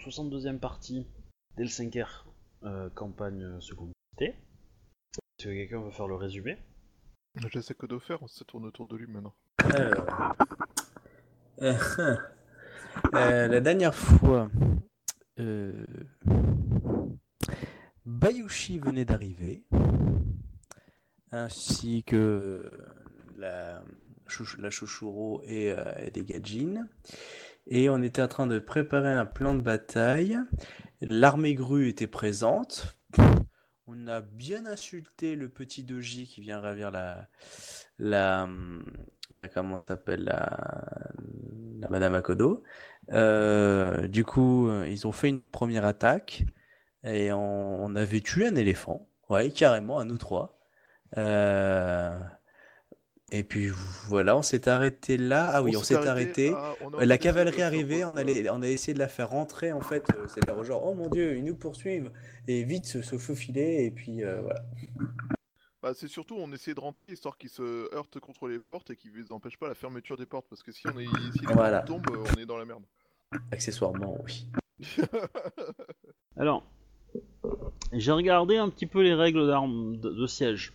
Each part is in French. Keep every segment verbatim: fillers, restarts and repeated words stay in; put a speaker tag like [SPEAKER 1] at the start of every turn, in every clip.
[SPEAKER 1] soixante-deuxième partie d'Helsinker, euh, campagne seconde unité. Est-ce que quelqu'un veut faire le résumé?
[SPEAKER 2] Je sais que de faire, ça tourne autour de lui maintenant.
[SPEAKER 3] Alors, euh, euh, la dernière fois, euh, Bayushi venait d'arriver, ainsi que la, chouch- la Choshuro et, euh, et des Gajin. Et on était en train de préparer un plan de bataille. L'armée grue était présente. On a bien insulté le petit doji qui vient ravir la, la, la- comment s'appelle la, la Madame Akodo. Euh, du coup, euh, ils ont fait une première attaque et on, on avait tué un éléphant. Ouais, carrément, à nous trois. Euh, et puis voilà, on s'est arrêté là. Ah oui, on s'est arrêté.
[SPEAKER 2] à- on est
[SPEAKER 3] Euh, La
[SPEAKER 2] entendu ce-
[SPEAKER 3] cavalerie
[SPEAKER 2] ce
[SPEAKER 3] arrivait, on,
[SPEAKER 2] re-
[SPEAKER 3] allait, on a essayé de la faire rentrer en fait. euh, C'est-à-dire genre, oh mon Dieu, ils nous poursuivent. Et vite se, se faufiler et puis euh, voilà.
[SPEAKER 2] Bah, c'est surtout, on essaie de rentrer histoire qu'ils se heurtent contre les portes et qu'ils n'empêchent pas la fermeture des portes. Parce que si, on est, si les
[SPEAKER 3] Voilà.
[SPEAKER 2] portes tombent, on est dans la merde.
[SPEAKER 3] Accessoirement, oui.
[SPEAKER 1] Alors, j'ai regardé un petit peu les règles d'armes de, de siège.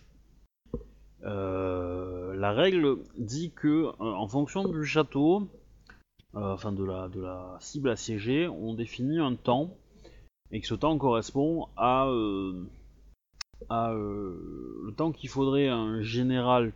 [SPEAKER 1] Euh, la règle dit que, euh, en fonction du château, euh, enfin de la, de la cible assiégée, on définit un temps et que ce temps correspond à, euh, à euh, le temps qu'il faudrait à un général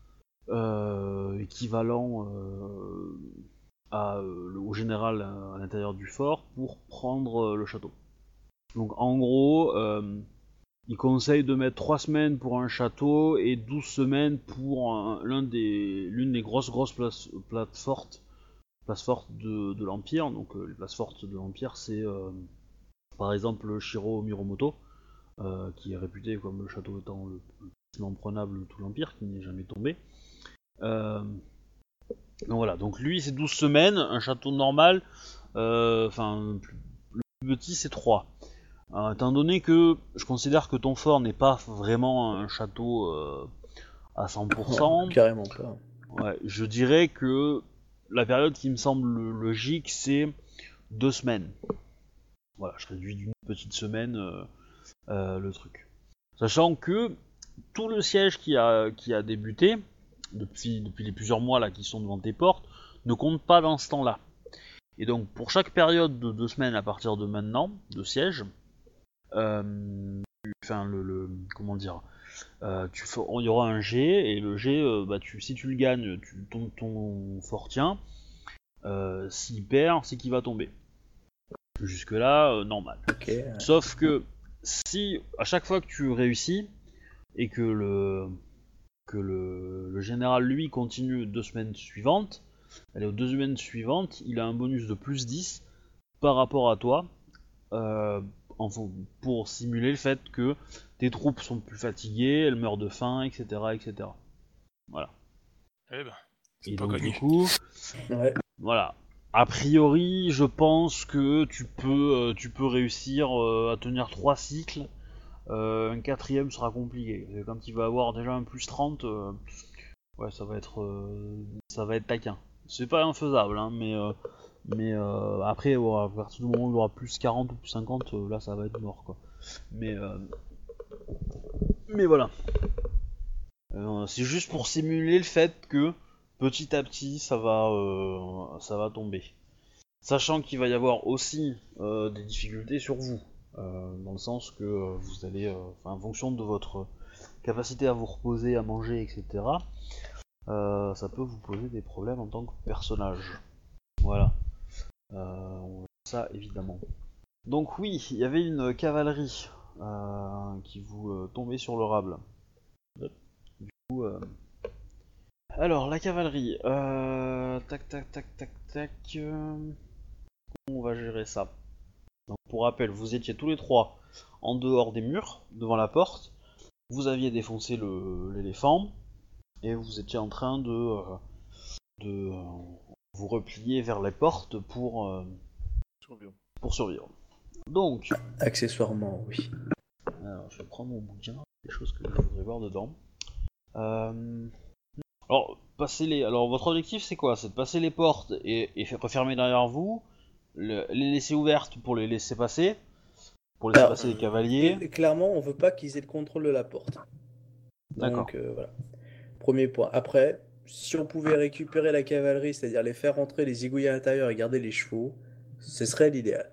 [SPEAKER 1] euh, équivalent euh, à, euh, au général à, à l'intérieur du fort pour prendre euh, le château. Donc en gros, euh, il conseille de mettre trois semaines pour un château et douze semaines pour un, l'un des, l'une des grosses grosses places, places fortes, places fortes de, de l'Empire. Donc euh, les places fortes de l'Empire, c'est euh, par exemple le Shiro Miromoto, euh, qui est réputé comme le château étant le plus imprenable de tout l'Empire, qui n'est jamais tombé. Euh, donc voilà, donc lui c'est douze semaines, un château normal, enfin euh, le plus petit c'est trois. Euh, étant donné que je considère que ton fort n'est pas vraiment un château euh, à cent pour cent,
[SPEAKER 3] Non, carrément pas.
[SPEAKER 1] ouais, je dirais que la période qui me semble logique c'est deux semaines. Voilà, je réduis d'une petite semaine euh, euh, le truc. Sachant que tout le siège qui a, qui a débuté, depuis, depuis les plusieurs mois là qui sont devant tes portes, ne compte pas dans ce temps-là. Et donc pour chaque période de deux semaines à partir de maintenant, de siège, euh, enfin le, le comment dire, euh, tu fais, il y aura un jet et le jet, euh, bah tu, si tu le gagnes, tu, ton, ton fort tient. Euh, s'il perd, c'est qu'il va tomber. Jusque là, euh, normal.
[SPEAKER 3] Okay.
[SPEAKER 1] Sauf que si à chaque fois que tu réussis et que le que le, le général lui continue deux semaines suivantes, allez aux deux semaines suivantes, il a un bonus de plus dix par rapport à toi, euh, en, pour simuler le fait que tes troupes sont plus fatiguées, elles meurent de faim, et cetera, et cetera. Voilà.
[SPEAKER 4] Eh ben, c'est
[SPEAKER 1] et
[SPEAKER 4] pas
[SPEAKER 1] donc
[SPEAKER 4] connu.
[SPEAKER 1] du coup,
[SPEAKER 3] Ouais.
[SPEAKER 1] voilà. A priori, je pense que tu peux, euh, tu peux réussir euh, à tenir trois cycles. Euh, un quatrième sera compliqué. Quand il va avoir déjà un plus trente, euh, ouais, ça va être, euh, ça va être taquin. C'est pas infaisable, hein, mais, euh, mais euh, après, ouais, à partir du moment où il aura plus quarante ou plus cinquante, euh, là, ça va être mort, quoi. Mais, euh, mais voilà. Euh, c'est juste pour simuler le fait que petit à petit, ça va, euh, ça va tomber. Sachant qu'il va y avoir aussi euh, des difficultés sur vous. Euh, dans le sens que euh, vous allez, euh, en fonction de votre capacité à vous reposer, à manger, et cetera, euh, ça peut vous poser des problèmes en tant que personnage. Voilà. Euh, ça, évidemment. Donc oui, il y avait une cavalerie euh, qui vous euh, tombait sur le rable. Du coup, euh... alors la cavalerie, euh... tac tac tac tac tac. Euh... Comment on va gérer ça? Donc, pour rappel, vous étiez tous les trois en dehors des murs, devant la porte. Vous aviez défoncé le, l'éléphant et vous étiez en train de, euh, de euh, vous replier vers les portes pour, euh,
[SPEAKER 2] Survivre.
[SPEAKER 1] pour survivre. Donc,
[SPEAKER 3] accessoirement, oui.
[SPEAKER 1] Alors, je vais prendre mon bouquin, des choses que je voudrais voir dedans. Euh... Alors, passer les. Alors, votre objectif c'est quoi? C'est de passer les portes et, et refermer derrière vous, le- les laisser ouvertes pour les laisser passer, pour laisser
[SPEAKER 3] Alors,
[SPEAKER 1] passer les cavaliers.
[SPEAKER 3] Et clairement, on veut pas qu'ils aient le contrôle de la porte.
[SPEAKER 1] D'accord.
[SPEAKER 3] Donc euh, voilà. Premier point. Après, si on pouvait récupérer la cavalerie, c'est-à-dire les faire rentrer, les zigouiller à l'intérieur et garder les chevaux, ce serait l'idéal.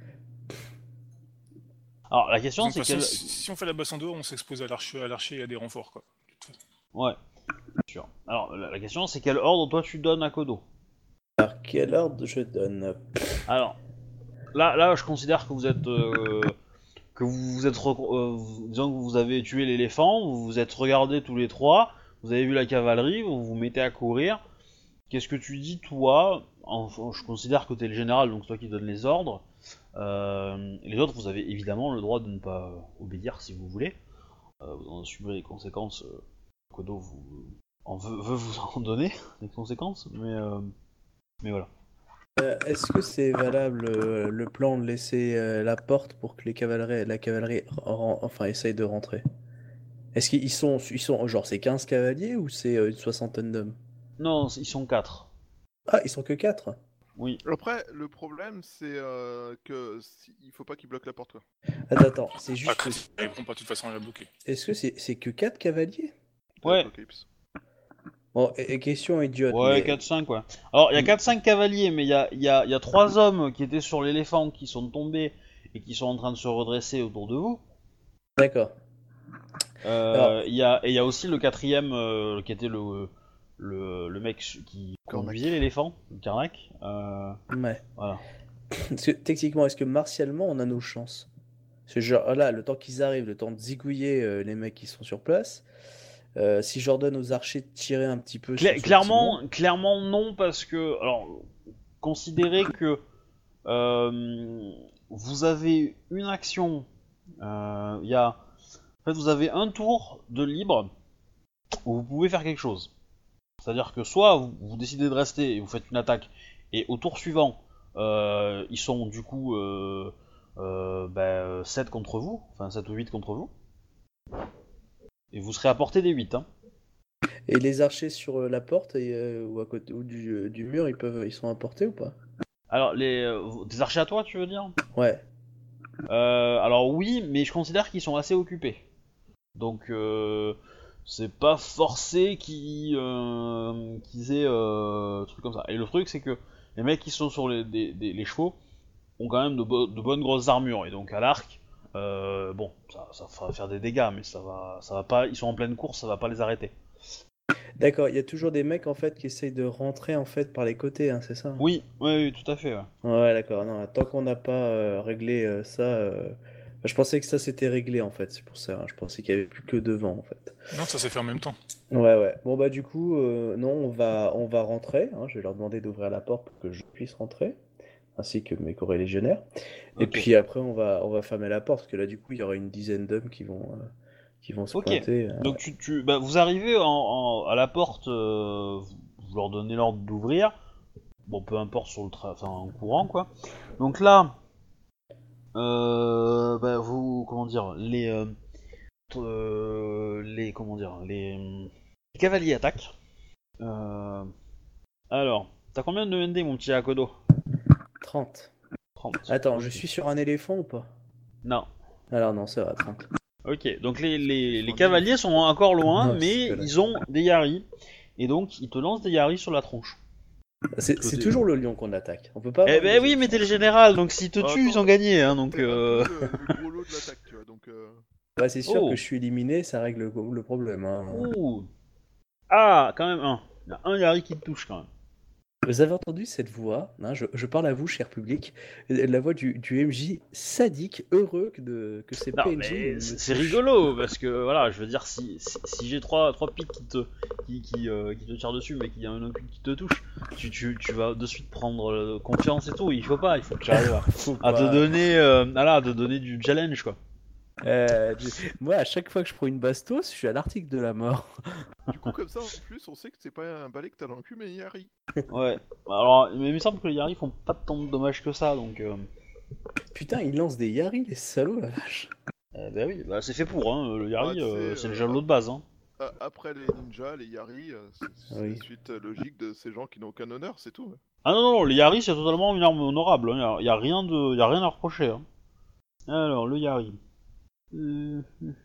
[SPEAKER 1] Alors la
[SPEAKER 4] De
[SPEAKER 1] question
[SPEAKER 4] toute
[SPEAKER 1] c'est
[SPEAKER 4] façon,
[SPEAKER 1] quelle...
[SPEAKER 4] si si on fait la basse en dehors, on s'expose à l'archer à l'archer et à des renforts, quoi.
[SPEAKER 1] Ouais, sûr. Alors la, la question c'est quel ordre toi tu donnes à Kodo.
[SPEAKER 3] Alors, quel ordre je donne?
[SPEAKER 1] Alors, là, là, je considère que vous êtes, euh, que vous vous êtes, rec- euh, vous- disons que vous avez tué l'éléphant, vous vous êtes regardés tous les trois, vous avez vu la cavalerie, vous vous mettez à courir. Qu'est-ce que tu dis toi? Enfin, je considère que t'es le général, donc c'est toi qui donne les ordres. Euh, les autres, vous avez évidemment le droit de ne pas obéir si vous voulez. Euh, vous en assumez les conséquences. Euh, Kodo vous en veut, veut vous en donner les conséquences, mais, euh, mais voilà.
[SPEAKER 3] Euh, Est-ce que c'est valable euh, le plan de laisser euh, la porte pour que les cavaleries, la cavalerie ren- enfin, essaye de rentrer? Est-ce qu'ils sont, ils sont genre c'est quinze cavaliers ou c'est euh, une soixantaine d'hommes?
[SPEAKER 1] Non, ils sont quatre.
[SPEAKER 3] Ah, ils sont que quatre.
[SPEAKER 1] Oui.
[SPEAKER 2] Après, le problème, c'est euh, que si- il faut pas qu'ils bloquent la porte, quoi.
[SPEAKER 3] Attends, attends, c'est
[SPEAKER 4] Ah,
[SPEAKER 3] juste.
[SPEAKER 4] Chris, ils répondent pas de toute façon à la bloquer.
[SPEAKER 3] Est-ce que c'est c'est que quatre cavaliers?
[SPEAKER 1] Ouais.
[SPEAKER 2] Apocalypse.
[SPEAKER 3] Bon, et, et question idiote.
[SPEAKER 1] Ouais,
[SPEAKER 3] mais-
[SPEAKER 1] quatre cinq, ouais. Alors, il y a
[SPEAKER 3] Mm.
[SPEAKER 1] quatre cinq cavaliers, mais il y a, il y, a, il y a trois hommes qui étaient sur l'éléphant qui sont tombés et qui sont en train de se redresser autour de vous.
[SPEAKER 3] D'accord.
[SPEAKER 1] Euh,
[SPEAKER 3] Alors-
[SPEAKER 1] Il y a, et il y a aussi le quatrième euh, qui était le, le, le mec qui conduisait l'éléphant, le Karnak. Euh,
[SPEAKER 3] Ouais.
[SPEAKER 1] voilà.
[SPEAKER 3] Parce que, techniquement, est-ce que martialement on a nos chances? Parce que genre là, le temps qu'ils arrivent, le temps de zigouiller euh, les mecs qui sont sur place, euh, si j'ordonne aux archers de tirer un petit peu
[SPEAKER 1] Cla-
[SPEAKER 3] sur ce
[SPEAKER 1] clairement,
[SPEAKER 3] petit monde-
[SPEAKER 1] clairement non, parce que, alors, considérez que euh, vous avez une action, euh, il y a, en fait, vous avez un tour de libre où vous pouvez faire quelque chose. C'est-à-dire que soit vous, vous décidez de rester et vous faites une attaque, et au tour suivant, euh, ils sont du coup euh, euh, bah, sept contre vous, enfin sept ou huit contre vous, et vous serez à portée des huit. Hein.
[SPEAKER 3] Et les archers sur euh, la porte et, euh, ou à côté ou du, euh, du mur, ils peuvent, ils sont à portée ou pas?
[SPEAKER 1] Alors, les, euh, des archers à toi, tu veux dire?
[SPEAKER 3] Ouais.
[SPEAKER 1] Euh, alors oui, mais je considère qu'ils sont assez occupés. Donc euh, c'est pas forcé qu'ils euh, qu'ils aient euh, truc comme ça. Et le truc c'est que les mecs qui sont sur les, des- des- les chevaux ont quand même de, bo- de bonnes grosses armures et donc à l'arc, euh, bon, ça, ça va faire des dégâts, mais ça va, ça va pas. Ils sont en pleine course, ça va pas les arrêter.
[SPEAKER 3] D'accord, il y a toujours des mecs en fait qui essayent de rentrer en fait par les côtés, hein, c'est ça?
[SPEAKER 1] Oui, oui, oui, tout à fait. Ouais.
[SPEAKER 3] Ouais, d'accord. Non, tant qu'on n'a pas euh, réglé euh, ça, euh, bah, je pensais que ça s'était réglé en fait. C'est pour ça. Hein, je pensais qu'il y avait plus que devant en fait.
[SPEAKER 4] Non, ça s'est fait en même temps.
[SPEAKER 3] Ouais, ouais. Bon bah du coup, euh, non, on va, on va rentrer. Hein, je vais leur demander d'ouvrir la porte pour que je puisse rentrer, ainsi que mes corélégionnaires. Et
[SPEAKER 1] Ok.
[SPEAKER 3] puis après, on va, on va fermer la porte parce que là, du coup, il y aura une dizaine d'hommes qui vont, euh, qui vont se
[SPEAKER 1] Ok.
[SPEAKER 3] pointer. euh.
[SPEAKER 1] Donc tu, tu, bah, vous arrivez en, en- à la porte, euh, vous, vous leur donnez l'ordre d'ouvrir. Bon, peu importe sur le tra... enfin, en courant quoi. Donc là, euh, bah, vous, comment dire, les, euh, euh, les, comment dire, les, les cavaliers attaquent. Euh, alors, t'as combien de N D mon petit Akodo?
[SPEAKER 3] trente.
[SPEAKER 1] trente.
[SPEAKER 3] Attends, je suis sur un éléphant ou pas?
[SPEAKER 1] Non.
[SPEAKER 3] Alors non, ça va, trente.
[SPEAKER 1] Ok, donc les, les, les cavaliers sont encore loin,
[SPEAKER 3] Non,
[SPEAKER 1] mais
[SPEAKER 3] c'est que là.
[SPEAKER 1] ils ont des yaris. Et donc, ils te lancent des yaris sur la tronche.
[SPEAKER 3] C'est c'est toujours le lion qu'on attaque. On peut pas.
[SPEAKER 1] Eh
[SPEAKER 3] avoir
[SPEAKER 1] ben
[SPEAKER 3] une
[SPEAKER 1] oui,
[SPEAKER 3] deuxième
[SPEAKER 1] mais t'es le
[SPEAKER 3] chance.
[SPEAKER 1] général, donc s'ils te
[SPEAKER 2] Ah,
[SPEAKER 1] tuent, ils
[SPEAKER 2] attends.
[SPEAKER 1] ont gagné, hein, donc...
[SPEAKER 2] C'est un
[SPEAKER 1] Euh...
[SPEAKER 2] peu le, le gros lot de l'attaque, tu vois, donc... Euh...
[SPEAKER 3] Ouais, c'est sûr
[SPEAKER 1] Oh.
[SPEAKER 3] que je suis éliminé, ça règle le, le problème. Hein.
[SPEAKER 1] Ouh. Ah, quand même un. Il y a un yari qui te touche, quand même.
[SPEAKER 3] Vous avez entendu cette voix, hein, je, je parle à vous, cher public, la voix du, du M J sadique, heureux que, de, que ces
[SPEAKER 1] Non,
[SPEAKER 3] P N J
[SPEAKER 1] mais
[SPEAKER 3] me
[SPEAKER 1] c'est c'est
[SPEAKER 3] touchent.
[SPEAKER 1] rigolo, parce que, voilà, je veux dire, si, si, si j'ai trois, trois pics qui te, qui, qui, euh, qui te tirent dessus, mais qu'il y a un autre qui te touche, tu, tu, tu vas de suite prendre euh, confiance et tout, il faut pas, il faut que tu arrives à,
[SPEAKER 3] Faut
[SPEAKER 1] à te
[SPEAKER 3] pas-
[SPEAKER 1] donner, euh, voilà, à te donner du challenge, quoi.
[SPEAKER 3] Euh, je- Moi, à chaque fois que je prends une bastos, je suis à l'article de la mort.
[SPEAKER 2] Du coup, comme ça, en plus, on sait que c'est pas un balai que t'as dans le cul, mais un Yari.
[SPEAKER 1] Ouais, alors, mais il me semble que les Yari font pas tant de dommages que ça, donc... Euh...
[SPEAKER 3] Putain, ils lancent des Yari, les salauds, la vache.
[SPEAKER 1] Eh ben oui, bah c'est fait pour, hein, le Yari,
[SPEAKER 2] Ouais, tu sais,
[SPEAKER 1] euh, c'est le
[SPEAKER 2] euh,
[SPEAKER 1] javelot de base, hein.
[SPEAKER 2] a- après les ninjas, les Yari, euh, c'est c'est
[SPEAKER 3] Oui.
[SPEAKER 2] la suite euh, logique de ces gens qui n'ont aucun honneur, c'est tout.
[SPEAKER 1] Ah non, non, le Yari c'est totalement une arme honorable, il hein. y, a, y a rien de, y a rien à reprocher. Hein. Alors, le Yari. Euh,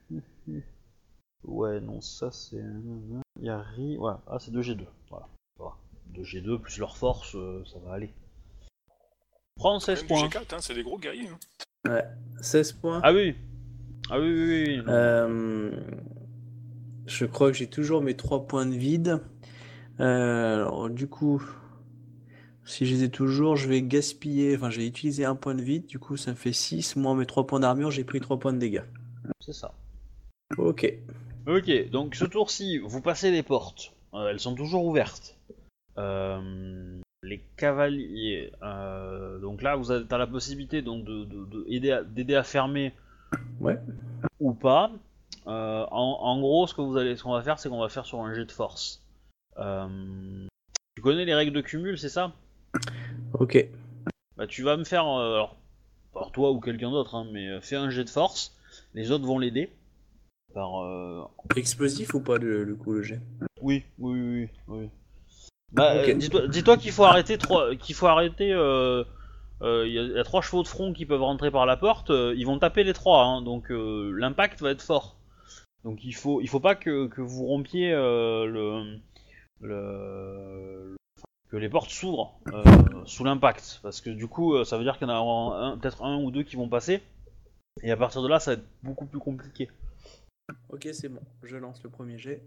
[SPEAKER 1] Ouais, non, ça c'est... Yari... Ouais, ah c'est deux G deux, voilà. voilà. deux G deux plus leur force, euh, ça va aller. Prends seize
[SPEAKER 4] Même du
[SPEAKER 1] points.
[SPEAKER 4] G quatre, hein, c'est des gros guerriers. Hein.
[SPEAKER 3] Ouais, seize points.
[SPEAKER 1] Ah oui Ah oui, oui, oui, oui, non.
[SPEAKER 3] Euh, Je crois que j'ai toujours mes trois points de vide. Euh, alors, du coup, si je les ai toujours, je vais gaspiller. Enfin, je vais utiliser un point de vide. Du coup, ça me fait six. Moins mes trois points d'armure, j'ai pris trois points de dégâts.
[SPEAKER 1] C'est ça.
[SPEAKER 3] Ok.
[SPEAKER 1] Ok, donc ce tour-ci, vous passez les portes. Euh, elles sont toujours ouvertes. Euh, les cavaliers... euh, donc là, vous avez t'as la possibilité donc, de, de, de aider à, d'aider à fermer
[SPEAKER 3] Ouais.
[SPEAKER 1] ou pas. Euh, en, en gros, ce que vous allez, ce qu'on va faire, c'est qu'on va faire sur un jet de force. Euh, tu connais les règles de cumul, c'est ça?
[SPEAKER 3] Ok.
[SPEAKER 1] Bah, tu vas me faire, euh, alors, par toi ou quelqu'un d'autre, hein, mais euh, fais un jet de force. Les autres vont l'aider. Par. Euh...
[SPEAKER 3] Explosif ou pas le, le coup, le jet?
[SPEAKER 1] Oui, oui, oui, oui. oui. Bah,
[SPEAKER 3] Ok.
[SPEAKER 1] euh, dis-toi, dis-toi qu'il faut arrêter trois, qu'il faut arrêter. euh, euh, Il y, a- y a trois chevaux de front qui peuvent rentrer par la porte. euh, ils vont taper les trois, hein, donc euh, l'impact va être fort. Donc il faut, il faut pas que, que vous rompiez euh, le, le, que les portes s'ouvrent euh, sous l'impact, parce que du coup, euh, ça veut dire qu'il y en a un- peut-être un ou deux qui vont passer, et à partir de là, ça va être beaucoup plus compliqué.
[SPEAKER 3] Ok, c'est bon. Je lance le premier jet.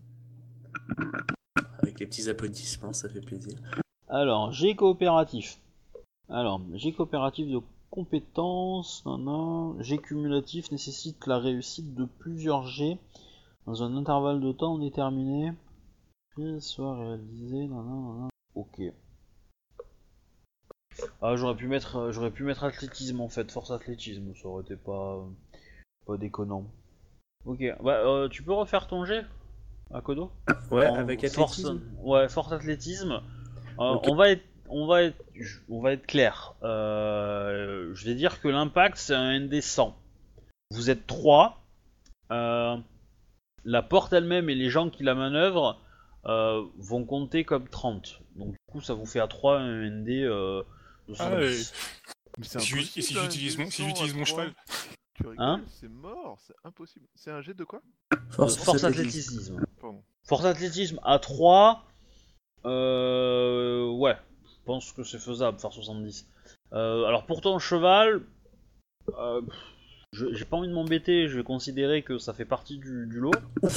[SPEAKER 3] Avec les petits applaudissements, ça fait plaisir.
[SPEAKER 1] Alors, G coopératif. Alors, G coopératif de compétences, nanana. G cumulatif nécessite la réussite de plusieurs G dans un intervalle de temps déterminé. Puis soit réalisé, nanana. Ok. Ah, j'aurais pu mettre, euh, j'aurais pu mettre athlétisme en fait, force athlétisme, ça aurait été pas, pas déconnant. Ok, bah euh, tu peux refaire ton jet, Akodo?
[SPEAKER 3] Ouais,
[SPEAKER 1] En
[SPEAKER 3] avec
[SPEAKER 1] force,
[SPEAKER 3] athlétisme.
[SPEAKER 1] ouais, force athlétisme. Euh,
[SPEAKER 3] Ok.
[SPEAKER 1] On va être, on va être, on va être clair. Euh, je vais dire que l'impact c'est un N D cent. Vous êtes trois. Euh, la porte elle-même et les gens qui la manœuvrent euh, vont compter comme trente. Donc du coup ça vous fait à trois un N D euh, de
[SPEAKER 4] Ah, ouais.
[SPEAKER 1] soixante-dix.
[SPEAKER 2] Mais c'est
[SPEAKER 4] Si
[SPEAKER 2] impossible.
[SPEAKER 4] j'ut- et si
[SPEAKER 2] un
[SPEAKER 4] j'utilise mon, si
[SPEAKER 2] descend à
[SPEAKER 4] j'utilise mon
[SPEAKER 2] trois.
[SPEAKER 4] cheval,
[SPEAKER 2] Tu rigoles,
[SPEAKER 1] Hein
[SPEAKER 2] c'est mort, c'est impossible. C'est un jet de quoi?
[SPEAKER 1] De
[SPEAKER 3] Force,
[SPEAKER 1] force
[SPEAKER 3] athlétisme.
[SPEAKER 1] athlétisme.
[SPEAKER 2] Pardon.
[SPEAKER 1] Force athlétisme à trois. Euh, ouais, je pense que c'est faisable faire soixante-dix. Euh, alors pour ton cheval, euh, pff, je- j'ai pas envie de m'embêter, je vais considérer que ça fait partie du, du lot.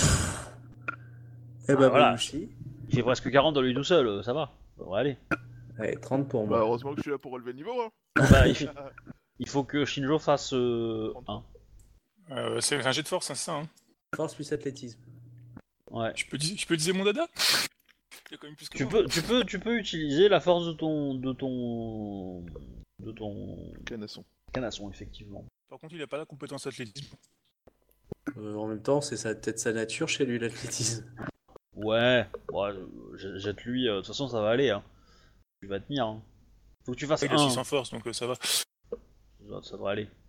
[SPEAKER 3] Eh
[SPEAKER 1] Ah,
[SPEAKER 3] bah,
[SPEAKER 1] voilà.
[SPEAKER 3] Belushi.
[SPEAKER 1] Il fait presque quarante à lui tout seul, euh, ça va. Ça devrait aller.
[SPEAKER 3] Allez, trente pour
[SPEAKER 2] Bah
[SPEAKER 3] moi.
[SPEAKER 2] heureusement que je suis là pour relever le niveau. Hein.
[SPEAKER 1] Bah, il, fait- il faut que Shinjo fasse euh, un.
[SPEAKER 4] euh, c'est un jet de force, hein, c'est ça. Hein.
[SPEAKER 3] Force plus athlétisme.
[SPEAKER 1] Ouais.
[SPEAKER 4] Je peux, dis- je peux utiliser mon dada. Il y a quand même plus que
[SPEAKER 1] Tu
[SPEAKER 4] moi.
[SPEAKER 1] peux, tu peux, tu peux utiliser la force de ton, de ton, de ton
[SPEAKER 2] Canasson.
[SPEAKER 1] canasson effectivement.
[SPEAKER 4] Par contre, il a pas la compétence athlétisme.
[SPEAKER 3] Euh, en même temps, c'est sa- peut-être sa nature chez lui, l'athlétisme.
[SPEAKER 1] Ouais, ouais, j- jette-lui. euh, De toute façon, ça va aller. Hein. Tu vas tenir. Hein. Faut que tu fasses
[SPEAKER 4] Il a
[SPEAKER 1] un.
[SPEAKER 4] six en force, donc euh, ça va.
[SPEAKER 1] Ça, ça devrait aller.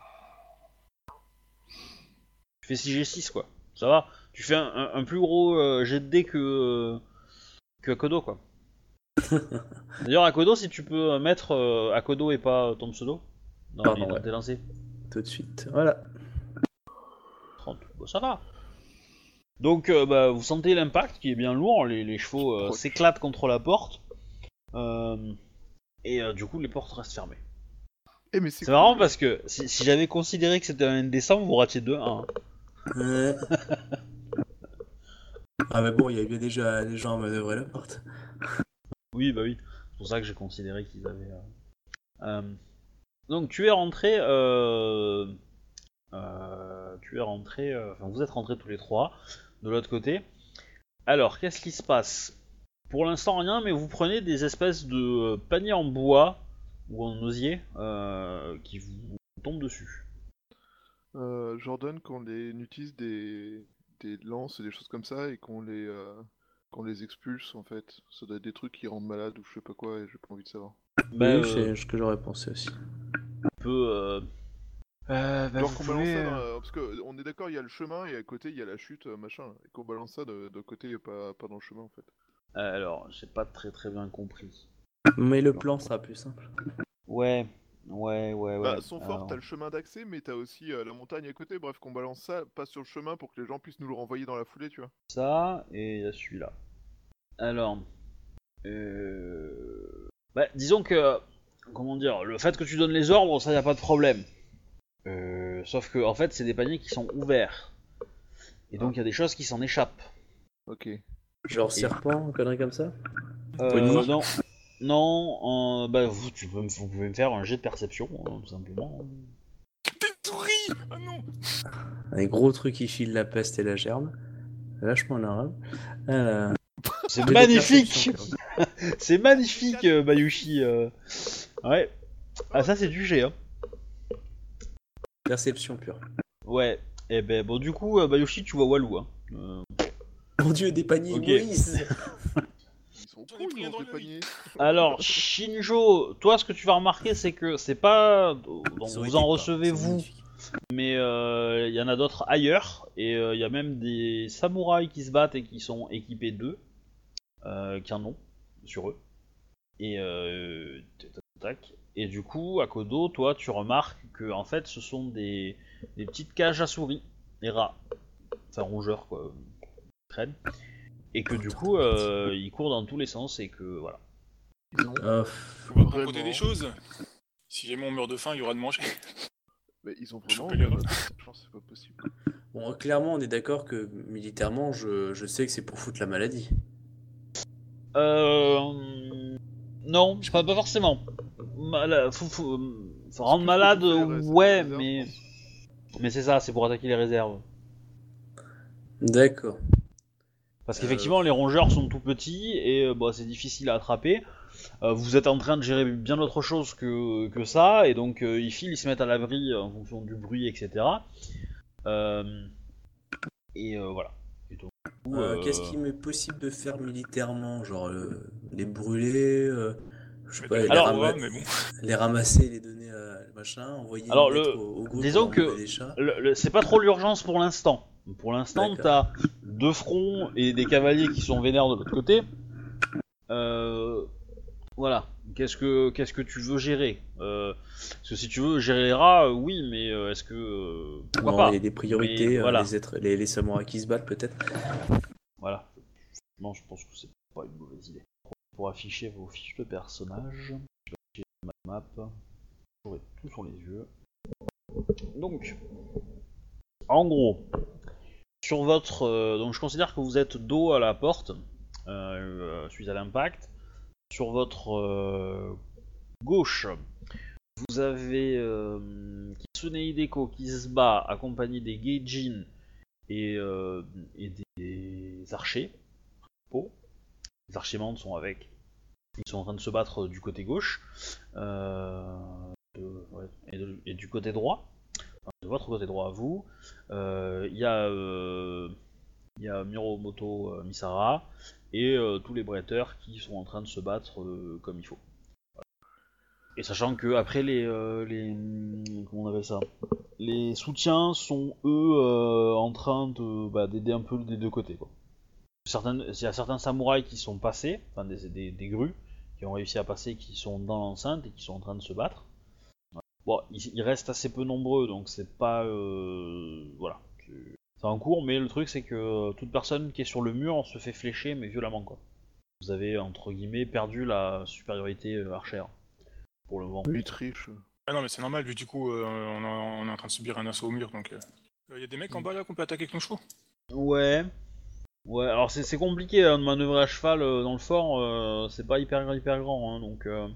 [SPEAKER 1] Tu fais six G six quoi. Ça va. Tu fais un, un- un plus gros euh, jet de dés que euh, que Akodo quoi. D'ailleurs, Akodo, si tu peux euh, mettre euh, Akodo et pas ton pseudo dans,
[SPEAKER 3] Pardon,
[SPEAKER 1] les- dans
[SPEAKER 3] ouais.
[SPEAKER 1] tes lancers.
[SPEAKER 3] Tout de suite. Voilà.
[SPEAKER 1] trente. Bon, ça va. Donc, euh, bah, vous sentez l'impact qui est bien lourd. Les, les chevaux euh,
[SPEAKER 2] Proche.
[SPEAKER 1] s'éclatent contre la porte. Euh, et euh, du coup, les portes restent fermées.
[SPEAKER 2] Eh mais c'est
[SPEAKER 1] C'est marrant
[SPEAKER 2] cool.
[SPEAKER 1] parce que si, si j'avais considéré que c'était un N D cent, vous ratiez deux un. Hein.
[SPEAKER 3] Ouais. Ah, mais bon, il y avait déjà des gens à manœuvrer la porte.
[SPEAKER 1] Oui, bah oui. C'est pour ça que j'ai considéré qu'ils avaient. euh, euh, Donc, tu es rentré. Euh... euh, Tu es rentré. euh, Enfin, vous êtes rentrés tous les trois de l'autre côté. Alors, qu'est-ce qui se passe? Pour l'instant, rien, mais vous prenez des espèces de euh, paniers en bois ou en osier euh, qui vous tombent dessus.
[SPEAKER 2] Euh, Jordan, qu'on les utilise des... des lances et des choses comme ça et qu'on les euh, qu'on les expulse en fait. Ça doit être des trucs qui rendent malades ou je sais pas quoi et j'ai pas envie de savoir.
[SPEAKER 1] Bah,
[SPEAKER 3] Oui,
[SPEAKER 1] euh,
[SPEAKER 3] c'est ce que j'aurais pensé aussi.
[SPEAKER 1] tu peux, euh, Euh, bah,
[SPEAKER 2] Genre
[SPEAKER 1] vous
[SPEAKER 2] qu'on
[SPEAKER 1] pouvez,
[SPEAKER 2] balance ça
[SPEAKER 1] euh,
[SPEAKER 2] dans la- Parce que on est d'accord, il y a le chemin et à côté il y a la chute, euh, machin. Et qu'on balance ça de, de côté et pas, pas dans le chemin en fait.
[SPEAKER 1] euh, alors, j'ai pas très très bien compris.
[SPEAKER 3] Mais le plan sera plus simple.
[SPEAKER 1] Ouais, ouais, ouais,
[SPEAKER 2] Bah,
[SPEAKER 1] ouais.
[SPEAKER 2] son fort,
[SPEAKER 1] Alors,
[SPEAKER 2] t'as le chemin d'accès, mais t'as aussi euh, la montagne à côté. Bref, qu'on balance ça, pas sur le chemin pour que les gens puissent nous le renvoyer dans la foulée, tu vois.
[SPEAKER 1] ça, et il y a celui-là. Alors, euh... bah, disons que, comment dire, le fait que tu donnes les ordres, ça y a pas de problème. Euh, sauf que, en fait, c'est des paniers qui sont ouverts. Et donc, il y a des choses qui s'en échappent.
[SPEAKER 2] Ok.
[SPEAKER 3] Genre
[SPEAKER 1] Et-
[SPEAKER 3] serpent, connerie comme ça.
[SPEAKER 1] Euh,
[SPEAKER 3] Pony.
[SPEAKER 1] non, non, euh, bah, vous, tu peux, me- vous pouvez me faire un jet de perception, hein, tout simplement.
[SPEAKER 4] Des souris. Ah non.
[SPEAKER 3] Un gros truc qui file la peste et la gerbe. Vachement arabe. Euh,
[SPEAKER 1] C'est
[SPEAKER 3] jet de
[SPEAKER 1] magnifique!
[SPEAKER 3] perception, quoi.
[SPEAKER 1] C'est magnifique, euh, Bayushi. euh. Ouais. Ah, ça, c'est du jet, hein.
[SPEAKER 3] Perception pure.
[SPEAKER 1] Ouais. Et ben, bon, du coup, euh, Bayushi, tu vois Walou, hein. Euh,
[SPEAKER 3] Mon dieu, des paniers
[SPEAKER 1] Ok.
[SPEAKER 3] Moïse.
[SPEAKER 2] Ils sont
[SPEAKER 4] J'en ai
[SPEAKER 2] cool,
[SPEAKER 4] pris
[SPEAKER 2] ils
[SPEAKER 4] un
[SPEAKER 2] ont
[SPEAKER 4] dans
[SPEAKER 2] des
[SPEAKER 4] l'œil.
[SPEAKER 2] paniers.
[SPEAKER 1] Alors, Shinjo, toi, ce que tu vas remarquer, c'est que c'est pas. Donc,
[SPEAKER 3] Ils auraient
[SPEAKER 1] vous
[SPEAKER 3] été
[SPEAKER 1] en
[SPEAKER 3] pas,
[SPEAKER 1] recevez,
[SPEAKER 3] c'est
[SPEAKER 1] vous,
[SPEAKER 3] magnifique.
[SPEAKER 1] mais il y en a d'autres ailleurs. Et il y a même des samouraïs qui se battent et qui sont équipés d'eux, euh, qui en ont sur eux. Et. Euh, tac, tac, tac. Et du coup, à Kodo, toi, tu remarques que, en fait, ce sont des, des petites cages à souris, des rats. Enfin, rongeurs, quoi. Traînent. Et que du coup, euh, ils courent dans tous les sens et que voilà.
[SPEAKER 2] Ils ont
[SPEAKER 3] Oh,
[SPEAKER 4] On va
[SPEAKER 2] Vraiment.
[SPEAKER 4] raconter des choses. Si jamais on meurt de faim, il y aura de manger.
[SPEAKER 2] Mais ils ont
[SPEAKER 4] Je
[SPEAKER 2] vraiment
[SPEAKER 4] peux les
[SPEAKER 2] aucun
[SPEAKER 4] rats.
[SPEAKER 2] intérêt, je pense que c'est pas possible.
[SPEAKER 3] Bon, clairement, on est d'accord que militairement, je, je sais que c'est pour foutre la maladie.
[SPEAKER 1] Euh. Non, pas, pas forcément. Mal- faut, faut- faut rendre
[SPEAKER 2] plus
[SPEAKER 1] malade,
[SPEAKER 2] pour bouffer les res-
[SPEAKER 1] ouais,
[SPEAKER 2] les réserves,
[SPEAKER 1] mais.
[SPEAKER 2] je pense.
[SPEAKER 1] Mais c'est ça, c'est pour attaquer les réserves.
[SPEAKER 3] D'accord.
[SPEAKER 1] Parce
[SPEAKER 3] Euh,
[SPEAKER 1] qu'effectivement, les rongeurs sont tout petits et euh, bah, c'est difficile à attraper. Euh, vous êtes en train de gérer bien autre chose que, que ça, et donc euh, ils filent, ils se mettent à l'abri en fonction du bruit, et cetera. Euh, et euh, voilà. Et donc, du coup,
[SPEAKER 3] Euh,
[SPEAKER 1] euh,
[SPEAKER 3] Qu'est-ce qu'il m'est possible de faire militairement? Genre euh, les brûler, euh, je sais
[SPEAKER 4] Mettre
[SPEAKER 3] pas,
[SPEAKER 4] de la
[SPEAKER 3] les,
[SPEAKER 1] Alors-
[SPEAKER 3] rama-
[SPEAKER 4] bois, mais bon.
[SPEAKER 3] les ramasser, les donner à machin, envoyer
[SPEAKER 1] Alors,
[SPEAKER 3] une lettre
[SPEAKER 1] le...
[SPEAKER 3] au, au groupe
[SPEAKER 1] disons
[SPEAKER 3] pour leur
[SPEAKER 1] que
[SPEAKER 3] manger des chats.
[SPEAKER 1] le- le- c'est pas trop l'urgence pour l'instant. Pour l'instant,
[SPEAKER 3] D'accord.
[SPEAKER 1] t'as deux fronts et des cavaliers qui sont vénères de l'autre côté. Euh, voilà. Qu'est-ce que qu'est-ce que tu veux gérer euh, Parce que si tu veux gérer les rats, euh, oui, mais euh, est-ce que euh, pourquoi
[SPEAKER 3] Non,
[SPEAKER 1] pas
[SPEAKER 3] il y a des priorités,
[SPEAKER 1] Mais
[SPEAKER 3] euh,
[SPEAKER 1] voilà.
[SPEAKER 3] les, êtres, les, les samouraïs qui se battent peut-être.
[SPEAKER 1] Voilà. Non, je pense que c'est pas une mauvaise idée. Pour afficher vos fiches de personnages, je vais afficher ma map. J'aurai tout sur les yeux. Donc, en gros, sur votre, euh, donc je considère que vous êtes dos à la porte euh, euh, suite à l'impact. Sur votre euh, gauche, vous avez euh, Kitsune Hideko qui se bat accompagné des Geijin et, euh, et des archers. Oh. Les archers-mantes sont avec. Ils sont en train de se battre du côté gauche euh, de- ouais, et, de- et du côté droit. Enfin, de votre côté droit à vous, il euh, y a euh, y a Miromoto euh, Misara et euh, tous les bretteurs qui sont en train de se battre euh, comme il faut. Et sachant que après les, euh, les comment on appelle ça, les soutiens sont eux euh, en train de bah, d'aider un peu des deux côtés quoi. Certaines, il y a certains samouraïs qui sont passés, enfin des, des, des grues qui ont réussi à passer, qui sont dans l'enceinte et qui sont en train de se battre. Bon, ils, ils restent assez peu nombreux, donc c'est pas euh, voilà, c'est en cours, mais le truc c'est que toute personne qui est sur le mur se fait flécher mais violemment quoi. Vous avez entre guillemets perdu la supériorité euh, archère pour le moment.
[SPEAKER 2] Oui, triche.
[SPEAKER 4] Ah non, mais c'est normal, vu du coup, euh, on, a- on est en train de subir un assaut au mur, donc... Il y a des mecs en bas, là, qu'on peut attaquer avec nos chevaux.
[SPEAKER 1] Ouais. Ouais, alors c'est, c'est compliqué hein, de manœuvrer à cheval euh, dans le fort, euh, c'est pas hyper hyper grand, hein, donc euh,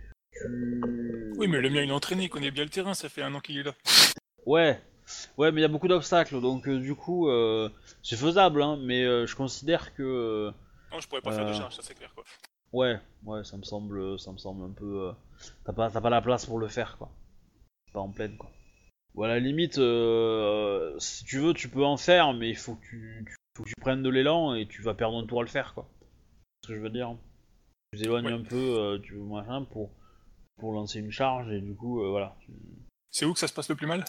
[SPEAKER 1] tu...
[SPEAKER 4] Oui, mais le mien, il est entraîné, il connaît bien le terrain, ça fait un an qu'il est là.
[SPEAKER 1] Ouais, ouais, mais il y a beaucoup d'obstacles, donc euh, du coup, euh, c'est faisable, hein, mais euh, je considère que... euh,
[SPEAKER 4] Non, je pourrais pas faire de
[SPEAKER 1] Euh.
[SPEAKER 4] charge, ça c'est clair, quoi.
[SPEAKER 1] ouais, ouais, ça me semble, ça me semble un peu... euh, t'as, pas, t'as pas la place pour le faire, quoi. C'est pas en pleine, quoi. Ou à la limite, euh, si tu veux, tu peux en faire, mais il faut que tu, tu- faut que tu prennes de l'élan et tu vas perdre un tour à le faire, quoi. C'est ce que je veux dire. Tu t'éloignes
[SPEAKER 4] Ouais.
[SPEAKER 1] un peu, euh, tu machin, pour, pour lancer une charge, et du coup, euh, voilà. Tu,
[SPEAKER 4] C'est où que ça se passe le plus mal?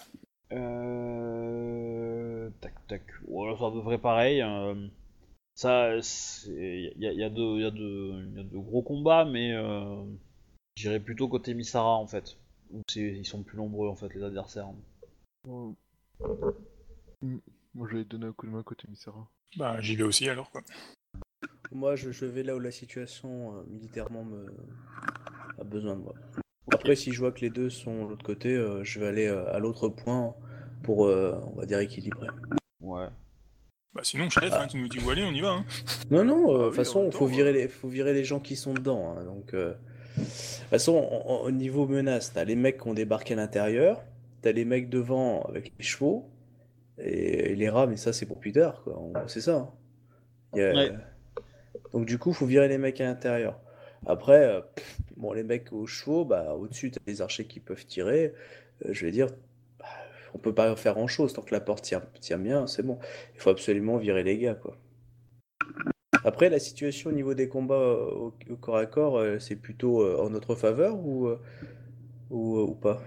[SPEAKER 1] Euh... Tac tac. Voilà, c'est à peu près pareil. euh, Ça, il y a, y a de, y a de, y a de gros combats, mais euh, j'irais plutôt côté Misara en fait. Où c'est, ils sont plus nombreux en fait les adversaires.
[SPEAKER 2] Bon, hmm, moi j'allais te donner un coup de main côté Misara.
[SPEAKER 4] Bah, j'y vais aussi alors, quoi.
[SPEAKER 3] Moi, je, je vais là où la situation euh, militairement me a besoin de moi.
[SPEAKER 1] Ok.
[SPEAKER 3] Après, si je vois que les deux sont de l'autre côté, euh, je vais aller euh, à l'autre point pour, euh, on va dire, équilibrer.
[SPEAKER 1] Ouais.
[SPEAKER 4] Bah, sinon, chef,
[SPEAKER 3] Ah.
[SPEAKER 4] hein, tu nous dis où aller, on y va. Hein.
[SPEAKER 3] Non, non, euh, de
[SPEAKER 2] Ah
[SPEAKER 3] toute
[SPEAKER 2] oui,
[SPEAKER 3] façon,
[SPEAKER 2] en
[SPEAKER 3] il
[SPEAKER 2] même
[SPEAKER 3] faut
[SPEAKER 2] temps,
[SPEAKER 3] virer
[SPEAKER 2] euh,
[SPEAKER 3] les, faut virer les gens qui sont dedans. Hein, donc, euh, de toute façon, en- en- au niveau menace, t'as les mecs qui ont débarqué à l'intérieur, t'as les mecs devant avec les chevaux, et, et les rats, mais ça, c'est pour plus tard, quoi. On- C'est ça. Hein. Il y a-
[SPEAKER 1] Ouais.
[SPEAKER 3] Donc, du coup, faut virer les mecs à l'intérieur. Après, euh, pff, bon, les mecs aux chevaux, bah, au-dessus, t'as les archers qui peuvent tirer. Euh, je vais dire, bah, on peut pas faire grand-chose. Tant que la porte tient, tient bien, c'est bon. Il faut absolument virer les gars, quoi. Après, la situation au niveau des combats euh, au, au corps à corps, euh, c'est plutôt euh, en notre faveur ou, euh, ou, euh, ou pas?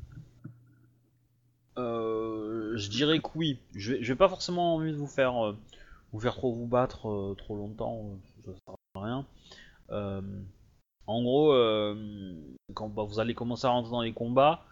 [SPEAKER 1] Euh, je dirais que oui. Je vais, je vais pas forcément envie de vous faire, euh, vous faire trop vous battre euh, trop longtemps. euh, Ça sert à rien. Euh, En gros, euh, quand bah, vous allez commencer à rentrer dans les combats,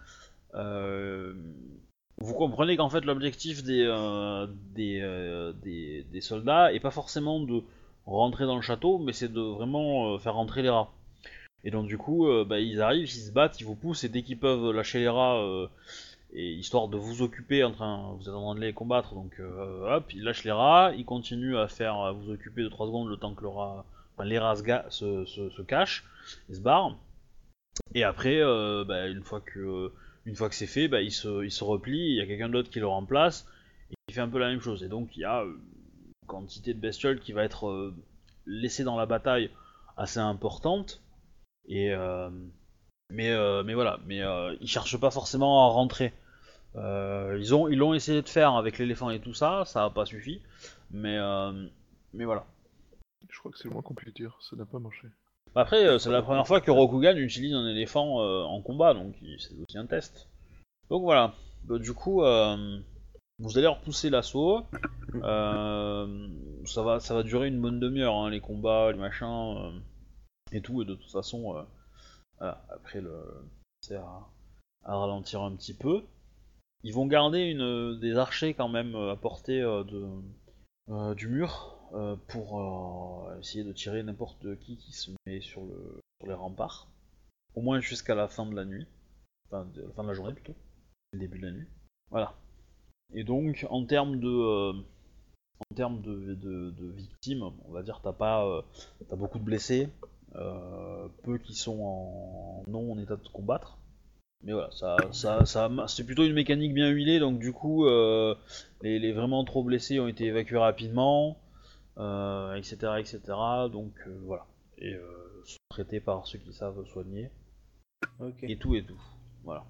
[SPEAKER 1] euh, vous comprenez qu'en fait l'objectif des, euh, des, euh, des, des soldats est pas forcément de rentrer dans le château, mais c'est de vraiment euh, faire rentrer les rats. Et donc du coup, euh, bah, ils arrivent, ils se battent, ils vous poussent, et dès qu'ils peuvent lâcher les rats, euh, et histoire de vous occuper en train, vous êtes en train de les combattre, donc euh, hop, ils lâchent les rats, ils continuent à faire, à vous occuper de trois secondes le temps que le rat, enfin, les rats se, ga- se, se, se cachent, ils se barrent. Et après, euh, bah, une fois que, une fois que c'est fait, bah, il se, il se replie, il y a quelqu'un d'autre qui le remplace, et qui fait un peu la même chose. Et donc il y a euh, une quantité de bestioles qui va être euh, laissée dans la bataille assez importante. Et euh, mais, euh, mais voilà, mais euh, ils cherchent pas forcément à rentrer. Euh, ils ont, ils l'ont essayé de faire avec l'éléphant et tout ça, ça a pas suffi. Mais, euh, mais voilà.
[SPEAKER 2] je crois que c'est le moins qu'on puisse dire, ça n'a pas marché.
[SPEAKER 1] Après, euh, c'est la première fois que Rokugan utilise un éléphant euh, en combat, donc il- c'est aussi un test. Donc voilà. Donc, du coup, euh, vous allez repousser l'assaut. Euh, ça va, ça va durer une bonne demi-heure, hein, les combats, les machins euh, et tout. Et de toute façon, euh, voilà, après le, c'est à, à ralentir un petit peu. Ils vont garder une des archers quand même euh, à portée euh, de euh, du mur euh, pour euh, essayer de tirer n'importe qui qui se met sur le sur les remparts. Au moins jusqu'à la fin de la nuit, enfin de la fin de la journée plutôt, le début de la nuit. Voilà. Et donc en termes de euh, en termes de, de, de victimes, on va dire t'as pas euh, t'as beaucoup de blessés, euh, peu qui sont en non en état de combattre. Mais voilà, ça, ça, ça, c'est plutôt une mécanique bien huilée, donc du coup, euh, les, les vraiment trop blessés ont été évacués rapidement, euh, et cetera, et cetera. Donc euh, voilà, et euh, sont traités par ceux qui savent soigner,
[SPEAKER 3] Ok.
[SPEAKER 1] et tout et tout. Voilà.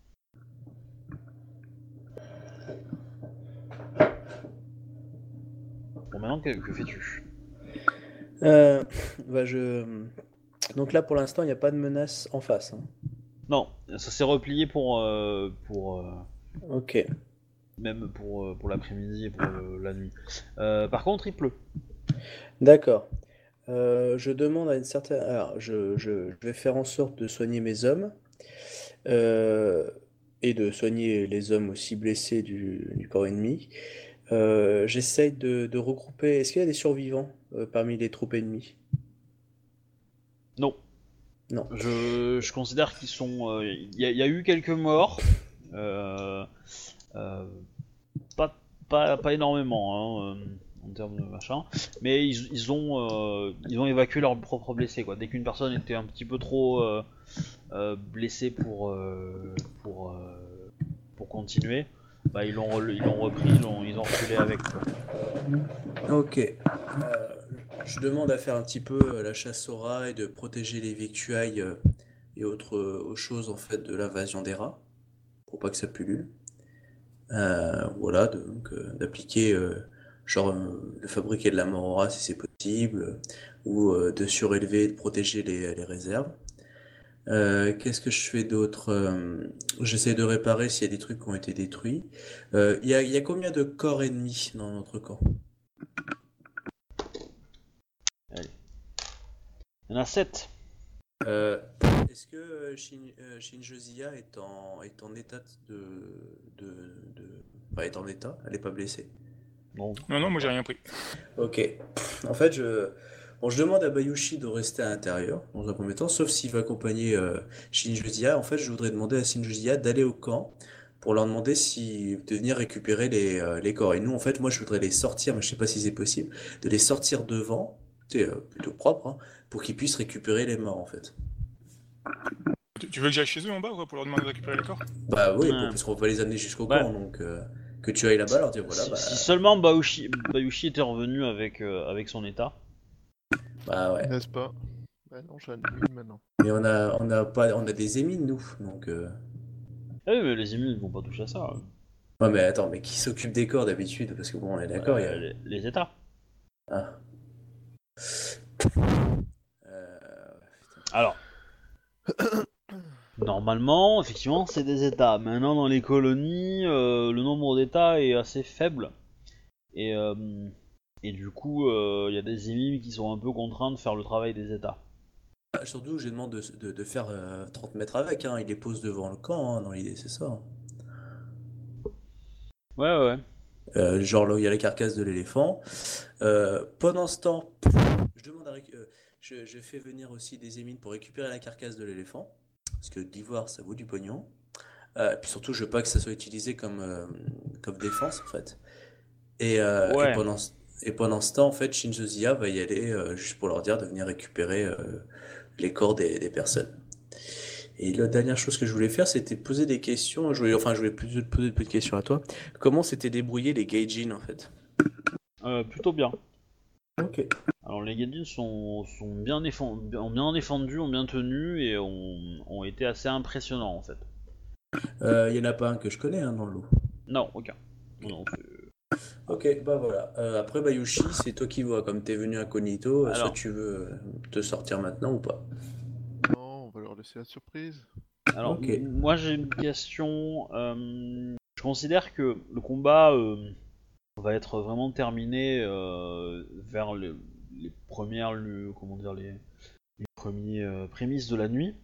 [SPEAKER 1] Bon, maintenant, que, que fais-tu?
[SPEAKER 3] Euh, bah je... Donc là, pour l'instant, il n'y a pas de menace en face. Hein.
[SPEAKER 1] Non, ça s'est replié pour, euh, pour euh,
[SPEAKER 3] Ok.
[SPEAKER 1] même pour, euh, pour l'après-midi et pour le- la nuit. Euh, par contre, il pleut.
[SPEAKER 3] D'accord. Euh, je demande à une certaine... Alors, je, je- je vais faire en sorte de soigner mes hommes euh, et de soigner les hommes aussi blessés du, du corps ennemi. Euh, j'essaye de, de regrouper... Est-ce qu'il y a des survivants euh, parmi les troupes ennemies?
[SPEAKER 1] Non,
[SPEAKER 3] Non.
[SPEAKER 1] je, je considère qu'ils sont. Il y, a- y a eu quelques morts. Euh, euh, pas, pas, pas énormément hein, euh, en termes de machin, mais ils, ils ont euh, ils ont évacué leurs propres blessés quoi. Dès qu'une personne était un petit peu trop euh, euh, blessée pour euh, pour euh, pour continuer, bah ils l'ont ils l'ont repris, ils l'ont ils ont reculé avec quoi.
[SPEAKER 3] Ok. Euh, je demande à faire un petit peu euh, la chasse aux rats et de protéger les victuailles euh, et autres, euh, autres choses en fait de l'invasion des rats pour pas que ça pullule. Euh, voilà, de- donc euh, d'appliquer euh, genre euh, de fabriquer de la mort aux rats si c'est possible, euh, ou euh, de surélever, de protéger les, les réserves. Euh, qu'est-ce que je fais d'autre? Euh, J'essaie de réparer s'il y a des trucs qui ont été détruits. Euh, Il y a, il y a combien de corps ennemis dans notre camp?
[SPEAKER 1] Allez. Il y en a sept.
[SPEAKER 3] Euh, Est-ce que euh, Shin, euh, Shinjozia est en, est en état de, de, de... Enfin, est en état? Elle est pas blessée.
[SPEAKER 1] Non.
[SPEAKER 4] Non, non, moi j'ai rien pris.
[SPEAKER 3] Ok. En fait, je, bon, je demande à Bayushi de rester à l'intérieur, dans un premier temps, sauf s'il va accompagner euh, Shinjozia. En fait, je voudrais demander à Shinjozia d'aller au camp pour leur demander si de venir récupérer les, euh, les corps. Et nous, en fait, moi, je voudrais les sortir, mais je sais pas si c'est possible, de les sortir devant, c'est plutôt propre, hein, pour qu'ils puissent récupérer les morts, en fait.
[SPEAKER 4] Tu, tu veux que j'aille chez eux en bas quoi, pour leur demander de récupérer les corps?
[SPEAKER 3] Bah oui,
[SPEAKER 1] Ouais.
[SPEAKER 3] parce qu'on va pas les amener jusqu'au
[SPEAKER 1] Ouais.
[SPEAKER 3] camp, donc euh, que tu ailles là-bas, leur dire voilà,
[SPEAKER 1] Si,
[SPEAKER 3] bah,
[SPEAKER 1] si seulement Bayushi, Bayushi était revenu avec, euh, avec son état.
[SPEAKER 3] bah ouais.
[SPEAKER 2] N'est-ce pas? Bah non, j'ai un ennemi maintenant.
[SPEAKER 3] Mais on a, on a pas, on a des émines, nous, donc. Euh...
[SPEAKER 1] Ah oui, mais les émules ne vont pas toucher à ça. hein.
[SPEAKER 3] Ouais, mais attends, mais qui s'occupe des corps d'habitude? Parce que bon, on est d'accord, il y
[SPEAKER 1] Euh,
[SPEAKER 3] a.
[SPEAKER 1] les, les états.
[SPEAKER 3] Ah. Euh,
[SPEAKER 1] Alors, normalement, effectivement, c'est des états. Maintenant, dans les colonies, euh, le nombre d'états est assez faible. Et, euh, et du coup, euh, il y a des émimes qui sont un peu contraints de faire le travail des états.
[SPEAKER 3] putain. Surtout, je demande de, de, de faire euh, trente mètres avec, hein. Il les pose devant le camp, hein, dans l'idée, c'est ça.
[SPEAKER 1] Ouais, ouais, ouais.
[SPEAKER 3] Euh, genre là où il y a la carcasse de l'éléphant. Euh, pendant ce temps, je demande à réc- euh, je, je fais venir aussi des émines pour récupérer la carcasse de l'éléphant. Parce que de l'ivoire, ça vaut du pognon. Euh, puis surtout, je veux pas que ça soit utilisé comme, euh, comme défense, en fait. Et, euh, et
[SPEAKER 1] Ouais.
[SPEAKER 3] pendant, ce- et pendant ce temps, en fait, Shinzo Zia va y aller euh, juste pour leur dire de venir récupérer euh, les corps des, des personnes. Et la dernière chose que je voulais faire, c'était poser des questions. Je voulais, enfin, je voulais plus te poser une petite question à toi. Comment s'étaient débrouillés les Gaijin, en fait?
[SPEAKER 1] Euh, plutôt bien.
[SPEAKER 3] Ok.
[SPEAKER 1] Alors les Gaijins sont, sont bien, défend- ont bien défendu, ont bien tenu et ont, ont été assez impressionnants en fait.
[SPEAKER 3] Il euh, y en a pas un que je connais hein, dans le lot.
[SPEAKER 1] Non, aucun. Non, non, c'est-
[SPEAKER 3] Ok, bah voilà. Euh, après Bayushi, c'est toi qui vois. Comme t'es venu incognito, euh, soit
[SPEAKER 1] Alors,
[SPEAKER 3] tu veux euh, te sortir maintenant ou pas.
[SPEAKER 2] Non, on va leur laisser la surprise.
[SPEAKER 1] alors
[SPEAKER 3] Ok.
[SPEAKER 1] m- moi j'ai une question. euh, je considère que le combat euh, va être vraiment terminé euh, vers le- les premières, lu- comment dire, les, les premiers euh, prémices de la nuit.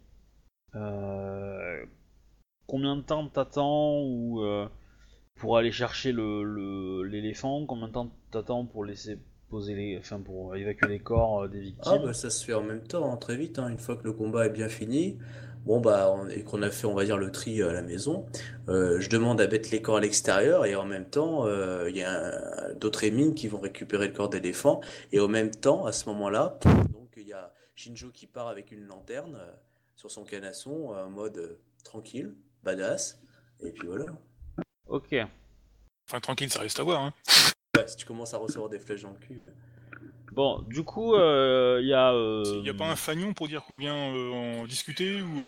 [SPEAKER 1] Euh, combien de temps t'attends ou euh, pour aller chercher le, le- l'éléphant? Combien de temps t'attends pour laisser poser les, enfin pour évacuer les corps euh, des
[SPEAKER 3] Ah
[SPEAKER 1] victimes?
[SPEAKER 3] bah ça se fait en même temps, hein, très vite, hein. Une fois que le combat est bien fini, bon bah on- et qu'on a fait on va dire le tri à la maison, euh, je demande à mettre les corps à l'extérieur et en même temps euh, il y a un- d'autres émines qui vont récupérer le corps d'éléphant et au même temps à ce moment-là, donc il y a Shinjo qui part avec une lanterne euh, sur son canasson euh, en mode euh, tranquille, badass et puis voilà.
[SPEAKER 1] Ok.
[SPEAKER 4] Enfin, tranquille, ça reste à voir. Hein.
[SPEAKER 3] Ouais, si tu commences à recevoir des flèches dans le cul.
[SPEAKER 1] Bon, du coup, il euh, y a.
[SPEAKER 4] Il n'y a pas
[SPEAKER 1] Euh...
[SPEAKER 4] un fagnon pour dire qu'on vient euh, en discuter ou...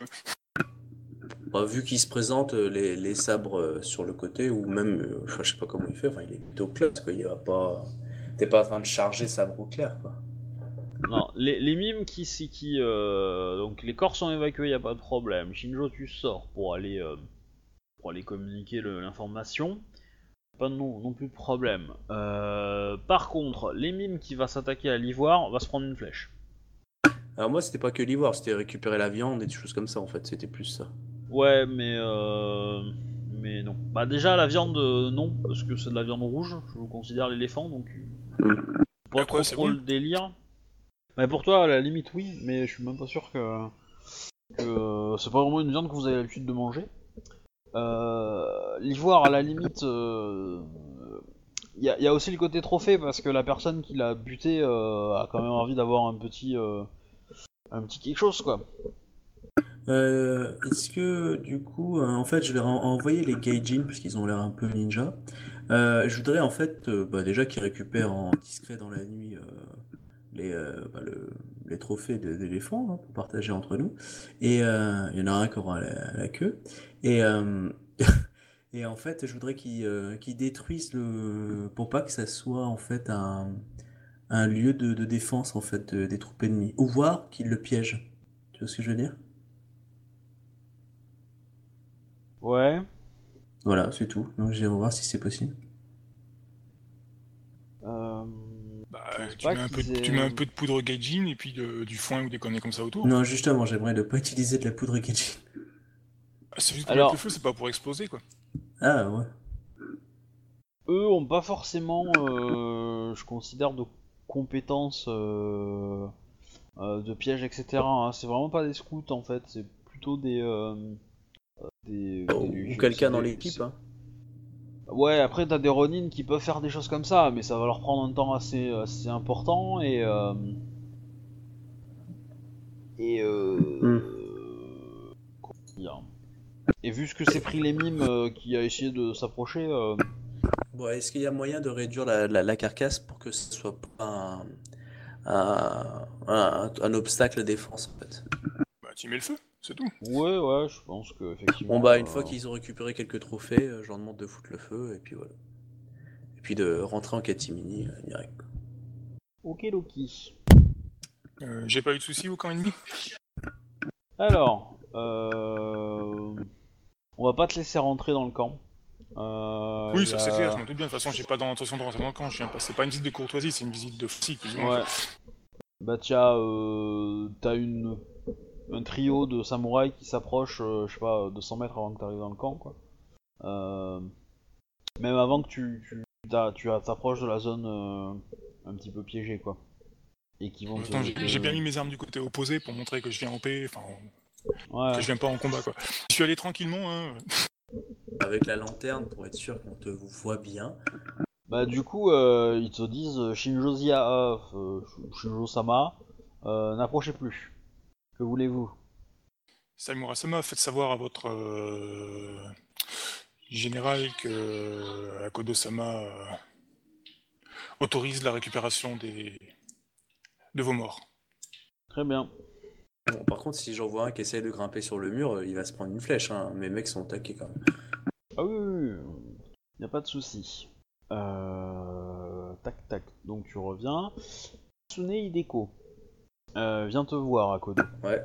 [SPEAKER 3] Bah, vu qu'il se présente euh, les, les sabres euh, sur le côté, ou même, euh, enfin, je sais pas comment il fait, enfin, il est plutôt classe, quoi. Il va pas. T'es pas en train de charger sabre au clair, quoi.
[SPEAKER 1] Non, les, les mimes qui, si- qui euh... donc les corps sont évacués, y a pas de problème. Shinjo, tu sors pour aller euh, pour aller communiquer le- l'information. Pas non, non plus de problème. Euh, par contre, les mimes qui va s'attaquer à l'ivoire va se prendre une flèche.
[SPEAKER 3] Alors, moi, c'était pas que l'ivoire, c'était récupérer la viande et des choses comme ça, en fait. C'était plus ça.
[SPEAKER 1] Ouais, mais euh... mais non. Bah déjà la viande euh, non, parce que c'est de la viande rouge. Je considère l'éléphant, donc
[SPEAKER 3] Hmm.
[SPEAKER 1] pas
[SPEAKER 4] Bah
[SPEAKER 1] trop
[SPEAKER 4] quoi, c'est
[SPEAKER 1] trop
[SPEAKER 4] bon.
[SPEAKER 1] le délire. Mais pour toi, à la limite oui, mais je suis même pas sûr que que euh, c'est pas vraiment une viande que vous avez l'habitude de manger. Euh, L'ivoire, à la limite, euh, il y, a- y a aussi le côté trophée parce que la personne qui l'a buté euh, a quand même envie d'avoir un petit, euh, un petit quelque chose quoi.
[SPEAKER 3] Euh, est-ce que, du coup, euh, en fait, je vais ren- envoyer les Gaijin, parce qu'ils ont l'air un peu ninja. Euh, je voudrais, en fait, euh, bah, déjà qu'ils récupèrent en discret dans la nuit euh, les, euh, bah, le- les trophées de- d'éléphants hein, pour partager entre nous. Et euh, il y en a un qui aura la, la queue. Et, euh, et en fait, je voudrais qu'ils euh, qu'ils détruisent le... pour pas que ça soit en fait un, un lieu de, de défense en fait de- des troupes ennemies. Ou voir qu'ils le piègent. Tu vois ce que je veux dire?
[SPEAKER 1] Ouais.
[SPEAKER 3] Voilà, c'est tout. Donc j'irai voir si c'est possible.
[SPEAKER 1] Euh...
[SPEAKER 4] Bah,
[SPEAKER 1] Je pense
[SPEAKER 4] tu
[SPEAKER 1] pas
[SPEAKER 4] mets, un peu, de-
[SPEAKER 1] qu'ils
[SPEAKER 4] tu mets un
[SPEAKER 1] aient...
[SPEAKER 4] peu de poudre gaijin et puis de- du foin ou des conneries comme ça autour.
[SPEAKER 3] Non, justement, j'aimerais ne pas utiliser de la poudre Gaijin.
[SPEAKER 4] Ah, c'est juste pour mettre le
[SPEAKER 1] Alors,
[SPEAKER 4] feu, c'est pas pour exploser, quoi.
[SPEAKER 3] Ah ouais.
[SPEAKER 1] eux ont pas forcément, euh, je considère, de compétences euh, euh, de pièges, et cetera, hein. C'est vraiment pas des scouts en fait, c'est plutôt des... euh, des, des
[SPEAKER 3] Ou
[SPEAKER 1] légions- c'est
[SPEAKER 3] quelqu'un dans
[SPEAKER 1] des-
[SPEAKER 3] l'équipe,
[SPEAKER 1] c'est-
[SPEAKER 3] hein.
[SPEAKER 1] Ouais, après t'as des Ronin qui peuvent faire des choses comme ça, mais ça va leur prendre un temps assez, assez important et... Euh, et...
[SPEAKER 3] Hmm.
[SPEAKER 1] Euh, comment dire. Et vu ce que c'est pris les mimes euh, qui a essayé de s'approcher... euh,
[SPEAKER 3] Bon, est-ce qu'il y a moyen de réduire la, la- la carcasse pour que ce soit pas un, un, un- un obstacle à défense en fait?
[SPEAKER 4] Bah, tu mets le feu, c'est tout.
[SPEAKER 1] Ouais, ouais, je pense que
[SPEAKER 3] Bon
[SPEAKER 1] effectivement.
[SPEAKER 3] bah une fois
[SPEAKER 1] euh,
[SPEAKER 3] qu'ils ont récupéré quelques trophées, euh, je leur demande de foutre le feu et puis voilà. Et puis de rentrer en catimini euh, direct, quoi.
[SPEAKER 1] Ok, Loki.
[SPEAKER 4] Euh, J'ai pas eu de soucis au camp ennemi.
[SPEAKER 1] Alors, euh... on va pas te laisser rentrer dans le camp. Euh,
[SPEAKER 4] Oui,
[SPEAKER 1] y
[SPEAKER 4] ça c'est clair, je
[SPEAKER 1] a...
[SPEAKER 4] m'en doute bien. De toute façon, j'ai pas d'intention de rentrer dans le camp. Je viens pas... C'est pas une visite de courtoisie, c'est une visite de physique, plus ou moins,
[SPEAKER 1] Ouais.
[SPEAKER 4] quoi.
[SPEAKER 1] Bah t'as euh... t'as une un trio de samouraïs qui s'approchent, euh, je sais pas, deux cents mètres avant que t'arrives dans le camp, quoi. Euh... Même avant que tu tu t'as- tu t'approches de la zone euh, un petit peu piégée, quoi. Et qui vont te,
[SPEAKER 4] Attends, j'ai
[SPEAKER 1] te-
[SPEAKER 4] j'ai bien mis mes armes du côté opposé pour montrer que je viens en paix, enfin, que
[SPEAKER 1] Ouais.
[SPEAKER 4] je viens pas en combat, quoi. Je suis allé tranquillement, hein.
[SPEAKER 3] Avec la lanterne pour être sûr qu'on te voit bien.
[SPEAKER 1] Bah du coup, euh, ils te disent euh, Shinjo Zia, euh, Shinjo-sama, euh, n'approchez plus. Que voulez-vous?
[SPEAKER 4] Saimura-sama, faites savoir à votre euh, général que euh, Akodo-sama euh, autorise la récupération des... de vos morts.
[SPEAKER 1] Très bien.
[SPEAKER 3] Bon, par contre, si j'en vois un qui essaye de grimper sur le mur, euh, il va se prendre une flèche, hein. Mes mecs sont taqués quand même.
[SPEAKER 1] Ah oui, oui, oui, y a pas de souci. Euh... Tac tac. Donc tu reviens. Tsune Hideko euh, vient te voir à Kodo
[SPEAKER 3] Ouais.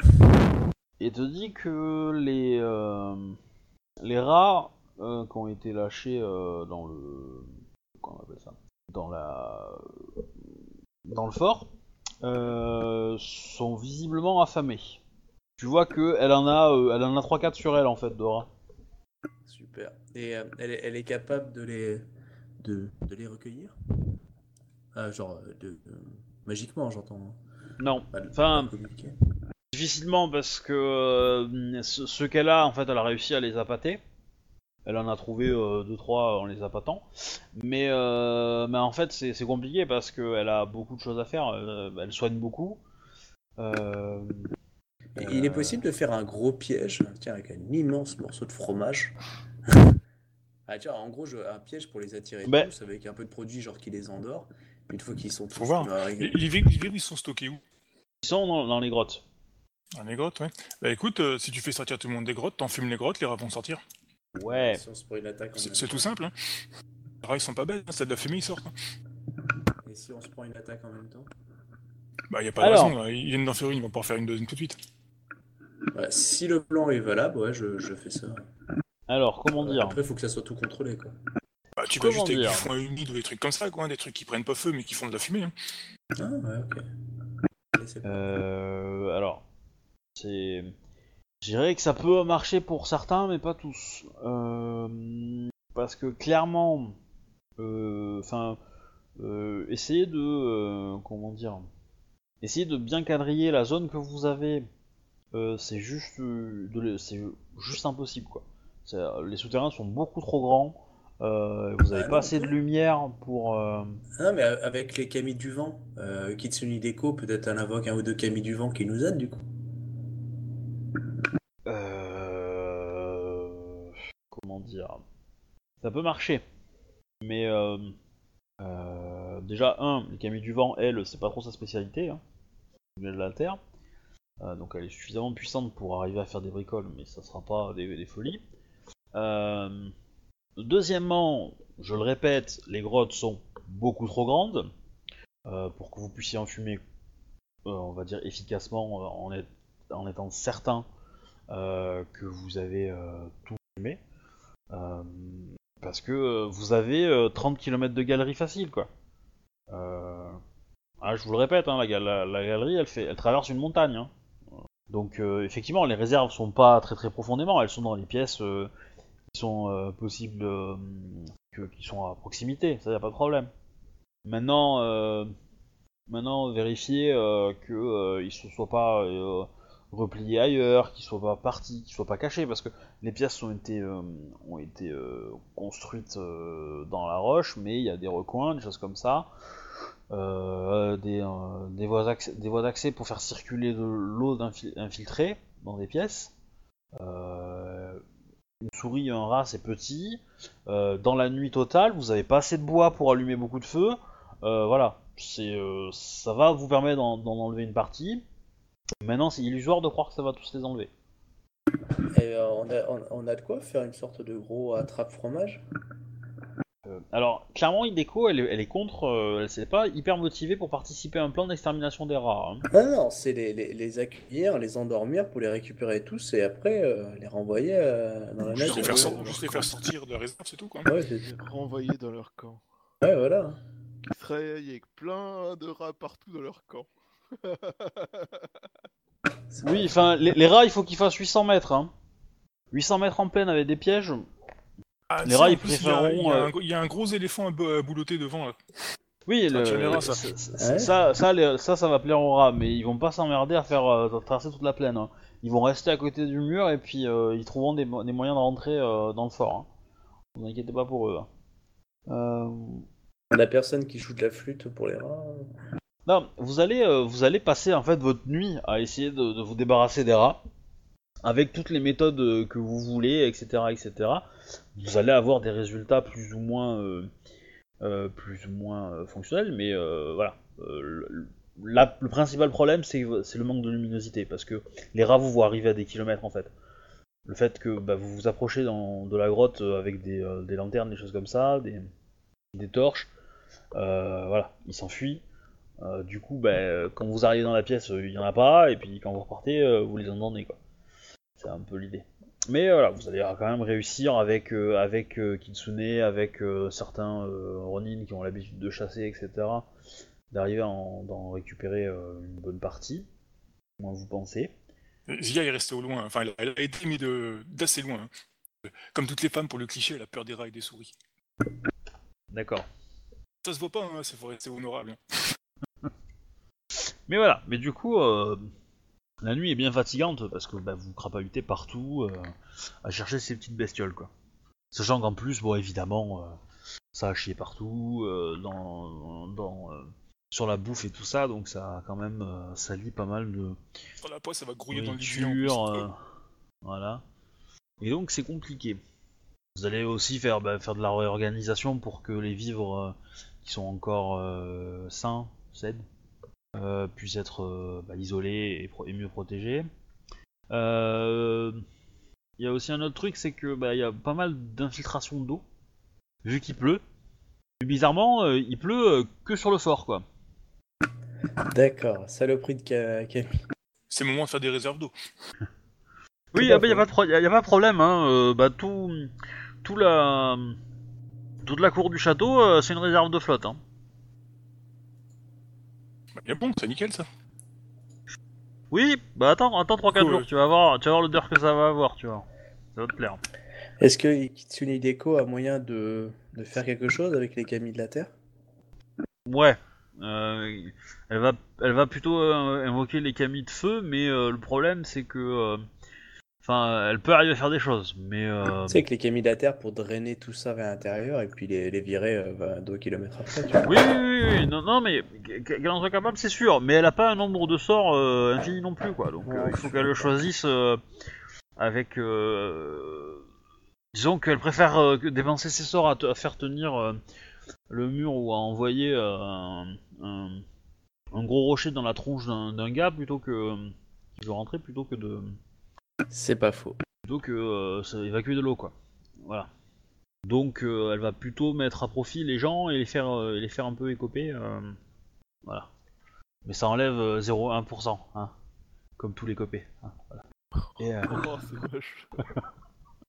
[SPEAKER 1] et te dit que les euh, les rats euh, qui ont été lâchés euh, dans le comment on appelle ça? Dans la dans le fort euh, sont visiblement affamés. Tu vois que elle en a euh, elle en a trois quatre sur elle en fait de rats.
[SPEAKER 3] Super. Et euh, elle, est- elle est capable de les, de, de les recueillir? Ah, genre, euh, de, de- magiquement, j'entends.
[SPEAKER 1] Non.
[SPEAKER 3] Pas, de- pas
[SPEAKER 1] Enfin,
[SPEAKER 3] communiquer.
[SPEAKER 1] difficilement parce que euh, ce, ce qu'elle a, en fait, elle a réussi à les appâter. Elle en a trouvé euh, deux trois en les appâtant. Mais, euh, mais en fait, c'est c'est compliqué parce qu'elle a beaucoup de choses à faire. euh, elle soigne beaucoup. Euh,
[SPEAKER 3] Et il est
[SPEAKER 1] euh,
[SPEAKER 3] possible de faire un gros piège, tiens, avec un immense morceau de fromage. Ah, tiens, en gros, je- un piège pour les attirer
[SPEAKER 1] ben,
[SPEAKER 3] tous, avec un peu de produit, genre qui les endort. Puis une fois qu'ils sont
[SPEAKER 4] Faut
[SPEAKER 3] tous,
[SPEAKER 4] voir.
[SPEAKER 3] tu vas
[SPEAKER 4] Les,
[SPEAKER 3] régler.
[SPEAKER 4] les vivres, les vivres, ils sont stockés où?
[SPEAKER 1] ils sont dans, dans les grottes.
[SPEAKER 4] Dans les grottes, ouais. Bah écoute, euh, si tu fais sortir tout le monde des grottes, t'enfumes les grottes, les rats vont sortir.
[SPEAKER 1] Ouais.
[SPEAKER 3] Si on se prend une attaque en
[SPEAKER 4] C'est
[SPEAKER 3] même
[SPEAKER 4] c'est
[SPEAKER 3] temps.
[SPEAKER 4] tout simple, hein. Les rats, ils sont pas bêtes, hein, c'est de la fumée, ils sortent, hein.
[SPEAKER 3] Et si on se prend une attaque en même temps?
[SPEAKER 4] Bah y a pas de
[SPEAKER 1] Alors,
[SPEAKER 4] raison, là. Ils viennent d'en faire une, ils vont pas en faire une deuxième tout de suite.
[SPEAKER 3] Voilà, si le plan est valable, ouais, je, je fais ça.
[SPEAKER 1] alors, comment
[SPEAKER 3] Euh,
[SPEAKER 1] dire
[SPEAKER 3] Après, il faut que ça soit tout contrôlé, quoi.
[SPEAKER 4] Bah tu vas
[SPEAKER 1] Comment
[SPEAKER 4] juste avec
[SPEAKER 1] dire
[SPEAKER 4] du foin humide ou des trucs comme ça, quoi, hein, des trucs qui prennent pas feu mais qui font de la fumée, hein.
[SPEAKER 3] Ah, ouais, ok. Allez, c'est bon.
[SPEAKER 1] euh, Alors, c'est. Je dirais que ça peut marcher pour certains, mais pas tous. Euh, parce que clairement, enfin, euh, essayez de, euh, comment dire, essayez de bien quadriller la zone que vous avez. Euh, c'est juste, euh, de le- c'est juste impossible quoi. C'est- Les souterrains sont beaucoup trop grands. Euh, vous avez
[SPEAKER 3] Bah
[SPEAKER 1] pas
[SPEAKER 3] non,
[SPEAKER 1] assez de lumière pour. euh,
[SPEAKER 3] Ah non, mais a- avec les Kami du vent, euh, Kitsune Deko, peut-être elle invoque un ou deux Kami du vent qui nous aident, du coup.
[SPEAKER 1] euh, Comment dire, ça peut marcher, mais euh, euh, déjà un, les Camille du vent, elle, c'est pas trop sa spécialité. Hein. Elle vient de la terre. Euh, donc elle est suffisamment puissante pour arriver à faire des bricoles, mais ça sera pas des, des folies. Euh, deuxièmement, je le répète, les grottes sont beaucoup trop grandes euh, pour que vous puissiez enfumer, euh, on va dire efficacement, euh, en, est- en étant certain euh, que vous avez euh, tout mais, euh, parce que euh, vous avez euh, trente kilomètres de galerie facile, quoi. Euh, ah, je vous le répète, hein, la, ga- la- la galerie, elle, fait, elle traverse une montagne. Hein. Donc, euh, effectivement, les réserves sont pas très très profondément, elles sont dans les pièces euh, qui sont euh, possibles, euh, que- qui sont à proximité, ça y a pas de problème. Maintenant, euh, maintenant vérifier euh, que euh, ils se soient pas euh, repliés ailleurs, qu'ils soient pas partis, qu'ils soient pas cachés, parce que les pièces ont été euh, ont été euh, construites euh, dans la roche, mais il y a des recoins, des choses comme ça, euh, des, euh, des voies d'accès, des voies d'accès pour faire circuler de l'eau d'infil- infiltrée dans des pièces. Euh, une souris, un rat, c'est petit. Euh, dans la nuit totale, vous avez pas assez de bois pour allumer beaucoup de feu. Euh, voilà, c'est, euh, ça va vous permettre d'en, d'en enlever une partie. Maintenant, c'est illusoire de croire que ça va tous les enlever.
[SPEAKER 3] Et euh, on a, on, on a de quoi faire une sorte de gros attrape-fromage?
[SPEAKER 1] Euh, alors, clairement, Hideko, elle, est- elle est contre, euh, elle s'est pas hyper motivée pour participer à un plan d'extermination des rats. Hein.
[SPEAKER 3] Non, non, c'est les, les, les accueillir, les endormir pour les récupérer tous et après euh, les renvoyer euh, dans la
[SPEAKER 4] Juste les
[SPEAKER 3] nature.
[SPEAKER 4] faire,
[SPEAKER 2] Ouais,
[SPEAKER 4] sor-
[SPEAKER 2] dans
[SPEAKER 4] juste
[SPEAKER 2] leur
[SPEAKER 4] les faire
[SPEAKER 2] camp.
[SPEAKER 4] sortir de la réserve, c'est tout, quoi.
[SPEAKER 3] Ouais, c'est
[SPEAKER 2] Les renvoyer dans leur camp.
[SPEAKER 3] ouais, voilà.
[SPEAKER 2] Qui se réveillent avec plein de rats partout dans leur camp.
[SPEAKER 3] C'est
[SPEAKER 1] Oui,
[SPEAKER 3] pas faux.
[SPEAKER 1] enfin, les, les rats, il faut qu'ils fassent huit cents mètres. Hein. huit cents mètres en pleine avec des pièges.
[SPEAKER 4] Ah,
[SPEAKER 1] Les
[SPEAKER 4] tiens,
[SPEAKER 1] rats,
[SPEAKER 4] en
[SPEAKER 1] ils
[SPEAKER 4] plus, il y, a, il y
[SPEAKER 1] préféreront.
[SPEAKER 4] a
[SPEAKER 1] euh,
[SPEAKER 4] un, il y a un gros éléphant à bo- à boulotter devant, là.
[SPEAKER 1] Oui,
[SPEAKER 4] Ça attire les
[SPEAKER 1] le,
[SPEAKER 4] rats, ça.
[SPEAKER 1] ça, ça,
[SPEAKER 3] Ouais.
[SPEAKER 1] ça, ça, les- ça, ça va plaire aux rats, mais ils vont pas s'emmerder à faire euh, traverser toute la plaine. Hein. Ils vont rester à côté du mur et puis euh, ils trouveront des, mo- des moyens de rentrer euh, dans le fort. Hein. Vous inquiétez pas pour eux. Hein. Euh,
[SPEAKER 3] La personne qui joue de la flûte pour les rats.
[SPEAKER 1] Non, vous allez, euh, vous allez passer en fait votre nuit à essayer de, de vous débarrasser des rats avec toutes les méthodes euh, que vous voulez, et cetera, et cetera. Vous allez avoir des résultats plus ou moins, euh, euh, plus ou moins euh, fonctionnels, mais euh, voilà. Euh, le, la- le principal problème, c'est c'est le manque de luminosité, parce que les rats vous voient arriver à des kilomètres en fait. Le fait que bah, vous vous approchez dans, de la grotte euh, avec des, euh, des lanternes, des choses comme ça, des, des torches, euh, voilà, ils s'enfuient. Euh, du coup, bah, quand vous arrivez dans la pièce, il n'y en a pas, et puis quand vous repartez, euh, vous les entendez, quoi. C'est un peu l'idée. Mais voilà, vous allez quand même réussir avec, euh, avec euh, Kitsune, avec euh, certains euh, Ronin qui ont l'habitude de chasser, et cetera, d'arriver à en, d'en récupérer euh, une bonne partie, au moins vous pensez.
[SPEAKER 4] Zia est restée au loin. Enfin, elle a, elle a aidé, mais de- d'assez loin. Hein. Comme toutes les femmes, pour le cliché, elle a peur des rats et des souris.
[SPEAKER 1] D'accord.
[SPEAKER 4] Ça se voit pas, hein, c'est faut rester honorable. Hein.
[SPEAKER 1] Mais voilà, mais du coup, euh, la nuit est bien fatigante parce que bah, vous crapahutez partout euh, à chercher ces petites bestioles, quoi. Sachant qu'en plus, bon, évidemment, euh, ça a chié partout, euh, dans, dans, euh, sur la bouffe et tout ça, donc ça a quand même euh, sali pas mal de
[SPEAKER 4] Sur la poisse, ça va grouiller dans le lit de Zia, en
[SPEAKER 1] nourriture,
[SPEAKER 4] plus.
[SPEAKER 1] euh, voilà. Et donc c'est compliqué. Vous allez aussi faire, bah, faire de la réorganisation pour que les vivres euh, qui sont encore euh, sains, saines, euh, puissent être euh, bah, isolés et, pro- et mieux protégés. Euh, Il y a aussi un autre truc, c'est que bah, il y a pas mal d'infiltration d'eau, vu qu'il pleut. Mais bizarrement, euh, il pleut euh, que sur le fort, quoi.
[SPEAKER 3] D'accord, saloperie de Ca- Camille.
[SPEAKER 4] C'est le moment de faire des réserves d'eau.
[SPEAKER 1] Oui,
[SPEAKER 3] pas
[SPEAKER 1] ah bah, y a
[SPEAKER 3] faux.
[SPEAKER 1] pas de, pro- y a, y a pas de problème, hein. euh, bah, tout, tout la, toute la cour du château, euh, c'est une réserve de flotte. Hein.
[SPEAKER 4] Bah, bien bon, c'est nickel, ça.
[SPEAKER 1] Oui, bah attends, attends trois quatre
[SPEAKER 4] Cool.
[SPEAKER 1] jours, tu vas voir, tu vas voir l'odeur que ça va avoir, tu vois. Ça va te plaire.
[SPEAKER 3] Est-ce que Kitsune Hideko a moyen de, de faire quelque chose avec les Kami de la Terre?
[SPEAKER 1] Ouais. Euh, elle va, elle va plutôt euh, invoquer les kami de feu, mais euh, le problème c'est que, euh, enfin, elle peut arriver à faire des choses, mais euh,
[SPEAKER 3] Tu sais que les Kami de la Terre pour drainer tout ça vers l'intérieur et puis les, les virer euh, bah, deux kilomètres après, tu vois.
[SPEAKER 1] oui, oui, oui, oui, non, non, mais qu'elle en soit capable, c'est sûr, mais elle a pas un nombre de sorts euh, infini non plus, quoi. Donc euh,
[SPEAKER 3] Ouais,
[SPEAKER 1] il faut
[SPEAKER 3] je
[SPEAKER 1] qu'elle le
[SPEAKER 3] suis
[SPEAKER 1] choisisse euh, avec, euh, disons qu'elle préfère euh, que dépenser ses sorts à, te- à faire tenir euh, le mur ou à envoyer euh, un, un, un gros rocher dans la tronche d'un d'un gars plutôt que qui veut rentrer plutôt que de
[SPEAKER 3] C'est pas faux.
[SPEAKER 1] plutôt que euh, ça- évacuer de l'eau, quoi. Voilà. Donc euh, elle va plutôt mettre à profit les gens et les faire euh, et les faire un peu écoper. euh, voilà. Mais ça enlève euh, zéro virgule un pour cent, hein, comme tous les copés. Hein, voilà. Et, euh,
[SPEAKER 2] Oh, c'est moche.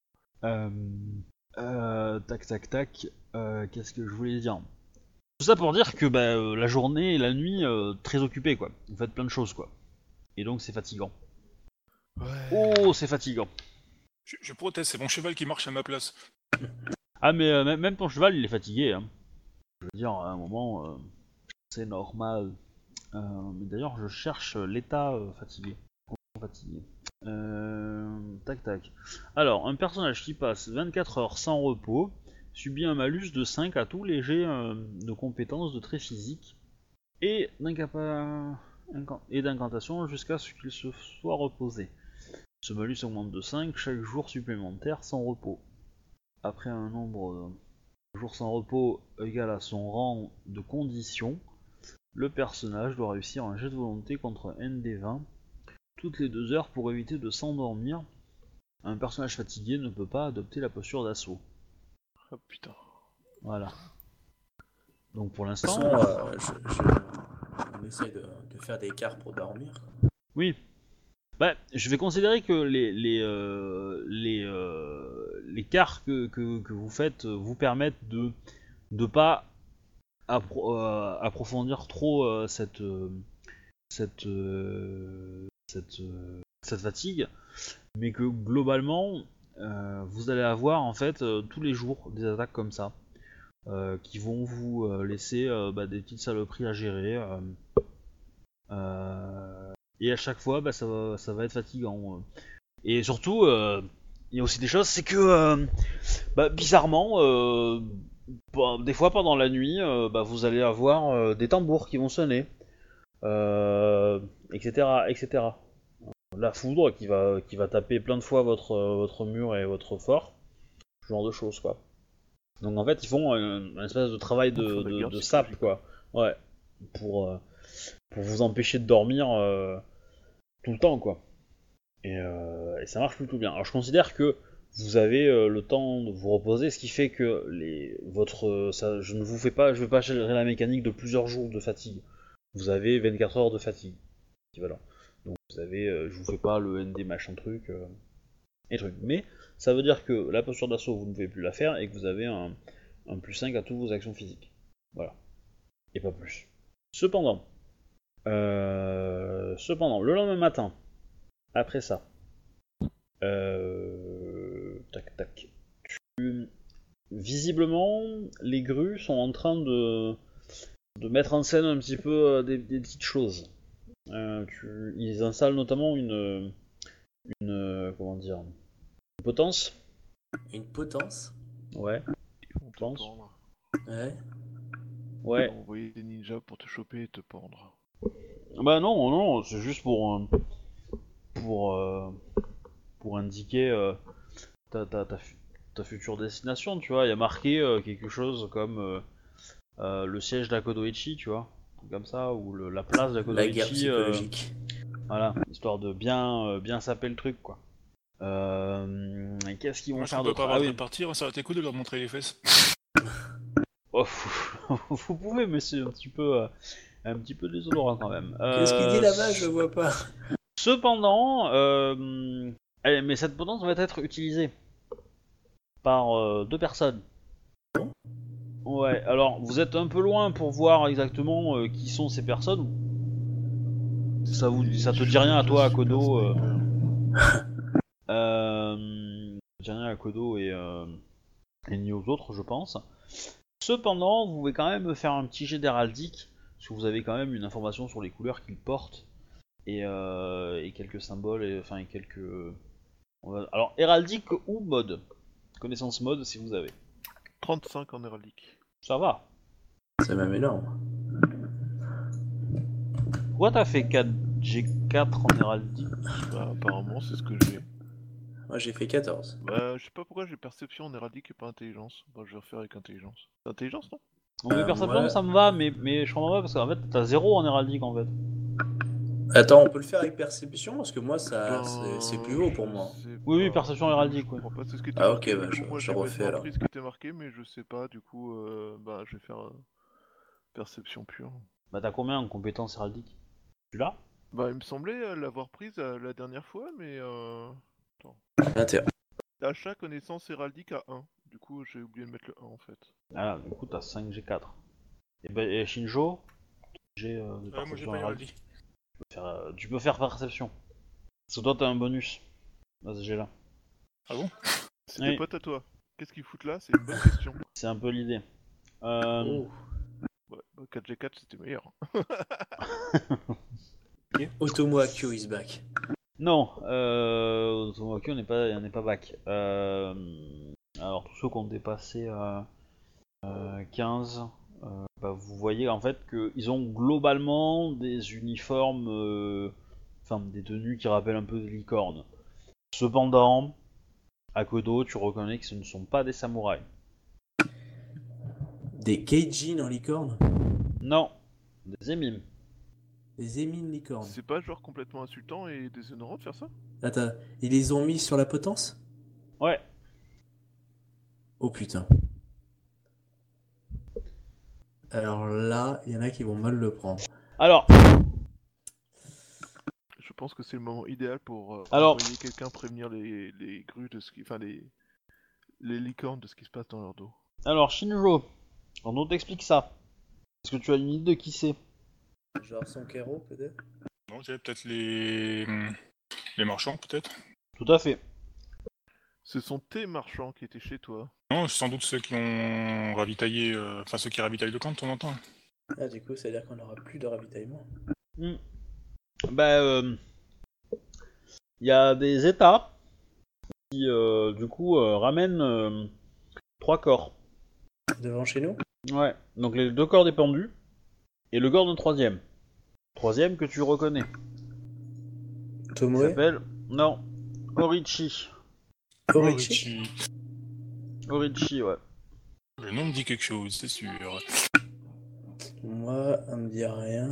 [SPEAKER 1] Euh, euh, tac tac tac. Euh, Qu'est-ce que je voulais dire? Tout ça pour dire que bah, euh, la journée et la nuit, euh, très occupés quoi. Vous faites plein de choses quoi. Et donc c'est fatigant.
[SPEAKER 2] Ouais.
[SPEAKER 1] Oh, c'est fatigant.
[SPEAKER 4] Je, je proteste, c'est mon cheval qui marche à ma place.
[SPEAKER 1] Ah mais euh, même- même ton cheval il est fatigué. Hein. Je veux dire, à un moment, euh, c'est normal. Euh, mais d'ailleurs, je cherche l'état euh, fatigué. fatigué. Euh, tac tac. Alors, un personnage qui passe vingt-quatre heures sans repos subit un malus de cinq à tous les jets euh, de compétences de traits physiques et d'incapa- incan- et d'incantation jusqu'à ce qu'il se soit reposé. Ce malus augmente de cinq chaque jour supplémentaire sans repos. Après un nombre de jours sans repos égal à son rang de condition, le personnage doit réussir un jet de volonté contre N D vingt toutes les deux heures pour éviter de s'endormir. Un personnage fatigué ne peut pas adopter la posture d'assaut.
[SPEAKER 2] Oh putain.
[SPEAKER 1] Voilà. Donc pour
[SPEAKER 3] De toute
[SPEAKER 1] l'instant,
[SPEAKER 3] façon, euh, je, je- on essaye de, de faire des quarts pour dormir.
[SPEAKER 1] oui. Bah, je vais considérer que les les euh, les, euh, les quarts que, que, que vous faites vous permettent de de pas appro- euh, approfondir trop euh, cette euh, cette euh, cette euh, cette fatigue, mais que globalement euh, vous allez avoir en fait euh, tous les jours des attaques comme ça euh, qui vont vous euh, laisser euh, bah, des petites saloperies à gérer euh, euh, et à chaque fois bah, ça, va, ça va être fatigant euh. Et surtout euh, il y a aussi des choses, c'est que euh, bah, bizarrement euh, bah, des fois pendant la nuit euh, bah, vous allez avoir euh, des tambours qui vont sonner euh, etc etc la foudre qui va, qui va taper plein de fois votre, euh, votre mur et votre fort, ce genre de choses quoi. Donc en fait ils font un, un espèce de travail
[SPEAKER 2] Ils font
[SPEAKER 1] de,
[SPEAKER 2] de la
[SPEAKER 1] de,
[SPEAKER 2] guerre
[SPEAKER 1] de sape
[SPEAKER 2] psychologique.
[SPEAKER 1] quoi. Ouais. Pour, euh, pour vous empêcher de dormir euh, tout le temps quoi. Et, euh, et ça marche plutôt bien. Alors je considère que vous avez euh, le temps de vous reposer, ce qui fait que les, votre, ça, je ne vous fais pas, je vais pas gérer la mécanique de plusieurs jours de fatigue. Vous avez vingt-quatre heures de fatigue équivalent. Donc vous avez, euh, je vous fais pas le N D machin truc. Euh, et trucs. Mais ça veut dire que la posture d'assaut, vous ne pouvez plus la faire et que vous avez un, un plus cinq à toutes vos actions physiques. Voilà. Et pas plus. Cependant, euh, cependant, le lendemain matin, après ça, euh, tac tac, tu, visiblement, les grues sont en train de, de mettre en scène un petit peu euh, des, des petites choses. Euh, tu, ils installent notamment une, une, euh, comment dire, une potence.
[SPEAKER 3] Une potence.
[SPEAKER 1] Ouais,
[SPEAKER 2] Ils vont
[SPEAKER 1] je
[SPEAKER 2] te
[SPEAKER 1] pense.
[SPEAKER 2] pendre.
[SPEAKER 3] Ouais.
[SPEAKER 2] Ils
[SPEAKER 1] Ouais.
[SPEAKER 2] vont envoyer des ninjas pour te choper et te pendre.
[SPEAKER 1] Bah non, non, c'est juste pour euh, pour euh, pour indiquer euh, ta, ta, ta, fu- ta future destination, tu vois. Il y a marqué euh, quelque chose comme euh, euh, le siège d'Akodoichi, tu vois, comme ça, ou le- la place
[SPEAKER 3] La guerre
[SPEAKER 1] d'Akodoichi, euh,
[SPEAKER 3] psychologique.
[SPEAKER 1] voilà, histoire de bien euh, bien saper le truc, quoi. Euh, et qu'est-ce qu'ils vont
[SPEAKER 4] Moi, je
[SPEAKER 1] faire
[SPEAKER 4] peux pas
[SPEAKER 1] d'autre?
[SPEAKER 4] avoir
[SPEAKER 1] Ah
[SPEAKER 4] de
[SPEAKER 1] oui,
[SPEAKER 4] répartir, ça aurait été cool de leur montrer les fesses.
[SPEAKER 1] oh, vous vous pouvez, mais c'est un petit peu euh, un petit peu désolorant quand même.
[SPEAKER 3] Qu'est-ce qu'il dit
[SPEAKER 1] Euh,
[SPEAKER 3] là-bas? Je vois pas.
[SPEAKER 1] Cependant, euh, eh, mais cette potence va être utilisée par euh, deux personnes. Ouais, alors vous êtes un peu loin pour voir exactement euh, qui sont ces personnes. Ça vous,
[SPEAKER 2] Et
[SPEAKER 1] ça te
[SPEAKER 2] je
[SPEAKER 1] dit
[SPEAKER 2] suis
[SPEAKER 1] rien à
[SPEAKER 2] déjà
[SPEAKER 1] toi, à
[SPEAKER 2] super
[SPEAKER 1] Kodo. Euh,
[SPEAKER 2] sniper.
[SPEAKER 1] euh, ça te dit rien à Kodo et, euh, et ni aux autres, je pense. Cependant, vous pouvez quand même me faire un petit jet d'héraldique, parce que vous avez quand même une information sur les couleurs qu'ils portent et, euh, et quelques symboles, et, enfin et quelques. on va- Alors héraldique ou mode, connaissance mode si vous avez.
[SPEAKER 2] trente-cinq en héraldique.
[SPEAKER 1] Ça va.
[SPEAKER 3] C'est même énorme.
[SPEAKER 1] Pourquoi t'as fait quatre G quatre en héraldique?
[SPEAKER 2] Bah apparemment c'est ce que j'ai.
[SPEAKER 3] Moi j'ai fait quatorze.
[SPEAKER 2] Bah je sais pas pourquoi j'ai perception en héraldique et pas intelligence. Bah je vais refaire avec intelligence. C'est intelligence non?
[SPEAKER 1] On veut
[SPEAKER 3] Euh,
[SPEAKER 1] perception,
[SPEAKER 3] moi...
[SPEAKER 1] ça me va, mais, mais je comprends pas parce qu'en fait t'as zéro en héraldique en fait.
[SPEAKER 3] Attends, on peut le faire avec perception parce que moi ça c'est c'est plus
[SPEAKER 2] Ben
[SPEAKER 3] haut
[SPEAKER 2] je
[SPEAKER 3] pour moi.
[SPEAKER 2] sais
[SPEAKER 1] Oui, oui,
[SPEAKER 2] pas.
[SPEAKER 1] perception
[SPEAKER 2] Je,
[SPEAKER 1] héraldique,
[SPEAKER 2] je
[SPEAKER 1] oui.
[SPEAKER 2] comprends pas. C'est ce qui était
[SPEAKER 3] Ah ok,
[SPEAKER 2] marqué.
[SPEAKER 3] bah,
[SPEAKER 2] Du
[SPEAKER 3] je,
[SPEAKER 2] coup moi
[SPEAKER 3] je
[SPEAKER 2] j'ai
[SPEAKER 3] refais
[SPEAKER 2] bêtement
[SPEAKER 3] alors.
[SPEAKER 2] pris ce qui était marqué mais je sais pas. Du coup euh, bah je vais faire euh, perception pure.
[SPEAKER 1] Bah t'as combien en compétences héraldiques? Tu l'as?
[SPEAKER 2] Bah il me semblait euh, l'avoir prise euh, la dernière fois mais euh... Attends.
[SPEAKER 3] vingt et un.
[SPEAKER 2] achat connaissance héraldique à un. Du coup, j'ai oublié de mettre le un en fait.
[SPEAKER 1] Ah, du coup, t'as cinq G quatre. Et, bah, et Shinjo, j'ai euh, de
[SPEAKER 4] Ouais, moi j'ai
[SPEAKER 1] perception
[SPEAKER 4] pas
[SPEAKER 1] héraldique.
[SPEAKER 4] Héraldique.
[SPEAKER 1] Tu peux faire, euh, tu peux faire perception. Parce que toi, t'as un bonus à ce G-là.
[SPEAKER 4] Ah bon?
[SPEAKER 2] C'est
[SPEAKER 1] Oui.
[SPEAKER 2] des potes à toi. Qu'est-ce qu'ils foutent là? C'est une bonne question.
[SPEAKER 1] C'est un peu l'idée. Euh...
[SPEAKER 3] Oh.
[SPEAKER 2] Ouais, bah, quatre G quatre c'était meilleur.
[SPEAKER 3] Otomo Akio is back.
[SPEAKER 1] Non, euh... Otomoki, on n'est pas, on n'est pas back. Euh... Alors, tous ceux qui ont dépassé euh, euh, quinze, euh, bah, vous voyez en fait qu'ils ont globalement des uniformes, euh, enfin des tenues qui rappellent un peu des licornes. Cependant, à Kodo, tu reconnais que ce ne sont pas des samouraïs.
[SPEAKER 3] Des Keijin en licorne.
[SPEAKER 1] Non, des émimes.
[SPEAKER 3] Des émines licornes.
[SPEAKER 2] C'est pas genre complètement insultant et déshonorant de faire ça?
[SPEAKER 3] Attends, ils les ont mis sur la potence?
[SPEAKER 1] Ouais.
[SPEAKER 3] Oh putain. Alors là, il y en a qui vont mal le prendre.
[SPEAKER 1] Alors,
[SPEAKER 2] Je pense que c'est le moment idéal pour euh,
[SPEAKER 1] Alors-
[SPEAKER 2] envoyer quelqu'un prévenir les, les grues de ce qui. Enfin, les, les licornes de ce qui se passe dans leur dos.
[SPEAKER 1] alors Shinjo, quand on t'explique ça, est-ce que tu as une idée de qui c'est?
[SPEAKER 3] Genre son Kero peut-être?
[SPEAKER 4] Non, j'ai peut-être les... les marchands, peut-être.
[SPEAKER 1] Tout à fait.
[SPEAKER 2] Ce sont tes marchands qui étaient chez toi.
[SPEAKER 4] Non, c'est sans doute ceux qui ont ravitaillé... euh, Enfin, ceux qui ravitaillent le camp de temps en temps.
[SPEAKER 3] Ah du coup ça veut dire qu'on n'aura plus de ravitaillement.
[SPEAKER 1] Hmm. Bah, euh, il y a des États qui, euh, du coup, euh, ramènent euh, trois corps.
[SPEAKER 3] Devant chez nous?
[SPEAKER 1] Ouais, donc les deux corps des pendus et le corps d'un troisième. Troisième que tu reconnais. Il
[SPEAKER 3] Tomoe?
[SPEAKER 1] s'appelle... Non, Orichi.
[SPEAKER 3] Orichi?
[SPEAKER 1] Orichi, ouais.
[SPEAKER 4] Le nom me dit quelque chose, c'est sûr.
[SPEAKER 3] Moi, ça me dit rien.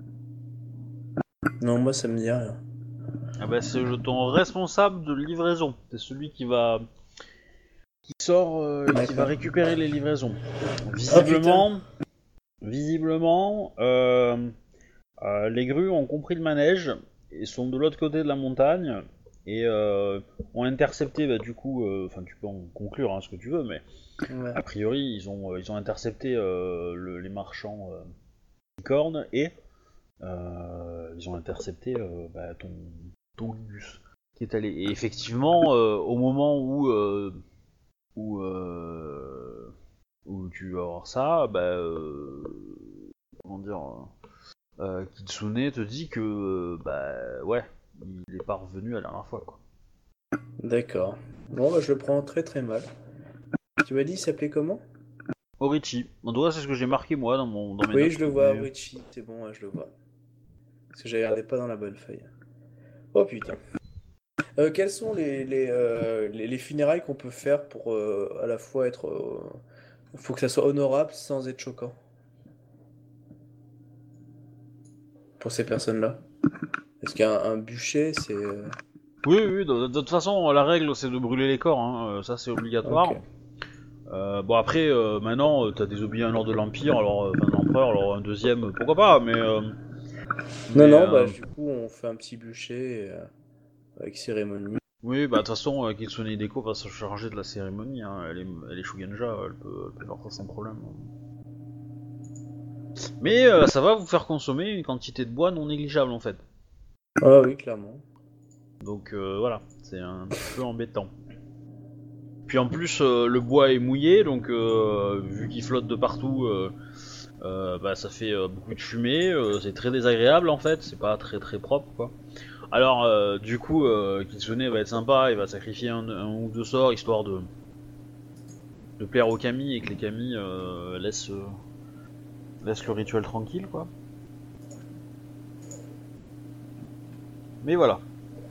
[SPEAKER 3] Non, moi ça me dit rien.
[SPEAKER 1] Ah bah c'est le- ton responsable de livraison. C'est celui qui va... qui sort euh, et qui
[SPEAKER 3] D'accord.
[SPEAKER 1] va récupérer les livraisons. Visiblement... visiblement... Euh, euh, les grues ont compris le manège et sont de l'autre côté de la montagne et euh, ont intercepté, bah, du coup, enfin euh, tu peux en conclure hein, ce que tu veux, mais
[SPEAKER 3] Ouais.
[SPEAKER 1] a priori ils ont, euh, ils ont intercepté euh, le, les marchands euh, licornes et euh, ils ont intercepté euh, bah, ton, ton Libus qui est allé. Et effectivement, euh, au moment où, euh, où, euh, où tu vas voir ça, bah, euh, comment dire, euh, Kitsune te dit que, euh, bah ouais, il est pas revenu la dernière fois quoi.
[SPEAKER 3] D'accord. Bon, bah, je le prends très très mal. Tu m'as dit, il s'appelait comment?
[SPEAKER 1] Orichi. En tout cas, c'est ce que j'ai marqué moi dans mon dans mes
[SPEAKER 3] Oui,
[SPEAKER 1] notes.
[SPEAKER 3] je le vois,
[SPEAKER 1] Mais-
[SPEAKER 3] Orichi, c'est bon, ouais, je le vois. Parce que je regardais pas dans la bonne feuille. Oh putain. Euh, quelles sont les, les, euh, les, les funérailles qu'on peut faire pour euh, à la fois être... euh, faut que ça soit honorable sans être choquant? Pour ces personnes-là. Est-ce qu'un un bûcher, c'est... euh,
[SPEAKER 1] Oui, oui, de, de toute façon, la règle c'est de brûler les corps, hein, euh, ça c'est obligatoire.
[SPEAKER 3] Ok.
[SPEAKER 1] Euh, bon après, euh, maintenant, euh, t'as désobéi à un ordre de l'Empire, alors, euh, enfin de l'Empereur, alors un deuxième, euh, pourquoi pas, mais... euh,
[SPEAKER 3] Non,
[SPEAKER 1] mais,
[SPEAKER 3] non,
[SPEAKER 1] euh,
[SPEAKER 3] bah du coup, on fait un petit bûcher euh, avec cérémonie.
[SPEAKER 1] Oui, bah de toute façon, euh, Kitsune Hideko va se charger de la cérémonie, hein. elle, est, elle est Shugenja, elle peut, elle peut faire ça sans problème. Mais euh, ça va vous faire consommer une quantité de bois non négligeable en fait.
[SPEAKER 3] Ah oui, clairement.
[SPEAKER 1] Donc euh, voilà, c'est un petit peu embêtant. Puis en plus, euh, le bois est mouillé, donc euh, vu qu'il flotte de partout, euh, euh, bah, ça fait euh, beaucoup de fumée, euh, c'est très désagréable en fait, c'est pas très très propre quoi. Alors euh, du coup, euh, Kitsune va être sympa, il va sacrifier un, un ou deux sorts histoire de, de plaire aux kami et que les kami euh, laissent, euh, laissent le rituel tranquille quoi. Mais voilà.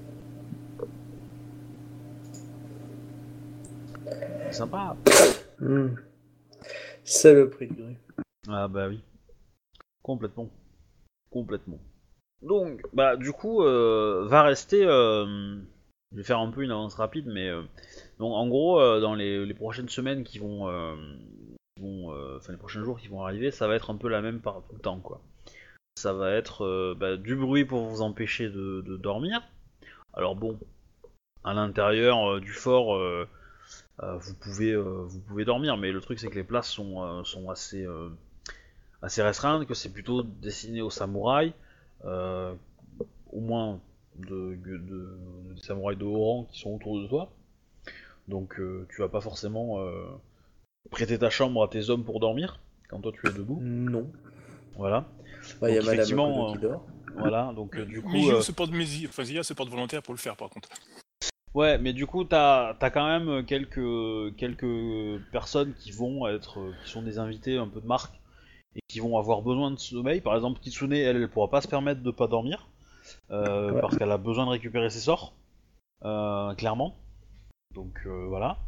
[SPEAKER 1] C'est sympa.
[SPEAKER 3] Mmh. Saloperie de grue.
[SPEAKER 1] Ah bah oui. Complètement. Complètement. Donc, bah du coup, euh, va rester... Euh, je vais faire un peu une avance rapide, mais... Euh, donc en gros, euh, dans les, les prochaines semaines qui vont... Euh, qui vont euh, enfin les prochains jours qui vont arriver, ça va être un peu la même par tout le temps, quoi. Ça va être euh, bah, du bruit pour vous empêcher de, de dormir. Alors bon, à l'intérieur euh, du fort, euh, euh, vous pouvez euh, vous pouvez dormir. Mais le truc c'est que les places sont euh, sont assez euh, assez restreintes, que c'est plutôt destiné aux samouraïs, euh, au moins de, de, de- des samouraïs de haut rang qui sont autour de toi. Donc euh, tu vas pas forcément euh, prêter ta chambre à tes hommes pour dormir quand toi tu es debout.
[SPEAKER 3] Non.
[SPEAKER 1] Voilà.
[SPEAKER 3] Bah, il y a
[SPEAKER 1] Donc,
[SPEAKER 3] Madame
[SPEAKER 1] effectivement,
[SPEAKER 3] Kodo qui dort.
[SPEAKER 1] Voilà. Donc euh, du coup,
[SPEAKER 4] Mijo
[SPEAKER 1] euh,
[SPEAKER 4] se porte Mézi, enfin Zia se porte volontaire pour le faire par contre.
[SPEAKER 1] ouais, mais du coup t'as t'as quand même quelques quelques personnes qui vont être euh, qui sont des invités un peu de marque et qui vont avoir besoin de sommeil. Par exemple, Kitsune, elle, elle pourra pas se permettre de pas dormir euh,
[SPEAKER 3] Ouais.
[SPEAKER 1] parce qu'elle a besoin de récupérer ses sorts, euh, clairement. Donc euh, voilà.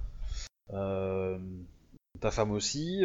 [SPEAKER 1] Euh, ta femme aussi,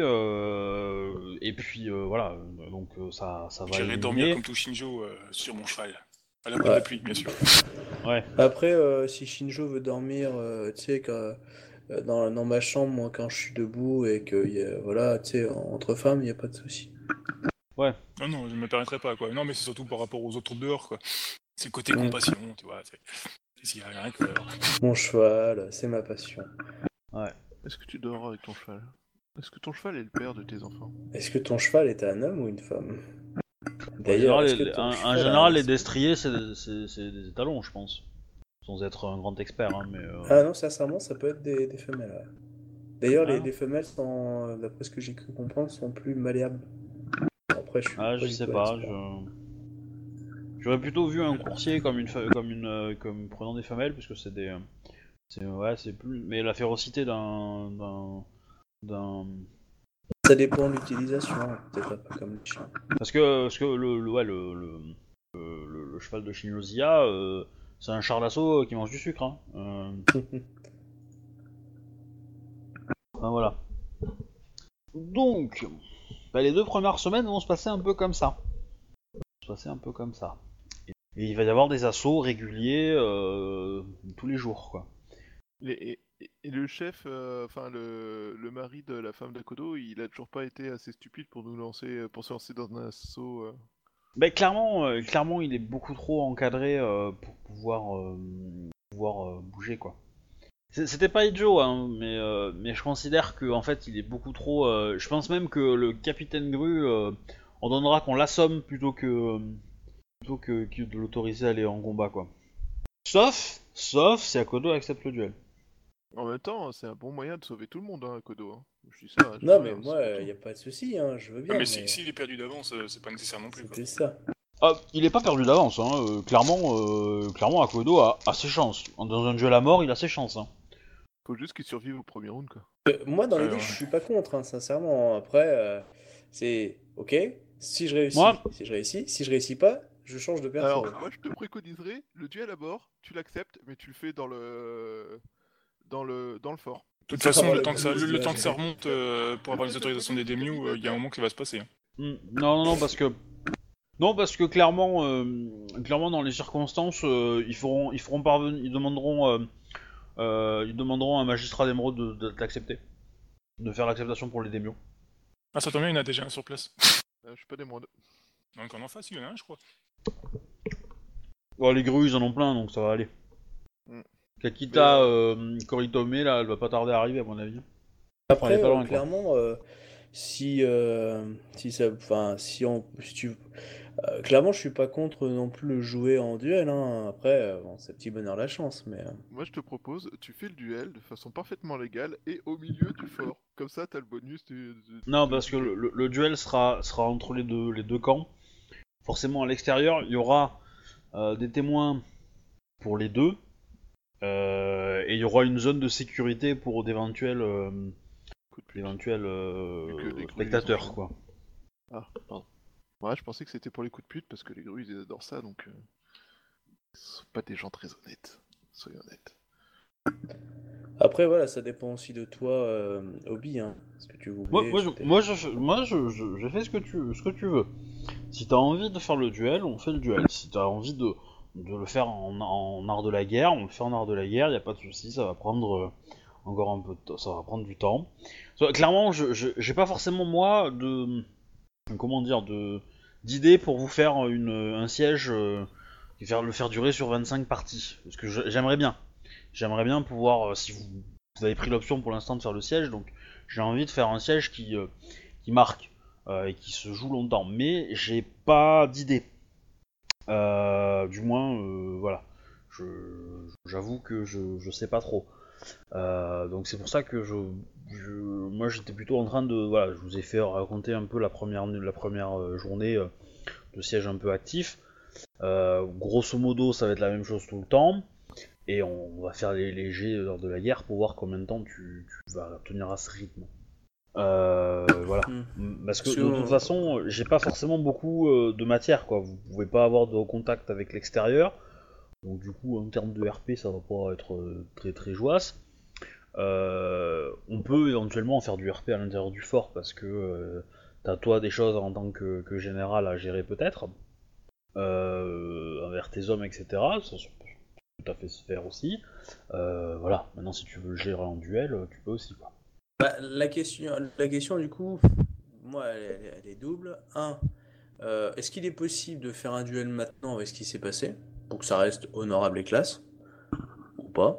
[SPEAKER 1] euh, et puis euh, voilà, donc euh, ça, ça va
[SPEAKER 4] J'irai dormir
[SPEAKER 1] éliminer.
[SPEAKER 4] comme tout Shinjo euh, sur mon cheval. À l'abri de
[SPEAKER 3] Ouais.
[SPEAKER 4] la pluie, bien sûr.
[SPEAKER 1] Ouais,
[SPEAKER 3] Après, euh, si Shinjo veut dormir, euh, tu sais, quand- euh, dans, dans ma chambre, moi, quand je suis debout et que, y a- voilà, tu sais, entre femmes, il n'y a pas de souci.
[SPEAKER 1] ouais,
[SPEAKER 4] Non, non, je ne me permettrai pas, quoi. Non, mais c'est surtout par rapport aux autres dehors, quoi. C'est le côté
[SPEAKER 3] Mm.
[SPEAKER 4] compassion, tu vois. c'est- S'il y a rien que faire.
[SPEAKER 3] Mon cheval, c'est ma passion.
[SPEAKER 1] ouais.
[SPEAKER 2] Est-ce que tu dors avec ton cheval? Est-ce que ton cheval est le père de tes enfants?
[SPEAKER 3] Est-ce que ton cheval est un homme ou une femme?
[SPEAKER 1] En
[SPEAKER 3] D'ailleurs,
[SPEAKER 1] général,
[SPEAKER 3] est-ce que
[SPEAKER 1] les,
[SPEAKER 3] ton
[SPEAKER 1] en, en
[SPEAKER 3] cheval a un
[SPEAKER 1] général, les
[SPEAKER 3] esprit?
[SPEAKER 1] destriers, c'est, c'est- c'est des étalons, je pense. Sans être un grand expert, hein, mais... euh,
[SPEAKER 3] Ah non, sincèrement, ça peut être des, des femelles. Ouais. D'ailleurs, les,
[SPEAKER 1] ah,
[SPEAKER 3] les femelles, sont, euh, d'après ce que j'ai cru comprendre, sont plus malléables. Après, je suis
[SPEAKER 1] ah,
[SPEAKER 3] pas
[SPEAKER 1] je
[SPEAKER 3] du
[SPEAKER 1] sais
[SPEAKER 3] tout un
[SPEAKER 1] pas,
[SPEAKER 3] expert.
[SPEAKER 1] je... J'aurais plutôt vu un coursier comme une fe- comme une euh, comme prenant des femelles, parce que c'est des... euh, C'est, ouais, c'est plus... Mais la férocité d'un... d'un... d'un...
[SPEAKER 3] Ça dépend de l'utilisation, peut-être pas comme les chiens.
[SPEAKER 1] Parce que, parce que le, le, ouais, le, le, le, le- le cheval de Shinozia, euh, c'est un char d'assaut qui mange du sucre. Hein. Euh, enfin, voilà. Donc, bah, les deux premières semaines vont se passer un peu comme ça. Vont se passer un peu comme ça. Et il va y avoir des assauts réguliers euh, tous les jours, quoi.
[SPEAKER 2] Les- et, et le chef, euh, enfin le, le mari de la femme d'Akodo, il a toujours pas été assez stupide pour nous lancer, pour se lancer dans un assaut. euh.
[SPEAKER 1] Bah, clairement, euh, clairement, il est beaucoup trop encadré euh, pour pouvoir, euh, pouvoir euh, bouger, quoi. C'est- C'était pas idiot, hein, mais, euh, mais je considère que en fait, il est beaucoup trop. euh, je pense même que le capitaine Gru euh, on donnera qu'on l'assomme plutôt que plutôt que, que de l'autoriser à aller en combat, quoi. Sauf, sauf si Akodo accepte le duel.
[SPEAKER 2] En même temps, c'est un bon moyen de sauver tout le monde, hein, Akodo. Hein. Je dis ça. je dis
[SPEAKER 3] Non,
[SPEAKER 2] rien,
[SPEAKER 3] mais
[SPEAKER 2] c'est
[SPEAKER 3] moi,
[SPEAKER 2] pour
[SPEAKER 3] il
[SPEAKER 2] tout.
[SPEAKER 3] n'y a pas de souci, hein, je veux
[SPEAKER 4] Non,
[SPEAKER 3] bien,
[SPEAKER 4] mais
[SPEAKER 3] mais
[SPEAKER 4] si- s'il est perdu d'avance, euh, c'est pas nécessaire non plus, quoi.
[SPEAKER 3] c'était ça.
[SPEAKER 1] Ah, il est pas perdu d'avance, hein. euh, clairement, euh, clairement, Akodo a, a ses chances. Dans un duel à mort, il a ses chances. Hein.
[SPEAKER 2] Faut juste qu'il survive au premier round, quoi.
[SPEAKER 3] Euh, moi, dans
[SPEAKER 4] Ouais,
[SPEAKER 3] l'idée,
[SPEAKER 4] ouais.
[SPEAKER 3] je suis pas contre, hein, sincèrement. Après, euh, c'est ok. Si je réussis,
[SPEAKER 1] Moi,
[SPEAKER 3] si je réussis, si je réussis pas, je change de perso.
[SPEAKER 2] Alors, moi, je te préconiserais le duel à mort. Tu l'acceptes, mais tu le fais dans le dans le dans le fort.
[SPEAKER 4] De toute
[SPEAKER 3] Ça
[SPEAKER 4] façon,
[SPEAKER 3] va
[SPEAKER 4] le
[SPEAKER 3] le
[SPEAKER 4] temps que ça,
[SPEAKER 3] plus
[SPEAKER 4] le, le
[SPEAKER 3] duel.
[SPEAKER 4] temps que ça remonte euh, pour avoir les autorisations des Demyu, il y a un moment que ça va se passer. hein.
[SPEAKER 1] hmm, non, non, non, parce que non, parce que clairement, euh, clairement, dans les circonstances, euh, ils feront, ils feront parvenir, ils demanderont, euh, euh, ils demanderont à un magistrat d'émeraude de, de- d'accepter, de faire l'acceptation pour les démions.
[SPEAKER 4] Ah, ça tombe bien, il y en a déjà un sur place.
[SPEAKER 2] Euh, je suis pas des moindres.
[SPEAKER 4] Donc en face, il y en a un, je crois.
[SPEAKER 1] Bon, les grues, ils en ont plein, donc ça va aller.
[SPEAKER 2] Mm.
[SPEAKER 1] Kakita,
[SPEAKER 2] Mais,
[SPEAKER 1] euh, Koritome, là, elle va pas tarder à arriver, à mon avis.
[SPEAKER 3] Après,
[SPEAKER 1] elle est pas
[SPEAKER 3] euh,
[SPEAKER 1] loin, quoi.
[SPEAKER 3] clairement, euh, si, euh, si ça, enfin, si on, si tu, euh, clairement, je suis pas contre non plus le jouer en duel. Hein. Après, euh, bon, c'est petit bonheur la chance, mais. euh,
[SPEAKER 2] Moi, je te propose, tu fais le duel de façon parfaitement légale et au milieu du fort. Comme ça, t'as le bonus du. du-
[SPEAKER 1] Non,
[SPEAKER 2] du-
[SPEAKER 1] parce que
[SPEAKER 2] du-
[SPEAKER 1] le, le- le duel sera, sera entre les deux, les deux camps. Forcément, à l'extérieur, il y aura euh, des témoins pour les deux. Euh, et il y aura une zone de sécurité pour d'éventuels, euh,
[SPEAKER 2] Coup de pute.
[SPEAKER 1] d'éventuels euh,
[SPEAKER 2] Vu que les grues,
[SPEAKER 1] spectateurs,
[SPEAKER 2] ils ont-
[SPEAKER 1] quoi.
[SPEAKER 2] Ah, pardon. Ouais, je pensais que c'était pour les coups de pute parce que les grues ils adorent ça donc. Euh... Ils sont pas des gens très honnêtes. Soyons honnêtes.
[SPEAKER 3] Après, voilà, ça dépend aussi de toi, euh, Obi, hein, ce que tu voulais.
[SPEAKER 1] Moi, moi,
[SPEAKER 3] ce
[SPEAKER 1] je,
[SPEAKER 3] que t'as
[SPEAKER 1] moi,
[SPEAKER 3] fait.
[SPEAKER 1] je, moi je, je, je fais ce que tu, ce que tu veux. Si t'as envie de faire le duel, on fait le duel. Si t'as envie de, de le faire en, en art de la guerre, on le fait en art de la guerre. Y a pas de souci, ça va prendre euh, encore un peu de temps, ça va prendre du temps. So, clairement, je, je, j'ai pas forcément moi de, comment dire, de, d'idée pour vous faire une, un siège, euh, et faire le faire durer sur vingt-cinq parties, parce que je- j'aimerais bien. j'aimerais bien pouvoir, euh, si vous, vous avez pris l'option pour l'instant de faire le siège, donc j'ai envie de faire un siège qui, euh, qui marque euh, et qui se joue longtemps. Mais j'ai pas d'idée. Euh, du moins, euh, voilà. Je, j'avoue que je, je sais pas trop. Euh, donc c'est pour ça que je, je moi j'étais plutôt en train de, voilà, je vous ai fait raconter un peu la première, la première euh, journée euh, de siège un peu actif. Euh, grosso modo, ça va être la même chose tout le temps. Et on va faire les, les jets lors de la guerre pour voir combien de temps tu, tu vas tenir à ce rythme. Euh, voilà.
[SPEAKER 3] Hmm.
[SPEAKER 1] Parce que
[SPEAKER 3] Parce
[SPEAKER 1] de
[SPEAKER 3] que-
[SPEAKER 1] toute façon, j'ai pas forcément beaucoup euh, de matière, quoi. Vous pouvez pas avoir de contact avec l'extérieur. Donc du coup, en termes de R P, ça va pas être euh, très très joyeux. Euh, on peut éventuellement faire du R P à l'intérieur du fort parce que euh, t'as toi des choses en tant que, que général à gérer peut-être. Euh, envers tes hommes, et cetera. Ça, ça peut tout à fait se faire aussi. Euh, voilà. Maintenant, si tu veux le gérer en duel, tu peux aussi, quoi.
[SPEAKER 3] Bah, la question, la question du coup, moi, elle, est- elle est double. Un, euh, est-ce qu'il est possible de faire un duel maintenant avec ce qui s'est passé, pour que ça reste honorable et classe, ou pas?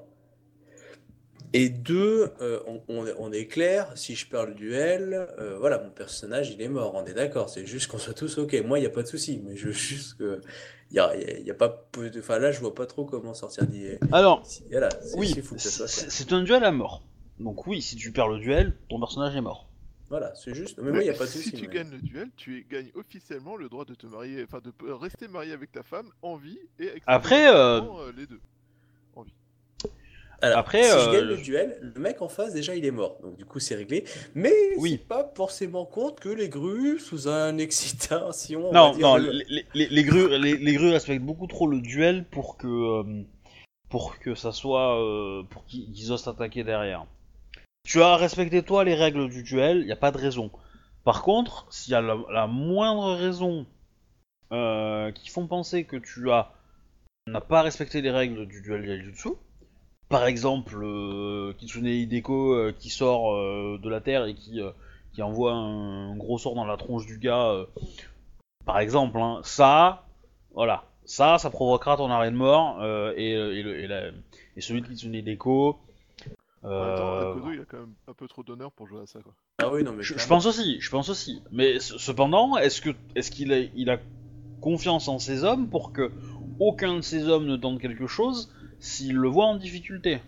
[SPEAKER 3] Et deux, euh, on, on est- on est clair, si je perds le duel, euh, voilà, mon personnage, il est mort, on est d'accord, c'est juste qu'on soit tous ok. Moi, il n'y a pas de souci, mais je veux juste que. Il y a, y a- y a pas. peu de- Enfin, là, je vois pas trop comment sortir d'y.
[SPEAKER 1] Alors,
[SPEAKER 3] si- Voilà, c'est
[SPEAKER 1] oui,
[SPEAKER 3] il faut que ça soit clair.
[SPEAKER 1] c'est c'est un duel à mort. Donc oui, si tu perds le duel, ton personnage est mort.
[SPEAKER 3] Voilà, c'est juste. Mais moi, il n'y a pas de
[SPEAKER 2] si
[SPEAKER 3] souci.
[SPEAKER 2] tu
[SPEAKER 3] mais-
[SPEAKER 2] gagnes le duel, tu gagnes officiellement le droit de te marier, enfin de p- rester marié avec ta femme en vie et
[SPEAKER 1] Après, euh,
[SPEAKER 2] exceptionnellement, euh, les deux. En vie.
[SPEAKER 3] Alors,
[SPEAKER 1] Après,
[SPEAKER 3] si je
[SPEAKER 1] euh,
[SPEAKER 3] gagne le
[SPEAKER 1] je-
[SPEAKER 3] duel, le mec en face, déjà, il est mort. Donc, du coup, c'est réglé. Mais
[SPEAKER 1] Oui.
[SPEAKER 3] c'est pas forcément compte que les grues, sous un excitation, on
[SPEAKER 1] non,
[SPEAKER 3] va dire.
[SPEAKER 1] non,
[SPEAKER 3] le-
[SPEAKER 1] les, les, les grues, les, les grues respectent beaucoup trop le duel pour que, euh, pour que ça soit, euh, pour qu'ils qu'ils osent t'attaquer derrière. Tu as respecté toi les règles du duel, il y a pas de raison. Par contre, s'il y a la, la moindre raison euh, qui font penser que tu as n'as pas respecté les règles du duel Jujutsu, par exemple euh, Kitsune Hideko euh, qui sort euh, de la terre et qui, euh, qui envoie un, un gros sort dans la tronche du gars, euh, par exemple, hein, ça, voilà, ça, ça provoquera ton arrêt de mort euh, et, et, le- et la- et celui de Kitsune Hideko.
[SPEAKER 2] En même temps,
[SPEAKER 1] Euh,
[SPEAKER 2] Akodo, il a quand même un peu trop d'honneur pour jouer à ça, quoi.
[SPEAKER 3] Ah oui, non, mais
[SPEAKER 1] je, je
[SPEAKER 3] clairement.
[SPEAKER 1] pense aussi, je pense aussi. Mais c- cependant, est-ce que est-ce qu'il a, il a confiance en ses hommes pour que aucun de ses hommes ne tente quelque chose s'il le voit en difficulté?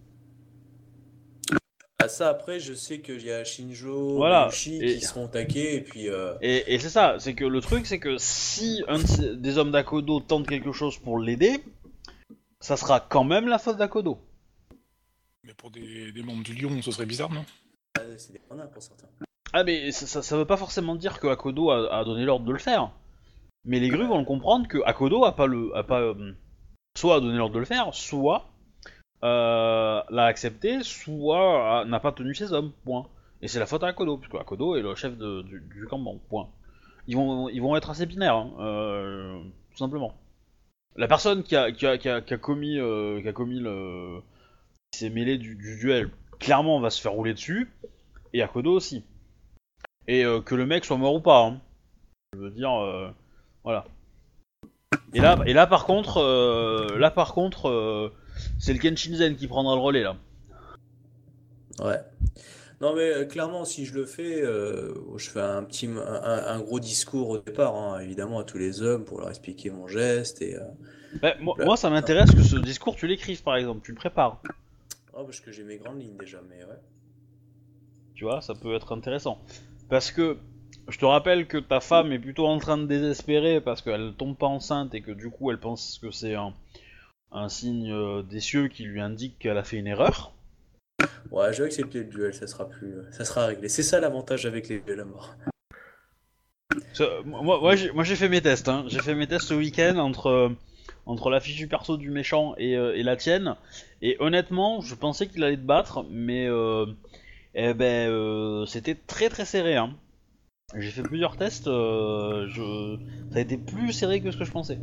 [SPEAKER 3] Ah, ça, après, je sais qu'il y a Shinjo,
[SPEAKER 1] Voilà,
[SPEAKER 3] Mayushi
[SPEAKER 1] et-
[SPEAKER 3] qui seront taqués, et puis. euh,
[SPEAKER 1] Et, et c'est ça, c'est que le truc, c'est que si un de ces- des hommes d'Akodo tente quelque chose pour l'aider, ça sera quand même la faute d'Akodo.
[SPEAKER 4] Mais pour des, des membres du Lion, ce serait bizarre, non?
[SPEAKER 3] ah, c'est des connards pour certains.
[SPEAKER 1] Ah mais ça, ça, ça veut pas forcément dire que Akodo a, a donné l'ordre de le faire. Mais les grues vont le comprendre que Akodo a pas le, a pas, euh, soit a donné l'ordre de le faire, soit euh, l'a accepté, soit a- n'a pas tenu ses hommes. Point. Et c'est la faute à Akodo, puisque Akodo est le chef de- du, du campement. Point. Ils vont, ils vont être assez binaires, hein, euh, tout simplement. La personne qui a, qui a, qui a, qui a commis, euh, qui a commis le, qui s'est mêlé du, du duel, clairement va se faire rouler dessus, et Akodo aussi. Et euh, que le mec soit mort ou pas. Hein. Je veux dire, euh, voilà. Et là, et là par contre, euh, là par contre, euh, c'est le Kenshinzen qui prendra le relais là.
[SPEAKER 3] Ouais. Non, mais euh, clairement, si je le fais, euh, je fais un petit, un, un- un gros discours au départ, hein, évidemment, à tous les hommes pour leur expliquer mon geste et. euh,
[SPEAKER 1] Bah, moi,
[SPEAKER 3] Là.
[SPEAKER 1] moi, ça m'intéresse que ce discours tu l'écrives par exemple, tu le prépares.
[SPEAKER 3] Oh, parce que j'ai mes grandes lignes déjà, mais ouais.
[SPEAKER 1] Tu vois, ça peut être intéressant. Parce que je te rappelle que ta femme est plutôt en train de désespérer parce qu'elle tombe pas enceinte et que du coup elle pense que c'est un, un signe euh, des cieux qui lui indique qu'elle a fait une erreur.
[SPEAKER 3] Ouais, je vais accepter le duel, ça sera plus, euh, ça sera réglé. C'est ça l'avantage avec les duels à mort.
[SPEAKER 1] Ça, moi, moi, j'ai, moi j'ai fait mes tests, hein. J'ai fait mes tests ce week-end entre, euh, entre la fiche du perso du méchant et, euh, et la tienne. Et honnêtement, je pensais qu'il allait te battre, mais euh, eh ben, euh, c'était très très serré. Hein. J'ai fait plusieurs tests, euh, je... ça a été plus serré que ce que je pensais.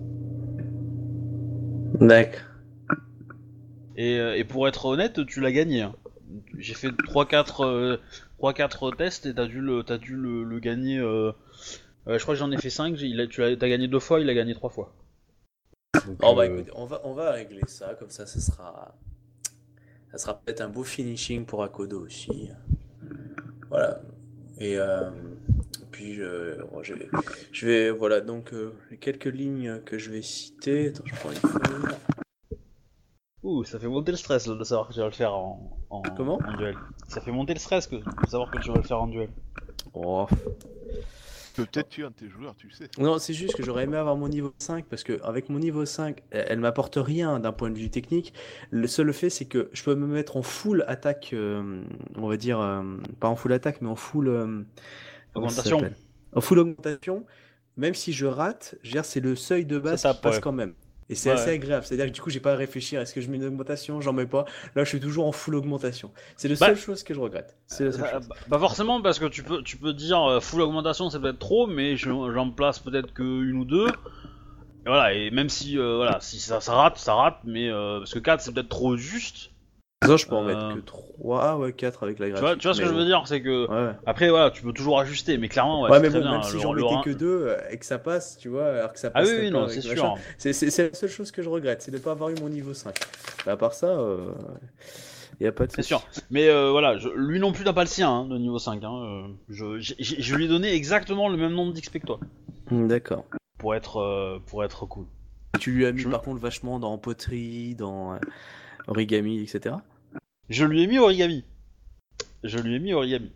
[SPEAKER 3] D'accord.
[SPEAKER 1] Et, euh, et pour être honnête, tu l'as gagné. Hein. J'ai fait trois quatre euh, trois quatre tests et t'as dû le, t'as dû le, le gagner. Euh... euh, je crois que j'en ai fait cinq, j'ai, il a, tu as, t'as gagné deux fois, il a gagné trois fois. Donc,
[SPEAKER 3] Oh bah
[SPEAKER 1] euh,
[SPEAKER 3] écoute, on va, on va régler ça, comme ça, ça sera, ça sera peut-être un beau finishing pour Akodo aussi. Voilà. Et euh, puis je, bon, je, vais, je vais, voilà, donc euh, les quelques lignes que je vais citer. Attends, je prends une feuille.
[SPEAKER 1] Ouh, ça fait monter le stress là, de savoir que tu vas le faire en, en,
[SPEAKER 3] Comment
[SPEAKER 1] en duel. Ça fait monter le stress que, de savoir que tu vas le faire en duel.
[SPEAKER 3] Oh.
[SPEAKER 2] Tu peux peut-être tuer un de tes joueurs, tu sais.
[SPEAKER 3] Non, c'est juste que j'aurais aimé avoir mon niveau cinq parce que avec mon niveau cinq, elle, elle m'apporte rien d'un point de vue technique. Le seul fait, c'est que je peux me mettre en full attaque, euh, on va dire, euh, pas en full attaque, mais en full. euh, comment ça
[SPEAKER 1] Augmentation.
[SPEAKER 3] s'appelle En full augmentation. Même si je rate, je veux dire, c'est le seuil de
[SPEAKER 1] Ça
[SPEAKER 3] base qui
[SPEAKER 1] tape,
[SPEAKER 3] passe
[SPEAKER 1] ouais.
[SPEAKER 3] quand même. Et c'est
[SPEAKER 1] Ouais,
[SPEAKER 3] assez
[SPEAKER 1] ouais.
[SPEAKER 3] agréable. C'est-à-dire que du coup, j'ai pas à réfléchir. Est-ce que je mets une augmentation? J'en mets pas. Là, je suis toujours en full augmentation. C'est la
[SPEAKER 1] Bah,
[SPEAKER 3] seule chose que je regrette. C'est la seule
[SPEAKER 1] Ça-
[SPEAKER 3] chose.
[SPEAKER 1] bah, pas forcément parce que tu peux, tu peux dire euh, full augmentation c'est peut-être trop, mais je- j'en place peut-être que une ou deux. Et voilà, et même si, euh, voilà, si ça, ça rate, ça rate, mais euh, parce que quatre c'est peut-être trop juste.
[SPEAKER 3] Ça, je peux en
[SPEAKER 1] Euh,
[SPEAKER 3] mettre que trois, ah ouais, quatre avec la
[SPEAKER 1] Tu vois,
[SPEAKER 3] graphique.
[SPEAKER 1] tu vois ce que
[SPEAKER 3] mais
[SPEAKER 1] je
[SPEAKER 3] bon.
[SPEAKER 1] veux dire, c'est que
[SPEAKER 3] Ouais.
[SPEAKER 1] après voilà, tu peux toujours ajuster, mais clairement ouais,
[SPEAKER 3] Ouais,
[SPEAKER 1] c'est
[SPEAKER 3] mais
[SPEAKER 1] très
[SPEAKER 3] bon,
[SPEAKER 1] bien.
[SPEAKER 3] même
[SPEAKER 1] hein,
[SPEAKER 3] si
[SPEAKER 1] le,
[SPEAKER 3] j'en
[SPEAKER 1] le
[SPEAKER 3] mettais
[SPEAKER 1] rein-
[SPEAKER 3] que deux euh, et que ça passe, tu vois, alors que ça
[SPEAKER 1] Ah oui,
[SPEAKER 3] passerait
[SPEAKER 1] oui,
[SPEAKER 3] pas
[SPEAKER 1] non,
[SPEAKER 3] avec
[SPEAKER 1] c'est
[SPEAKER 3] machin,
[SPEAKER 1] sûr.
[SPEAKER 3] c'est c'est- c'est la seule chose que je regrette, c'est de ne pas avoir eu mon niveau cinq. Bah, à part ça, euh, y a pas de
[SPEAKER 1] C'est
[SPEAKER 3] souci.
[SPEAKER 1] sûr. Mais euh, voilà, je- lui non plus n'a pas le sien, hein, le niveau cinq. Hein, euh, je, j'ai- j'ai- je lui ai donné exactement le même nombre d'X P que toi,
[SPEAKER 3] Hmm, D'accord.
[SPEAKER 1] pour être, euh, pour être cool.
[SPEAKER 3] Tu lui as mis
[SPEAKER 1] Je,
[SPEAKER 3] par contre vachement dans poterie, dans euh, origami, et cetera.
[SPEAKER 1] je lui ai mis origami. Je lui ai mis origami.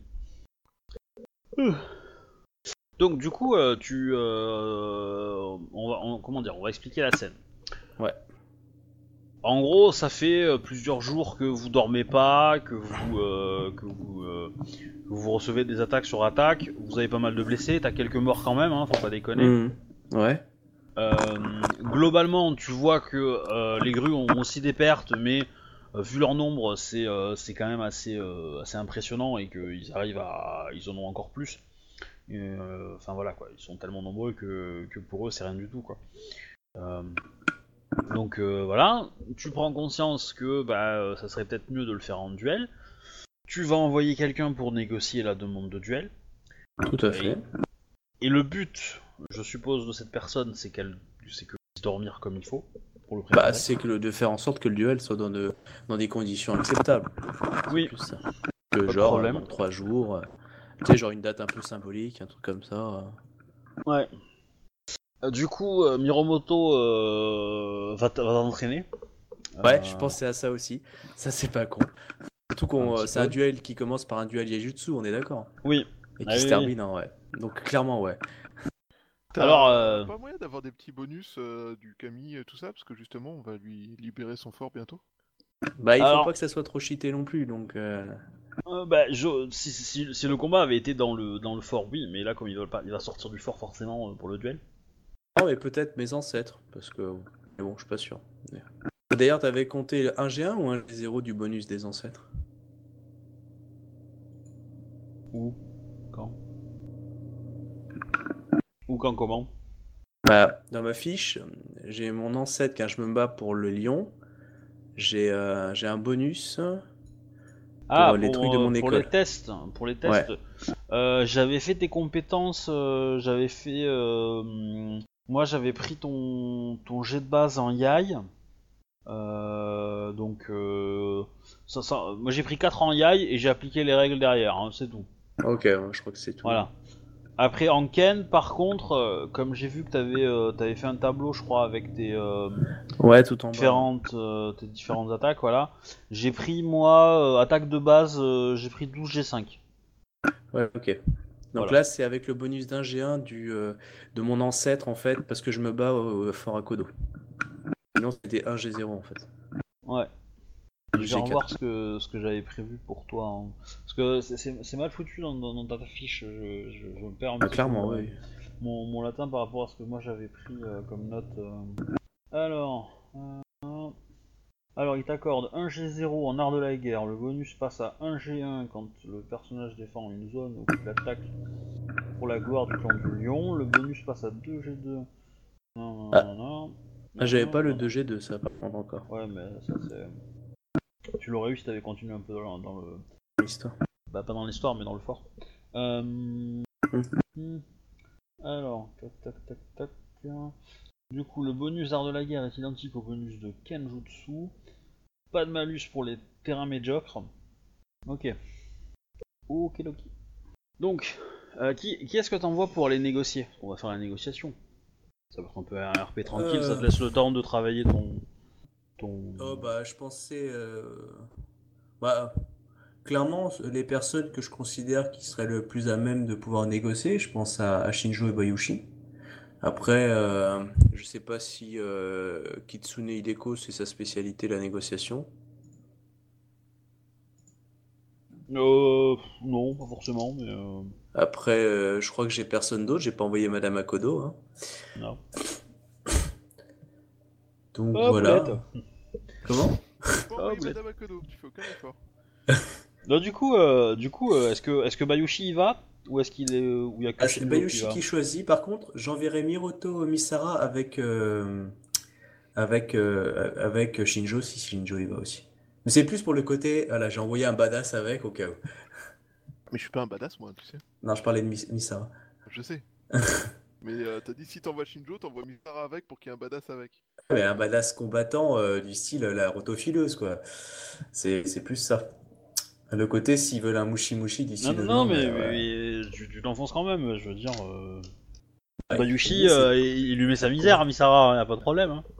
[SPEAKER 1] Euh. Donc du coup, euh, tu, euh, on va, on- comment dire, on va expliquer la scène.
[SPEAKER 3] Ouais.
[SPEAKER 1] En gros, ça fait euh, plusieurs jours que vous dormez pas, que vous, euh, que vous, euh, que vous recevez des attaques sur attaque. Vous avez pas mal de blessés, t'as quelques morts quand même, hein, faut pas déconner.
[SPEAKER 3] Hmm. Ouais.
[SPEAKER 1] Euh, globalement, tu vois que euh, les grues ont aussi des pertes, mais euh, vu leur nombre, c'est euh, c'est quand même assez, euh, assez impressionnant et qu'ils arrivent à, ils en ont encore plus. Et, euh, Enfin voilà quoi, ils sont tellement nombreux que, que pour eux c'est rien du tout quoi. Euh, donc euh, voilà, tu prends conscience que bah, euh, ça serait peut-être mieux de le faire en duel. Tu vas envoyer quelqu'un pour négocier la demande de duel.
[SPEAKER 3] Tout à
[SPEAKER 1] Et,
[SPEAKER 3] fait.
[SPEAKER 1] et le but, je suppose, de cette personne, c'est qu'elle, c'est que puisse dormir comme il faut pour le préparer.
[SPEAKER 3] Bah, c'est que le- de faire en sorte que le duel soit dans, de, dans des conditions acceptables. C'est
[SPEAKER 1] Oui.
[SPEAKER 3] plus ça. Que
[SPEAKER 1] de
[SPEAKER 3] genre, euh,
[SPEAKER 1] problème.
[SPEAKER 3] dans trois jours, euh, tu sais, genre une date un peu symbolique, un truc comme ça. euh.
[SPEAKER 1] Ouais. Euh, du coup, euh, Miromoto euh, va, t- va t'entraîner.
[SPEAKER 3] Ouais,
[SPEAKER 1] Euh,
[SPEAKER 3] je pensais à ça aussi. Ça, c'est pas con. Surtout
[SPEAKER 1] Un
[SPEAKER 3] qu'on, euh,
[SPEAKER 1] petit
[SPEAKER 3] c'est un
[SPEAKER 1] peu.
[SPEAKER 3] duel qui commence par un duel Yajutsu, on est d'accord.
[SPEAKER 1] Oui.
[SPEAKER 3] Et qui
[SPEAKER 1] Ah
[SPEAKER 3] se
[SPEAKER 1] oui,
[SPEAKER 3] termine en ouais. Donc clairement, ouais.
[SPEAKER 2] T'as
[SPEAKER 1] Alors, euh,
[SPEAKER 2] pas moyen d'avoir des petits bonus euh, du Camille et tout ça, parce que justement, on va lui libérer son fort bientôt.
[SPEAKER 3] Bah, il faut
[SPEAKER 1] Alors-
[SPEAKER 3] pas que ça soit trop cheaté non plus, donc. euh,
[SPEAKER 1] euh, bah, je, si, si- si le combat avait été dans le, dans le fort, oui, mais là, comme il va, pas, il va sortir du fort forcément euh, pour le duel.
[SPEAKER 3] Non, mais peut-être mes ancêtres, parce que. Mais bon, je suis pas sûr. Mais- D'ailleurs, t'avais compté un G un ou un G zéro du bonus des ancêtres?
[SPEAKER 1] Où Quand Ou quand comment
[SPEAKER 3] Bah, dans ma fiche, j'ai mon ancêtre quand je me bats pour le lion. J'ai euh, j'ai un bonus
[SPEAKER 1] Ah,
[SPEAKER 3] pour les trucs de
[SPEAKER 1] euh,
[SPEAKER 3] mon
[SPEAKER 1] pour les
[SPEAKER 3] école.
[SPEAKER 1] tests, pour les tests, euh, j'avais fait tes compétences, euh, j'avais fait, euh, moi j'avais pris ton, ton jet de base en Yai, euh, donc euh, ça, ça- moi j'ai pris quatre en Yai et j'ai appliqué les règles derrière, hein, c'est tout.
[SPEAKER 3] Ok, ouais, je crois que c'est tout.
[SPEAKER 1] Voilà. Après en Ken, par contre, euh, comme j'ai vu que t'avais, euh, t'avais fait un tableau, je crois, avec tes euh,
[SPEAKER 3] Ouais, tout en bas.
[SPEAKER 1] différentes, euh, tes différentes attaques, voilà. J'ai pris moi, euh, attaque de base, euh, j'ai pris douze G cinq.
[SPEAKER 3] Ouais, ok. Donc
[SPEAKER 1] Voilà.
[SPEAKER 3] là, c'est avec le bonus d'un G un du, euh, de mon ancêtre, en fait, parce que je me bats au, au Fort Akodo. Sinon, c'était un G zéro, en fait.
[SPEAKER 1] Ouais.
[SPEAKER 3] Du
[SPEAKER 1] Je vais
[SPEAKER 3] G
[SPEAKER 1] revoir
[SPEAKER 3] quatre.
[SPEAKER 1] ce que, ce que j'avais prévu pour toi. hein. Parce que c'est- c'est c'est mal foutu dans, dans, dans ta fiche. Je, je, je me perds un
[SPEAKER 3] Ah,
[SPEAKER 1] petit
[SPEAKER 3] clairement,
[SPEAKER 1] peu mon,
[SPEAKER 3] oui.
[SPEAKER 1] mon, mon latin par rapport à ce que moi j'avais pris euh, comme note. euh. Alors. euh, Alors, il t'accorde un G zéro en art de la guerre. Le bonus passe à un G un quand le personnage défend une zone ou qu'il attaque pour la gloire du clan du lion. Le bonus passe à deux G deux. Non, non,
[SPEAKER 3] Ah.
[SPEAKER 1] non, non.
[SPEAKER 3] Ah, j'avais
[SPEAKER 1] Non,
[SPEAKER 3] pas le
[SPEAKER 1] non, non.
[SPEAKER 3] deux G deux, ça, par contre, encore.
[SPEAKER 1] Ouais, mais ça c'est. Tu l'aurais eu si t'avais continué un peu dans, dans le.
[SPEAKER 3] L'histoire.
[SPEAKER 1] Bah, pas dans l'histoire, mais dans le fort. Euh...
[SPEAKER 3] Mhm.
[SPEAKER 1] hmm. Alors, tac tac tac tac. Du coup, le bonus d'art de la guerre est identique au bonus de Kenjutsu. Pas de malus pour les terrains médiocres. Ok. Ok, ok. Donc, euh, qui, qui est-ce que t'envoies pour aller négocier? On va faire la négociation. Ça va être un peu un R P tranquille, ça te
[SPEAKER 3] Euh.
[SPEAKER 1] laisse le temps de travailler ton... ton...
[SPEAKER 3] Oh bah je pensais... euh, Bah, clairement, les personnes que je considère qui seraient le plus à même de pouvoir négocier, je pense à, à Shinjo et Bayushi. Après, euh, je sais pas si euh, Kitsune Hideko, c'est sa spécialité, la négociation.
[SPEAKER 1] Euh... Non, pas forcément, mais... Euh...
[SPEAKER 3] Après, euh, je crois que j'ai personne d'autre, j'ai pas envoyé Madame Akodo, hein.
[SPEAKER 1] Non.
[SPEAKER 3] Donc
[SPEAKER 1] Oh, boulette.
[SPEAKER 3] voilà. Comment?
[SPEAKER 2] Bon,
[SPEAKER 1] Ah,
[SPEAKER 2] oui,
[SPEAKER 1] boulette.
[SPEAKER 2] Madame Akodo, tu fais aucun effort.
[SPEAKER 1] Non, du coup, euh, du coup, euh, est-ce que, est-ce que Bayushi y va? Ou est-ce qu'il est... Ou il y a que
[SPEAKER 3] Ah, c'est
[SPEAKER 1] Shinjo qui y
[SPEAKER 3] Bayushi
[SPEAKER 1] va?
[SPEAKER 3] qui choisit. Par contre, j'enverrai Miroto Misara avec, euh, avec, euh, avec Shinjo si Shinjo y va aussi. Mais c'est plus pour le côté, voilà, j'ai envoyé un badass avec au cas où.
[SPEAKER 2] Mais je suis pas un badass, moi, tu sais.
[SPEAKER 3] Non, je parlais de Mis- Misara.
[SPEAKER 2] Je sais. Mais euh, t'as dit si t'envoies Shinjo, t'envoies Misara avec pour qu'il y ait un badass avec.
[SPEAKER 3] Mais un badass combattant euh, du style euh, la rotofileuse, quoi. C'est, c'est plus ça. Le côté, s'ils veulent un mushi-mushi du
[SPEAKER 1] Non,
[SPEAKER 3] style,
[SPEAKER 1] non,
[SPEAKER 3] non,
[SPEAKER 1] non,
[SPEAKER 3] mais
[SPEAKER 1] mais,
[SPEAKER 3] ouais.
[SPEAKER 1] mais tu, tu t'enfonces quand même, je veux dire... Euh...
[SPEAKER 3] Ouais,
[SPEAKER 1] Bayushi,
[SPEAKER 3] mais c'est-
[SPEAKER 1] euh, il, il lui met sa misère à Misara, y a pas de problème. Hein.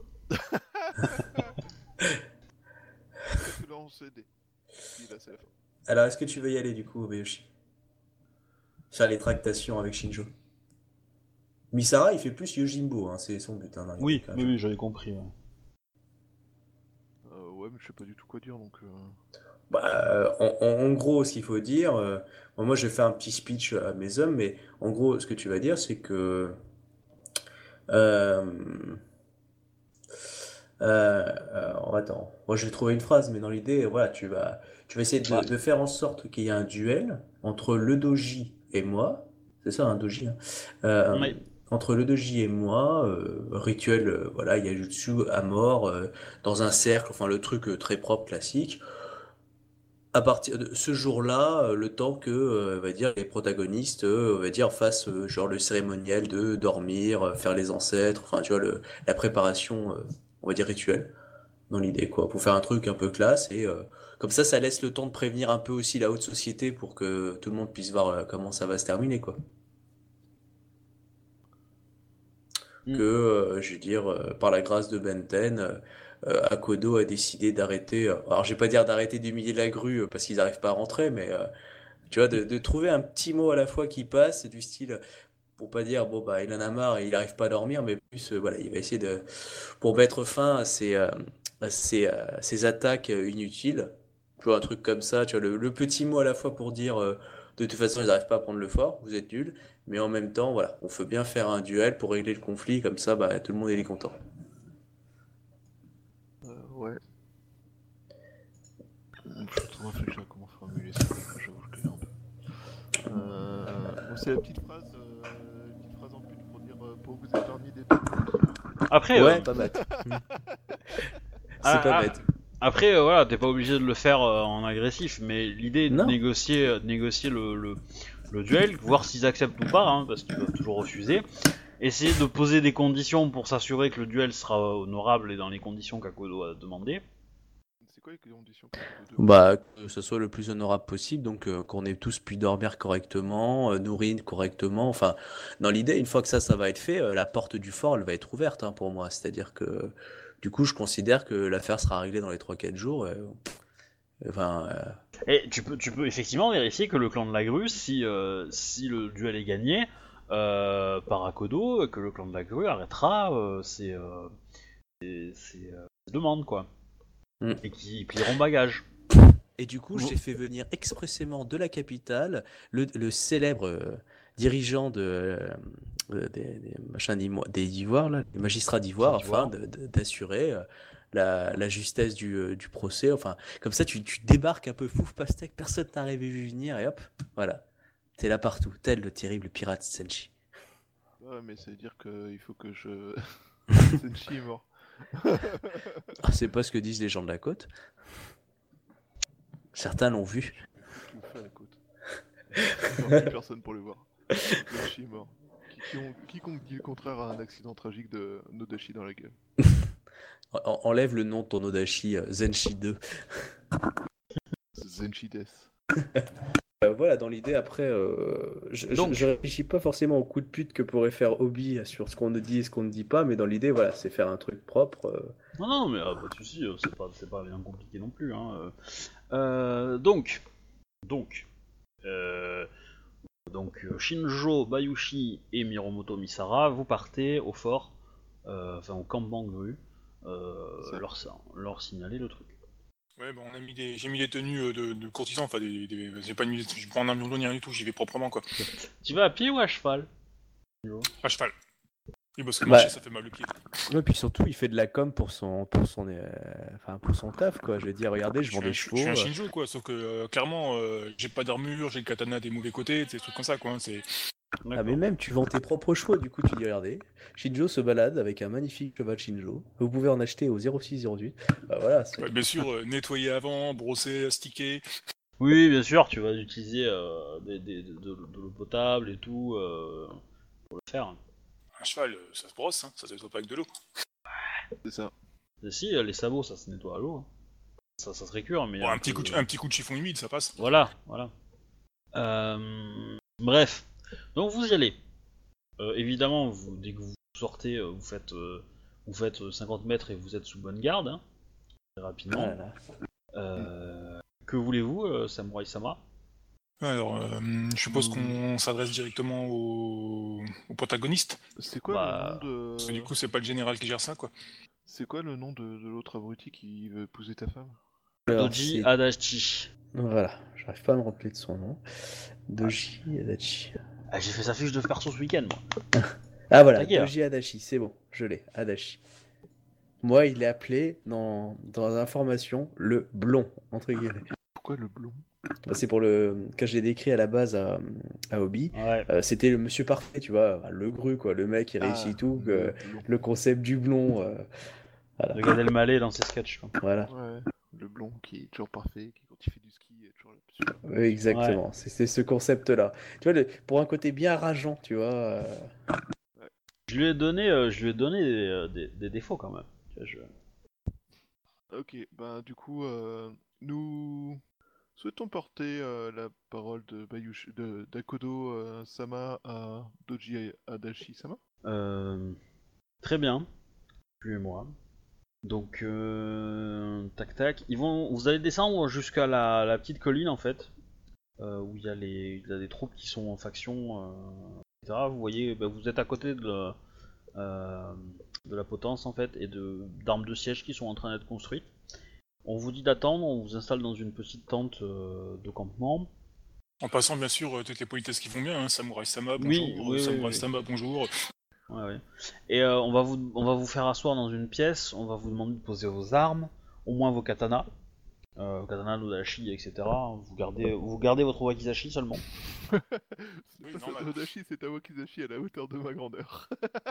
[SPEAKER 2] Qu'est-ce que là on s'est dit? Si, là c'est la fin.
[SPEAKER 3] Alors, est-ce que tu veux y aller du coup, Bayushi? Faire les tractations avec Shinjo. Misara, il fait plus Yojimbo, hein, c'est son but hein, dans l'idée,
[SPEAKER 1] Oui,
[SPEAKER 3] quand
[SPEAKER 1] oui,
[SPEAKER 3] même.
[SPEAKER 1] oui, j'avais compris. Ouais.
[SPEAKER 2] Euh, ouais, mais je sais pas du tout quoi dire donc. Euh...
[SPEAKER 3] Bah, euh, en, en- en gros, ce qu'il faut dire, euh, bon, moi je vais faire un petit speech à mes hommes, mais en gros, ce que tu vas dire, c'est que euh, euh, euh, attends, moi je vais trouver une phrase, mais dans l'idée, voilà, tu vas, tu vas essayer de,
[SPEAKER 1] Bah,
[SPEAKER 3] de faire en sorte qu'il y ait un duel entre le doji et moi, c'est ça, un doji, hein, euh,
[SPEAKER 1] ouais.
[SPEAKER 3] entre le doji et moi, euh, rituel, euh, voilà, Yajutsu à mort, euh, dans un cercle, enfin le truc euh, très propre, classique. À partir de ce jour-là, euh, le temps que, euh, on va dire, les protagonistes, euh, on va dire, fassent euh, genre le cérémonial de dormir, euh, faire les ancêtres, enfin, tu vois, le, la préparation, euh, on va dire, rituelle, dans l'idée, quoi, pour faire un truc un peu classe, et euh, comme ça, ça laisse le temps de prévenir un peu aussi la haute société pour que tout le monde puisse voir euh, comment ça va se terminer, quoi. Que,
[SPEAKER 1] Mm.
[SPEAKER 3] euh, je veux dire, euh, par la grâce de Benten, euh, euh, Akodo a décidé d'arrêter, euh, alors je vais pas dire d'arrêter d'humilier la grue euh, parce qu'ils n'arrivent pas à rentrer, mais euh, tu vois, de, de trouver un petit mot à la fois qui passe, du style, pour pas dire, bon, bah, il en a marre et il arrive pas à dormir, mais plus, euh, voilà, il va essayer de, pour mettre fin à ces, euh, à ces, euh, ces attaques euh, inutiles. Tu vois, un truc comme ça, tu vois, le, le petit mot à la fois pour dire, euh, de toute façon, ils n'arrivent pas à prendre le fort, vous êtes nuls, mais en même temps, voilà, on peut bien faire un duel pour régler le conflit, comme ça, bah, tout le monde est content.
[SPEAKER 2] Euh, ouais. Donc, je suis en train de réfléchir à comment formuler ça. J'avoue que je galère un peu. Euh... Bon, c'est la petite phrase, euh, une petite phrase en plus pour dire euh, pour vous épargner des deux.
[SPEAKER 1] Après,
[SPEAKER 3] Ouais,
[SPEAKER 1] euh,
[SPEAKER 3] pas bête.
[SPEAKER 1] ah,
[SPEAKER 3] C'est pas
[SPEAKER 1] ah,
[SPEAKER 3] bête.
[SPEAKER 1] après, euh, voilà, t'es pas obligé de le faire euh, en agressif, mais l'idée de
[SPEAKER 3] Non.
[SPEAKER 1] négocier, euh, de négocier le, le, le duel, voir s'ils acceptent ou pas, hein, parce qu'ils peuvent toujours refuser. Essayer de poser des conditions pour s'assurer que le duel sera honorable et dans les conditions qu'Akodo a demandé.
[SPEAKER 2] C'est quoi les conditions que vous demandez?
[SPEAKER 3] Bah, que ce soit le plus honorable possible, donc euh, qu'on ait tous pu dormir correctement, euh, nourrir correctement. Enfin, dans l'idée, une fois que ça, ça va être fait, euh, la porte du fort, elle va être ouverte hein, pour moi. C'est-à-dire que, du coup, je considère que l'affaire sera réglée dans les trois quatre jours. euh, enfin, euh,
[SPEAKER 1] Et tu peux, tu peux effectivement vérifier que le clan de la grue, si, euh, si le duel est gagné euh, par Akodo, que le clan de la grue arrêtera euh, ses, euh, ses, ses, euh, ses demandes, quoi.
[SPEAKER 3] Mm.
[SPEAKER 1] Et qu'ils plieront bagage.
[SPEAKER 3] Et du coup, j'ai fait venir expressément de la capitale le, le célèbre euh, dirigeant de, euh, des, des, machins d'Imo- des d'Ivoire, là, les magistrats d'Ivoire, afin
[SPEAKER 1] d'Ivoire.
[SPEAKER 3] de- de- d'assurer euh, la, la justesse du, euh, du procès. Enfin, comme ça, tu, tu débarques un peu fouf pastèque, personne t'arrive vu venir, et hop, voilà. T'es là partout, tel le terrible pirate Senshi.
[SPEAKER 2] Ouais, mais ça veut dire qu'il faut que je. Senshi est mort.
[SPEAKER 3] Ah, c'est pas ce que disent les gens de la côte. Certains l'ont vu.
[SPEAKER 2] Je tout fait à la côte. Il n'y a plus personne pour le voir. Senshi est mort. Qui ont- Quiconque dit le contraire a un accident tragique de Nodashi dans la gueule.
[SPEAKER 3] En- Enlève le nom de ton Odachi, euh, Zenshi deux.
[SPEAKER 2] Zenshi-des.
[SPEAKER 3] Euh, voilà, dans l'idée, après, euh, je, je-
[SPEAKER 1] Donc.
[SPEAKER 3] je réfléchis pas forcément au coup de pute que pourrait faire Obi sur ce qu'on ne dit et ce qu'on ne dit pas, mais dans l'idée, voilà, c'est faire un truc propre. euh.
[SPEAKER 1] Non, non, mais ah, pas de soucis, euh, c'est pas, c'est pas bien compliqué non plus. Hein. euh. Euh, donc, donc, euh, donc euh, Shinjo, Bayushi et Miromoto Misara, vous partez au fort, euh, enfin au campement Gru, euh,
[SPEAKER 2] Ça.
[SPEAKER 1] leur, leur signaler le truc.
[SPEAKER 4] Ouais, bon, on a mis des... j'ai mis des tenues euh, de, de courtisans, enfin, des, des... j'ai pas mis des... je prends un avion ni rien du tout, j'y vais proprement, quoi.
[SPEAKER 1] Tu vas à pied ou à cheval?
[SPEAKER 4] À cheval. Oui, parce que
[SPEAKER 3] Bah.
[SPEAKER 4] marcher, ça fait mal le pied.
[SPEAKER 3] Ouais, puis surtout, il fait de la com pour son, pour son, euh, enfin, pour son taf, quoi. Je veux dire, regardez, je
[SPEAKER 4] Je
[SPEAKER 3] vends
[SPEAKER 4] suis, un,
[SPEAKER 3] des
[SPEAKER 4] je
[SPEAKER 3] chevaux.
[SPEAKER 4] suis un
[SPEAKER 3] euh.
[SPEAKER 4] Shinjo, quoi, sauf que euh, clairement, euh, j'ai pas d'armure, j'ai le katana des mauvais côtés, des trucs comme ça, quoi. Hein, c'est...
[SPEAKER 3] Ah, mais même, tu vends tes propres chevaux, du coup, tu dis, regardez, Shinjo se balade avec un magnifique cheval Shinjo. Vous pouvez en acheter au zéro six zéro huit. Bah voilà, c'est...
[SPEAKER 4] Ouais, bien sûr, euh, nettoyer avant, brosser, sticker.
[SPEAKER 1] Oui, bien sûr, tu vas utiliser euh, des, des- de, de- de l'eau potable et tout euh, pour le faire.
[SPEAKER 4] Un cheval, euh, ça se brosse, hein, ça se nettoie pas avec de l'eau.
[SPEAKER 2] C'est ça.
[SPEAKER 1] Et si, euh, les sabots, ça se nettoie à l'eau. hein. Ça, ça se récure, mais...
[SPEAKER 4] Bon, un,
[SPEAKER 1] un
[SPEAKER 4] petit
[SPEAKER 1] peu-
[SPEAKER 4] coup de, un petit coup de chiffon humide, ça passe.
[SPEAKER 1] Voilà, voilà. Euh, bref, donc vous y allez. Euh, évidemment, vous, dès que vous sortez, euh, vous faites, euh, vous faites euh, cinquante mètres et vous êtes sous bonne garde, hein, très rapidement.
[SPEAKER 3] Ah là là.
[SPEAKER 1] Euh, que voulez-vous, euh, Samurai Sama?
[SPEAKER 4] Alors, euh, je suppose
[SPEAKER 2] Hmm.
[SPEAKER 4] qu'on s'adresse directement au, au protagoniste,
[SPEAKER 2] C'est quoi
[SPEAKER 1] Bah,
[SPEAKER 2] le nom
[SPEAKER 4] parce que
[SPEAKER 2] de.
[SPEAKER 4] du coup, c'est pas le général qui gère ça, quoi.
[SPEAKER 2] C'est quoi le nom de, de l'autre abruti qui veut épouser ta femme?
[SPEAKER 3] Alors,
[SPEAKER 1] Doji
[SPEAKER 3] c'est-
[SPEAKER 1] Adachi.
[SPEAKER 3] Voilà, j'arrive pas à me rappeler de son nom. Doji Adachi.
[SPEAKER 1] Ah, j'ai fait sa fiche de perso ce week-end, moi.
[SPEAKER 3] Ah voilà,
[SPEAKER 1] Taguer.
[SPEAKER 3] Doji Adachi, c'est bon, je l'ai, Adachi. Moi, il est appelé dans, dans l'information le blond, entre guillemets.
[SPEAKER 2] Pourquoi le blond?
[SPEAKER 3] Bah, c'est pour le. Quand je l'ai décrit à la base à, à Obi,
[SPEAKER 1] Ouais.
[SPEAKER 3] euh, c'était le monsieur parfait, tu vois, le gru, quoi, le mec qui réussit
[SPEAKER 2] Ah,
[SPEAKER 3] tout, que-
[SPEAKER 2] le blond.
[SPEAKER 3] le concept du blond. euh, voilà.
[SPEAKER 1] De Gad Elmaleh dans ses sketchs. quoi.
[SPEAKER 3] Voilà.
[SPEAKER 2] Ouais, le blond qui est toujours parfait, qui quand il fait du ski est toujours là-dessus.
[SPEAKER 3] Oui, exactement, c'est c'est ce concept-là. Tu vois, le- pour un côté bien rageant, tu vois. euh,
[SPEAKER 1] Je lui ai donné, euh, je lui ai donné des, euh, des- des défauts quand même. Tu vois, je-
[SPEAKER 2] Ok, bah du coup, euh, nous souhaitons porter euh, la parole de Bayushi, de d'Akodo euh, Sama à Doji Adachi Sama.
[SPEAKER 1] Euh, très bien. Lui et moi. Donc, euh, tac tac. Ils vont, vous allez descendre jusqu'à la, la petite colline en fait, euh, où il y a les, il y a des troupes qui sont en faction, euh, et cetera. Vous voyez, bah, vous êtes à côté de, la- euh, de la potence en fait et de d'armes de siège qui sont en train d'être construites. On vous dit d'attendre, on vous installe dans une petite tente euh, de campement.
[SPEAKER 4] En passant, bien sûr, euh, toutes les politesses qui vont bien, hein, Samurai Sama, bonjour,
[SPEAKER 1] Oui,
[SPEAKER 4] euh,
[SPEAKER 1] oui, oui,
[SPEAKER 4] Samurai
[SPEAKER 1] oui.
[SPEAKER 4] Sama, bonjour.
[SPEAKER 1] Ouais, ouais. Et euh, on va vous, on va vous faire asseoir dans une pièce. On va vous demander de poser vos armes, au moins vos katanas, euh, katana, nodashi, et cetera. Vous gardez, vous gardez votre wakizashi seulement.
[SPEAKER 2] C'est
[SPEAKER 4] Oui,
[SPEAKER 2] pas ça,
[SPEAKER 4] normal.
[SPEAKER 2] Odachi, c'est un Wakizashi à la hauteur de ma grandeur.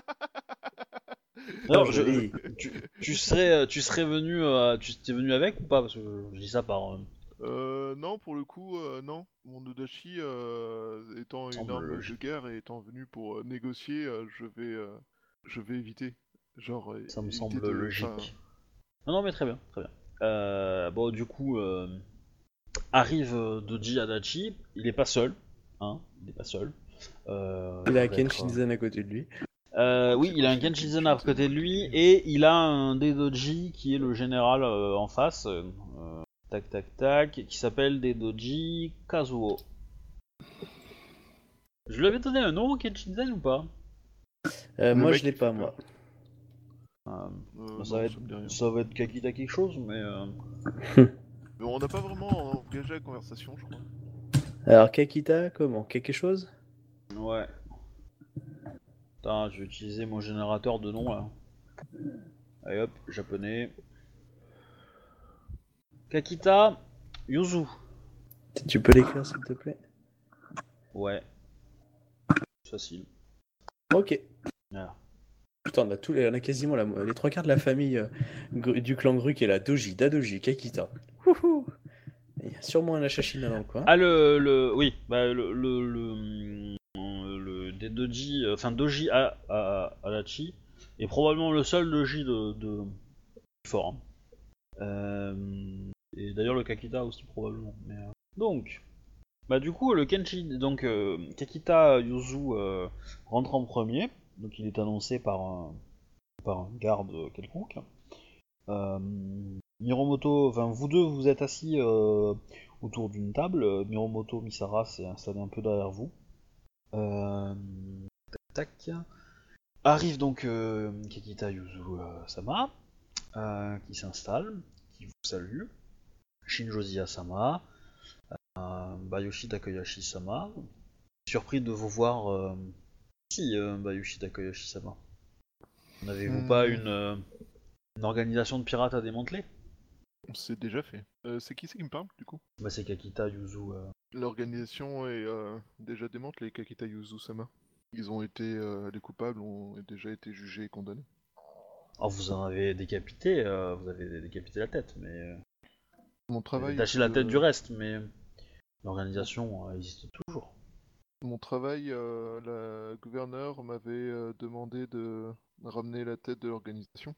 [SPEAKER 1] Non,
[SPEAKER 3] Ah,
[SPEAKER 1] je-
[SPEAKER 3] joli.
[SPEAKER 1] tu, tu serais, tu serais venu, euh, tu étais venu avec ou pas? Parce que je, je dis ça par. euh,
[SPEAKER 2] Euh, non, pour le coup, euh, non. Mon Odachi, euh, étant une
[SPEAKER 1] Semble
[SPEAKER 2] arme
[SPEAKER 1] logique.
[SPEAKER 2] de guerre et étant venu pour euh, négocier, euh, je vais, euh, je vais éviter. Genre, euh,
[SPEAKER 1] Ça me
[SPEAKER 2] éviter
[SPEAKER 1] semble
[SPEAKER 2] de-
[SPEAKER 1] logique.
[SPEAKER 2] enfin,
[SPEAKER 1] Non, non, mais très bien, très bien. Euh, bon, du coup, euh, arrive euh, Doji Adachi. Il est pas seul, hein. Il est pas seul. Euh,
[SPEAKER 3] Il a
[SPEAKER 1] va être, euh,
[SPEAKER 3] Kenshinzen à côté de lui.
[SPEAKER 1] Euh, oui,
[SPEAKER 2] C'est
[SPEAKER 1] il a un
[SPEAKER 2] possible,
[SPEAKER 1] Kenshinzen à
[SPEAKER 2] Kenshinzen
[SPEAKER 1] côté de
[SPEAKER 2] à
[SPEAKER 1] lui
[SPEAKER 2] côté.
[SPEAKER 1] et il a un Dedoji qui est le général euh, en face, euh, tac tac tac, qui s'appelle Dedoji Kazuo. Je lui avais donné un nom au Kenshinzen ou pas?
[SPEAKER 3] Euh,
[SPEAKER 2] Le
[SPEAKER 3] moi,
[SPEAKER 2] mec
[SPEAKER 3] je l'ai
[SPEAKER 2] qui
[SPEAKER 3] pas,
[SPEAKER 2] fait
[SPEAKER 3] moi.
[SPEAKER 1] Euh,
[SPEAKER 2] Euh,
[SPEAKER 1] ça,
[SPEAKER 2] non,
[SPEAKER 1] va être,
[SPEAKER 2] ça me dit rien.
[SPEAKER 1] ça va être Kakita quelque chose, mais... euh,
[SPEAKER 2] Mais on n'a pas vraiment engagé la conversation, je crois.
[SPEAKER 3] Alors, Kakita, comment? Quelque chose?
[SPEAKER 1] Ouais. Putain, je vais utiliser mon générateur de nom là. Allez hop, japonais. Kakita Yuzu.
[SPEAKER 3] Tu peux l'écrire, s'il te plaît?
[SPEAKER 1] Ouais. Facile.
[SPEAKER 3] Ok.
[SPEAKER 1] Voilà.
[SPEAKER 3] Putain, on a, tous les, on a quasiment la, les trois quarts de la famille euh, gru- du clan Gru qui est là. Doji, Dadoji, Kakita. Wouhou. Il y a sûrement un Ashashina dans le coin.
[SPEAKER 1] Ah le, le oui bah le le le, le des doji, euh, enfin doji à, à, à Lachi, est probablement le seul doji de, de fort. Hein. Euh, et d'ailleurs le Kakita aussi probablement. Mais, euh, donc, bah du coup le Kenshi, donc euh, Kakita Yuzu euh, rentre en premier, donc il est annoncé par un, par un garde quelconque. Euh, Miromoto, enfin vous deux vous êtes assis euh, autour d'une table. Miromoto Misara s'est installé un peu derrière vous. Euh, tac tac. Arrive donc euh, Kakita Yuzu euh, Sama, euh, qui s'installe, qui vous salue. Shinjo Sama, euh, Bayoshi Takoyashi Sama. Surpris de vous voir euh, ici, euh, Bayoshi Takoyashi Sama. N'avez-vous
[SPEAKER 2] Hmm.
[SPEAKER 1] pas une, euh, une organisation de pirates à démanteler?
[SPEAKER 2] C'est déjà fait. Euh, c'est qui c'est qui me parle, du coup?
[SPEAKER 1] Bah c'est Kakita Yuzu. Euh...
[SPEAKER 2] L'organisation est euh, déjà démantelée, Kakita Yuzu-sama. Ils ont été... Euh, les coupables ont déjà été jugés et condamnés.
[SPEAKER 1] Oh, vous en avez décapité, euh, vous avez décapité la tête, mais... Euh,
[SPEAKER 2] Mon
[SPEAKER 1] vous avez
[SPEAKER 2] travail
[SPEAKER 1] détaché
[SPEAKER 2] est
[SPEAKER 1] la
[SPEAKER 2] de-
[SPEAKER 1] tête du reste, mais... L'organisation euh, existe toujours.
[SPEAKER 2] Mon travail, euh, la gouverneure m'avait euh, demandé de ramener la tête de l'organisation.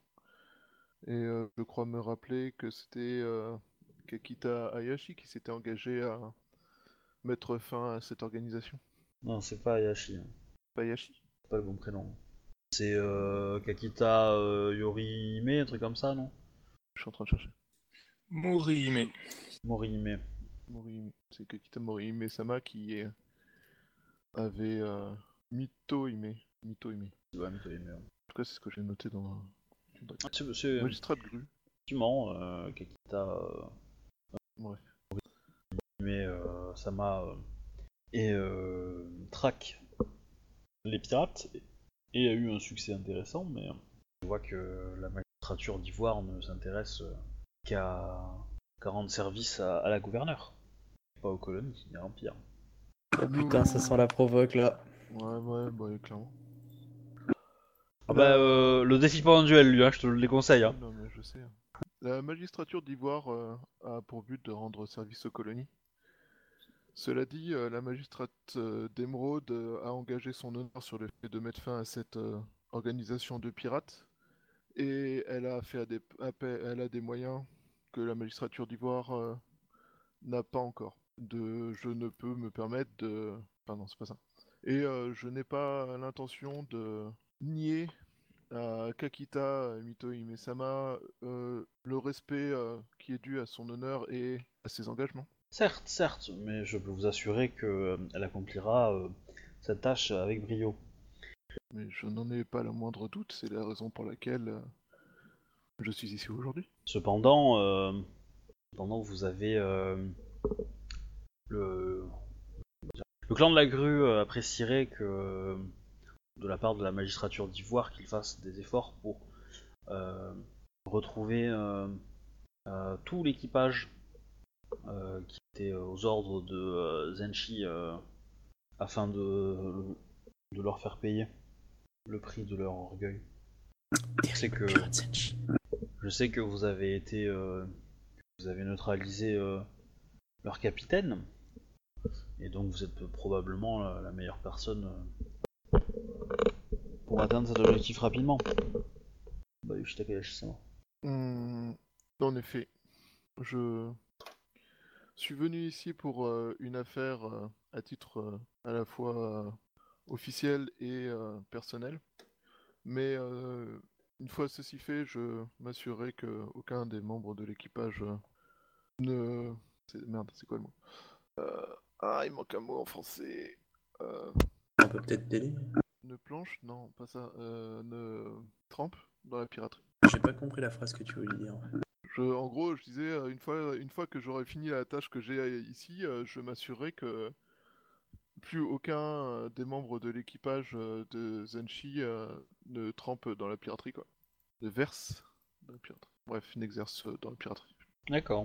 [SPEAKER 2] Et euh, je crois me rappeler que c'était euh, Kakita Hayashi qui s'était engagé à mettre fin à cette organisation.
[SPEAKER 1] Non, c'est pas Ayashi, hein.
[SPEAKER 2] Pas Hayashi?
[SPEAKER 1] C'est pas le bon prénom. C'est euh, Kakita euh, Yorihime, un truc comme ça, non?
[SPEAKER 2] Je suis en train de chercher.
[SPEAKER 4] Morihime.
[SPEAKER 1] Morihime.
[SPEAKER 2] Morihime. C'est Kakita Morihime-sama qui est- avait euh, Mito-hime. Mito-hime.
[SPEAKER 1] Ouais, mais Morihime, ouais.
[SPEAKER 2] En tout cas, c'est ce que j'ai noté dans...
[SPEAKER 1] Ah, C'est c'est-
[SPEAKER 2] Magistrat de grue.
[SPEAKER 1] effectivement euh, Kakita euh,
[SPEAKER 2] Bref.
[SPEAKER 1] mais euh, Sama euh, et euh, traque les pirates et a eu un succès intéressant, mais je vois que la magistrature d'Ivoire ne s'intéresse euh, qu'à qu'à rendre service à, à la gouverneure, pas aux colonies ni à l'Empire.
[SPEAKER 3] Oh putain, ça sent la provoque là.
[SPEAKER 2] Ouais, ouais, bah, clairement.
[SPEAKER 1] Ah bah, euh, le défi pas un duel, lui, hein, je te le déconseille. Hein.
[SPEAKER 2] Non, mais je sais. La magistrature d'Ivoire euh, a pour but de rendre service aux colonies. Cela dit, euh, la magistrate euh, d'Émeraude euh, a engagé son honneur sur le fait de mettre fin à cette euh, organisation de pirates et elle a fait à des, appel- elle a des moyens que la magistrature d'Ivoire euh, n'a pas encore. De, je ne peux me permettre de... Enfin non, c'est pas ça. Et euh, je n'ai pas l'intention de nier à Kakita Mito Hime-sama euh, le respect euh, qui est dû à son honneur et à ses engagements.
[SPEAKER 1] Certes, certes, mais je peux vous assurer qu'elle accomplira euh, cette tâche avec brio.
[SPEAKER 2] Mais je n'en ai pas le moindre doute, c'est la raison pour laquelle euh, je suis ici aujourd'hui.
[SPEAKER 1] Cependant, euh, cependant vous avez euh, le... le clan de la grue euh, apprécierait que, euh, de la part de la magistrature d'Ivoire, qu'il fasse des efforts pour euh, retrouver euh, euh, tout l'équipage euh, qui était aux ordres de euh, Zenshi euh, afin de, de leur faire payer le prix de leur orgueil. Je sais que, je sais que vous avez été, euh, vous avez neutralisé euh, leur capitaine, et donc vous êtes probablement la, la meilleure personne euh, pour atteindre cet objectif rapidement. Bayoshi Takayashi-sama.
[SPEAKER 2] Hum, en effet, je suis venu ici pour euh, une affaire euh, à titre euh, à la fois euh, officiel et euh, personnel. Mais euh, une fois ceci fait, je m'assurerai que aucun des membres de l'équipage euh, ne... c'est- Merde, c'est quoi le mot? Euh, Ah, il manque un mot en français. Euh,
[SPEAKER 3] On peut peut-être t'aider.
[SPEAKER 2] Ne planche? Non, pas ça. Euh, ne trempe dans la piraterie.
[SPEAKER 3] J'ai pas compris la phrase que tu voulais dire. En fait.
[SPEAKER 2] Je, en gros, je disais, euh, une fois, une fois que j'aurai fini la tâche que j'ai euh, ici, euh, je m'assurerai que plus aucun euh, des membres de l'équipage euh, de Zenshi euh, ne trempe dans la piraterie, quoi. Ne verse dans la piraterie. Bref, n'exerce euh, dans la piraterie.
[SPEAKER 1] D'accord.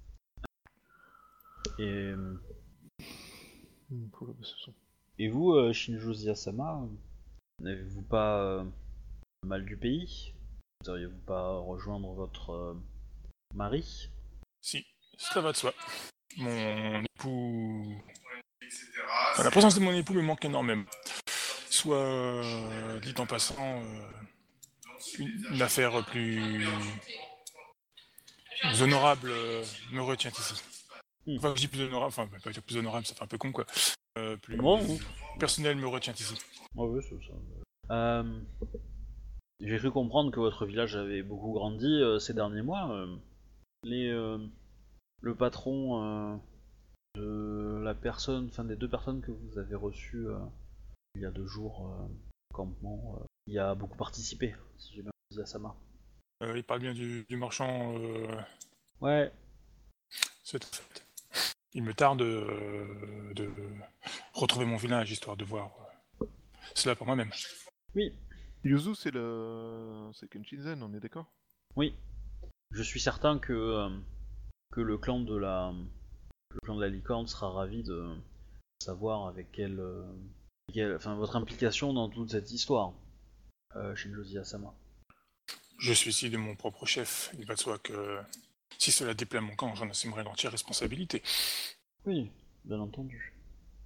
[SPEAKER 1] Et,
[SPEAKER 2] Hmm, pour le- ce sont-
[SPEAKER 1] et vous, euh, Shinjo Ziyasama, n'avez-vous pas euh, mal du pays? Ne Voudriez-vous pas rejoindre votre euh, mari?
[SPEAKER 4] Si, ça va de soi. Mon époux... Enfin, la présence de mon époux me manque énormément. soit, euh, dit en passant, euh, une, une affaire plus, plus honorable euh, me retient ici.
[SPEAKER 1] Hmm.
[SPEAKER 4] Enfin, je dis plus honorable, enfin, pas dire plus honorable, ça fait un peu con, quoi. Euh, plus
[SPEAKER 1] Bon, bon.
[SPEAKER 4] personnel me retient ici.
[SPEAKER 1] Ah oui, c'est ça. Euh, J'ai cru comprendre que votre village avait beaucoup grandi euh, ces derniers mois. euh. Les, euh, le patron euh, de la personne, enfin des deux personnes que vous avez reçues euh, il y a deux jours euh, au campement, euh, il a beaucoup participé, si j'ai bien dit à Sama.
[SPEAKER 4] Euh, il parle bien du, du marchand. Euh,
[SPEAKER 1] Ouais,
[SPEAKER 4] c'est fait. Il me tarde euh, de retrouver mon village, histoire de voir euh, cela pour moi-même.
[SPEAKER 1] oui,
[SPEAKER 2] Yuzu, c'est le. C'est Kenshinzen, on est d'accord?
[SPEAKER 1] oui. Je suis certain que, euh, que le clan de la le clan de la licorne sera ravi de savoir avec quelle, euh, quelle- enfin votre implication dans toute cette histoire, euh, Shinjozi Asama.
[SPEAKER 4] Je suis ici de mon propre chef. Il va de soi que si cela déplaît à mon camp, j'en assumerai l'entière responsabilité.
[SPEAKER 1] Oui, bien entendu.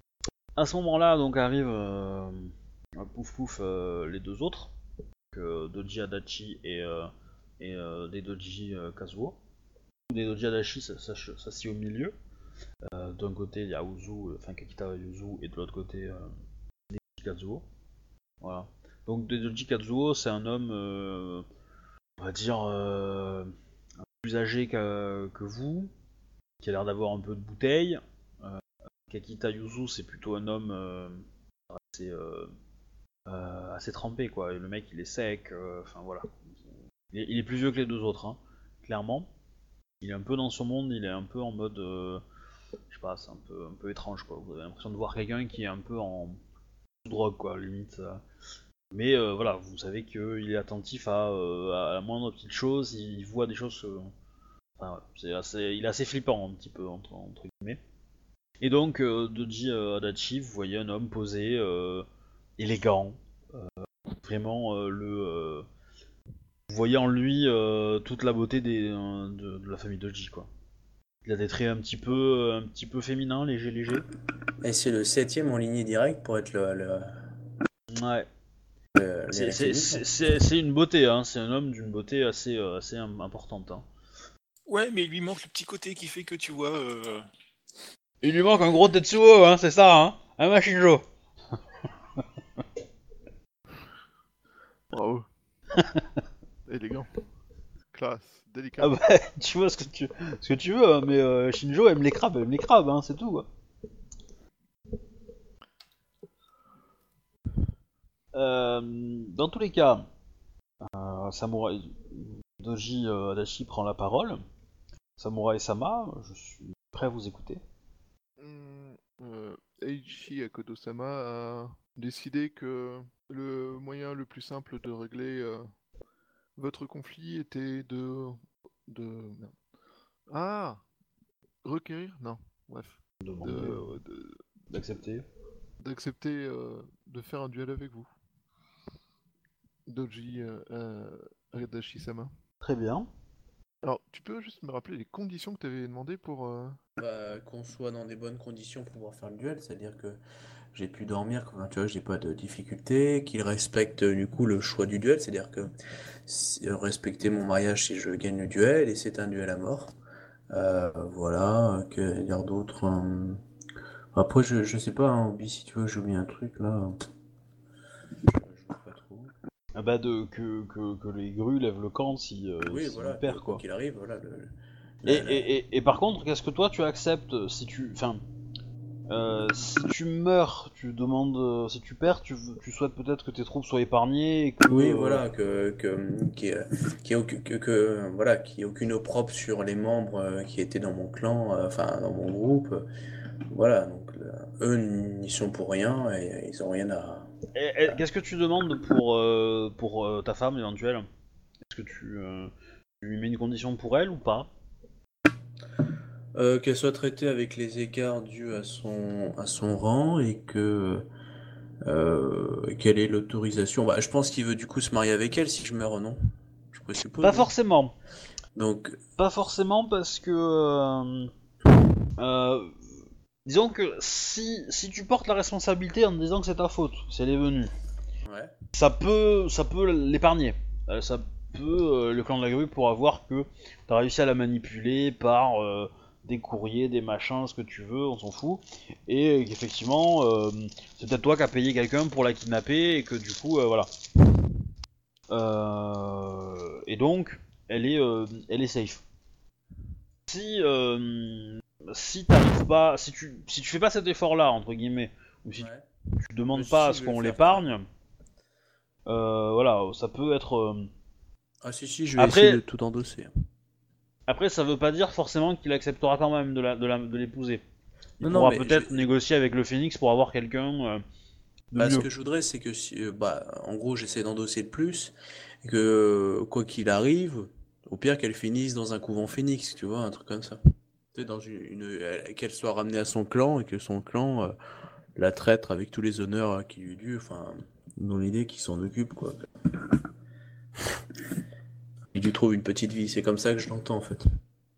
[SPEAKER 1] À ce moment-là, donc arrivent euh, pouf pouf euh, les deux autres, donc, euh, Doji Adachi et, euh, et euh, des Doji euh, Kazuo. Des Doji Adachi s'assied au milieu. Euh, D'un côté, il y a Uzu, enfin Kakita Yuzu, et de l'autre côté, euh, des Doji Kazuo. Voilà. Donc des Doji Kazuo, c'est un homme, euh, on va dire, euh, plus âgé que, que vous, qui a l'air d'avoir un peu de bouteille. Euh, Kakita Yuzu, c'est plutôt un homme euh, assez, euh, euh, assez trempé, quoi. Et le mec, il est sec, euh, enfin voilà. Il est, il est plus vieux que les deux autres, hein, clairement. Il est un peu dans son monde, il est un peu en mode, euh, je sais pas, c'est un peu, un peu étrange, quoi. Vous avez l'impression de voir quelqu'un qui est un peu en drogue, quoi, limite. euh. Mais euh, voilà, vous savez qu'il est attentif à, euh, à la moindre petite chose, il voit des choses. euh, Enfin, voilà, c'est assez, il est assez flippant, un petit peu, entre, entre guillemets. Et donc, euh, Doji euh, Adachi, vous voyez un homme posé, euh, élégant, euh, vraiment euh, le. euh, vous voyez en lui euh, toute la beauté des, euh, de, de la famille Doji, quoi. Il a des traits un petit peu, un petit peu féminins, léger, léger.
[SPEAKER 3] Et c'est le septième en lignée directe pour être le, le,
[SPEAKER 1] Ouais.
[SPEAKER 3] le-
[SPEAKER 1] C'est,
[SPEAKER 3] l'héritier
[SPEAKER 1] c'est,
[SPEAKER 3] du
[SPEAKER 1] c'est,
[SPEAKER 3] clan.
[SPEAKER 1] c'est- c'est une beauté, hein. C'est un homme d'une beauté assez, euh, assez im- importante. Hein.
[SPEAKER 4] Ouais, mais il lui manque le petit côté qui fait que tu vois. Euh...
[SPEAKER 1] Il lui manque un gros Tetsuo, hein, c'est ça, hein. Un Machinjo.
[SPEAKER 2] Bravo. Élégant. Classe. Délicat.
[SPEAKER 1] Ah bah, tu vois ce que tu, ce que tu veux, hein, mais euh, Shinjo aime les crabes, aime les crabes, hein, c'est tout. Quoi. Euh, dans tous les cas, euh, Samurai Doji euh, Adachi prend la parole. Samurai Sama, je suis prêt à vous écouter.
[SPEAKER 2] Hmm, euh, Eiichi Akodo-sama a décidé que le moyen le plus simple de régler euh, votre conflit était de... de... merde. Ah! Requérir? Non. Bref.
[SPEAKER 1] Demander,
[SPEAKER 2] De-
[SPEAKER 1] euh,
[SPEAKER 2] de-
[SPEAKER 1] d'accepter.
[SPEAKER 2] D'accepter euh, de faire un duel avec vous. Doji euh, euh, Adachi-sama.
[SPEAKER 1] Très bien.
[SPEAKER 2] Alors, tu peux juste me rappeler les conditions que tu avais demandé pour... euh,
[SPEAKER 3] Bah, qu'on soit dans des bonnes conditions pour pouvoir faire le duel, c'est-à-dire que j'ai pu dormir, que, enfin, tu vois, j'ai pas de difficulté, qu'il respecte du coup le choix du duel, c'est-à-dire que si- euh, respecter mon mariage si je gagne le duel, et c'est un duel à mort. Euh, voilà, que dire d'autre. euh, Après, je, je sais pas, hein, Obi, si tu veux, j'ai oublié un truc là. Je, je vois pas trop.
[SPEAKER 1] Ah bah de, que, que, que les grues lèvent le camp si, euh,
[SPEAKER 3] Oui,
[SPEAKER 1] s'ils
[SPEAKER 3] voilà,
[SPEAKER 1] perdent,
[SPEAKER 3] que, quoi
[SPEAKER 1] quoi.
[SPEAKER 3] qu'il arrive, voilà. Le,
[SPEAKER 1] Et,
[SPEAKER 3] la- la-
[SPEAKER 1] et, et, et par contre, qu'est-ce que toi tu acceptes si tu... Enfin, euh, si tu meurs, tu demandes... euh, Si tu perds, tu, veux- tu souhaites peut-être que tes troupes soient épargnées et que...
[SPEAKER 3] Oui,
[SPEAKER 1] euh,
[SPEAKER 3] voilà, que, que, qu'il y ait- qu'il y ait aucun- que, que, voilà, qu'il y ait aucune opprobre sur les membres euh, qui étaient dans mon clan, euh, enfin dans mon groupe. euh, Voilà, donc euh, eux n'y sont pour rien et ils ont rien à.
[SPEAKER 1] et- et qu'est-ce que tu demandes pour, euh, pour euh, ta femme éventuelle? Est-ce que tu, euh, tu lui mets une condition pour elle ou pas?
[SPEAKER 3] Euh, qu'elle soit traitée avec les écarts dus à son, à son rang et que euh, qu'elle ait l'autorisation. Bah, je pense qu'il veut du coup se marier avec elle si je meurs, non? Je présuppose.
[SPEAKER 1] Pas
[SPEAKER 3] non
[SPEAKER 1] forcément.
[SPEAKER 3] Donc,
[SPEAKER 1] Pas forcément parce que... euh, euh, disons que si, si tu portes la responsabilité en te disant que c'est ta faute, si elle est venue, ça peut, ça peut l'épargner. Euh, ça peut, euh, le clan de la grue pourra voir que t'as réussi à la manipuler par euh, des courriers, des machins, ce que tu veux, on s'en fout. Et qu'effectivement, euh, c'est peut-être toi qui as payé quelqu'un pour la kidnapper et que du coup, euh, voilà. Euh, et donc, elle est, euh, elle est safe. Si, euh, si t'arrives pas, si tu, si tu fais pas cet effort-là entre guillemets, ou si
[SPEAKER 3] Ouais.
[SPEAKER 1] tu
[SPEAKER 3] Mais
[SPEAKER 1] demandes
[SPEAKER 3] si,
[SPEAKER 1] pas
[SPEAKER 3] si,
[SPEAKER 1] à
[SPEAKER 3] je
[SPEAKER 1] ce
[SPEAKER 3] vais le
[SPEAKER 1] qu'on
[SPEAKER 3] faire quand même.
[SPEAKER 1] l'épargne, euh, voilà, ça peut être. euh,
[SPEAKER 3] Ah si, si, je vais essayer de
[SPEAKER 1] Après,
[SPEAKER 3] tout endosser.
[SPEAKER 1] après, ça veut pas dire forcément qu'il acceptera quand même de la, de la, de l'épouser. Il
[SPEAKER 3] Non, non,
[SPEAKER 1] pourra
[SPEAKER 3] mais je,
[SPEAKER 1] peut-être négocier avec le Phénix pour avoir quelqu'un euh, de
[SPEAKER 3] bah, ce
[SPEAKER 1] mieux.
[SPEAKER 3] que je voudrais, c'est que, si, euh, bah, en gros, j'essaie d'endosser le plus, et que, quoi qu'il arrive, au pire, qu'elle finisse dans un couvent phénix, tu vois, un truc comme ça. Tu sais, dans une, une- euh, qu'elle soit ramenée à son clan, et que son clan euh, la traite avec tous les honneurs euh, qui lui dû, enfin, dans l'idée qu'il s'en occupe, quoi. Il lui trouve une petite vie, c'est comme ça que je l'entends, en fait.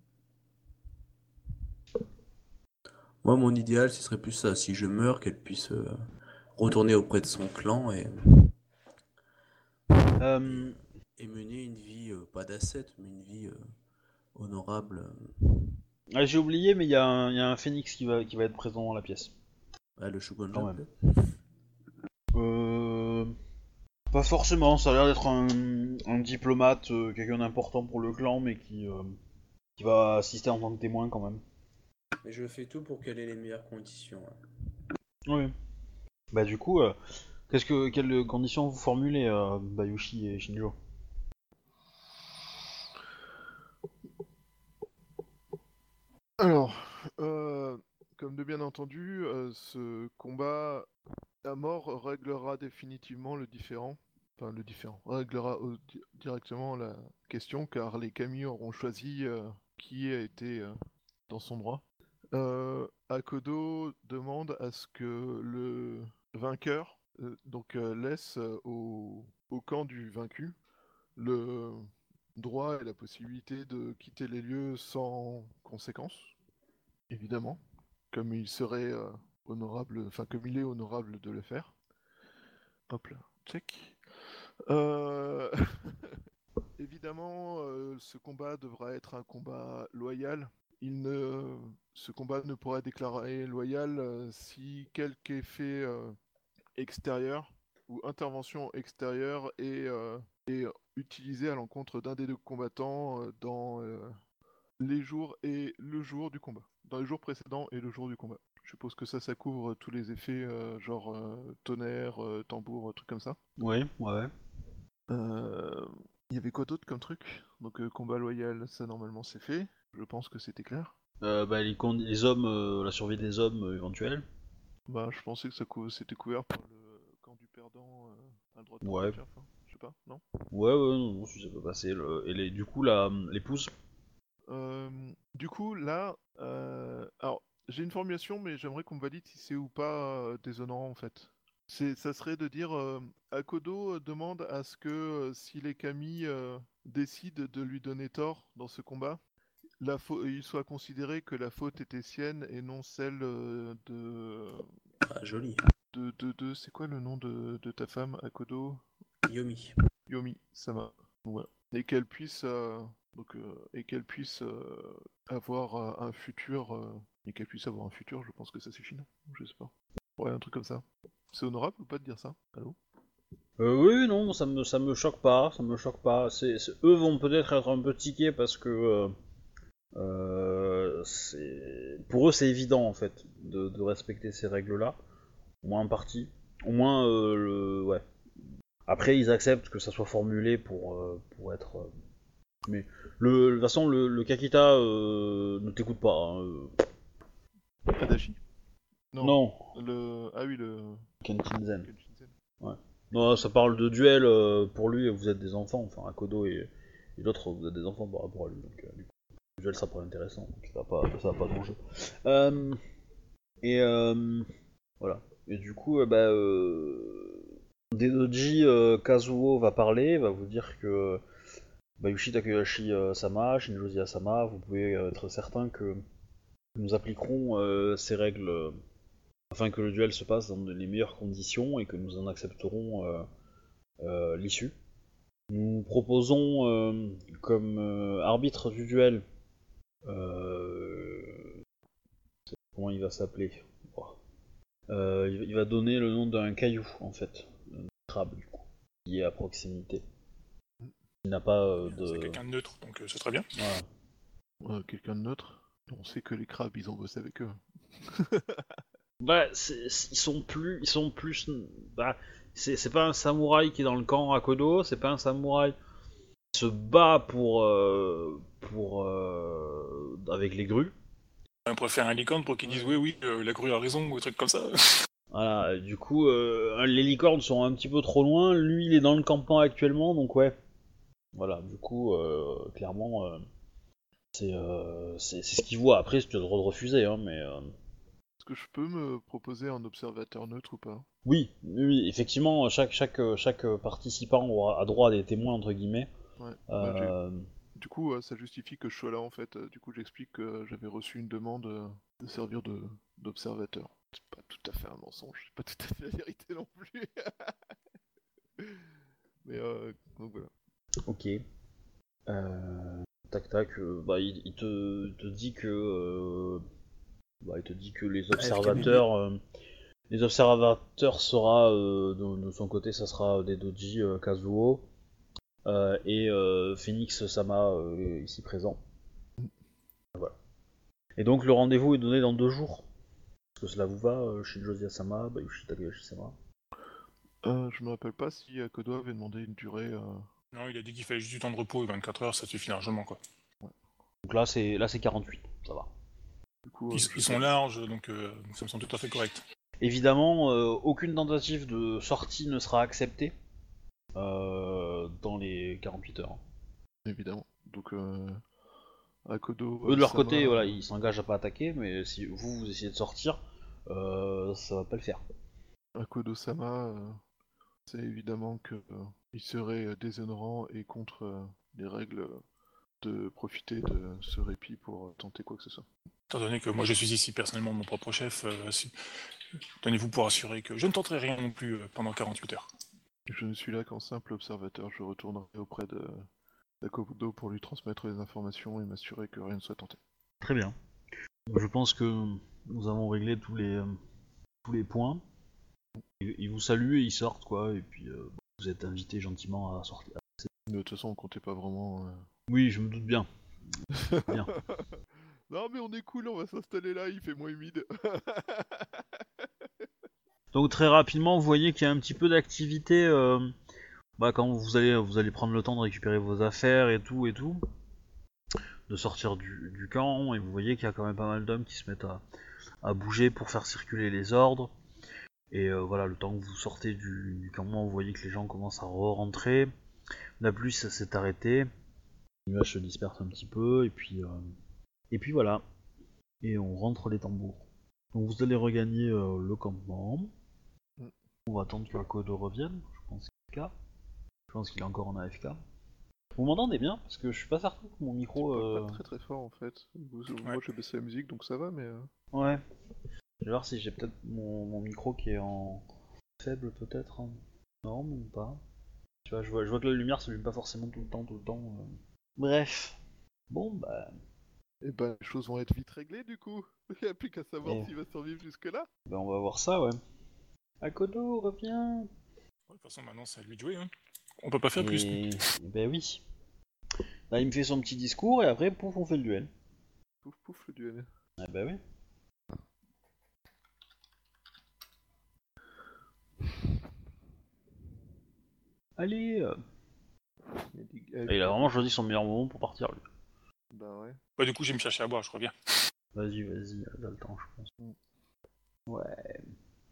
[SPEAKER 3] Moi, mon idéal, ce serait plus ça, si je meurs, qu'elle puisse euh, retourner auprès de son clan et, et,
[SPEAKER 1] Euh,
[SPEAKER 3] et mener une vie, euh, pas d'ascète, mais une vie euh, honorable.
[SPEAKER 1] ah, j'ai oublié, mais il y, a un- il y a un Phénix qui va, qui va être présent dans la pièce,
[SPEAKER 3] Ah, le Shogunja,
[SPEAKER 1] quand même.
[SPEAKER 3] peut-être.
[SPEAKER 1] Euh, Pas forcément, ça a l'air d'être un, un diplomate, euh, quelqu'un d'important pour le clan, mais qui, euh, qui va assister en tant que témoin quand même.
[SPEAKER 3] Mais je fais tout pour qu'elle ait les meilleures conditions. Hein.
[SPEAKER 1] Oui. Bah du coup, euh, qu'est-ce que quelles conditions vous formulez, euh, Bayushi et Shinjo?
[SPEAKER 2] Alors, euh, comme de bien entendu, euh, ce combat à mort réglera définitivement le différend. Enfin, le différend. Réglera au- di- directement la question, car les Kami auront choisi euh, qui a été euh, dans son droit. Euh, Akodo demande à ce que le vainqueur euh, donc euh, laisse euh, au, au camp du vaincu le droit et la possibilité de quitter les lieux sans conséquence, évidemment, comme il serait euh, honorable, enfin comme il est honorable de le faire. Hop là, check. Euh, Évidemment, euh, ce combat devra être un combat loyal. Il ne... Ce combat ne pourra être déclaré loyal euh, si quelque effet euh, extérieur ou intervention extérieure est, euh, est utilisé à l'encontre d'un des deux combattants euh, dans euh, les jours et le jour du combat. Dans les jours précédents et le jour du combat. Je suppose que ça, ça couvre tous les effets euh, genre euh, tonnerre, euh, tambour, trucs comme ça.
[SPEAKER 1] Oui, ouais. ouais.
[SPEAKER 2] Euh, Il y avait quoi d'autre comme truc? Donc euh, combat loyal, ça normalement c'est fait. Je pense que c'était clair.
[SPEAKER 1] Euh, bah les, con- les hommes, euh, la survie des hommes euh, éventuels.
[SPEAKER 2] Bah je pensais que ça cou- c'était couvert par le camp du perdant euh, a le droit de
[SPEAKER 1] Ouais.
[SPEAKER 2] porter chef. Hein. Je sais pas, non?
[SPEAKER 1] Ouais, ouais, non, non, si ça peut passer. Le... Et les, du coup, la, l'épouse.
[SPEAKER 2] Euh, du coup là, euh, alors j'ai une formulation mais j'aimerais qu'on me valide si c'est ou pas euh, déshonorant en fait. C'est, ça serait de dire euh, Akodo euh, demande à ce que euh, si les Kami euh, décident de lui donner tort dans ce combat, la fa- il soit considéré que la faute était sienne et non celle euh, de...
[SPEAKER 3] Ah, joli.
[SPEAKER 2] de, de, de- c'est quoi le nom de, de ta femme, Akodo?
[SPEAKER 3] Yomi.
[SPEAKER 2] Yomi, ça va. Ouais. Et qu'elle puisse, euh, donc, euh, et qu'elle puisse euh, avoir euh, un futur, euh, et qu'elle puisse avoir un futur, je pense que ça suffit, non? Je sais pas. Ouais, un truc comme ça. C'est honorable ou pas de dire ça? Allô?
[SPEAKER 1] Euh, oui, non, ça me, ça me choque pas, ça me choque pas. C'est, c'est- eux vont peut-être être un peu tiqués parce que euh, euh, c'est, pour eux c'est évident en fait de, de respecter ces règles-là, au moins en partie. Au moins, euh, le, ouais. Après, ils acceptent que ça soit formulé pour, euh, pour être. euh, Mais le, de toute façon, le, le Kakita euh, ne t'écoute pas. Hein, euh.
[SPEAKER 2] Adachi? Non.
[SPEAKER 1] Non,
[SPEAKER 2] Le... Ah oui, le...
[SPEAKER 1] Kenshinzen.
[SPEAKER 2] Kenshinzen.
[SPEAKER 1] Ouais. Non, ça parle de duel euh, pour lui, vous êtes des enfants, enfin Akodo et, et l'autre, vous êtes des enfants par rapport à lui, donc euh, du coup, le duel ça pas intéressant, donc ça va pas, ça va pas d'enjeu. Euh, et euh, voilà. Et du coup, euh, bah, euh, Dedoji euh, Kazuo va parler, va vous dire que Bayushi Takahashi euh, Sama, Shinjozi Asama, vous pouvez euh, être certain que nous appliquerons euh, ces règles euh, afin que le duel se passe dans les meilleures conditions et que nous en accepterons euh, euh, l'issue. Nous proposons euh, comme euh, arbitre du duel. Euh, comment il va s'appeler? euh, il, il va donner le nom d'un caillou en fait, un crabe du coup, qui est à proximité. Il n'a pas euh, de.
[SPEAKER 4] C'est quelqu'un de neutre, donc euh, c'est très bien.
[SPEAKER 1] Voilà.
[SPEAKER 2] Euh, Quelqu'un de neutre. On sait que les crabes, ils ont bossé avec eux.
[SPEAKER 1] Bah, c'est- c'est- ils sont plus, ils sont plus. Bah, c'est c'est pas un samouraï qui est dans le camp à Kodo, c'est pas un samouraï qui se bat pour euh, pour euh, avec les grues.
[SPEAKER 4] On pourrait faire un licorne pour qu'ils disent oui, oui, euh, la grue a raison, ou des trucs comme ça.
[SPEAKER 1] Voilà, du coup, euh, les licornes sont un petit peu trop loin. Lui, il est dans le campement actuellement, donc ouais. Voilà, du coup, euh, clairement, euh, c'est euh, c'est c'est ce qu'il voit. Après, tu as le droit de refuser, hein, mais. euh,
[SPEAKER 2] Est-ce que je peux me proposer un observateur neutre ou pas?
[SPEAKER 1] Oui, oui, oui, effectivement, chaque, chaque, chaque participant aura a droit à des témoins, entre guillemets.
[SPEAKER 2] Ouais. Bah, j'ai-
[SPEAKER 1] Euh,
[SPEAKER 2] du coup, euh, ça justifie que je sois là en fait. Euh, Du coup, j'explique que j'avais reçu une demande euh, de servir de d'observateur. C'est pas tout à fait un mensonge, c'est pas tout à fait la vérité non plus. Mais euh, donc voilà.
[SPEAKER 1] ok. Euh, tac tac, euh, bah, il, il te, il te dit que. euh, bah, il te dit que les observateurs. euh, les observateurs sera. euh, de, de son côté, ça sera des doji euh, Kazuo. euh, et euh, Phoenix Sama, euh, ici présent. Voilà. Et donc, le rendez-vous est donné dans deux jours. Est-ce que cela vous va, euh, Shinjo Sama, Bayushi Takayoshi-sama?
[SPEAKER 2] Euh, je me rappelle pas si euh, Kodo avait demandé une durée. euh,
[SPEAKER 4] Non, il a dit qu'il fallait juste du temps de repos et vingt-quatre heures, ça suffit largement, quoi.
[SPEAKER 1] Donc là, c'est là c'est quarante-huit, ça va.
[SPEAKER 2] Du coup, euh,
[SPEAKER 4] Ils,
[SPEAKER 2] je
[SPEAKER 4] ils
[SPEAKER 2] sais
[SPEAKER 4] sont
[SPEAKER 2] pas.
[SPEAKER 4] larges, donc euh, ça me semble tout à fait correct.
[SPEAKER 1] Évidemment, euh, aucune tentative de sortie ne sera acceptée euh, dans les quarante-huit heures.
[SPEAKER 2] Évidemment. Donc, euh, à Kodo.
[SPEAKER 1] Eux
[SPEAKER 2] euh,
[SPEAKER 1] de leur
[SPEAKER 2] Sama,
[SPEAKER 1] côté, voilà,
[SPEAKER 2] euh,
[SPEAKER 1] ils s'engagent à pas attaquer, mais si vous vous essayez de sortir, euh, ça va pas le faire.
[SPEAKER 2] à Kodo-sama, euh, c'est évidemment que euh, il serait euh, déshonorant et contre euh, les règles euh, de profiter de ce répit pour euh, tenter quoi que ce soit.
[SPEAKER 4] Étant donné que moi je suis ici personnellement mon propre chef, euh, si- tenez-vous pour assurer que je ne tenterai rien non plus euh, pendant quarante-huit heures.
[SPEAKER 2] Je ne suis là qu'en simple observateur, je retournerai auprès de d'Akodo pour lui transmettre les informations et m'assurer que rien ne soit tenté.
[SPEAKER 1] Très bien. Je pense que nous avons réglé tous les euh, tous les points. Ils, ils vous saluent et ils sortent quoi, et puis euh, vous êtes invités gentiment à sortir.
[SPEAKER 2] De toute façon, on comptait pas vraiment. euh,
[SPEAKER 1] Oui, je me doute bien. Bien.
[SPEAKER 2] Non mais on est cool, on va s'installer là, il fait moins humide.
[SPEAKER 1] Donc très rapidement, vous voyez qu'il y a un petit peu d'activité euh, bah, quand vous allez, vous allez prendre le temps de récupérer vos affaires et tout et tout, de sortir du, du camp, et vous voyez qu'il y a quand même pas mal d'hommes qui se mettent à, à bouger pour faire circuler les ordres. Et euh, voilà, le temps que vous sortez du, du campement, vous voyez que les gens commencent à re-rentrer. La pluie, ça s'est arrêté. Les nuages se dispersent un petit peu, et puis, euh, et puis voilà. Et on rentre les tambours. Donc vous allez regagner euh, le campement. On va attendre que Akodo revienne, je pense qu'il est F K. Je pense qu'il est encore en A F K. Vous m'entendez bien? Parce que je suis pas certain que mon
[SPEAKER 2] Tu
[SPEAKER 1] micro...
[SPEAKER 2] parles
[SPEAKER 1] Euh...
[SPEAKER 2] pas très très fort en fait. Moi
[SPEAKER 4] Ouais.
[SPEAKER 2] j'ai baissé la musique donc ça va mais... euh,
[SPEAKER 1] Ouais. Je vais voir si j'ai peut-être mon, mon micro qui est en faible peut-être. Hein. Non, même pas. Tu vois, je vois, je vois que la lumière s'allume pas forcément tout le temps, tout le temps. euh. Bref. Bon, bah...
[SPEAKER 2] Eh ben les choses vont être vite réglées du coup. Il n'y a plus qu'à savoir
[SPEAKER 1] Et-
[SPEAKER 2] s'il va survivre jusque là.
[SPEAKER 1] bah on va voir ça, ouais. Akodo, reviens.
[SPEAKER 4] De toute façon maintenant c'est à lui de jouer, hein. On peut pas faire plus.
[SPEAKER 1] Et... et ben oui. Là, il me fait son petit discours et après, pouf, on fait le duel.
[SPEAKER 2] Pouf pouf le duel.
[SPEAKER 1] Ah bah oui. Allez euh.
[SPEAKER 2] Il y a des-
[SPEAKER 1] Et il a vraiment choisi son meilleur moment pour partir, lui.
[SPEAKER 2] Bah ouais.
[SPEAKER 4] Bah du coup je vais me chercher à boire, je reviens.
[SPEAKER 1] Vas-y, vas-y, t'as le temps, je pense.
[SPEAKER 2] Mm.
[SPEAKER 1] Ouais.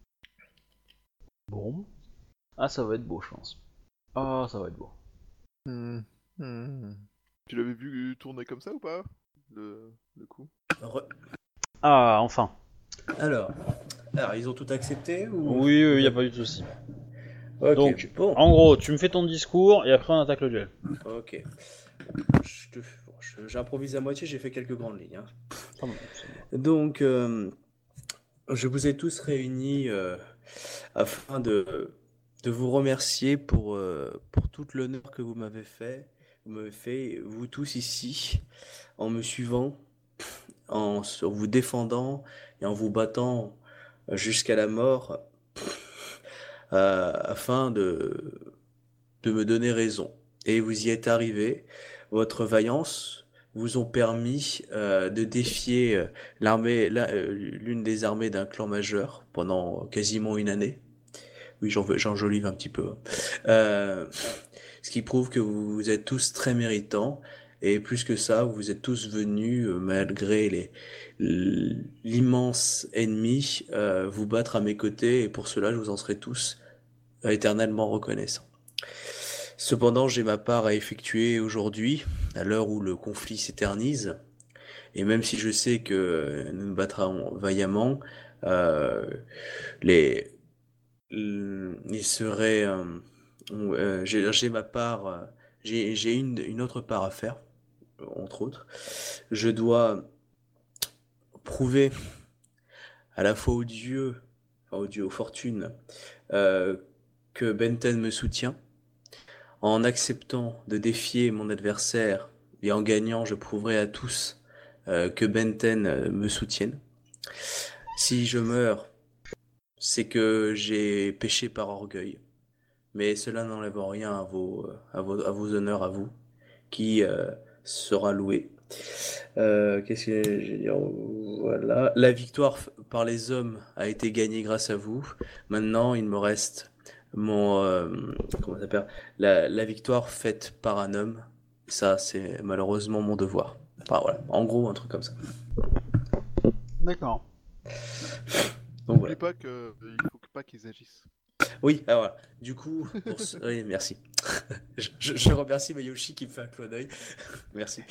[SPEAKER 1] Bon. Ah, ça va être beau, je pense. Ah, ça va être beau.
[SPEAKER 2] Hmm. Hmm. Tu l'avais vu tourner comme ça ou pas le... le coup?
[SPEAKER 3] Re-
[SPEAKER 1] Ah, enfin.
[SPEAKER 3] Alors, alors, ils ont tout accepté ou...
[SPEAKER 1] Oui, oui, y a pas eu de souci.
[SPEAKER 3] Ok,
[SPEAKER 1] Donc,
[SPEAKER 3] bon,
[SPEAKER 1] en gros, tu me fais ton discours et après on attaque le duel.
[SPEAKER 3] ok. Je te- bon, je- J'improvise à moitié, j'ai fait quelques grandes lignes. hein.
[SPEAKER 1] Ça va, ça va.
[SPEAKER 3] Donc, euh, je vous ai tous réunis euh, afin de de vous remercier pour, euh, pour tout l'honneur que vous m'avez fait. Vous m'avez fait, vous tous ici, en me suivant, en s- vous défendant et en vous battant jusqu'à la mort, euh, afin de, de me donner raison. Et vous y êtes arrivé. Votre vaillance vous ont permis euh, de défier euh, l'armée, la- euh, l'une des armées d'un clan majeur pendant quasiment une année. Oui, j'en j'enjolive un petit peu. hein. Euh, ce qui prouve que vous êtes tous très méritants. Et plus que ça, vous êtes tous venus, euh, malgré les, l'immense ennemi, euh, vous battre à mes côtés. Et pour cela, je vous en serai tous euh, éternellement reconnaissants. Cependant, j'ai ma part à effectuer aujourd'hui, à l'heure où le conflit s'éternise. Et même si je sais que euh, nous nous battrons vaillamment, euh, les, il serait, euh, euh, j'ai j'ai ma part, euh, j'ai j'ai une, une autre part à faire, entre autres. Je dois prouver à la fois aux dieux, enfin aux dieux, aux fortunes, euh, que Benten me soutient. En acceptant de défier mon adversaire et en gagnant, je prouverai à tous euh, que Benten euh, me soutienne. Si je meurs, c'est que j'ai péché par orgueil. Mais cela n'enlève rien à vos, à vos, à vos honneurs, à vous, qui euh, sera loué. Euh, qu'est-ce que je vais dire? Voilà. La victoire par les hommes a été gagnée grâce à vous. Maintenant, il me reste mon euh, comment ça s'appelle? La, la victoire faite par un homme. Ça, c'est malheureusement mon devoir. Enfin, voilà. En gros, un truc comme ça.
[SPEAKER 1] D'accord.
[SPEAKER 3] Donc
[SPEAKER 2] N'oublie
[SPEAKER 3] voilà.
[SPEAKER 2] pas que il faut pas qu'ils agissent.
[SPEAKER 3] Oui, alors voilà. Du coup, pour ce... oui, merci. je, je, je remercie Mayoshi qui me fait un clin d'œil. Merci.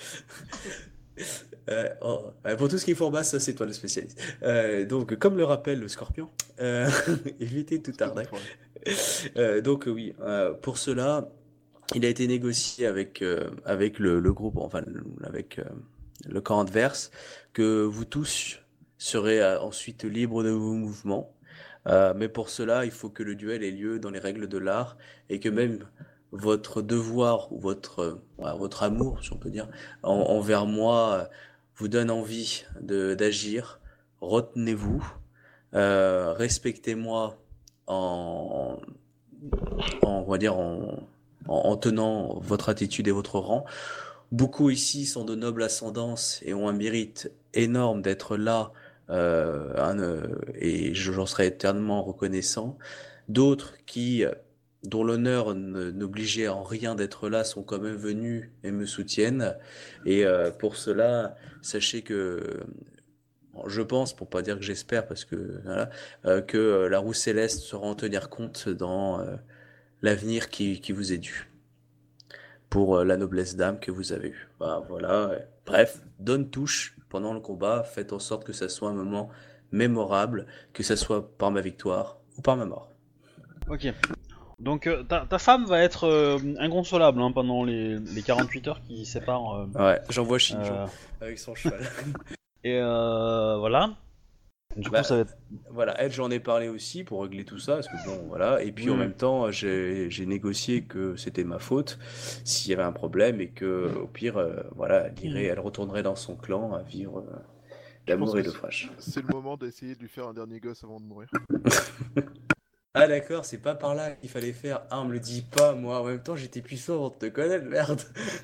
[SPEAKER 3] Euh, oh, euh, pour tout ce qui est format, ça c'est toi le spécialiste. Euh, donc, comme le rappelle le Scorpion, euh, évitez tout
[SPEAKER 2] C'est pas
[SPEAKER 3] arnaque.
[SPEAKER 2] enfoiré.
[SPEAKER 3] Euh, donc oui, euh, pour cela, il a été négocié avec euh, avec le, le groupe, enfin le- avec euh, le camp adverse, que vous tous serez euh, ensuite libres de vos mouvements. Euh, mais pour cela, il faut que le duel ait lieu dans les règles de l'art et que même votre devoir ou votre euh, ouais, votre amour, si on peut dire, en- envers moi euh, vous donne envie de d'agir. Retenez-vous, euh, respectez-moi en, en, on va dire en, en, en tenant votre attitude et votre rang. Beaucoup ici sont de noble ascendance et ont un mérite énorme d'être là, euh, un, euh, et j'en serai éternellement reconnaissant. D'autres qui, euh, dont l'honneur ne- n'obligeait en rien d'être là, sont quand même venus et me soutiennent. Et euh, pour cela, sachez que je pense, pour pas dire que j'espère, parce que voilà, euh, que euh, la roue céleste saura en tenir compte dans euh, l'avenir qui, qui vous est dû pour euh, la noblesse d'âme que vous avez eue. Bah, voilà. ouais. Bref, donne touche pendant le combat, faites en sorte que ça soit un moment mémorable, que ça soit par ma victoire ou par ma mort.
[SPEAKER 1] Ok. Donc euh, ta, ta femme va être euh, inconsolable hein, pendant les, les quarante-huit heures qui séparent. euh,
[SPEAKER 3] Ouais, j'envoie Shinjo
[SPEAKER 1] euh,
[SPEAKER 3] avec son cheval.
[SPEAKER 1] et euh, voilà. Du coup,
[SPEAKER 3] Bah,
[SPEAKER 1] ça va être.
[SPEAKER 3] voilà, elle, j'en ai parlé aussi pour régler tout ça, parce que bon, voilà. Et puis en
[SPEAKER 1] Hmm.
[SPEAKER 3] même temps, j'ai j'ai négocié que c'était ma faute s'il y avait un problème et que au pire, euh, voilà, elle irait, elle retournerait dans son clan à vivre euh,
[SPEAKER 2] Je pense
[SPEAKER 3] d'amour et
[SPEAKER 2] que
[SPEAKER 3] de
[SPEAKER 2] c'est
[SPEAKER 3] fraîche.
[SPEAKER 2] c'est le moment d'essayer de lui faire un dernier gosse avant de mourir.
[SPEAKER 3] Ah d'accord, c'est pas par là qu'il fallait faire. Ah, on me le dit pas, moi. En même temps, j'étais puissant avant de te connaître, merde.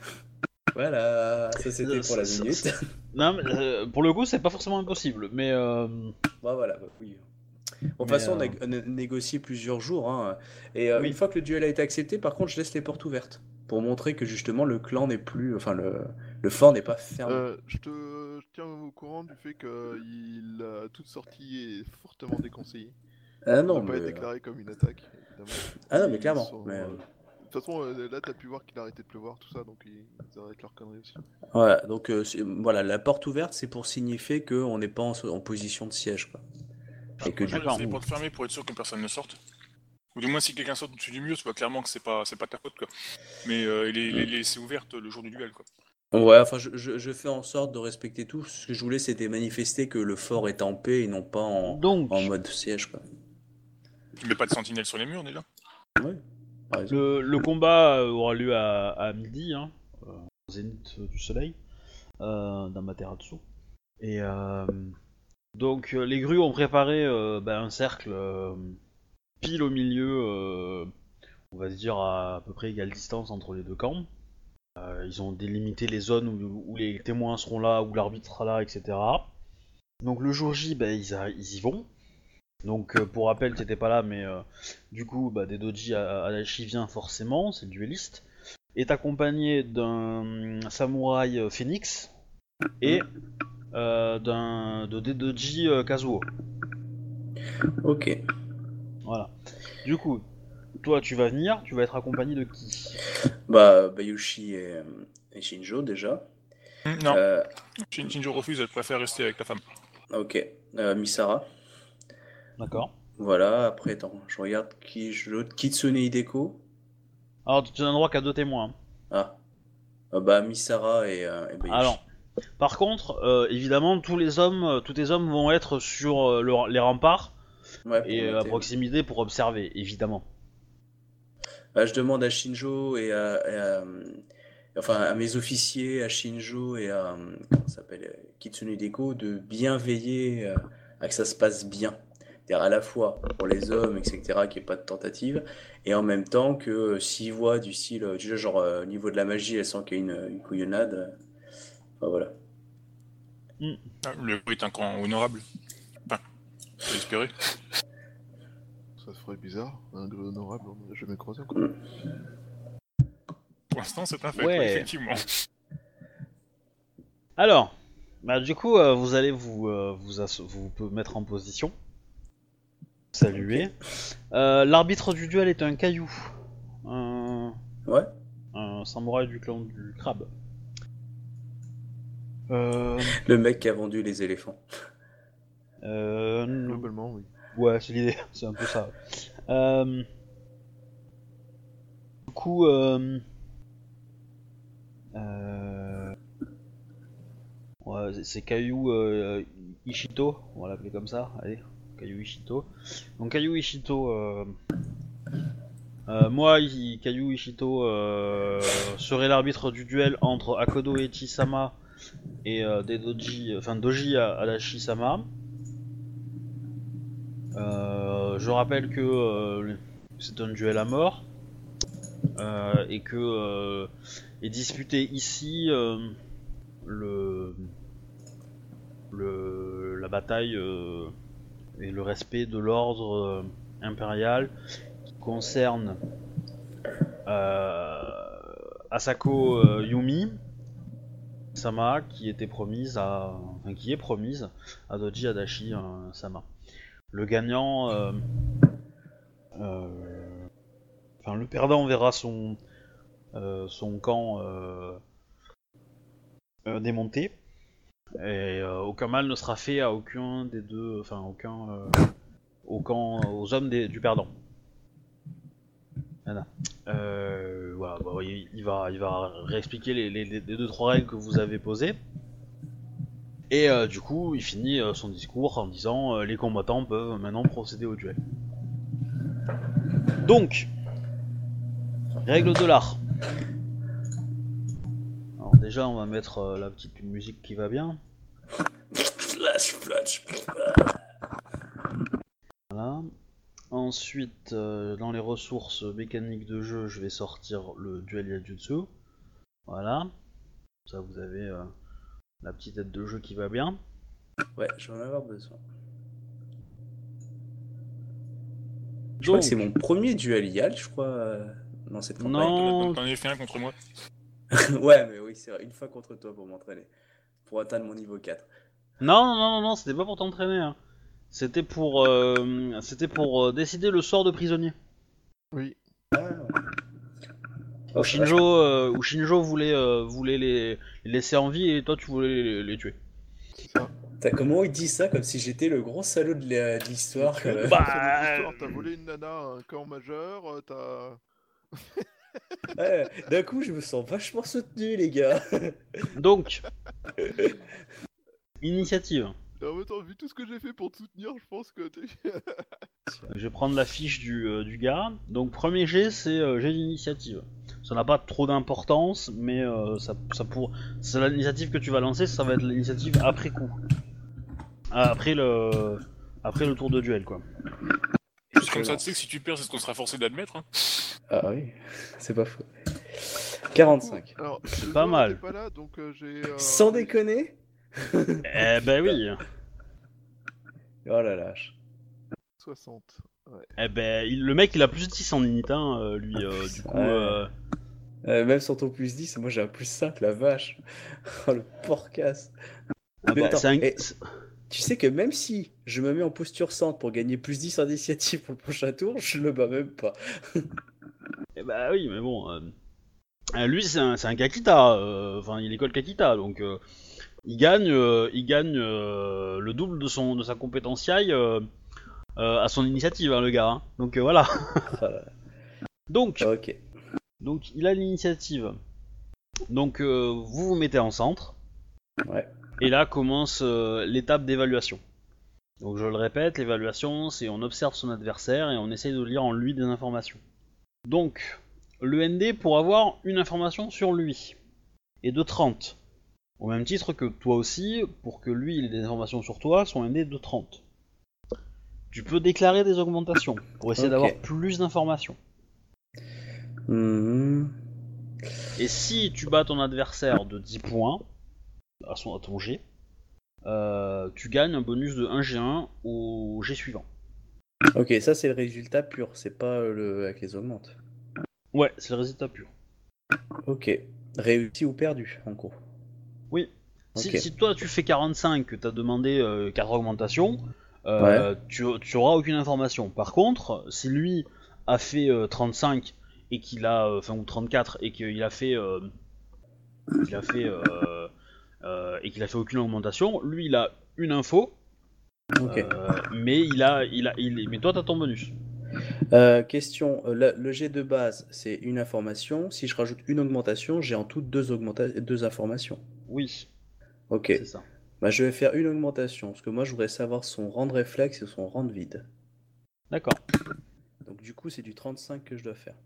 [SPEAKER 3] Voilà, ça c'était
[SPEAKER 1] Euh,
[SPEAKER 3] pour
[SPEAKER 1] ça-
[SPEAKER 3] la
[SPEAKER 1] ça-
[SPEAKER 3] minute.
[SPEAKER 1] ça- Non, mais, euh, pour le coup, c'est pas forcément impossible. Mais. euh,
[SPEAKER 3] Bah voilà, bah, oui. Bon, de toute
[SPEAKER 1] Mais.
[SPEAKER 3] façon, on a
[SPEAKER 1] euh,
[SPEAKER 3] on a négocié plusieurs jours, hein. Et euh, une
[SPEAKER 1] Oui.
[SPEAKER 3] fois que le duel a été accepté, par contre, je laisse les portes ouvertes. Pour montrer que justement le clan n'est plus. Enfin, le, le fort n'est pas fermé.
[SPEAKER 2] Euh, je te je tiens au courant du fait que il, a toute sortie est fortement déconseillée.
[SPEAKER 3] Ah
[SPEAKER 2] Pour
[SPEAKER 3] non,
[SPEAKER 2] ne pas
[SPEAKER 3] mais.
[SPEAKER 2] être déclaré comme une attaque, évidemment.
[SPEAKER 3] Ah non, mais
[SPEAKER 2] Ils
[SPEAKER 3] clairement. Mais,
[SPEAKER 2] sont.
[SPEAKER 3] euh,
[SPEAKER 2] euh, De toute façon, euh, là, t'as pu voir qu'il a arrêté de pleuvoir, tout ça, donc ils, ils arrêtent leur connerie aussi.
[SPEAKER 3] ouais, donc euh, c'est- voilà, la porte ouverte, c'est pour signifier qu'on n'est pas en, en position de siège, quoi.
[SPEAKER 4] Ah,
[SPEAKER 3] Et que
[SPEAKER 4] moi, je
[SPEAKER 3] du
[SPEAKER 4] laisse
[SPEAKER 1] D'accord.
[SPEAKER 4] les
[SPEAKER 3] coup.
[SPEAKER 4] portes fermées pour être sûr que personne ne sorte. Ou du moins, si quelqu'un saute au-dessus du mur, tu vois clairement que c'est pas, c'est pas ta faute, quoi. Mais euh, les, les, les laisser ouvertes le jour du duel, quoi.
[SPEAKER 3] Ouais, enfin, je, je, je fais en sorte de respecter tout. Ce que je voulais, c'était manifester que le fort est en paix et non pas en, en
[SPEAKER 1] Donc,
[SPEAKER 3] mode siège, quoi.
[SPEAKER 4] Tu mets pas de sentinelle sur les murs, déjà?
[SPEAKER 3] Ouais, par exemple.
[SPEAKER 1] Le, le combat euh, aura lieu à, à midi, hein, euh, au zénith du soleil, euh, d'Amaterasu. Et euh, donc euh, les grues ont préparé euh, bah, un cercle euh, pile au milieu, euh, on va se dire à, à peu près égale distance entre les deux camps. Euh, ils ont délimité les zones où, où les témoins seront là, où l'arbitre sera là, et cetera. Donc le jour J, bah, ils, a, ils y vont. Donc euh, pour rappel, t'étais pas là, mais euh, du coup, bah, des doji à, à la chi vient forcément, c'est le dueliste. Est accompagné d'un samouraï euh, phénix et euh, d'un de Dedoji euh, Kazuo.
[SPEAKER 3] Ok.
[SPEAKER 1] Voilà. Du coup, toi tu vas venir, tu vas être accompagné de qui?
[SPEAKER 3] Bah, Bayushi et, euh, et Shinjo déjà.
[SPEAKER 4] Hum, Non,
[SPEAKER 3] Euh,
[SPEAKER 4] Shin- Shinjo refuse, elle préfère rester avec la femme.
[SPEAKER 3] ok. Euh, Misara.
[SPEAKER 1] D'accord.
[SPEAKER 3] Voilà, après, attends, je regarde qui je l'autre. Kitsune Hideko.
[SPEAKER 1] Alors tu n'as droit qu'à deux témoins.
[SPEAKER 3] Ah. Euh, bah, Misara et, euh, et Bayushi.
[SPEAKER 1] Alors, par contre, euh, évidemment, tous les hommes, euh, tous les hommes vont être sur euh, le- les remparts
[SPEAKER 3] Ouais, pour
[SPEAKER 1] et euh, à
[SPEAKER 3] noter.
[SPEAKER 1] proximité pour observer, évidemment.
[SPEAKER 3] Bah, je demande à Shinjo et à, et à, euh, enfin, à mes officiers, à Shinjo et à, euh, comment ça s'appelle, euh, Kitsune Hideko, de bien veiller euh, à que ça se passe bien. C'est-à-dire à la fois pour les hommes, et cetera, qu'il n'y ait pas de tentative, et en même temps que euh, s'ils voient du style, euh, déjà genre euh, au niveau de la magie, elles sentent qu'il y a une, une couillonnade, euh, enfin voilà.
[SPEAKER 1] Hmm.
[SPEAKER 4] Ah, le bruit est un camp honorable. Enfin, faut espérer.
[SPEAKER 2] Ça ferait bizarre, un gré honorable, on n'a jamais croisé encore.
[SPEAKER 3] Mm.
[SPEAKER 4] Pour l'instant, c'est un fait,
[SPEAKER 1] Ouais.
[SPEAKER 4] oui, effectivement.
[SPEAKER 1] Alors, bah du coup, euh, vous allez vous, euh, vous, asso- vous pouvez mettre en position. Saluer.
[SPEAKER 3] Ok.
[SPEAKER 1] Euh, L'arbitre du duel est un caillou. Un,
[SPEAKER 3] Ouais.
[SPEAKER 1] un samouraï du clan du crabe. Euh,
[SPEAKER 3] Le mec qui a vendu les éléphants.
[SPEAKER 1] euh,
[SPEAKER 2] Globalement, oui.
[SPEAKER 1] ouais, c'est l'idée, c'est un peu ça. Euh, du coup, euh, euh, ouais, c'est- c'est Caillou euh, Ishito, on va l'appeler comme ça, allez, Caillou Ishito. Donc Caillou Ishito, euh, euh, moi, I- Caillou Ishito euh, serait l'arbitre du duel entre Akodo Echi-sama et euh, des Doji, enfin Doji Adachi-sama. Euh, je rappelle que euh, c'est un duel à mort euh, et que euh, est disputé ici euh, le, le la bataille euh, et le respect de l'ordre euh, impérial qui concerne euh, Asako euh, Yumi Sama qui était promise à enfin, qui est promise à Doji Adachi euh, Sama. Le gagnant euh, euh, enfin le perdant verra son euh, son camp euh, euh, démonté et euh, aucun mal ne sera fait à aucun des deux, enfin aucun euh, au camp, aux hommes des- du perdant. Voilà. Euh, voilà, bah, il, il va, il va réexpliquer les, les, les deux trois règles que vous avez posées. Et euh, du coup, il finit euh, son discours en disant euh, les combattants peuvent maintenant procéder au duel. Donc, règle de l'art. Alors déjà, on va mettre euh, la petite musique qui va bien.
[SPEAKER 3] Flash, flash.
[SPEAKER 1] Voilà. Ensuite, euh, dans les ressources mécaniques de jeu, je vais sortir le duel Yajutsu. Voilà. Ça, vous avez euh, la petite aide de jeu qui va bien.
[SPEAKER 3] Ouais, je vais en avoir besoin. Je crois
[SPEAKER 1] Donc,
[SPEAKER 3] que c'est mon premier duel I A L, je crois, euh, dans cette campagne.
[SPEAKER 1] non,
[SPEAKER 4] T'en as fait un contre moi.
[SPEAKER 3] Ouais, mais oui, c'est vrai, une fois contre toi pour m'entraîner. Pour atteindre mon niveau quatre.
[SPEAKER 1] non, non, non, non, c'était pas pour t'entraîner. Hein. C'était pour, euh, c'était pour euh, décider le sort de prisonnier.
[SPEAKER 2] Oui,
[SPEAKER 3] Ah,
[SPEAKER 1] Où
[SPEAKER 3] oh,
[SPEAKER 1] Shinjo, euh, où Shinjo voulait, euh, voulait les, les laisser en vie et toi tu voulais les, les tuer.
[SPEAKER 2] c'est ça.
[SPEAKER 3] T'as comment il dit ça comme si j'étais le gros salaud de la- de l'histoire quand
[SPEAKER 2] Oui,
[SPEAKER 3] même.
[SPEAKER 1] Bah,
[SPEAKER 2] c'est notre histoire, t'as volé une nana à un camp majeur, euh, t'as...
[SPEAKER 3] Ouais, d'un coup, je me sens vachement soutenu, les gars.
[SPEAKER 1] Donc, initiative.
[SPEAKER 2] Et en même temps, vu tout ce que j'ai fait pour te soutenir, je pense que t'es...
[SPEAKER 1] Je vais prendre la fiche du, euh, du gars. Donc premier jet, c'est euh, jet d'initiative. Ça n'a pas trop d'importance, mais euh, ça, ça pour... c'est l'initiative que tu vas lancer, ça va être l'initiative après coup. Ah, Après le... après le tour de duel, quoi.
[SPEAKER 4] Juste comme ça, tu sais que si tu perds, c'est ce qu'on sera forcé d'admettre. Hein.
[SPEAKER 3] Ah oui, c'est pas faux. quarante-cinq.
[SPEAKER 2] Alors,
[SPEAKER 1] C'est
[SPEAKER 2] le
[SPEAKER 1] pas
[SPEAKER 2] joueur
[SPEAKER 1] mal.
[SPEAKER 2] n'était pas là, donc euh, j'ai. euh,
[SPEAKER 3] Sans déconner.
[SPEAKER 1] Eh ben oui.
[SPEAKER 3] Oh la lâche.
[SPEAKER 2] soixante. Ouais.
[SPEAKER 1] Eh ben, il- le mec, il a plus dix en init, hein, euh, lui, euh, du coup...
[SPEAKER 3] Ouais.
[SPEAKER 1] euh,
[SPEAKER 3] Euh, même sur ton plus dix, moi j'ai un plus cinq, la vache. Oh le porcasse.
[SPEAKER 1] ah
[SPEAKER 3] Mais
[SPEAKER 1] bah,
[SPEAKER 3] attends,
[SPEAKER 1] c'est un-
[SPEAKER 3] et-
[SPEAKER 1] c'est-
[SPEAKER 3] Tu sais que même si je me mets en posture centre pour gagner plus dix en initiative pour le prochain tour, je le bats même pas.
[SPEAKER 1] Eh bah oui, mais bon... euh, euh, lui, c'est un, c'est un Kakita, euh, enfin, il école Kakita, donc... euh, il gagne, euh, il gagne euh, le double de, son, de sa compétence I A euh, euh, à son initiative, hein, le gars. Hein. Donc euh, voilà.
[SPEAKER 3] Oh là
[SPEAKER 1] Donc,
[SPEAKER 3] là. Ok.
[SPEAKER 1] donc, il a l'initiative. Donc, euh, vous vous mettez en centre.
[SPEAKER 3] Ouais.
[SPEAKER 1] Et là commence euh, l'étape d'évaluation. Donc je le répète, l'évaluation, c'est on observe son adversaire et on essaye de lire en lui des informations. Donc, le N D pour avoir une information sur lui est de trente. Au même titre que toi aussi, pour que lui il ait des informations sur toi, son N D est de trente. Tu peux déclarer des augmentations pour essayer
[SPEAKER 3] Ok.
[SPEAKER 1] d'avoir plus d'informations.
[SPEAKER 3] Mhm.
[SPEAKER 1] Et si tu bats ton adversaire de dix points, à, son, à ton G, euh, tu gagnes un bonus de un G un au G suivant.
[SPEAKER 3] Ok, ça c'est le résultat pur, c'est pas euh, le avec les augmentes.
[SPEAKER 1] Ouais, c'est le résultat pur.
[SPEAKER 3] Ok. Réussi ou perdu, en gros.
[SPEAKER 1] Oui. Si,
[SPEAKER 3] Ok.
[SPEAKER 1] si toi tu fais quarante-cinq, que tu as demandé euh, quatre augmentations, euh, tu, tu auras aucune information. Par contre, si lui a fait euh, trente-cinq et qu'il a, euh, enfin ou trente-quatre et qu'il a fait, euh, qu'il a fait, euh, euh, et qu'il a fait aucune augmentation, lui il a une info,
[SPEAKER 3] Ok.
[SPEAKER 1] euh, mais il a, il a, il, mais toi t'as ton bonus.
[SPEAKER 3] Euh, question, euh, le, le jet de base, c'est une information. Si je rajoute une augmentation, j'ai en tout deux, augmenta- deux informations.
[SPEAKER 1] Oui,
[SPEAKER 3] Ok.
[SPEAKER 1] c'est ça.
[SPEAKER 3] Bah, je vais faire une augmentation, parce que moi je voudrais savoir son rang de réflexe et son rang de vide.
[SPEAKER 1] D'accord.
[SPEAKER 3] Donc du coup, c'est du trente-cinq que je dois faire.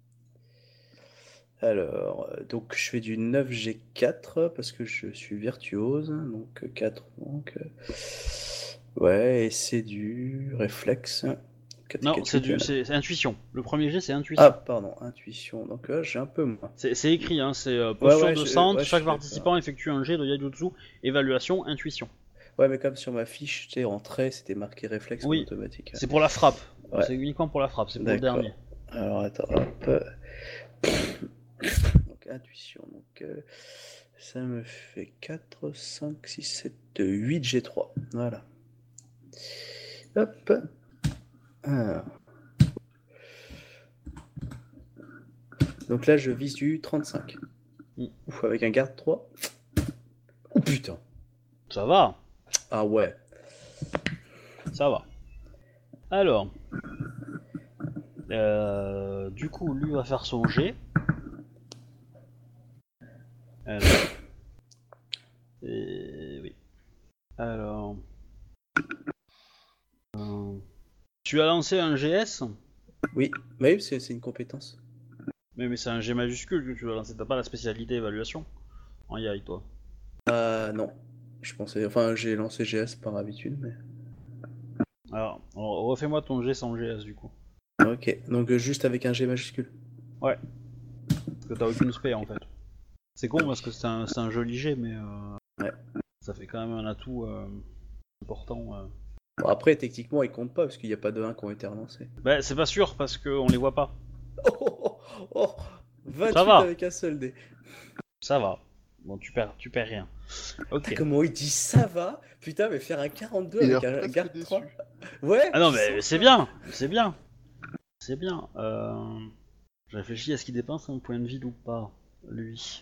[SPEAKER 3] Alors, euh, donc je fais du neuf G quatre parce que je suis virtuose. Donc euh, quatre, donc. euh, Ouais, et c'est du réflexe. quatre,
[SPEAKER 1] Non,
[SPEAKER 3] quatre,
[SPEAKER 1] c'est
[SPEAKER 3] huit,
[SPEAKER 1] du,
[SPEAKER 3] il y en a-
[SPEAKER 1] c'est c'est intuition. Le premier jet c'est intuition.
[SPEAKER 3] Ah, pardon, intuition. Donc là, j'ai un peu moins.
[SPEAKER 1] C'est c'est écrit, hein, c'est euh, posture
[SPEAKER 3] Ouais, ouais,
[SPEAKER 1] de
[SPEAKER 3] je-
[SPEAKER 1] centre,
[SPEAKER 3] ouais, je
[SPEAKER 1] chaque
[SPEAKER 3] fais
[SPEAKER 1] participant effectue un jet de Yajutsu, évaluation, intuition.
[SPEAKER 3] Ouais, mais comme sur ma fiche, tu sais, en trait, c'était marqué réflexe en
[SPEAKER 1] Oui.
[SPEAKER 3] automatique.
[SPEAKER 1] C'est pour la frappe.
[SPEAKER 3] Ouais.
[SPEAKER 1] C'est uniquement pour la frappe, c'est pour le
[SPEAKER 3] D'accord.
[SPEAKER 1] dernier.
[SPEAKER 3] Alors, attends, hop. Donc, intuition. Donc, euh, ça me fait quatre, cinq, six, sept, huit G trois. Voilà. Hop. Alors. Donc là, je vise du trente-cinq.
[SPEAKER 1] Mm.
[SPEAKER 3] Ouf, avec un garde trois. Oh putain.
[SPEAKER 1] Ça va,
[SPEAKER 3] Ah ouais.
[SPEAKER 1] ça va. Alors, euh, du coup, lui va faire son jet. Alors, et oui. Alors, euh, tu as lancé un G S,
[SPEAKER 3] Oui, bah oui, c'est c'est une compétence.
[SPEAKER 1] mais, mais c'est un G majuscule que tu vas lancer. T'as pas la spécialité évaluation en Y A I, toi.
[SPEAKER 3] Ah non. Je pensais. Enfin, j'ai lancé G S par habitude, mais.
[SPEAKER 1] Alors, alors, refais-moi ton G sans G S du coup.
[SPEAKER 3] Ok, donc euh, juste avec un G majuscule.
[SPEAKER 1] Ouais. Parce que t'as aucune spé en fait. C'est con parce que c'est un, c'est un joli G, mais euh,
[SPEAKER 3] Ouais.
[SPEAKER 1] ça fait quand même un atout euh, important. euh.
[SPEAKER 3] Bon, après, techniquement, il compte pas parce qu'il n'y a pas de un qui ont été relancés.
[SPEAKER 1] Bah, c'est pas sûr parce qu'on les voit pas.
[SPEAKER 3] Oh, oh, oh, oh, vingt-huit
[SPEAKER 1] Ça va.
[SPEAKER 3] avec un seul dé.
[SPEAKER 1] Ça va. Bon, tu perds, tu perds rien. Ok.
[SPEAKER 3] Comment il dit ça va? Putain, mais faire un quarante-deux
[SPEAKER 2] Il a
[SPEAKER 3] avec
[SPEAKER 2] l'air
[SPEAKER 3] un
[SPEAKER 2] presque
[SPEAKER 3] garde
[SPEAKER 2] déçu.
[SPEAKER 3] trois. Ouais.
[SPEAKER 1] Ah non,
[SPEAKER 3] tu
[SPEAKER 1] mais
[SPEAKER 3] sens
[SPEAKER 1] c'est
[SPEAKER 3] ça.
[SPEAKER 1] bien, c'est bien. C'est bien. Euh... Je réfléchis à ce qu'il dépense un point de vide ou pas, lui.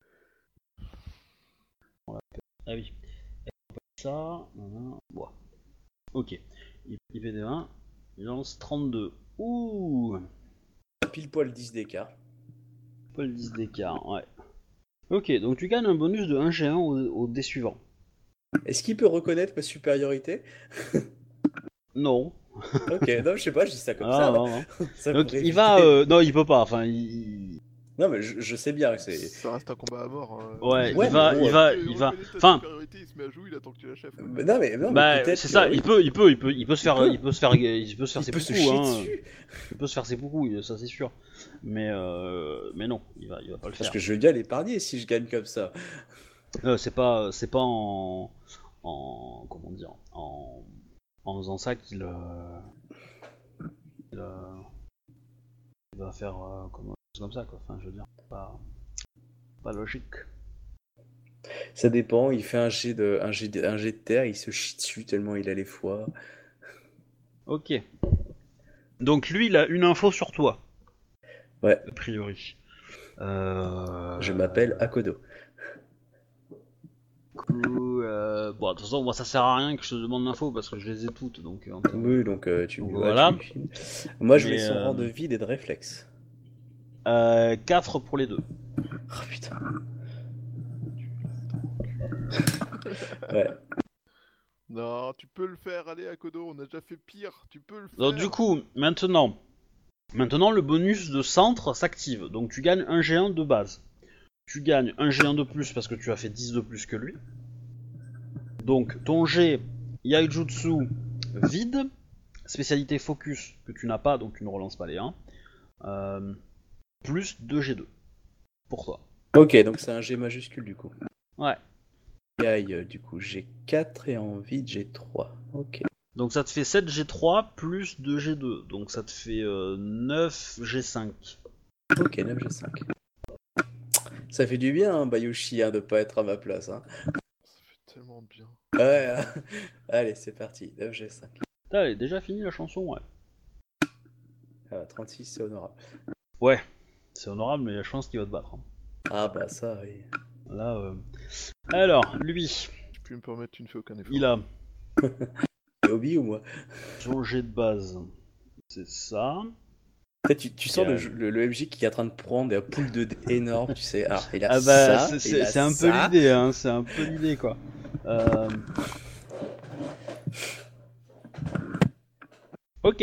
[SPEAKER 1] On l'appelle- Ah oui. Ça. Voilà. Bon. Ok. Il, il fait des vingt. Il lance trente-deux. Ouh.
[SPEAKER 3] Pile poil dix d'écart.
[SPEAKER 1] Pas le dix d'écart, ouais. Ok, donc tu gagnes un bonus de un G un au, au dé suivant.
[SPEAKER 3] Est-ce qu'il peut reconnaître ma supériorité?
[SPEAKER 1] Non.
[SPEAKER 3] Ok, non, je sais pas, je dis ça comme
[SPEAKER 1] Ah,
[SPEAKER 3] ça.
[SPEAKER 1] non, non.
[SPEAKER 3] Ça
[SPEAKER 1] Donc
[SPEAKER 3] pourrait
[SPEAKER 1] il va,
[SPEAKER 3] éviter.
[SPEAKER 1] euh, non, il peut pas. Enfin, il,
[SPEAKER 3] Non, mais je, je sais bien que c'est.
[SPEAKER 2] Ça reste un combat à mort. hein.
[SPEAKER 1] ouais,
[SPEAKER 3] Ouais,
[SPEAKER 1] il
[SPEAKER 3] mais
[SPEAKER 1] va,
[SPEAKER 3] bon,
[SPEAKER 1] il
[SPEAKER 3] euh,
[SPEAKER 1] va,
[SPEAKER 2] Il
[SPEAKER 1] il va.
[SPEAKER 2] reconnaît ta
[SPEAKER 1] Enfin,
[SPEAKER 2] supériorité, il se met à jouer, il attend que tu l'achèves. quoi.
[SPEAKER 3] Non, mais, non, mais
[SPEAKER 1] bah,
[SPEAKER 3] peut-être.
[SPEAKER 1] c'est
[SPEAKER 3] que,
[SPEAKER 1] ça.
[SPEAKER 3] oui,
[SPEAKER 1] Il peut, il peut, il peut, il peut se faire,
[SPEAKER 3] peut.
[SPEAKER 1] il peut se faire, il peut se faire
[SPEAKER 3] il
[SPEAKER 1] ses
[SPEAKER 3] peut se
[SPEAKER 1] poucous,
[SPEAKER 3] chier
[SPEAKER 1] hein.
[SPEAKER 3] dessus.
[SPEAKER 1] Il peut se faire ses poucous, ça c'est sûr. Mais, euh, mais non, il va, il va pas le
[SPEAKER 3] Parce
[SPEAKER 1] faire.
[SPEAKER 3] que je veux bien l'épargner si je gagne comme ça.
[SPEAKER 1] Euh, c'est pas, c'est pas en, en, comment dire, en, en faisant ça qu'il, euh, qu'il, euh, il va faire euh, comme, comme ça quoi. Enfin, je veux dire, pas, pas logique.
[SPEAKER 3] Ça dépend, il fait un jet de, un jet de, un jet de terre, il se chie dessus tellement il a les foies.
[SPEAKER 1] Ok. Donc lui, il a une info sur toi.
[SPEAKER 3] Ouais.
[SPEAKER 1] A priori. Euh...
[SPEAKER 3] Je m'appelle Akodo.
[SPEAKER 1] Coup, euh... Bon, de toute façon, moi, ça sert à rien que je te demande l'info parce que je les ai toutes, donc. euh,
[SPEAKER 3] Oui, donc euh, tu
[SPEAKER 1] Donc,
[SPEAKER 3] me
[SPEAKER 1] voilà.
[SPEAKER 3] tu lui files. Moi, je
[SPEAKER 1] Mais,
[SPEAKER 3] mets son
[SPEAKER 1] euh,
[SPEAKER 3] rang de vide et de réflexe.
[SPEAKER 1] Euh, quatre pour les deux.
[SPEAKER 3] Oh putain. Ouais.
[SPEAKER 2] Non, tu peux le faire, allez Akodo, on a déjà fait pire, tu peux le faire.
[SPEAKER 1] Donc du coup, maintenant, maintenant le bonus de centre s'active. Donc tu gagnes un G un de base. Tu gagnes un G un de plus parce que tu as fait dix de plus que lui. Donc ton G Yaijutsu vide, spécialité focus que tu n'as pas, donc tu ne relances pas les un, euh, plus deux G deux pour toi.
[SPEAKER 3] Ok, donc c'est un G majuscule du coup.
[SPEAKER 1] Ouais.
[SPEAKER 3] Aïe, euh, du coup, G quatre et en vide, G trois. Ok.
[SPEAKER 1] Donc ça te fait sept G trois plus deux G deux, donc ça te fait euh, neuf G cinq.
[SPEAKER 3] Ok, neuf G cinq. Ça fait du bien, hein, Bayushi, hein, de pas être à ma place. Hein.
[SPEAKER 2] Ça fait tellement bien.
[SPEAKER 3] Ouais, hein. Allez, c'est parti, neuf G cinq.
[SPEAKER 1] T'as elle est déjà fini la chanson, ouais.
[SPEAKER 3] Ah, trente-six, c'est honorable.
[SPEAKER 1] Ouais, c'est honorable, mais je pense qu'il va te battre. hein.
[SPEAKER 3] Ah bah ça, oui.
[SPEAKER 1] Là, euh... Alors, lui,
[SPEAKER 2] Je peux me permettre, tu ne fais aucun effort.
[SPEAKER 1] il a
[SPEAKER 3] C'est Obi ou moi?
[SPEAKER 1] son jet de base. C'est ça.
[SPEAKER 3] Peut-être tu, tu sens
[SPEAKER 1] Il y a-
[SPEAKER 3] le, jeu- le, le M J qui est en train de prendre des poules de dés énormes, tu sais. Alors, il a
[SPEAKER 1] Ah bah,
[SPEAKER 3] ça,
[SPEAKER 1] c'est-
[SPEAKER 3] il
[SPEAKER 1] c'est
[SPEAKER 3] a
[SPEAKER 1] c'est un peu
[SPEAKER 3] ça.
[SPEAKER 1] l'idée, hein. C'est un peu l'idée, quoi. Euh... Ok.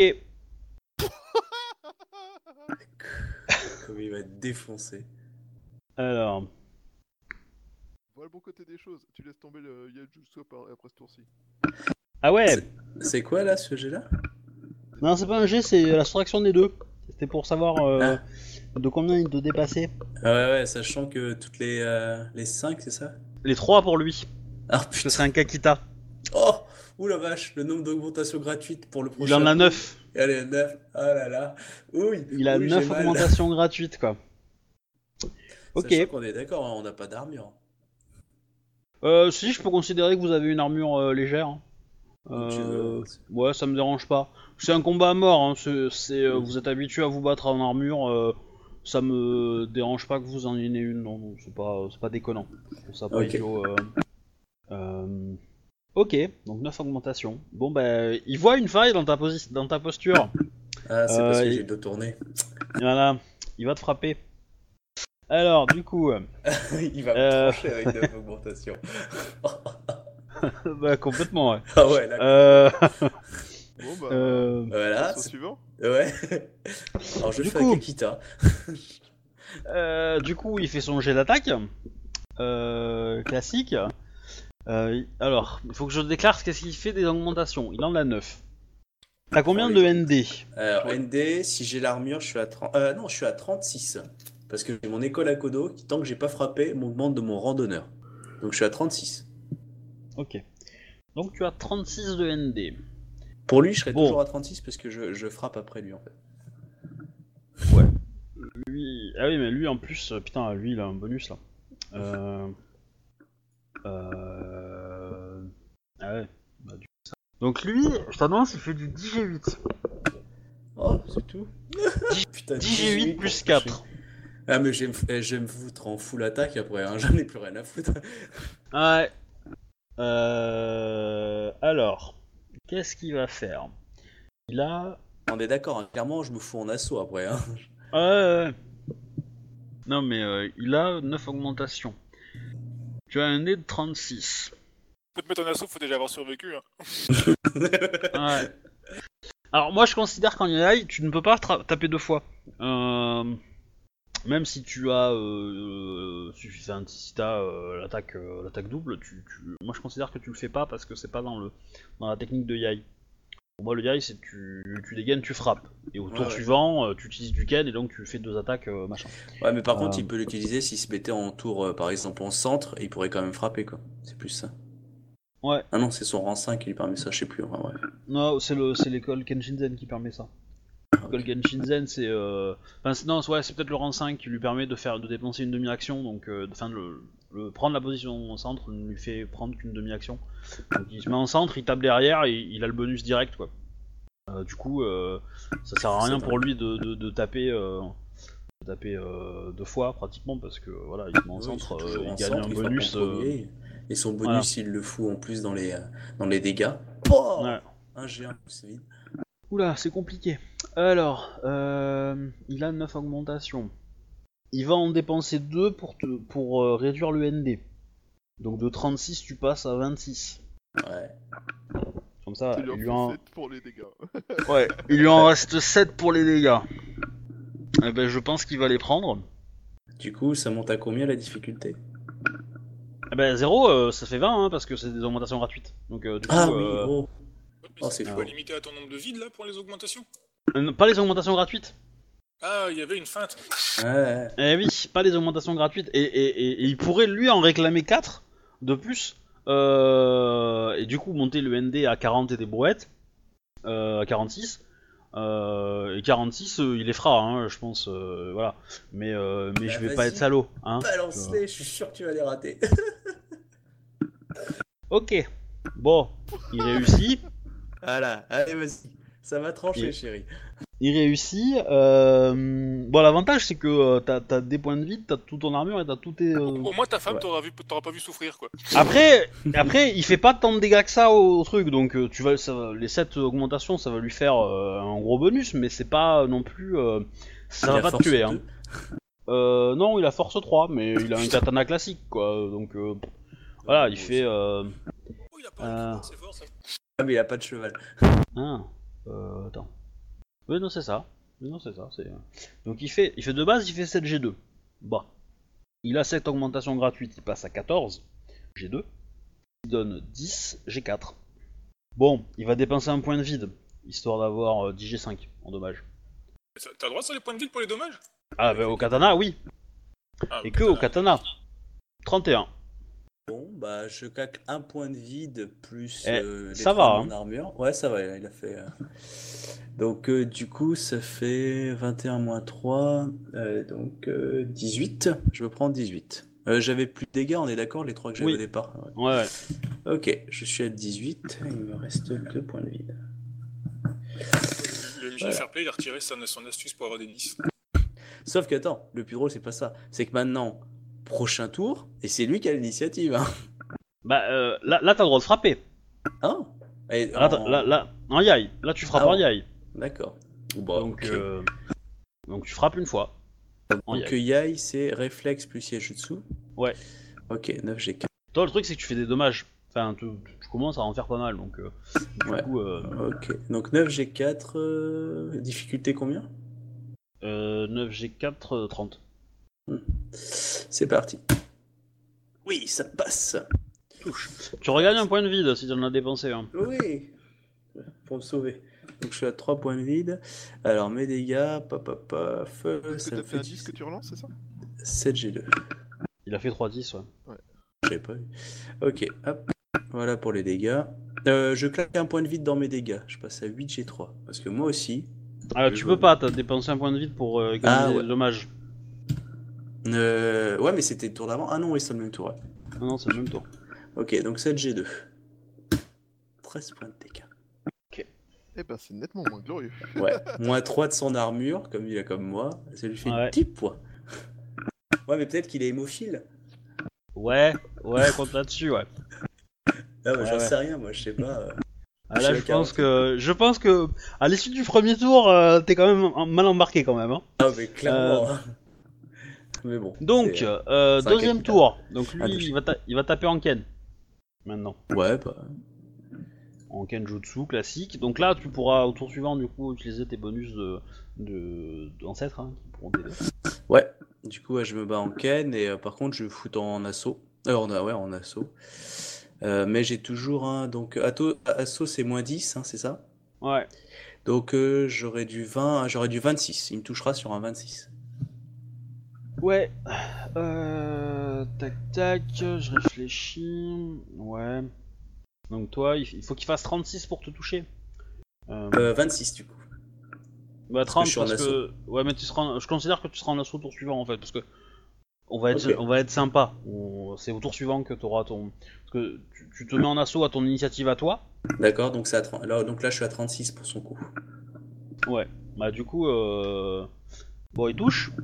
[SPEAKER 3] Comme il va être défoncé.
[SPEAKER 1] Alors,
[SPEAKER 2] Voilà le bon côté des choses, tu laisses tomber le Yaijutsu après ce tour-ci.
[SPEAKER 1] ah ouais.
[SPEAKER 3] C'est quoi là, ce jet-là?
[SPEAKER 1] Non, c'est pas un jet, c'est la soustraction des deux. C'était pour savoir euh, de combien il te dépassait.
[SPEAKER 3] Ah ouais, ouais, sachant que toutes les, euh, les cinq, c'est ça?
[SPEAKER 1] Les trois pour lui.
[SPEAKER 3] Ah
[SPEAKER 1] Parce que
[SPEAKER 3] putain.
[SPEAKER 1] c'est un Kakita.
[SPEAKER 3] Oh! Ouh la vache, le nombre d'augmentations gratuites pour le prochain.
[SPEAKER 1] Il en a
[SPEAKER 3] coup.
[SPEAKER 1] neuf.
[SPEAKER 3] Allez, neuf. Oh là là. Oui.
[SPEAKER 1] Il a
[SPEAKER 3] oui,
[SPEAKER 1] neuf
[SPEAKER 3] j'ai mal.
[SPEAKER 1] augmentations gratuites, quoi. Ok.
[SPEAKER 3] Sachant qu'on est d'accord, hein, on n'a pas d'armure.
[SPEAKER 1] Euh, si, je peux considérer que vous avez une armure euh, légère. hein.
[SPEAKER 3] Donc, tu
[SPEAKER 1] Euh,
[SPEAKER 3] veux-
[SPEAKER 1] ouais, ça me dérange pas. C'est un combat à mort. Hein. C'est, c'est, euh,
[SPEAKER 3] Oui.
[SPEAKER 1] Vous êtes habitué à vous battre en armure. euh, ça me dérange pas que vous en ayez une. Non, non, c'est pas, c'est pas déconnant. Je trouve ça pas
[SPEAKER 3] Ok.
[SPEAKER 1] idiot. euh. Euh, Ok, donc neuf augmentations. Bon, bah, il voit une faille dans ta, posi- dans ta posture.
[SPEAKER 3] Ah, c'est
[SPEAKER 1] Euh,
[SPEAKER 3] parce que
[SPEAKER 1] il-
[SPEAKER 3] j'ai le dos tourné.
[SPEAKER 1] Voilà, il va te frapper. Alors, du coup, euh,
[SPEAKER 3] Il va me
[SPEAKER 1] Euh.
[SPEAKER 3] trancher avec neuf augmentations.
[SPEAKER 1] bah, complètement, ouais.
[SPEAKER 3] Ah ouais, là.
[SPEAKER 1] Euh,
[SPEAKER 2] Bon bah,
[SPEAKER 1] euh,
[SPEAKER 3] Voilà.
[SPEAKER 2] passe au
[SPEAKER 3] c'est-
[SPEAKER 2] suivant.
[SPEAKER 3] Ouais. Alors je
[SPEAKER 1] Du
[SPEAKER 3] fais
[SPEAKER 1] coup.
[SPEAKER 3] un Kakita.
[SPEAKER 1] euh, du coup, il fait son jet d'attaque. Euh, classique. Euh, alors, il faut que je déclare ce qu'est-ce qu'il fait des augmentations. Il en a neuf. T'as combien
[SPEAKER 3] Oh,
[SPEAKER 1] de
[SPEAKER 3] les-
[SPEAKER 1] N D?
[SPEAKER 3] Alors N D, si j'ai l'armure, je suis à trente. Euh, non, je suis à trente-six. Parce que j'ai mon école à Kodo qui, tant que j'ai pas frappé, m'augmente de mon rang d'honneur. Donc je suis à trente-six.
[SPEAKER 1] Ok. Donc tu as trente-six de N D.
[SPEAKER 3] Pour lui, je serais
[SPEAKER 1] Bon.
[SPEAKER 3] toujours à trente-six parce que je, je frappe après lui en fait.
[SPEAKER 1] Lui... Ah oui, mais lui en plus, euh, putain, lui il a un bonus là. Euh... Euh... Ah ouais. Bah, du coup, ça. Donc lui, je t'annonce, il fait du dix G huit.
[SPEAKER 3] Oh, c'est tout. Putain,
[SPEAKER 1] dix G huit
[SPEAKER 3] pour
[SPEAKER 1] plus
[SPEAKER 3] toucher.
[SPEAKER 1] quatre.
[SPEAKER 3] Ah mais j'aime j'aime foutre en full attaque après, hein. J'en ai plus rien à foutre.
[SPEAKER 1] Ouais. Euh... Alors, qu'est-ce qu'il va faire? Il a...
[SPEAKER 3] On est d'accord, hein. Clairement je me fous en assaut après. Hein.
[SPEAKER 1] Ouais, ouais, ouais. Non mais euh, il a neuf augmentations. Tu as un nez de trente-six.
[SPEAKER 4] Pour te mettre en assaut, faut déjà avoir survécu. Hein.
[SPEAKER 1] Ouais. Alors moi je considère qu'en Yai, tu ne peux pas tra- taper deux fois. Euh, Même si tu as euh, euh, suffisant, si t'as euh, l'attaque euh, l'attaque double, tu, tu- moi je considère que tu le fais pas parce que c'est pas dans le dans la technique de Yai. Pour moi le Yai c'est tu tu dégaines, tu frappes. Et au
[SPEAKER 3] Ouais,
[SPEAKER 1] tour
[SPEAKER 3] ouais.
[SPEAKER 1] suivant, euh, tu utilises du Ken et donc tu fais deux attaques euh, machin.
[SPEAKER 3] Ouais, mais par contre,
[SPEAKER 1] Euh,
[SPEAKER 3] il peut l'utiliser s'il se mettait en tour, euh, par exemple, en centre, et il pourrait quand même frapper, quoi. C'est plus ça.
[SPEAKER 1] Ouais,
[SPEAKER 3] Ah non, c'est son rang cinq qui lui permet ça, je sais plus. Enfin, ouais.
[SPEAKER 1] non, c'est le c'est l'école Kenshinzen qui permet ça. L'école Genshinzen, c'est. Euh... Enfin, c'est- non, ouais, c'est peut-être le rang cinq qui lui permet de faire de dépenser une demi-action, donc euh, de, fin, de le, le- prendre la position au centre ne lui fait prendre qu'une demi-action. Donc il se met en centre, il tape derrière et il a le bonus direct, quoi. Euh, du coup, euh, ça sert à rien
[SPEAKER 3] C'est
[SPEAKER 1] pour
[SPEAKER 3] vrai.
[SPEAKER 1] lui de, de, de taper, euh, de taper euh, deux fois pratiquement parce que voilà, il se met en
[SPEAKER 3] Oui,
[SPEAKER 1] centre,
[SPEAKER 3] il est
[SPEAKER 1] euh,
[SPEAKER 3] toujours
[SPEAKER 1] il
[SPEAKER 3] en
[SPEAKER 1] gagne
[SPEAKER 3] centre,
[SPEAKER 1] un
[SPEAKER 3] il frappe en
[SPEAKER 1] bonus. euh,
[SPEAKER 3] premier, et son
[SPEAKER 1] voilà.
[SPEAKER 3] bonus, il le fout en plus dans les, euh, dans les dégâts. Oh
[SPEAKER 1] Ouais.
[SPEAKER 3] un G un, c'est vide.
[SPEAKER 1] Oula, c'est compliqué. Alors, euh, il a neuf augmentations. Il va en dépenser deux pour, te, pour euh, réduire le N D. Donc de trente-six, tu passes à vingt-six.
[SPEAKER 3] Ouais.
[SPEAKER 1] Comme ça,
[SPEAKER 2] Tu lui en
[SPEAKER 1] il lui
[SPEAKER 2] fais
[SPEAKER 1] en...
[SPEAKER 2] sept pour les dégâts.
[SPEAKER 1] Ouais, il lui en reste sept pour les dégâts. Eh ben, je pense qu'il va les prendre.
[SPEAKER 3] Du coup, ça monte à combien la difficulté?
[SPEAKER 1] Eh ben, zéro, euh, ça fait vingt, hein, parce que c'est des augmentations gratuites. Donc, euh, du coup,
[SPEAKER 3] Ah oui,
[SPEAKER 1] euh,
[SPEAKER 3] oh.
[SPEAKER 4] Mais
[SPEAKER 3] Oh,
[SPEAKER 4] c'est
[SPEAKER 3] c'est
[SPEAKER 4] pas
[SPEAKER 3] faux.
[SPEAKER 4] limité à ton nombre de vides là pour les augmentations?
[SPEAKER 1] euh, pas les augmentations gratuites.
[SPEAKER 4] Ah, il y avait une feinte.
[SPEAKER 3] Ouais, ouais.
[SPEAKER 1] Eh oui, pas les augmentations gratuites. Et, et, et, et il pourrait lui en réclamer quatre de plus. Euh, et du coup, monter le N D à quarante et des brouettes. Euh, à quarante-six. Euh, et quarante-six, euh, il les fera, hein, je pense. euh, voilà. Mais, euh, mais
[SPEAKER 3] Bah,
[SPEAKER 1] je vais
[SPEAKER 3] vas-y.
[SPEAKER 1] pas être salaud. Hein.
[SPEAKER 3] Balance-les, je suis sûr que tu vas les rater.
[SPEAKER 1] Ok. Bon, il réussit.
[SPEAKER 3] Voilà, allez, vas-y. Ça va trancher,
[SPEAKER 1] Et-
[SPEAKER 3] chérie.
[SPEAKER 1] Il réussit. Euh... Bon, l'avantage, c'est que euh, t'as, t'as des points de vide, t'as tout ton armure et t'as tout tes. euh,
[SPEAKER 4] Au moins ta femme
[SPEAKER 3] Ouais.
[SPEAKER 4] t'aura vu, t'auras pas vu souffrir quoi.
[SPEAKER 1] Après, après, il fait pas tant de dégâts que ça au, au truc, donc euh, tu vas, ça va- les sept augmentations, ça va lui faire euh, un gros bonus, mais c'est pas non plus. euh, ça
[SPEAKER 3] Il
[SPEAKER 1] va
[SPEAKER 3] a
[SPEAKER 1] pas te
[SPEAKER 3] force
[SPEAKER 1] tuer, hein.
[SPEAKER 3] deux.
[SPEAKER 1] Euh, non, il a force trois, mais il a un katana classique, quoi. Donc euh, voilà, il
[SPEAKER 3] Bon,
[SPEAKER 1] fait. Euh...
[SPEAKER 4] Oh, il a pas
[SPEAKER 1] Euh.
[SPEAKER 4] c'est fort ça.
[SPEAKER 3] Ah, mais il a pas de cheval.
[SPEAKER 1] Ah, euh, attends. Oui, non, c'est ça. Oui, non, c'est ça. C'est... Donc il fait, il fait de base, il fait sept G deux. Bah. Il a cette augmentation gratuite, il passe à quatorze G deux. Il donne dix G quatre. Bon, il va dépenser un point de vide, histoire d'avoir euh, dix G cinq en dommage.
[SPEAKER 4] Ça- T'as le droit sur les points de vide pour les dommages?
[SPEAKER 1] Ah, bah au katana, oui.
[SPEAKER 4] Ah,
[SPEAKER 1] Et que au katana. trente et un.
[SPEAKER 3] Bon, bah, je claque un point de vide plus
[SPEAKER 1] Eh,
[SPEAKER 3] euh, les
[SPEAKER 1] ça
[SPEAKER 3] trois
[SPEAKER 1] va,
[SPEAKER 3] de mon armure. Ouais, ça va, il a fait. euh. Donc, euh, du coup, ça fait vingt et un moins trois, euh, donc euh, dix-huit. Je me prends dix-huit. Euh, j'avais plus de dégâts, on est d'accord, les trois que j'avais
[SPEAKER 1] Oui.
[SPEAKER 3] au départ. Ouais.
[SPEAKER 1] Ouais, ouais.
[SPEAKER 3] Ok, je suis à dix-huit, il me reste deux points de vide.
[SPEAKER 4] Le M J
[SPEAKER 3] Voilà.
[SPEAKER 4] Fairplay il a retiré son, son astuce pour avoir des dix.
[SPEAKER 3] Sauf que, attends, le plus drôle, c'est pas ça. C'est que maintenant, prochain tour, et c'est lui qui a l'initiative. Hein.
[SPEAKER 1] Bah euh, là, là t'as le droit de frapper.
[SPEAKER 3] Hein Et
[SPEAKER 1] Là, t'as-
[SPEAKER 3] en-
[SPEAKER 1] là, là, en yai. Là, tu frappes
[SPEAKER 3] Ah
[SPEAKER 1] en
[SPEAKER 3] ouais.
[SPEAKER 1] yai.
[SPEAKER 3] D'accord. Bon,
[SPEAKER 1] Donc,
[SPEAKER 3] ok.
[SPEAKER 1] euh, donc tu frappes une fois. En
[SPEAKER 3] Donc
[SPEAKER 1] yai.
[SPEAKER 3] Yai, c'est réflexe plus Yajutsu.
[SPEAKER 1] Ouais.
[SPEAKER 3] Ok, neuf G quatre.
[SPEAKER 1] Toi, le truc, c'est que tu fais des dommages. Enfin, tu, tu commences à en faire pas mal, donc euh, du
[SPEAKER 3] Ouais.
[SPEAKER 1] coup, euh,
[SPEAKER 3] Ok, donc neuf G quatre, euh, difficulté combien?
[SPEAKER 1] euh, neuf G quatre, euh, trente.
[SPEAKER 3] C'est parti. Oui, ça passe.
[SPEAKER 1] Touche. Tu regagnes un point de vide si tu en as dépensé un.
[SPEAKER 3] Oui, pour me sauver. Donc je suis à trois points de vide. Alors mes dégâts, paf, paf, paf,
[SPEAKER 2] Est-ce
[SPEAKER 3] ça
[SPEAKER 2] que
[SPEAKER 3] me
[SPEAKER 2] t'as fait
[SPEAKER 3] fait
[SPEAKER 2] un dix que tu relances, c'est ça?
[SPEAKER 3] sept G deux.
[SPEAKER 1] Il a fait trois dix, ouais.
[SPEAKER 3] J'avais pas vu. Ok, hop. Voilà pour les dégâts. Euh, je claque un point de vide dans mes dégâts. Je passe à huit G trois. Parce que moi aussi.
[SPEAKER 1] Ah,
[SPEAKER 3] Je
[SPEAKER 1] tu
[SPEAKER 3] vois.
[SPEAKER 1] peux pas, t'as dépensé un point de vide pour euh, économiser
[SPEAKER 3] Ah, ouais.
[SPEAKER 1] les dommages.
[SPEAKER 3] Euh, ouais, mais c'était le tour d'avant. Ah non, oui, c'est le même tour. Ouais.
[SPEAKER 1] Non, non, c'est le même tour.
[SPEAKER 3] Ok, donc sept G deux. treize points de dégâts.
[SPEAKER 2] Eh ben, c'est nettement moins glorieux.
[SPEAKER 3] Ouais, moins trois de son armure, comme il a comme moi. Ça lui fait
[SPEAKER 1] Ouais.
[SPEAKER 3] dix points. Ouais, mais peut-être qu'il est hémophile.
[SPEAKER 1] Ouais, ouais, compte là-dessus, ouais.
[SPEAKER 3] Ah, bah,
[SPEAKER 1] Ouais,
[SPEAKER 3] j'en
[SPEAKER 1] ouais.
[SPEAKER 3] sais rien, moi, je sais pas. euh.
[SPEAKER 1] Ah,
[SPEAKER 3] Je suis
[SPEAKER 1] là,
[SPEAKER 3] à
[SPEAKER 1] je pense
[SPEAKER 3] quarante.
[SPEAKER 1] que, je pense que, à l'issue du premier tour, euh, t'es quand même en- mal embarqué quand même. Hein.
[SPEAKER 3] Ah, mais clairement. Mais bon.
[SPEAKER 1] Donc,
[SPEAKER 3] c'est, euh,
[SPEAKER 1] euh,
[SPEAKER 3] c'est un
[SPEAKER 1] deuxième
[SPEAKER 3] capital.
[SPEAKER 1] tour. Donc
[SPEAKER 3] Un
[SPEAKER 1] lui,
[SPEAKER 3] touché.
[SPEAKER 1] il va, ta- il va taper en Ken. Maintenant.
[SPEAKER 3] Ouais, bah.
[SPEAKER 1] en Kenjutsu classique. Donc là, tu pourras au tour suivant du coup utiliser tes bonus de, de, d'ancêtres hein, qui pourront t'aider.
[SPEAKER 3] Ouais, du coup, ouais, je me bats en Ken et euh, par contre, je fout en assaut. Euh, en, ouais, en assaut. Euh, mais j'ai toujours un. Donc, ato- assaut, c'est moins dix, hein, c'est ça?
[SPEAKER 1] Ouais.
[SPEAKER 3] Donc, euh, j'aurais du vingt, j'aurais du vingt-six. Il me touchera sur un vingt-six.
[SPEAKER 1] Ouais. Euh, tac tac, je réfléchis. Ouais. Donc toi, il il faut qu'il fasse trente-six pour te toucher. Euh,
[SPEAKER 3] Euh, vingt-six, du coup.
[SPEAKER 1] bah
[SPEAKER 3] parce que
[SPEAKER 1] trente
[SPEAKER 3] je suis en
[SPEAKER 1] parce
[SPEAKER 3] assaut.
[SPEAKER 1] que ouais, mais tu seras, je considère que tu seras en assaut au tour suivant en fait, parce que on va être,
[SPEAKER 3] Ok.
[SPEAKER 1] on va être sympa. On- C'est au tour suivant que tu auras ton, parce que tu, tu te mets en assaut à ton initiative à toi.
[SPEAKER 3] D'accord, donc, c'est à trente là, donc là, je suis à trente-six pour son coup.
[SPEAKER 1] Ouais. Bah du coup, euh... bon, il touche.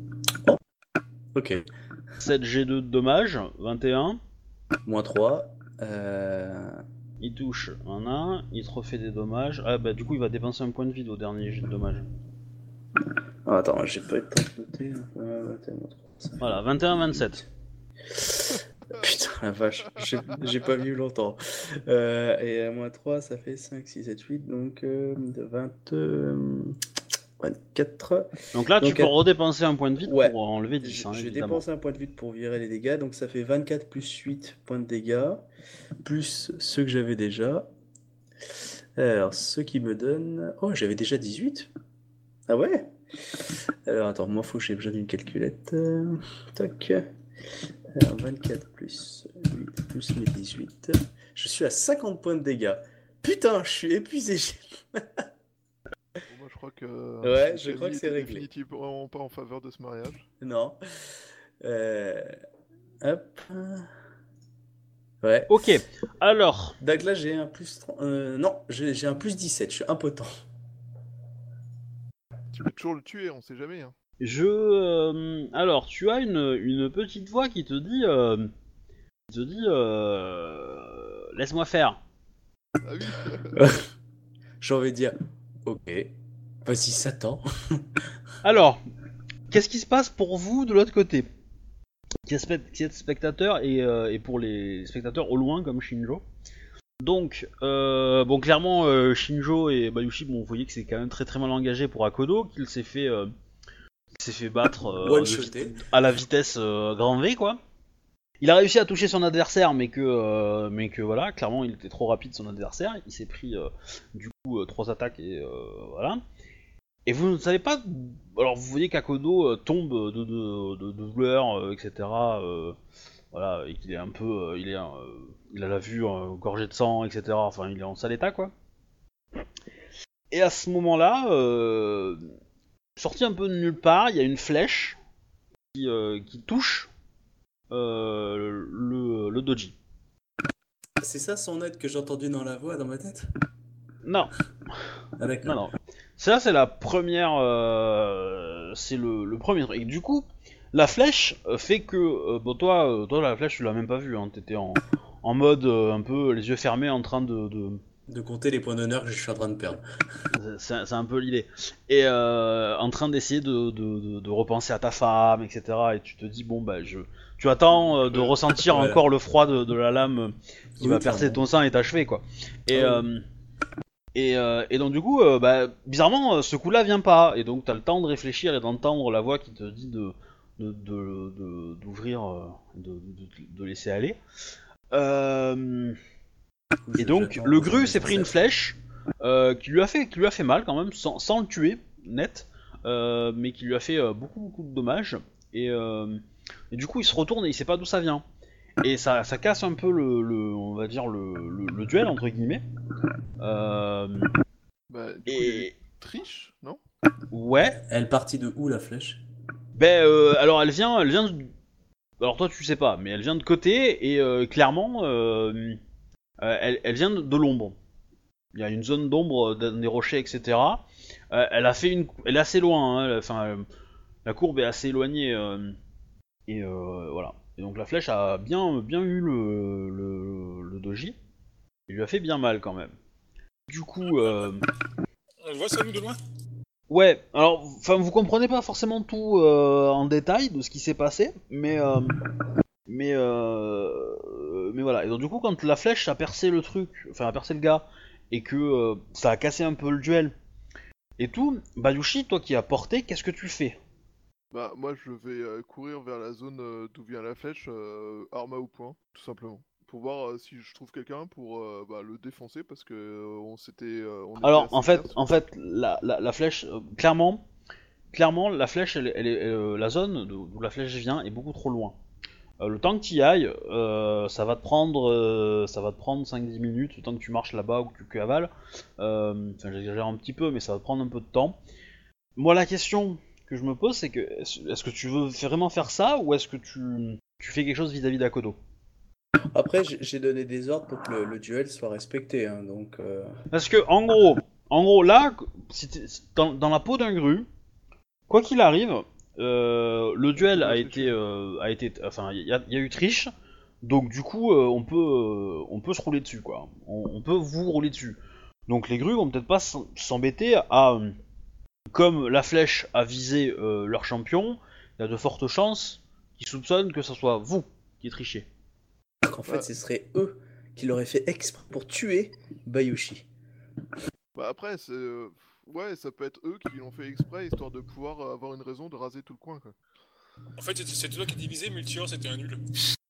[SPEAKER 3] Ok.
[SPEAKER 1] sept G deux de dommages, vingt et un.
[SPEAKER 3] Moins trois. Euh...
[SPEAKER 1] Il touche un un, il te refait des dommages. Ah bah du coup, il va dépenser un point de vie au dernier jet de dommages.
[SPEAKER 3] Oh, attends, j'ai pas eu le temps de noter. Ouais, ouais, t'as moins trois, ça fait-
[SPEAKER 1] Voilà, vingt et un vingt-sept.
[SPEAKER 3] Putain, la vache, j'ai j'ai pas vu longtemps. Euh, et à moins trois, ça fait cinq, six, sept, huit, donc euh, de vingt, euh, vingt-quatre.
[SPEAKER 1] Donc là, tu
[SPEAKER 3] Donc,
[SPEAKER 1] peux
[SPEAKER 3] à-
[SPEAKER 1] redépenser un point de vie
[SPEAKER 3] Ouais.
[SPEAKER 1] pour enlever dix,
[SPEAKER 3] Je,
[SPEAKER 1] hein,
[SPEAKER 3] je vais
[SPEAKER 1] évidemment.
[SPEAKER 3] dépenser un point de vue pour virer les dégâts, donc ça fait vingt-quatre plus huit points de dégâts, plus ceux que j'avais déjà. Alors, ce qui me donne... Oh, j'avais déjà dix-huit? Ah ouais? Alors, attends, moi, faut que j'ai besoin d'une calculette. Euh, Tac. Alors, vingt-quatre plus huit plus mes dix-huit. Je suis à cinquante points de dégâts. Putain, je suis épuisé.
[SPEAKER 2] Bon, moi, je crois que.
[SPEAKER 3] Ouais, je
[SPEAKER 2] Camille
[SPEAKER 3] crois que c'est
[SPEAKER 2] était
[SPEAKER 3] réglé.
[SPEAKER 2] définitivement pas en faveur de ce mariage.
[SPEAKER 3] Non. Euh, Hop. Ouais.
[SPEAKER 1] Ok, alors,
[SPEAKER 3] Donc là, j'ai un plus trente. Euh, non, j'ai j'ai un plus dix-sept. Je suis impotent.
[SPEAKER 2] Tu peux toujours le tuer, on sait jamais. Hein.
[SPEAKER 1] je... euh, alors, tu as une, une petite voix qui te dit... euh, qui te dit... euh, laisse-moi faire.
[SPEAKER 2] Ah oui.
[SPEAKER 3] J'ai envie de dire, ok, vas-y, Satan.
[SPEAKER 1] Alors, qu'est-ce qui se passe pour vous de l'autre côté? Qui est spe- qui est spectateur et, euh, et pour les spectateurs au loin comme Shinjo. Donc, euh, bon, clairement, euh, Shinjo et Bayushi, bon, vous voyez que c'est quand même très très mal engagé pour Akodo, qu'il s'est fait, euh, qu'il s'est fait battre euh, de
[SPEAKER 3] One-shoté.
[SPEAKER 1] vit- à la vitesse euh, grand V, quoi. Il a réussi à toucher son adversaire, mais que, euh, mais que voilà, clairement, il était trop rapide son adversaire. Il s'est pris euh, du coup euh, trois attaques et euh, voilà. Et vous ne savez pas. Alors, vous voyez qu'Akodo euh, tombe de, de, de, de douleur, euh, et cetera. Euh, voilà, et qu'il est un peu, euh, il est, euh, il a la vue euh, gorgée de sang, et cetera. Enfin, il est en sale état, quoi. Et à ce moment-là, euh, sorti un peu de nulle part, il y a une flèche qui, euh, qui touche euh, le, le doji.
[SPEAKER 3] C'est ça son aide que j'ai entendu dans la voix, dans ma tête?
[SPEAKER 1] Non,
[SPEAKER 3] Ah d'accord.
[SPEAKER 1] non, non. Ça, c'est la première, euh, c'est le, le premier truc. Et du coup, la flèche euh, fait que, euh, bon, toi, euh, toi, la flèche, tu l'as même pas vue. Hein. T'étais en, en mode euh, un peu les yeux fermés, en train de, de...
[SPEAKER 3] De compter les points d'honneur que je suis en train de perdre.
[SPEAKER 1] C'est, c'est un peu l'idée. Et euh, en train d'essayer de, de, de, de repenser à ta femme, et cetera. Et tu te dis, bon, bah, je... tu attends euh, de ressentir
[SPEAKER 3] Voilà.
[SPEAKER 1] encore le froid de, de la lame qui
[SPEAKER 3] Oui,
[SPEAKER 1] va percer
[SPEAKER 3] clairement.
[SPEAKER 1] ton sang et t'achever, quoi. Et,
[SPEAKER 3] Ah oui.
[SPEAKER 1] euh, et, euh, et donc, du coup, euh, bah, bizarrement, euh, ce coup-là vient pas. Et donc, t'as le temps de réfléchir et d'entendre la voix qui te dit de, de, de, de- d'ouvrir, euh, de, de, de laisser aller. Euh,
[SPEAKER 3] Du coup,
[SPEAKER 1] et
[SPEAKER 3] je-
[SPEAKER 1] donc,
[SPEAKER 3] j'attends
[SPEAKER 1] le
[SPEAKER 3] dans un
[SPEAKER 1] gru s'est pris une
[SPEAKER 3] ancêtre.
[SPEAKER 1] flèche euh, qui, lui a fait, qui lui a fait mal quand même, sans, sans le tuer, net, euh, mais qui lui a fait euh, beaucoup, beaucoup de dommages. Et, euh, et du coup, il se retourne et il sait pas d'où ça vient. Et ça, ça casse un peu le, le- on va dire le, le, le duel entre guillemets. Euh,
[SPEAKER 2] Bah, du coup, il y a eu
[SPEAKER 1] et
[SPEAKER 2] triche, non?
[SPEAKER 1] ouais,
[SPEAKER 3] Elle partit de où la flèche?
[SPEAKER 1] ben euh, alors elle vient, elle vient. De... Alors toi tu sais pas, mais elle vient de côté et euh, clairement, euh, euh, elle, elle vient de, de l'ombre. Il y a une zone d'ombre dans des rochers, et cetera. Euh, elle a fait une, elle est assez loin. Hein, elle- enfin, euh, la courbe est assez éloignée euh, et euh, voilà. Et donc la flèche a bien, bien eu le, le, le doji. Il lui a fait bien mal quand même. Du coup, euh,
[SPEAKER 4] On le voit ça, nous, de loin?
[SPEAKER 1] ouais. Alors, enfin, vous comprenez pas forcément tout euh, en détail de ce qui s'est passé, mais euh, mais euh, mais voilà. Et donc du coup, quand la flèche a percé le truc, enfin a percé le gars, et que euh, ça a cassé un peu le duel et tout, Bayushi, toi qui as porté, qu'est-ce que tu fais?
[SPEAKER 2] Bah, moi, je vais euh, courir vers la zone euh, d'où vient la flèche, euh, arme à au point, tout simplement. Pour voir euh, si je trouve quelqu'un pour euh, bah, le défoncer, parce que euh, on s'était, euh, on était
[SPEAKER 1] Alors
[SPEAKER 2] assez
[SPEAKER 1] en fait,
[SPEAKER 2] clair sur-
[SPEAKER 1] en fait, la, la, la flèche, euh, clairement, clairement, la flèche, elle, est- elle est- elle, euh, la zone d'où d'où la flèche vient est beaucoup trop loin. Euh, le temps que tu y ailles, euh, ça va te prendre, euh, ça va te prendre cinq dix minutes, le temps que tu marches là-bas ou que tu cavales. Euh, Enfin, j'exagère un petit peu, mais ça va te prendre un peu de temps. Moi, la question que je me pose, c'est que est-ce est-ce que tu veux vraiment faire ça ou est-ce que tu, tu fais quelque chose vis-à-vis d'Akodo?
[SPEAKER 3] Après, j'ai j'ai donné des ordres pour que le, le duel soit respecté, hein, donc... euh,
[SPEAKER 1] Parce que en gros, en gros là, si t'es- dans, dans la peau d'un gru, quoi qu'il arrive, euh, le duel
[SPEAKER 2] Akodo
[SPEAKER 1] a
[SPEAKER 2] a
[SPEAKER 1] été,
[SPEAKER 2] triché.
[SPEAKER 1] euh, a été, enfin, il y, a il y a eu triche, donc du coup, euh, on peut, euh, on peut se rouler dessus, quoi. On, on peut vous rouler dessus. Donc les grues vont peut-être pas s'en- s'embêter à, euh, comme la flèche a visé euh, leur champion, il y a de fortes chances qu'ils soupçonnent que ce soit vous qui trichez.
[SPEAKER 3] En fait,
[SPEAKER 2] Ouais.
[SPEAKER 3] ce serait eux qui l'auraient fait exprès pour tuer Bayushi.
[SPEAKER 2] Bah après, c'est... euh, ouais, ça peut être eux qui l'ont fait exprès, histoire de pouvoir euh, avoir une raison de raser tout le coin, quoi.
[SPEAKER 4] En fait, c'était c'était toi qui divisais, mais le tueur c'était un nul.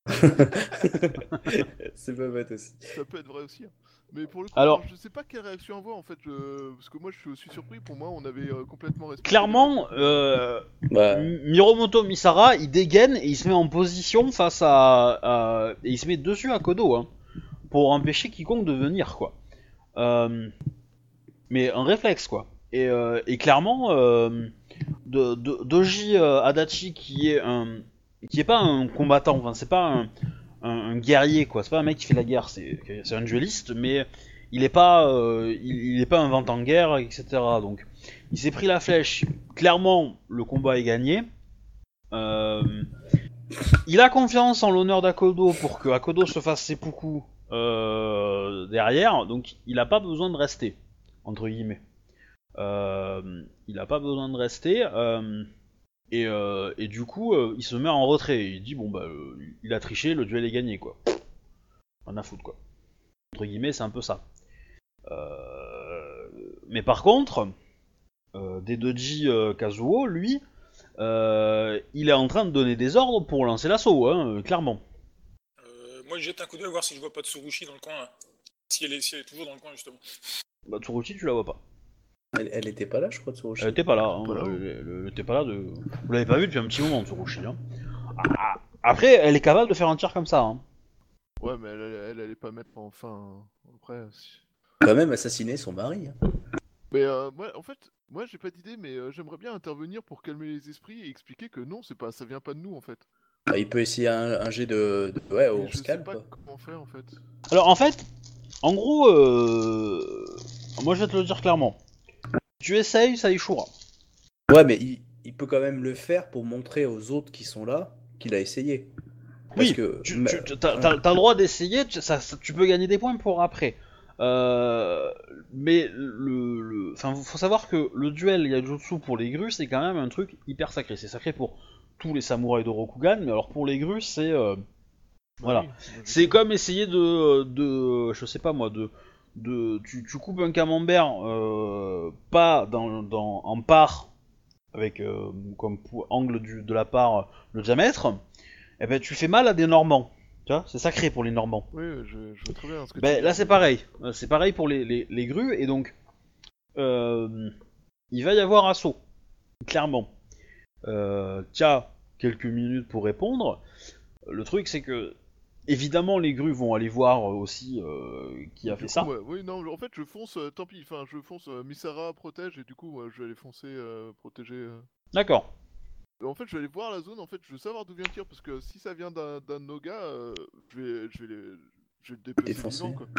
[SPEAKER 3] C'est pas bête aussi.
[SPEAKER 2] Ça peut être vrai aussi, hein. Mais pour le coup,
[SPEAKER 1] Alors-
[SPEAKER 2] enfin, je sais pas quelle réaction avoir, en fait, je- parce que moi, je suis aussi surpris, pour moi, on avait euh, complètement respecté les
[SPEAKER 1] Clairement,
[SPEAKER 2] règles.
[SPEAKER 1] euh,
[SPEAKER 3] Bah,
[SPEAKER 1] M- Miromoto Misara, il dégaine et il se met en position face à, à- et il se met dessus à Kodo, hein, pour empêcher quiconque de venir, quoi. Euh, mais un réflexe, quoi. Et, euh, et clairement, euh, de, de- Doji euh, Adachi, qui est un, qui est pas un combattant, enfin c'est pas un, un, un guerrier, quoi. C'est pas un mec qui fait la guerre, c'est, c'est un dueliste, mais il est pas, euh, il, il est pas un vent en guerre, et cetera. Donc, il s'est pris la flèche. Clairement, le combat est gagné. Euh, il a confiance en l'honneur d'Akodo pour que Akodo se fasse ses poucous euh, derrière, donc il a pas besoin de rester, entre guillemets. Euh, il a pas besoin de rester, euh, et, euh, et du coup, euh, il se met en retrait. Il dit, bon, bah, euh, il a triché, le duel est gagné, quoi. On a foutre, quoi. Entre guillemets, c'est un peu ça. Euh, mais par contre, euh, Dedoji euh, Kazuo, lui, euh, il est en train de donner des ordres pour lancer l'assaut, hein, euh, clairement.
[SPEAKER 4] Euh, moi, je jette un coup d'œil voir si je vois pas de Tsurushi dans le coin. Là. Si elle, est, si elle est toujours dans le coin, justement.
[SPEAKER 1] Bah, Tsurushi, tu la vois pas.
[SPEAKER 3] elle, elle était pas là, je crois, Tsurushi.
[SPEAKER 1] Elle était pas là, hein,
[SPEAKER 2] Pas là,
[SPEAKER 1] euh,
[SPEAKER 2] hein.
[SPEAKER 1] elle- elle était pas là de... Vous l'avez pas vu depuis un petit moment, Tsurushi. Hein. Ah, après, elle est capable de faire un tir comme ça. Hein.
[SPEAKER 2] Ouais, mais elle, elle, elle allait pas mettre enfin... Après... si-
[SPEAKER 3] Quand même assassiné son mari. hein.
[SPEAKER 2] Mais euh, moi, en fait, moi, j'ai pas d'idée, mais euh, j'aimerais bien intervenir pour calmer les esprits et expliquer que non, c'est pas, ça vient pas de nous, en fait.
[SPEAKER 3] Bah, il peut essayer un, un jet de, de- Ouais,
[SPEAKER 2] Mais
[SPEAKER 3] on
[SPEAKER 2] je
[SPEAKER 3] se
[SPEAKER 2] sais
[SPEAKER 3] calme,
[SPEAKER 2] pas
[SPEAKER 3] quoi.
[SPEAKER 2] comment faire, en fait.
[SPEAKER 1] Alors, en fait, en gros, euh... moi je vais te le dire clairement. Tu essayes, ça échouera.
[SPEAKER 3] Ouais, mais il, il peut quand même le faire pour montrer aux autres qui sont là qu'il a essayé. Parce
[SPEAKER 1] Oui,
[SPEAKER 3] que...
[SPEAKER 1] tu,
[SPEAKER 3] mais-
[SPEAKER 1] tu- tu- t'as, t'as- t'as le droit d'essayer, tu, ça, ça- tu peux gagner des points pour après. Euh, mais le, le, enfin, faut savoir que le duel Yajutsu pour les grues, c'est quand même un truc hyper sacré. C'est sacré pour tous les samouraïs de Rokugan, mais alors pour les grues, c'est euh, Voilà.
[SPEAKER 2] Bah oui, moi, je
[SPEAKER 1] c'est
[SPEAKER 2] sais.
[SPEAKER 1] comme essayer de, de, je sais pas moi, de, de, tu, tu coupes un camembert euh, pas dans, dans, en part avec euh, comme pour- angle du, de la part le diamètre, et ben tu fais mal à des Normands. Tu vois, c'est sacré pour les Normands.
[SPEAKER 2] Oui, je, je vois très bien ce que tu
[SPEAKER 1] Ben,
[SPEAKER 2] veux
[SPEAKER 1] là
[SPEAKER 2] dire.
[SPEAKER 1] c'est pareil, Euh, c'est pareil pour les, les, les grues, et donc euh, il va y avoir assaut, clairement. Euh, Tiens, quelques minutes pour répondre. Le truc c'est que, évidemment les grues vont aller voir aussi euh, qui a
[SPEAKER 2] Du
[SPEAKER 1] fait
[SPEAKER 2] coup,
[SPEAKER 1] ça.
[SPEAKER 2] moi- oui, non, en fait, je fonce, euh, tant pis, enfin, je fonce, euh, Misara protège, et du coup, moi, je vais aller foncer, euh, protéger... euh.
[SPEAKER 1] D'accord.
[SPEAKER 2] En fait, je vais aller voir la zone, en fait, je veux savoir d'où vient le tir, parce que si ça vient d'un d'un de nos gars, euh, je vais, je vais, les- je vais le déplacer
[SPEAKER 3] Défoncer.
[SPEAKER 2] vivant, quoi.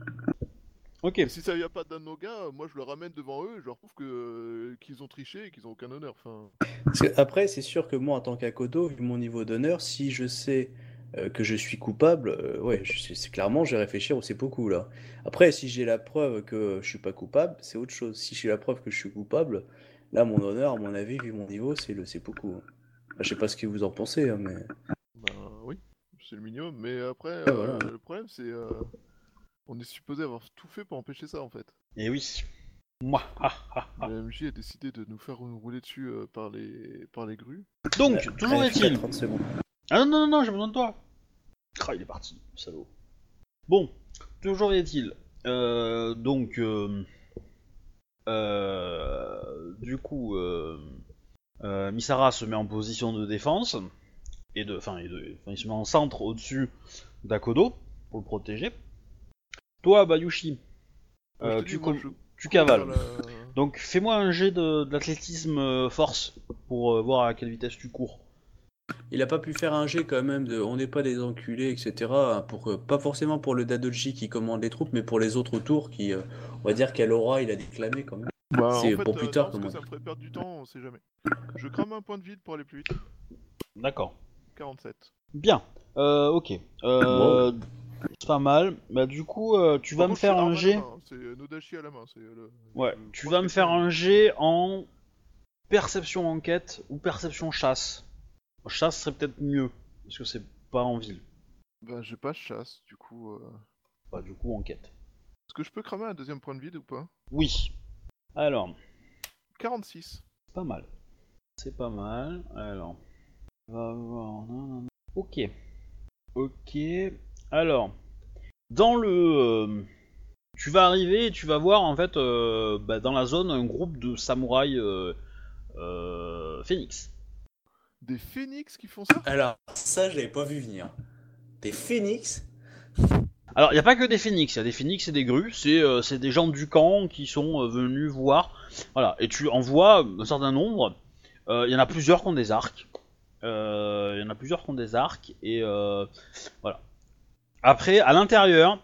[SPEAKER 1] Ok.
[SPEAKER 2] Et si ça vient pas d'un de nos gars, euh, moi, je le ramène devant eux, et je leur prouve que, euh, qu'ils ont triché et qu'ils ont aucun honneur, enfin...
[SPEAKER 3] Parce que après, c'est sûr que moi, en tant qu'Akodo, vu mon niveau d'honneur, si je sais euh, que je suis coupable, euh, ouais, je- c'est c'est clairement, je vais réfléchir au seppuku là. Après, si j'ai la preuve que je suis pas coupable, c'est autre chose. Si j'ai la preuve que je suis coupable, là, mon honneur, à mon avis, vu mon niveau, c'est le seppuku. Enfin, je sais pas ce que vous en pensez, hein, mais
[SPEAKER 2] Ben oui, monsieur le mignon, mais après,
[SPEAKER 3] Ah,
[SPEAKER 2] euh,
[SPEAKER 3] voilà.
[SPEAKER 2] le problème c'est... euh, on est supposé avoir tout fait pour empêcher ça en fait.
[SPEAKER 1] Et oui. Moi. Ah, ah, ah.
[SPEAKER 2] La M J a décidé de nous faire rouler dessus euh, par, les... par les grues.
[SPEAKER 1] Donc,
[SPEAKER 3] Bah,
[SPEAKER 1] toujours
[SPEAKER 3] allez,
[SPEAKER 1] est-il.
[SPEAKER 3] trente secondes.
[SPEAKER 1] Ah non, non, non, non, j'ai besoin de toi. Ah, il est parti, salaud. Bon, toujours est-il. Euh, donc, euh, euh, du coup, euh, euh, Misara se met en position de défense. Et de, enfin, et de, enfin, il se met en centre au-dessus d'Akodo pour le protéger. Toi, Bayushi,
[SPEAKER 2] Moi, je
[SPEAKER 1] euh,
[SPEAKER 2] te
[SPEAKER 1] tu,
[SPEAKER 2] dis, moi,
[SPEAKER 1] com-
[SPEAKER 2] je
[SPEAKER 1] tu
[SPEAKER 2] cours
[SPEAKER 1] cavales.
[SPEAKER 2] vers la-
[SPEAKER 1] Donc, fais-moi un jet de, d'athlétisme euh, force pour euh, voir à quelle vitesse tu cours.
[SPEAKER 3] Il a pas pu faire un jet quand même de on n'est pas des enculés, et cetera. Pour, euh, pas forcément pour le Dadoji qui commande les troupes, mais pour les autres autour qui, euh, on va dire quelle aura il a déclamé quand même.
[SPEAKER 2] Bah, en
[SPEAKER 3] C'est
[SPEAKER 2] fait,
[SPEAKER 3] pour
[SPEAKER 2] euh,
[SPEAKER 3] plus
[SPEAKER 2] non,
[SPEAKER 3] tard,
[SPEAKER 2] parce
[SPEAKER 3] comme
[SPEAKER 2] que
[SPEAKER 3] on
[SPEAKER 2] ça
[SPEAKER 3] dit.
[SPEAKER 2] me ferait perdre du temps, on sait jamais. Je crame un point de vide pour aller plus vite.
[SPEAKER 1] D'accord.
[SPEAKER 2] quarante-sept.
[SPEAKER 1] Bien. Euh, ok. Euh, C'est pas mal. Bah, du coup, euh, tu vas
[SPEAKER 2] Par
[SPEAKER 1] me
[SPEAKER 2] contre,
[SPEAKER 1] faire
[SPEAKER 2] c'est
[SPEAKER 1] un
[SPEAKER 2] arme à la
[SPEAKER 1] jet.
[SPEAKER 2] main, hein, c'est Nodashi à la main. c'est Le...
[SPEAKER 1] Ouais,
[SPEAKER 2] je
[SPEAKER 1] tu
[SPEAKER 2] crois
[SPEAKER 1] vas me
[SPEAKER 2] que
[SPEAKER 1] faire
[SPEAKER 2] c'est-
[SPEAKER 1] un jet en perception enquête ou perception chasse. Chasse serait peut-être mieux, parce que c'est pas en ville.
[SPEAKER 2] Bah, j'ai pas chasse, du coup. Euh...
[SPEAKER 1] Bah, du coup, enquête.
[SPEAKER 2] Est-ce que je peux cramer un deuxième point de vide ou pas?
[SPEAKER 1] Oui. Alors,
[SPEAKER 2] quarante-six.
[SPEAKER 1] c'est pas mal. C'est pas mal. Alors, on va voir. Non, non, non. Ok. Ok. Alors, dans le. euh, tu vas arriver et tu vas voir en fait euh, bah, dans la zone un groupe de samouraïs euh, euh, phénix.
[SPEAKER 2] Des phénix qui font ça?
[SPEAKER 3] Alors, ça, je l'avais pas vu venir. Des phénix.
[SPEAKER 1] Alors, il n'y a pas que des phénix, il y a des phénix et des grues, c'est euh, c'est des gens du camp qui sont euh, venus voir. Voilà, et tu en vois un certain nombre. Euh, Il y en a plusieurs qui ont des arcs. Euh, Il y en a plusieurs qui ont des arcs, et euh, voilà. Après, à l'intérieur,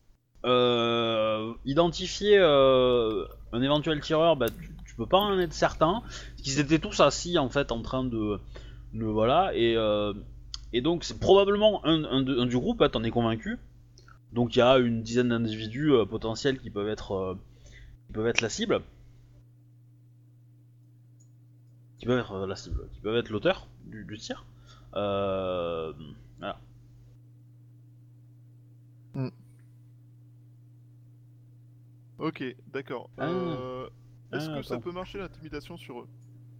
[SPEAKER 1] euh, identifier euh, un éventuel tireur, bah, tu, tu peux pas en être certain. Parce qu'ils étaient tous assis en fait en train de. de voilà, et, euh, et donc c'est probablement un, un, de- un du groupe, hein, t'en es convaincu. Donc il y a une dizaine d'individus euh, potentiels qui peuvent être euh, qui peuvent être la cible, qui peuvent être euh, la cible, qui peuvent être l'auteur du, du tir. Euh, voilà.
[SPEAKER 2] Ok, d'accord.
[SPEAKER 1] Ah.
[SPEAKER 2] Euh... Est-ce
[SPEAKER 1] Ah,
[SPEAKER 2] que ça
[SPEAKER 1] attends.
[SPEAKER 2] peut marcher l'intimidation sur eux?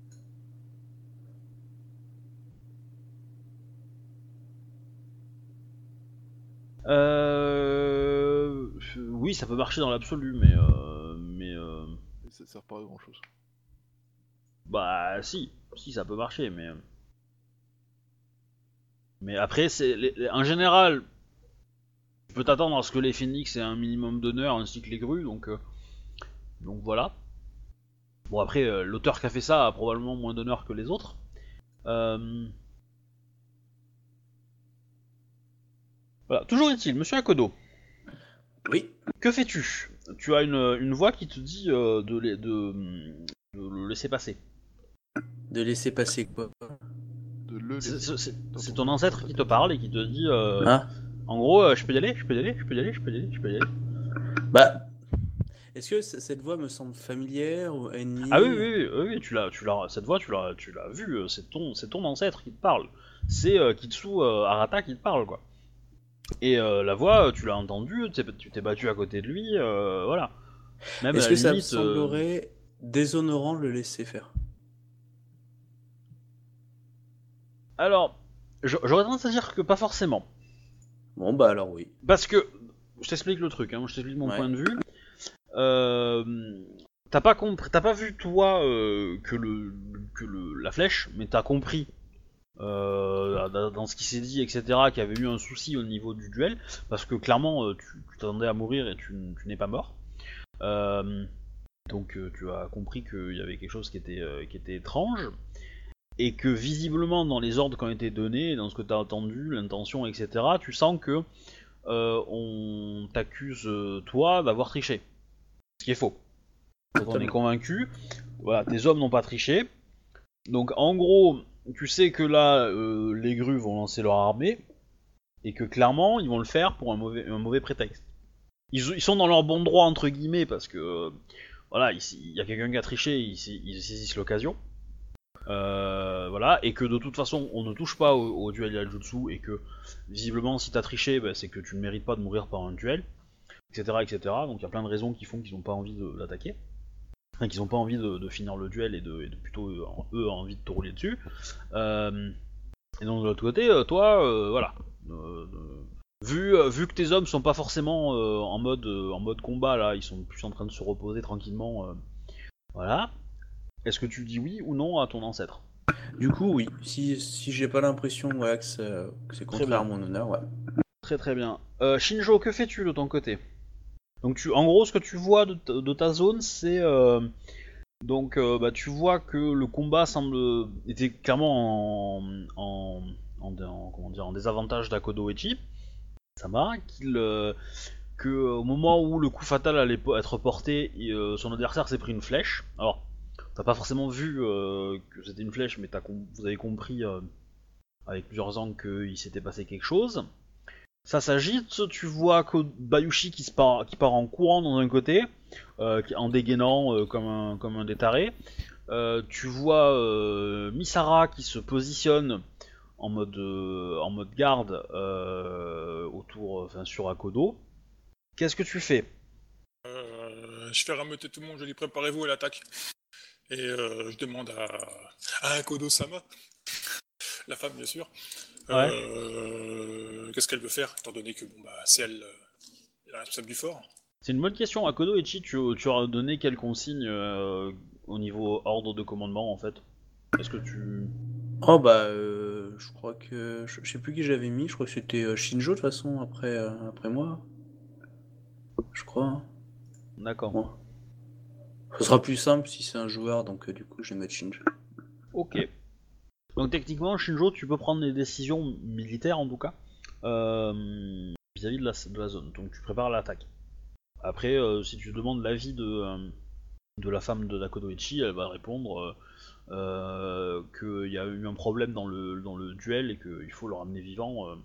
[SPEAKER 1] Euh, oui, ça peut marcher dans l'absolu, mais euh, mais euh,
[SPEAKER 2] Et ça sert pas à grand chose.
[SPEAKER 1] bah si, si ça peut marcher, mais mais après c'est les- les- en général, tu peux t'attendre à ce que les phénix aient un minimum d'honneur ainsi que les grues, donc euh, donc voilà. Bon après, euh, l'auteur qui a fait ça a probablement moins d'honneur que les autres. Euh, Voilà. Toujours est-il, Monsieur Akodo,
[SPEAKER 3] Oui.
[SPEAKER 1] que fais-tu? Tu as une, une voix qui te dit euh, de, les- de, de le laisser passer.
[SPEAKER 3] De laisser passer quoi?
[SPEAKER 2] De le
[SPEAKER 1] C'est-
[SPEAKER 2] laisser.
[SPEAKER 1] C'est
[SPEAKER 2] dans
[SPEAKER 1] c'est
[SPEAKER 2] ton
[SPEAKER 1] ton ancêtre qui te parle et qui te dit euh,
[SPEAKER 3] Hein?
[SPEAKER 1] en gros, euh, je peux y aller, je peux y aller, je peux y aller, je peux y aller, je peux y aller.
[SPEAKER 3] Bah. Est-ce que c- cette voix me semble familière ou ennemie?
[SPEAKER 1] Ah oui, oui, oui, oui, oui, tu l'as, tu l'as, cette voix, tu l'as, tu l'as vue, euh, c'est ton, c'est ton ancêtre qui te parle. C'est euh, Kitsu euh, Arata qui te parle, quoi. Et euh, la voix, euh, tu l'as entendue, t'es- tu t'es battu à côté de lui, euh, voilà. Même
[SPEAKER 3] Est-ce
[SPEAKER 1] à
[SPEAKER 3] que
[SPEAKER 1] la
[SPEAKER 3] ça me
[SPEAKER 1] limite, euh,
[SPEAKER 3] semblerait déshonorant de le laisser faire?
[SPEAKER 1] Alors, j'a- j'aurais tendance à dire que pas forcément.
[SPEAKER 3] Bon bah alors oui.
[SPEAKER 1] Parce que, je t'explique le truc, hein, je t'explique mon
[SPEAKER 3] Ouais.
[SPEAKER 1] point de vue. Euh, t'as pas compris, t'as pas vu toi euh, que le que le la flèche, mais t'as compris euh, dans dans ce qui s'est dit, et cetera, qu'il y avait eu un souci au niveau du duel, parce que clairement euh, tu tu t'attendais à mourir et tu, n- tu n'es pas mort. Euh, donc euh, tu as compris qu'il y avait quelque chose qui était euh, qui était étrange. Et que visiblement dans les ordres qui ont été donnés, dans ce que tu as entendu, l'intention, et cetera, tu sens que euh, on t'accuse euh, toi d'avoir triché. Ce qui est faux. Quand on est
[SPEAKER 3] Totalement.
[SPEAKER 1] convaincu, voilà, tes hommes n'ont pas triché. Donc en gros, tu sais que là, euh, les grues vont lancer leur armée, et que clairement, ils vont le faire pour un mauvais, un mauvais prétexte. Ils, ils sont dans leur bon droit, entre guillemets, parce que euh, voilà, il il y a quelqu'un qui a triché, ils, ils saisissent l'occasion. Euh, voilà, et que de toute façon on ne touche pas au, au duel Yaijutsu et que visiblement si t'as triché, bah, c'est que tu ne mérites pas de mourir par un duel, et cetera et cetera. Donc il y a plein de raisons qui font qu'ils n'ont pas envie de l'attaquer, enfin qu'ils n'ont pas envie de, de finir le duel et de, et de plutôt eux, eux envie de te rouler dessus. Euh, et donc de l'autre côté, euh, toi, euh, voilà. Euh, euh, vu, euh, vu que tes hommes sont pas forcément euh, en, mode, euh, en mode combat là, ils sont plus en train de se reposer tranquillement, euh, voilà. Est-ce que tu dis oui ou non à ton ancêtre?
[SPEAKER 3] Du coup, oui. Si, si j'ai pas l'impression voilà, que, ça- que c'est
[SPEAKER 1] Très
[SPEAKER 3] contraire à
[SPEAKER 1] bien.
[SPEAKER 3] mon honneur, ouais.
[SPEAKER 1] Très très bien. Euh, Shinjo, que fais-tu de ton côté? Donc tu, en gros, ce que tu vois de, ta- de ta zone, c'est euh, donc euh, bah, tu vois que le combat semble était clairement en, en, en, en- comment dire, en désavantage d'Akodo Echi, Sama, qu'il euh, que euh, au moment où le coup fatal allait po- être porté, il, euh, son adversaire s'est pris une flèche. Alors, t'as pas forcément vu euh, que c'était une flèche, mais t'as com- vous avez compris euh, avec plusieurs angles qu'il s'était passé quelque chose. Ça s'agite, tu vois que Bayushi qui, se part, qui part en courant dans un côté, euh, en dégainant euh, comme, un, comme un détaré. Euh, tu vois euh, Misara qui se positionne en mode, euh, en mode garde euh, autour, enfin sur Akodo. Qu'est-ce que tu fais?
[SPEAKER 4] Euh, je fais rameuter tout le monde, je dis préparez-vous à l'attaque. Et euh, je demande à, à Akodo-sama, la femme bien sûr,
[SPEAKER 1] Ouais.
[SPEAKER 4] euh, qu'est-ce qu'elle veut faire, étant donné que bon, bah, c'est elle euh, la responsable du fort.
[SPEAKER 1] C'est une bonne question. Akodo Echi, tu, tu auras donné quelle consigne euh, au niveau ordre de commandement en fait? Est-ce que tu...
[SPEAKER 3] Oh bah, euh, je crois que... Je, je sais plus qui j'avais mis, je crois que c'était euh, Shinjo de toute façon, après, euh, après moi. Je crois, hein.
[SPEAKER 1] D'accord.
[SPEAKER 3] Bon. Ce sera plus simple si c'est un joueur, donc euh, du coup je vais mettre Shinjo.
[SPEAKER 1] Ok. Donc techniquement, Shinjo, tu peux prendre des décisions militaires en tout cas euh, vis-à-vis de la, de la zone. Donc tu prépares l'attaque. Après, euh, si tu demandes l'avis de, euh, de la femme de Dakodoichi, elle va répondre euh, euh, qu'il y a eu un problème dans le, dans le duel et qu'il faut le ramener vivant. euh.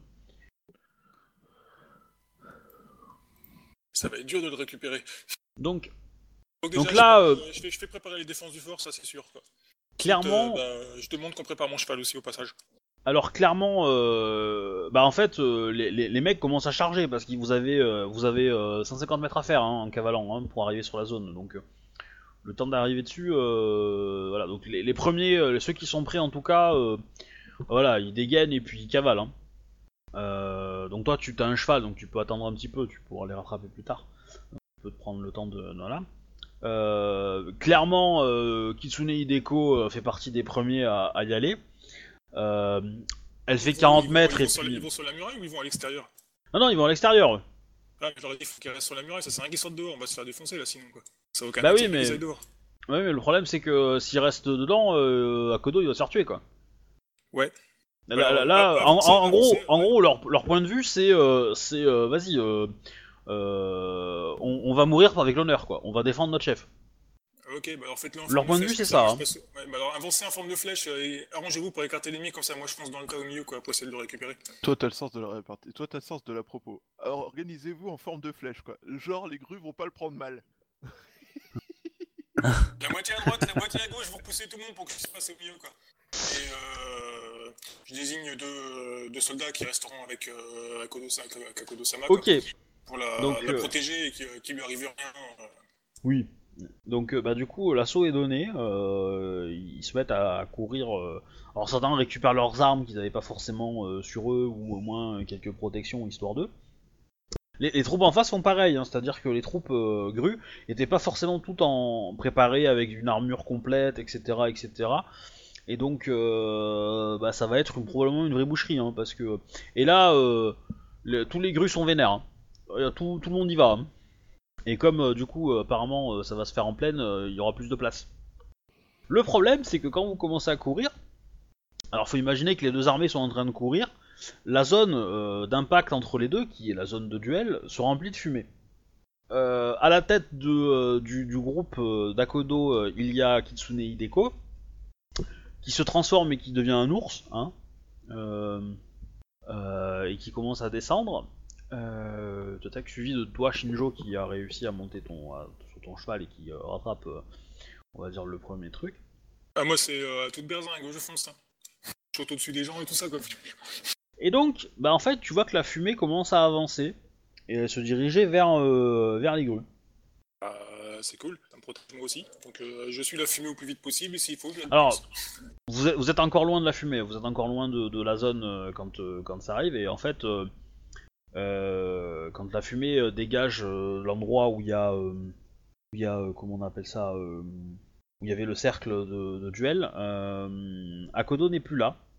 [SPEAKER 4] Ça va être dur de le récupérer.
[SPEAKER 1] Donc,
[SPEAKER 4] Donc déjà,
[SPEAKER 1] donc
[SPEAKER 4] je,
[SPEAKER 1] là,
[SPEAKER 4] fais,
[SPEAKER 1] euh,
[SPEAKER 4] je, fais, je fais préparer les défenses du fort, ça c'est sûr. Quoi. Ensuite, euh,
[SPEAKER 1] clairement,
[SPEAKER 4] bah, je demande qu'on prépare mon cheval aussi au passage.
[SPEAKER 1] alors clairement, euh, bah en fait, euh, les, les, les mecs commencent à charger parce que vous avez, euh, vous avez euh, cent cinquante mètres à faire hein, en cavalant hein, pour arriver sur la zone. Donc euh, le temps d'arriver dessus, euh, voilà. Donc les, les premiers, euh, ceux qui sont prêts en tout cas, euh, voilà, ils dégainent et puis ils cavalent. Hein. Euh, donc toi, tu as un cheval, donc tu peux attendre un petit peu, tu pourras les rattraper plus tard. Tu peux te prendre le temps de, voilà. Euh, clairement, euh, Kitsune Hideko euh, fait partie des premiers à, à y aller. Euh, elle fait
[SPEAKER 4] Ils vont,
[SPEAKER 1] quarante
[SPEAKER 4] ils vont,
[SPEAKER 1] mètres
[SPEAKER 4] ils vont
[SPEAKER 1] et
[SPEAKER 4] sur,
[SPEAKER 1] puis.
[SPEAKER 4] ils vont sur la muraille ou ils vont à l'extérieur?
[SPEAKER 1] Non, non, ils vont à l'extérieur. eux.
[SPEAKER 4] Ah, mais j'aurais dit, il faut qu'ils restent sur la muraille, ça sert à rien qu'ils sortent dehors, on va se faire défoncer là sinon quoi. Ça n'a aucun
[SPEAKER 1] Bah oui,
[SPEAKER 4] intérêt
[SPEAKER 1] mais.
[SPEAKER 4] qu'ils aillent dehors.
[SPEAKER 1] Ouais, mais le problème c'est que euh, s'il reste dedans, euh, Akodo il va se faire tuer quoi.
[SPEAKER 4] Ouais.
[SPEAKER 1] Là,
[SPEAKER 4] Alors,
[SPEAKER 1] là,
[SPEAKER 4] euh,
[SPEAKER 1] là, en,
[SPEAKER 4] avancer,
[SPEAKER 1] en- en gros,
[SPEAKER 4] avancer,
[SPEAKER 1] en
[SPEAKER 4] ouais.
[SPEAKER 1] gros leur, leur point de vue c'est, euh, c'est euh, vas-y, euh, euh, on, on va mourir avec l'honneur quoi. On va défendre notre chef.
[SPEAKER 4] Ok, bah alors faites-le en
[SPEAKER 1] Leur
[SPEAKER 4] forme
[SPEAKER 1] point
[SPEAKER 4] de
[SPEAKER 1] de vue
[SPEAKER 4] flèche,
[SPEAKER 1] c'est
[SPEAKER 4] comme
[SPEAKER 1] ça.
[SPEAKER 4] ça,
[SPEAKER 1] Hein.
[SPEAKER 4] moi, je passe... ouais, bah alors avancez en forme de flèche euh, et arrangez-vous pour écarter l'ennemi, comme ça moi je fonce dans le tas au milieu quoi, pour essayer de le récupérer.
[SPEAKER 2] Toi, t'as le sens de la répartie. Toi, t'as le sens de la propos. Alors, organisez-vous en forme de flèche, quoi. Genre, les grues vont pas le prendre mal.
[SPEAKER 4] La moitié à droite, la moitié à gauche, vous repoussez tout le monde pour que ça se passe au milieu quoi. Et euh, je désigne deux, deux soldats qui resteront avec euh, Akodo-sama, avec Akodo-sama, quoi,
[SPEAKER 1] Ok.
[SPEAKER 4] pour la,
[SPEAKER 1] Donc,
[SPEAKER 4] la
[SPEAKER 1] euh,
[SPEAKER 4] protéger et qu'il qui lui arrive rien. euh.
[SPEAKER 1] Oui. Donc euh, bah du coup l'assaut est donné, euh, ils se mettent à, à courir. Euh... Alors certains récupèrent leurs armes qu'ils n'avaient pas forcément euh, sur eux ou au moins quelques protections histoire d'eux. Les, les troupes en face font pareil, hein, c'est-à-dire que les troupes euh, grues étaient pas forcément toutes en préparées avec une armure complète, et cetera, et cetera. Et donc euh, bah ça va être une, probablement une vraie boucherie, hein, parce que et là euh, le, tous les grues sont vénères, hein. tout, tout le monde y va. Hein. Et comme euh, du coup euh, apparemment euh, ça va se faire en plaine, euh, il y aura plus de place. Le problème c'est que quand vous commencez à courir, alors faut imaginer que les deux armées sont en train de courir, la zone euh, d'impact entre les deux, qui est la zone de duel, se remplit de fumée. Euh, à la tête de, euh, du, du groupe euh, d'Akodo, euh, il y a Kitsune Hideko, qui se transforme et qui devient un ours, hein, euh, euh, et qui commence à descendre. Euh, tac, suivi de toi Shinjo qui a réussi à monter ton, à, sur ton cheval et qui euh, rattrape, euh, on va dire, le premier truc.
[SPEAKER 4] Ah, moi, c'est euh, toute berzingue, je fonce. Hein. Je saute au-dessus des gens et tout ça, quoi.
[SPEAKER 1] Et donc, bah en fait, tu vois que la fumée commence à avancer et elle se diriger vers, euh, vers les grues.
[SPEAKER 4] Euh, c'est cool, ça me protège moi aussi. Donc, euh, je suis la fumée au plus vite possible et s'il faut, je la
[SPEAKER 1] Alors,
[SPEAKER 4] déplace.
[SPEAKER 1] vous êtes, vous êtes encore loin de la fumée, vous êtes encore loin de, de la zone euh, quand, euh, quand ça arrive, et en fait, euh, euh, quand la fumée euh, dégage euh, l'endroit où il y a, euh, où il y a euh, comment on appelle ça, euh, où il y avait le cercle de, de duel, euh, Akodo n'est plus là.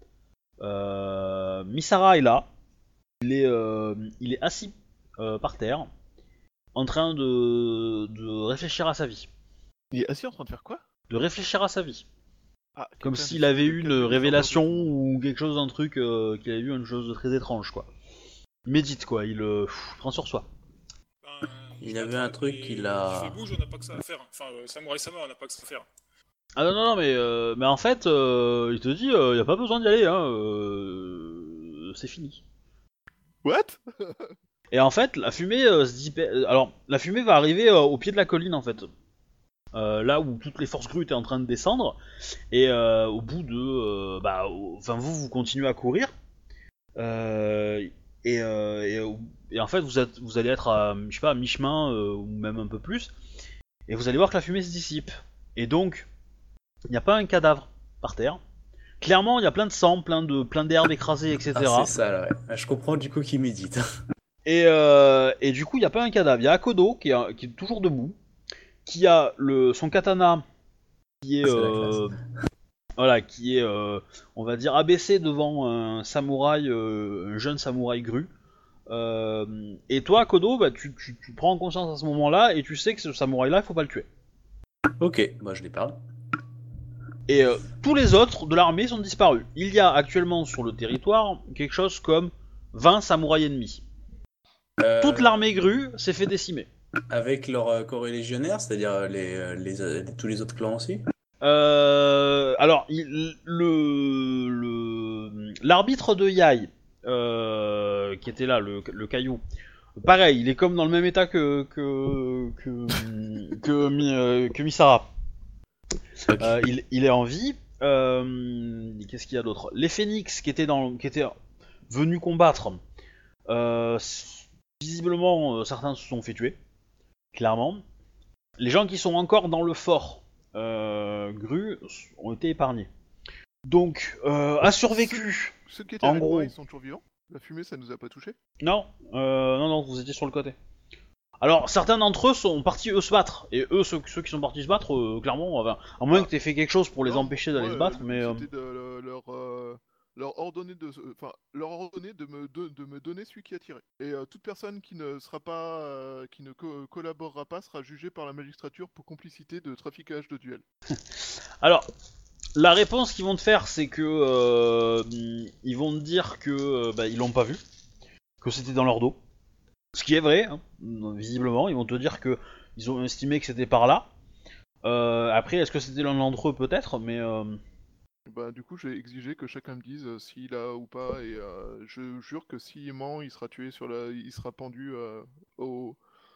[SPEAKER 1] Euh, Misara est là, il est, euh, il est assis euh, par terre, en train de, de réfléchir à sa vie.
[SPEAKER 2] Il est assis en train de faire quoi?
[SPEAKER 1] De réfléchir à sa vie.
[SPEAKER 2] Ah,
[SPEAKER 1] Comme
[SPEAKER 2] quelqu'un
[SPEAKER 1] s'il
[SPEAKER 2] décide
[SPEAKER 1] avait
[SPEAKER 2] de
[SPEAKER 1] eu une
[SPEAKER 2] calmer les
[SPEAKER 1] révélation
[SPEAKER 2] ardeurs de tout le monde.
[SPEAKER 1] ou quelque chose, un truc, euh, qu'il avait vu une chose de très étrange, quoi. Il médite, quoi, il euh, pff, prend sur soi.
[SPEAKER 4] Ben,
[SPEAKER 3] Il
[SPEAKER 4] je
[SPEAKER 3] avait
[SPEAKER 4] m'attrape
[SPEAKER 3] un truc
[SPEAKER 4] et
[SPEAKER 3] qu'il
[SPEAKER 4] Je
[SPEAKER 3] a-
[SPEAKER 4] fais bouge, on n'a pas que ça à faire. Enfin, euh, Samurai Sama, on n'a pas que ça à faire.
[SPEAKER 1] Ah non, non, non, mais, euh, mais en fait, euh, il te dit, il n'y a pas besoin d'y aller, hein, euh, c'est fini.
[SPEAKER 2] What?
[SPEAKER 1] Et en fait, la fumée euh, se dit... Alors, la fumée va arriver euh, au pied de la colline, en fait. Euh, là où toutes les forces grues étaient en train de descendre. Et euh, au bout de... euh, bah, au- enfin, vous, vous continuez à courir. Euh, et, euh, et, euh, et en fait, vous, êtes, vous allez être à, je sais pas, à mi-chemin, euh, ou même un peu plus. Et vous allez voir que la fumée se dissipe. Et donc, il n'y a pas un cadavre par terre. Clairement, il y a plein de sang, plein de plein d'herbes écrasées,
[SPEAKER 3] Ah,
[SPEAKER 1] et cetera.
[SPEAKER 3] c'est ça, là, ouais. Ah, je comprends du coup qu'il médite.
[SPEAKER 1] Et, euh, et du coup, il n'y a pas un cadavre. Il y a Akodo qui est, qui est toujours debout, qui a le, son katana qui est,
[SPEAKER 3] C'est la classe.
[SPEAKER 1] euh, voilà, qui est, euh, on va dire, abaissé devant un samouraï, euh, un jeune samouraï gru. Euh, et toi, Akodo, bah, tu, tu, tu prends conscience à ce moment-là et tu sais que ce samouraï-là, il faut pas le tuer.
[SPEAKER 3] Ok, bah je lui parle.
[SPEAKER 1] Et euh, tous les autres de l'armée sont disparus. Il y a actuellement sur le territoire quelque chose comme vingt samouraïs ennemis.
[SPEAKER 3] Euh,
[SPEAKER 1] Toute l'armée grue s'est fait décimer.
[SPEAKER 3] Avec leurs euh, corélégionnaires, c'est-à-dire euh, les, euh, les, euh, les- tous les autres clans aussi.
[SPEAKER 1] Euh, alors, il- le le- l'arbitre de Yai, euh, qui était là, le, le caillou, pareil, il est comme dans le même état que que que, que, Mi- euh, que Misara.
[SPEAKER 3] Ok.
[SPEAKER 1] Euh, il, il est en vie. Euh, Qu'est-ce qu'il y a d'autre? Les phénix qui étaient dans, qui étaient venus combattre. Euh, s- visiblement, euh, certains se sont fait tuer, clairement. Les gens qui sont encore dans le fort euh, Gru ont été épargnés. Donc, euh, a survécu.
[SPEAKER 2] Ceux qui étaient
[SPEAKER 1] En
[SPEAKER 2] avec
[SPEAKER 1] gros.
[SPEAKER 2] moi, ils sont toujours vivants? La fumée, ça nous a pas touché?
[SPEAKER 1] Non, euh, non, non, vous étiez sur le côté. Alors, certains d'entre eux sont partis eux se battre, et eux, ceux, ceux qui sont partis se battre, euh, clairement, enfin, à moins
[SPEAKER 2] Ah.
[SPEAKER 1] que t'aies fait quelque chose pour les
[SPEAKER 2] Non,
[SPEAKER 1] empêcher d'aller
[SPEAKER 2] moi,
[SPEAKER 1] se
[SPEAKER 2] euh,
[SPEAKER 1] battre,
[SPEAKER 2] le
[SPEAKER 1] mais
[SPEAKER 2] but,
[SPEAKER 1] euh,
[SPEAKER 2] c'était de le- leur, euh, leur ordonner de, se- enfin, leur ordonner de me, de, de me donner celui qui a tiré. Et euh, toute personne qui ne sera pas, euh, qui ne co- collaborera pas sera jugée par la magistrature pour complicité de traficage de duel.
[SPEAKER 1] alors, la réponse qu'ils vont te faire, c'est que euh, ils vont te dire que euh, bah, ils l'ont pas vu, que c'était dans leur dos. Ce qui est vrai, hein, visiblement, ils vont te dire que ils ont estimé que c'était par là. Euh, après, est-ce que c'était l'un d'entre eux peut-être, mais euh,
[SPEAKER 2] Bah, du coup, j'ai exigé que chacun me dise euh, s'il a ou pas, et euh, je jure que s'il ment, il sera tué sur la, il sera pendu euh, au,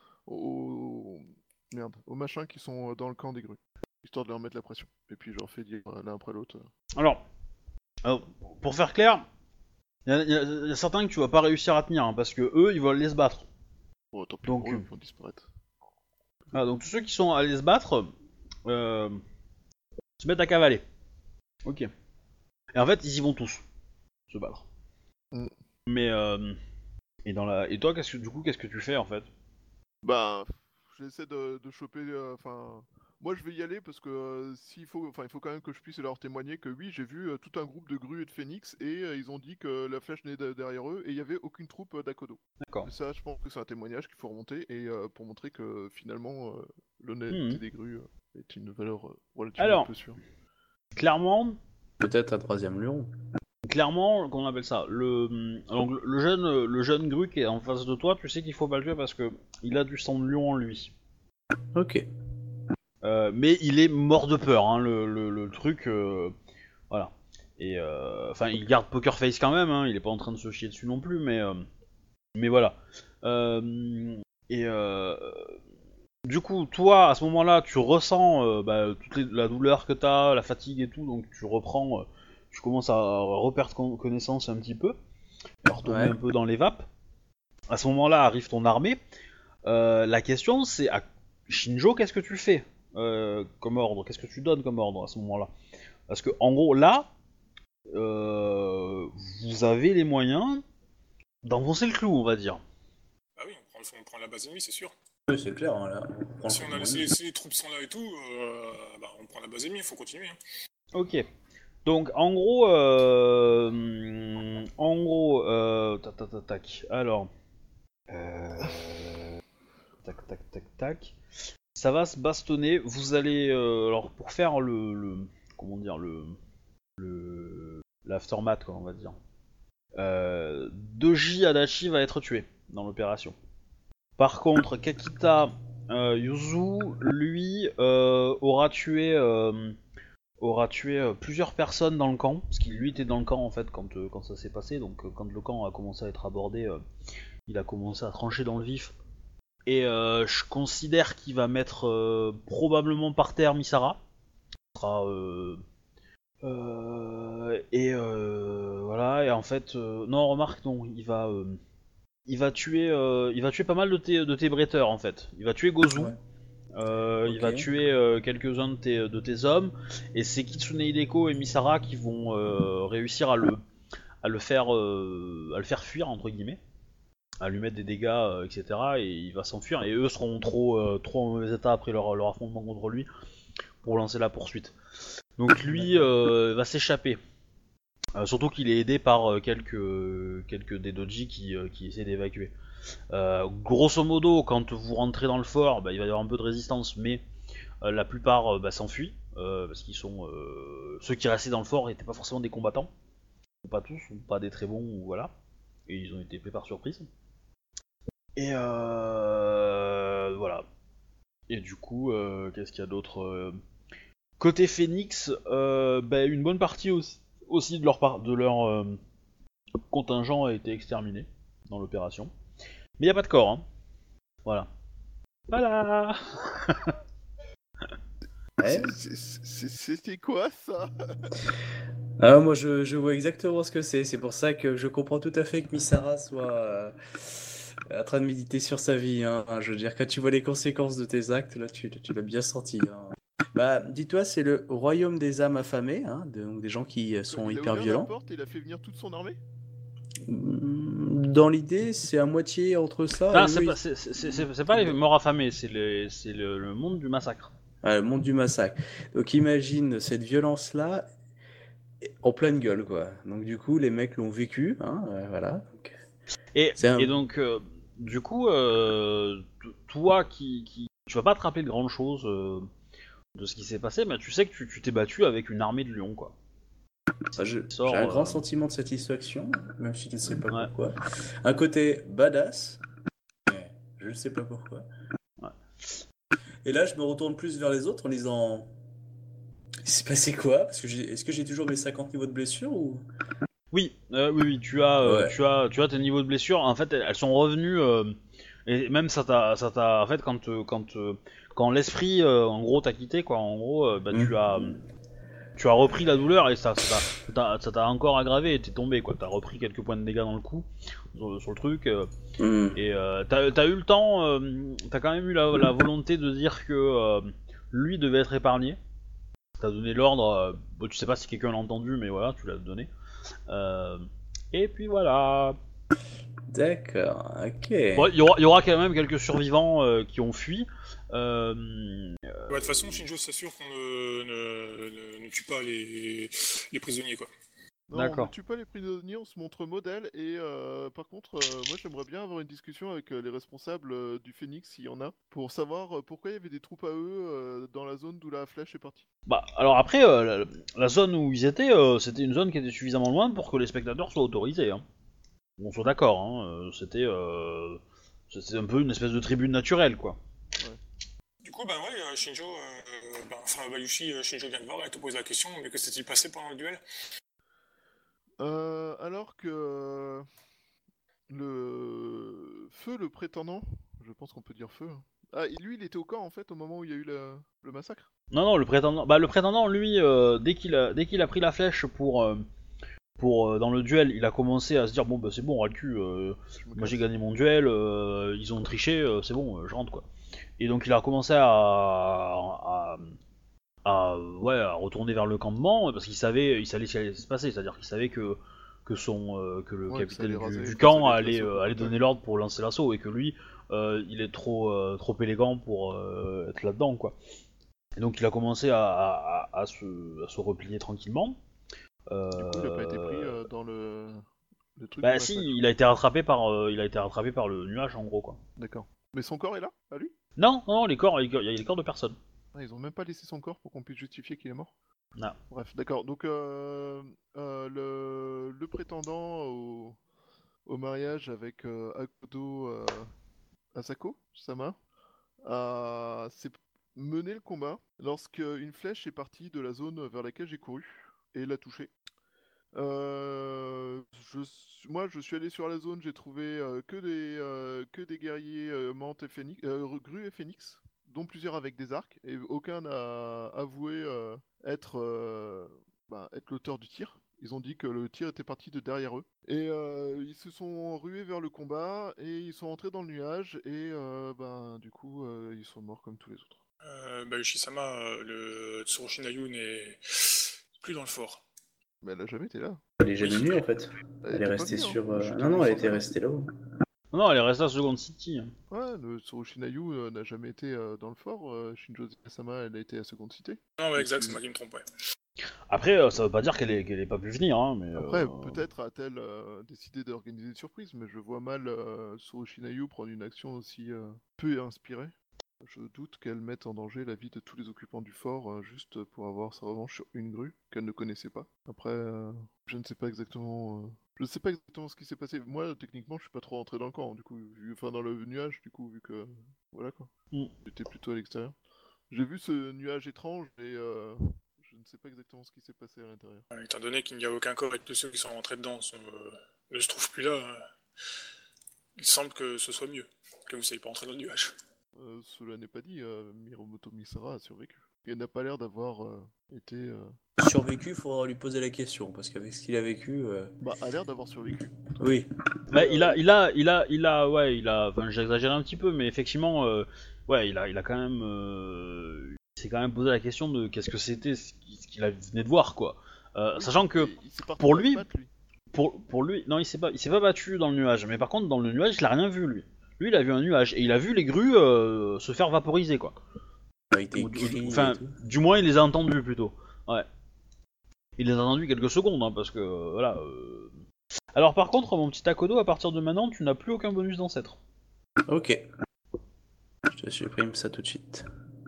[SPEAKER 2] au, merde, aux machins qui sont dans le camp des grues, histoire de leur mettre la pression. Et puis, je leur fais dire euh, l'un après l'autre. euh.
[SPEAKER 1] alors, euh, pour faire clair, il y, a- y a- y a certains que tu vas pas réussir à tenir, hein, parce que eux, ils veulent aller se battre.
[SPEAKER 2] Bon, tant pis
[SPEAKER 1] Donc,
[SPEAKER 2] pour eux,
[SPEAKER 1] euh,
[SPEAKER 2] ils vont disparaître.
[SPEAKER 1] Ah, donc tous ceux qui sont allés se battre, euh, se mettent à cavaler. Ok. Et en fait, ils y vont tous se battre.
[SPEAKER 2] Mm.
[SPEAKER 1] Mais euh, et dans la et toi, qu'est-ce que du coup, qu'est-ce que tu fais en fait?
[SPEAKER 2] Bah, j'essaie de, de choper. euh, Enfin, moi je vais y aller parce que euh, s'il faut, enfin, il faut quand même que je puisse leur témoigner que oui, j'ai vu euh, tout un groupe de grues et de phénix et euh, ils ont dit que la flèche venait de- derrière eux et il y avait aucune troupe euh, d'Akodo.
[SPEAKER 1] D'accord.
[SPEAKER 2] Ça, je pense que c'est un témoignage qu'il faut remonter et euh, pour montrer que finalement euh, l'honnêteté
[SPEAKER 1] Mhm.
[SPEAKER 2] des grues euh, est une valeur euh, relativement
[SPEAKER 1] Alors.
[SPEAKER 2] peu sûre.
[SPEAKER 1] Clairement,
[SPEAKER 3] Peut-être un troisième luron.
[SPEAKER 1] clairement, qu'on appelle ça, le donc le- le jeune le jeune gru qui est en face de toi, tu sais qu'il faut pas le tuer parce que il a du sang de lion en lui.
[SPEAKER 3] Ok.
[SPEAKER 1] Euh, mais il est mort de peur, hein, le, le, le truc, euh, voilà. Et euh, enfin, il garde poker face quand même, hein, il est pas en train de se chier dessus non plus, mais euh, mais voilà. Euh, et euh, Du coup, toi, à ce moment-là, tu ressens euh, bah, toute les- la douleur que t'as, la fatigue et tout, donc tu reprends, euh, tu commences à reperdre con- connaissance un petit peu, à retomber
[SPEAKER 3] Ouais.
[SPEAKER 1] un peu dans les vapes. À ce moment-là arrive ton armée. Euh, la question c'est à Shinjo, qu'est-ce que tu fais euh, comme ordre? Qu'est-ce que tu donnes comme ordre à ce moment-là? Parce que en gros là, euh, vous avez les moyens d'enfoncer le clou, on va dire.
[SPEAKER 4] Ah oui, on prend, on prend la base ennemie, c'est sûr.
[SPEAKER 3] Oui, c'est clair, hein, là. On prend
[SPEAKER 4] Si,
[SPEAKER 3] le
[SPEAKER 4] on a,
[SPEAKER 3] coup,
[SPEAKER 4] si, si les troupes sont là et tout, euh, bah, on prend la base ennemie, il faut continuer. Hein.
[SPEAKER 1] Ok. Donc en gros, euh, hum, en gros, euh, tac tac tac tac. Alors, euh, tac tac tac tac. Ça va se bastonner. Vous allez, euh, alors pour faire le, le comment dire, le, le, l'aftermath quoi, on va dire. Euh, Doji Adachi va être tué dans l'opération. Par contre, Kakita euh, Yuzu, lui, euh, aura tué. Euh, aura tué euh, plusieurs personnes dans le camp, parce qu'il lui était dans le camp en fait quand, euh, quand ça s'est passé, donc euh, quand le camp a commencé à être abordé, euh, il a commencé à trancher dans le vif. Et euh, je considère qu'il va mettre euh, probablement par terre Misara. Sera, euh, euh, et euh, voilà, et en fait, euh, non, remarque, non, il va, euh, il va tuer, euh, il va tuer pas mal de tes, de tes bretteurs en fait. Il va tuer Gozu.
[SPEAKER 3] Ouais.
[SPEAKER 1] Euh,
[SPEAKER 3] Ok.
[SPEAKER 1] Il va tuer euh, quelques-uns de tes, de tes hommes, et c'est Kitsune Hideko et Misara qui vont euh, réussir à le, à le faire, euh, à le faire fuir entre guillemets, à lui mettre des dégâts, euh, et cetera. Et il va s'enfuir, et eux seront trop, euh, trop en mauvais état après leur, leur affrontement contre lui pour lancer la poursuite. Donc lui euh, va s'échapper. Euh, surtout qu'il est aidé par euh, quelques, quelques des doji qui, euh, qui essaient d'évacuer. Euh, grosso modo, quand vous rentrez dans le fort, bah, il va y avoir un peu de résistance, mais Euh, la plupart euh, bah, s'enfuient, euh, parce qu'ils sont... Euh, ceux qui restaient dans le fort n'étaient pas forcément des combattants, ou pas tous, ou pas des très bons, ou voilà. Et ils ont été pris par surprise. Et euh, voilà. Et du coup, euh, qu'est-ce qu'il y a d'autre euh, Côté Phoenix, euh, bah, une bonne partie aussi, aussi de leur, par- de leur euh, contingent a été exterminé dans l'opération. Mais il n'y a pas de corps, hein. Voilà. Voilà.
[SPEAKER 3] Ouais.
[SPEAKER 2] C'est- c'est- c'est- C'était quoi ça?
[SPEAKER 3] Ah, moi, je, je vois exactement ce que c'est. C'est pour ça que je comprends tout à fait que Misara soit euh, en train de méditer sur sa vie. Hein. Je veux dire, quand tu vois les conséquences de tes actes, là, tu, tu l'as bien senti. Hein. Bah, dis-toi, c'est le royaume des âmes affamées, hein, de- donc des gens qui euh, sont
[SPEAKER 2] Il a
[SPEAKER 3] hyper
[SPEAKER 2] ouvert la
[SPEAKER 3] violents.
[SPEAKER 2] porte et il a fait venir toute son armée?
[SPEAKER 3] Mm, Dans l'idée, c'est à moitié entre ça
[SPEAKER 1] Non,
[SPEAKER 3] et
[SPEAKER 1] c'est
[SPEAKER 3] oui.
[SPEAKER 1] pas, c'est, c'est- c'est- c'est pas les morts affamés, c'est, les, c'est le, le monde du massacre.
[SPEAKER 3] Ah, le monde du massacre. Donc imagine cette violence-là en pleine gueule, quoi. Donc du coup, les mecs l'ont vécu, hein, euh, voilà. Donc,
[SPEAKER 1] Et,
[SPEAKER 3] c'est
[SPEAKER 1] et
[SPEAKER 3] un...
[SPEAKER 1] donc, euh, du coup, euh, t- toi qui, qui. Tu vas pas te rappeler de grand chose euh, de ce qui s'est passé, mais tu sais que tu tu t'es battu avec une armée de lions, quoi.
[SPEAKER 3] Enfin, je-
[SPEAKER 1] Qui
[SPEAKER 3] j'ai un
[SPEAKER 1] sort.
[SPEAKER 3] grand
[SPEAKER 1] euh,
[SPEAKER 3] sentiment de satisfaction, même si je ne sais pas
[SPEAKER 1] Ouais,
[SPEAKER 3] pourquoi. Un côté badass, mais je ne sais pas pourquoi.
[SPEAKER 1] ouais.
[SPEAKER 3] Et là, je me retourne plus vers les autres en disant... Il s'est passé quoi? Parce que j'ai... Est-ce que j'ai toujours mes cinquante niveaux de blessure ou...
[SPEAKER 1] Oui, euh, oui, oui, tu as, euh,
[SPEAKER 3] Ouais.
[SPEAKER 1] tu as, tu as tes niveaux de blessure. En fait, elles elles sont revenues. Euh, et même ça t'a, ça t'a. En fait, quand, euh, quand, euh, quand l'esprit, euh, en gros, t'a quitté, quoi. En gros, euh, bah, tu as.
[SPEAKER 3] Hmm.
[SPEAKER 1] Tu as repris la douleur et ça, ça t'a, ça t'a- ça t'a encore aggravé et t'es tombé, quoi. T'as repris quelques points de dégâts dans le cou, sur, sur le truc. euh,
[SPEAKER 3] Hmm.
[SPEAKER 1] Et euh, t'as, t'as eu le temps, euh, t'as quand même eu la, la volonté de dire que euh, lui devait être épargné. T'as donné l'ordre, euh, bon, tu sais pas si quelqu'un l'a entendu, mais voilà, tu l'as donné. Euh, et puis voilà.
[SPEAKER 3] D'accord, ok.
[SPEAKER 1] Bon, il y aura, y aura quand même quelques survivants euh, qui ont fui. Euh,
[SPEAKER 4] Ouais, de toute façon, Shinjo s'assure qu'on ne, ne, ne- ne tue pas les, les prisonniers, quoi.
[SPEAKER 2] Non,
[SPEAKER 1] D'accord.
[SPEAKER 2] on ne tue pas les prisonniers, on se montre modèle. Et euh, par contre, euh, moi j'aimerais bien avoir une discussion avec euh, les responsables euh, du Phoenix, s'il y en a, pour savoir euh, pourquoi il y avait des troupes à eux euh, dans la zone d'où la flèche est partie.
[SPEAKER 1] Bah, alors après, euh, la, la zone où ils étaient, euh, c'était une zone qui était suffisamment loin pour que les spectateurs soient autorisés. Hein. On soit d'accord, hein, euh, c'était, euh, c'était un peu une espèce de tribune naturelle, quoi.
[SPEAKER 4] Du coup, ben ouais, euh, Shinjo, euh, ben, enfin Bayushi, euh, Shinjo vient de voir, elle te pose la question, mais que s'est-il passé pendant le duel?
[SPEAKER 2] Euh, alors que euh, le feu, le prétendant, je pense qu'on peut dire feu, hein, Ah, et lui, il était au camp en fait au moment où il y a eu le, le massacre.
[SPEAKER 1] Non, non, le prétendant, bah le prétendant, lui, euh, dès qu'il a, dès qu'il a pris la flèche pour, euh, pour euh, dans le duel, il a commencé à se dire bon bah c'est bon, on a le cul, euh,
[SPEAKER 2] Je me
[SPEAKER 1] moi j'ai
[SPEAKER 2] casse.
[SPEAKER 1] gagné mon duel, euh, ils ont triché, euh, c'est bon, euh, je rentre quoi. Et donc il a commencé à, à, à, ouais, à retourner vers le campement parce qu'il savait, il savait ce qui allait se passer, c'est-à-dire qu'il savait que que son, euh, que le
[SPEAKER 2] Ouais, que ça allait
[SPEAKER 1] capitaine du,
[SPEAKER 2] raser,
[SPEAKER 1] du
[SPEAKER 2] enfin, ça
[SPEAKER 1] camp
[SPEAKER 2] allait être
[SPEAKER 1] allait,
[SPEAKER 2] l'assaut
[SPEAKER 1] euh, allait
[SPEAKER 2] complet.
[SPEAKER 1] donner l'ordre pour lancer l'assaut et que lui, euh, il est trop, euh, trop élégant pour euh, être là-dedans quoi. Et donc il a commencé à, à, à, se, à se replier tranquillement. Euh...
[SPEAKER 2] Du coup, il a pas été pris euh, dans le, le truc du
[SPEAKER 1] Bah si,
[SPEAKER 2] massacre.
[SPEAKER 1] il a été rattrapé par, euh, il a été rattrapé par le nuage en gros quoi.
[SPEAKER 2] D'accord. Mais son corps est là, à lui?
[SPEAKER 1] Non, non, les corps, il y a les corps de personne.
[SPEAKER 2] Ah, ils ont même pas laissé son corps pour qu'on puisse justifier qu'il est mort.
[SPEAKER 1] Non.
[SPEAKER 2] Bref, d'accord. Donc, euh, euh, le, le prétendant au, au mariage avec euh, Akodo euh, Asako, Sama, a s'est mené le combat lorsque une flèche est partie de la zone vers laquelle j'ai couru et l'a touché. Euh, je, suis- moi, je suis allé sur la zone, j'ai trouvé euh, que des euh, que des guerriers euh, Mante et Phénix, euh, Grue et Phénix, dont plusieurs avec des arcs, et aucun n'a avoué euh, être euh, bah, être l'auteur du tir. Ils ont dit que le tir était parti de derrière eux. Et euh, ils se sont rués vers le combat et ils sont entrés dans le nuage et euh, ben du coup euh, ils sont morts comme tous les autres.
[SPEAKER 4] Euh, bah, Yoshi-sama, euh, le Tsurushinayu n'est plus dans le fort.
[SPEAKER 2] Mais elle a jamais été là.
[SPEAKER 3] Elle est jamais
[SPEAKER 4] Oui.
[SPEAKER 3] venue en fait. Elle est
[SPEAKER 2] était pas
[SPEAKER 3] restée
[SPEAKER 2] venue, hein.
[SPEAKER 3] sur.
[SPEAKER 2] Moi,
[SPEAKER 3] euh,
[SPEAKER 2] je t'ai
[SPEAKER 3] Non,
[SPEAKER 2] vu
[SPEAKER 3] non, elle
[SPEAKER 2] sans
[SPEAKER 3] était
[SPEAKER 2] arrêt.
[SPEAKER 3] restée là-haut.
[SPEAKER 1] Non, non, elle est restée à Second City.
[SPEAKER 2] Ouais, le Tsurushinayu euh, n'a jamais été euh, dans le fort. euh, Shinjo Sama, elle a été à Seconde Cité.
[SPEAKER 4] Non, ouais,
[SPEAKER 2] Et
[SPEAKER 4] exact,
[SPEAKER 2] puis-
[SPEAKER 4] c'est moi qui me trompe, ouais.
[SPEAKER 1] Après, euh, ça veut pas dire qu'elle est, qu'elle est pas pu venir, hein, mais.
[SPEAKER 2] Après,
[SPEAKER 1] euh,
[SPEAKER 2] peut-être a-t-elle euh, décidé d'organiser une surprise, mais je vois mal euh, Tsurushinayu prendre une action aussi euh, peu inspirée. Je doute qu'elle mette en danger la vie de tous les occupants du fort euh, juste pour avoir sa revanche sur une grue qu'elle ne connaissait pas. Après, euh, je ne sais pas exactement. euh, Je ne sais pas exactement ce qui s'est passé. Moi, techniquement, je suis pas trop rentré dans le camp, du coup, vu... enfin dans le nuage, du coup, vu que voilà quoi.
[SPEAKER 1] Mm.
[SPEAKER 2] J'étais plutôt à l'extérieur. J'ai vu ce nuage étrange et euh, je ne sais pas exactement ce qui s'est passé à l'intérieur.
[SPEAKER 4] Euh, Étant donné qu'il n'y a aucun corps et que tous ceux qui sont rentrés dedans sont, euh, ne se trouvent plus là, euh, il semble que ce soit mieux que vous ne soyez pas rentré dans le nuage.
[SPEAKER 2] Euh, cela n'est pas dit, euh, Miromoto Misara a survécu. Il n'a pas l'air d'avoir euh, été. euh,
[SPEAKER 3] Survécu, il faudra lui poser la question parce qu'avec ce qu'il a vécu. euh,
[SPEAKER 2] Bah, a l'air d'avoir survécu.
[SPEAKER 3] Oui.
[SPEAKER 1] Bah, il a, il a, il a, il a, ouais, il a. Enfin, j'exagère un petit peu, mais effectivement, euh, ouais, il a, il a quand même, euh, il s'est quand même posé la question de qu'est-ce que c'était ce qu'il ce qu'il venait de voir, quoi. Euh,
[SPEAKER 2] Oui,
[SPEAKER 1] sachant que
[SPEAKER 2] il- il s'est parti
[SPEAKER 1] pour
[SPEAKER 2] pas se
[SPEAKER 1] lui-
[SPEAKER 2] battre, lui.
[SPEAKER 1] pour, pour lui, non, il s'est pas, il s'est pas battu dans le nuage, mais par contre, dans le nuage, il a rien vu, lui. Lui, il a vu un nuage et il a vu les grues euh, se faire vaporiser, quoi.
[SPEAKER 3] Avec des
[SPEAKER 1] Ou- ou-
[SPEAKER 3] cris
[SPEAKER 1] Enfin,
[SPEAKER 3] et tout.
[SPEAKER 1] du moins, il les a entendus plutôt. Ouais. Il les a entendus quelques secondes, hein, parce que euh, voilà. euh. Alors, par contre, mon petit Akodo, à partir de maintenant, tu n'as plus aucun bonus d'ancêtre.
[SPEAKER 3] Ok. Je te supprime ça tout de suite.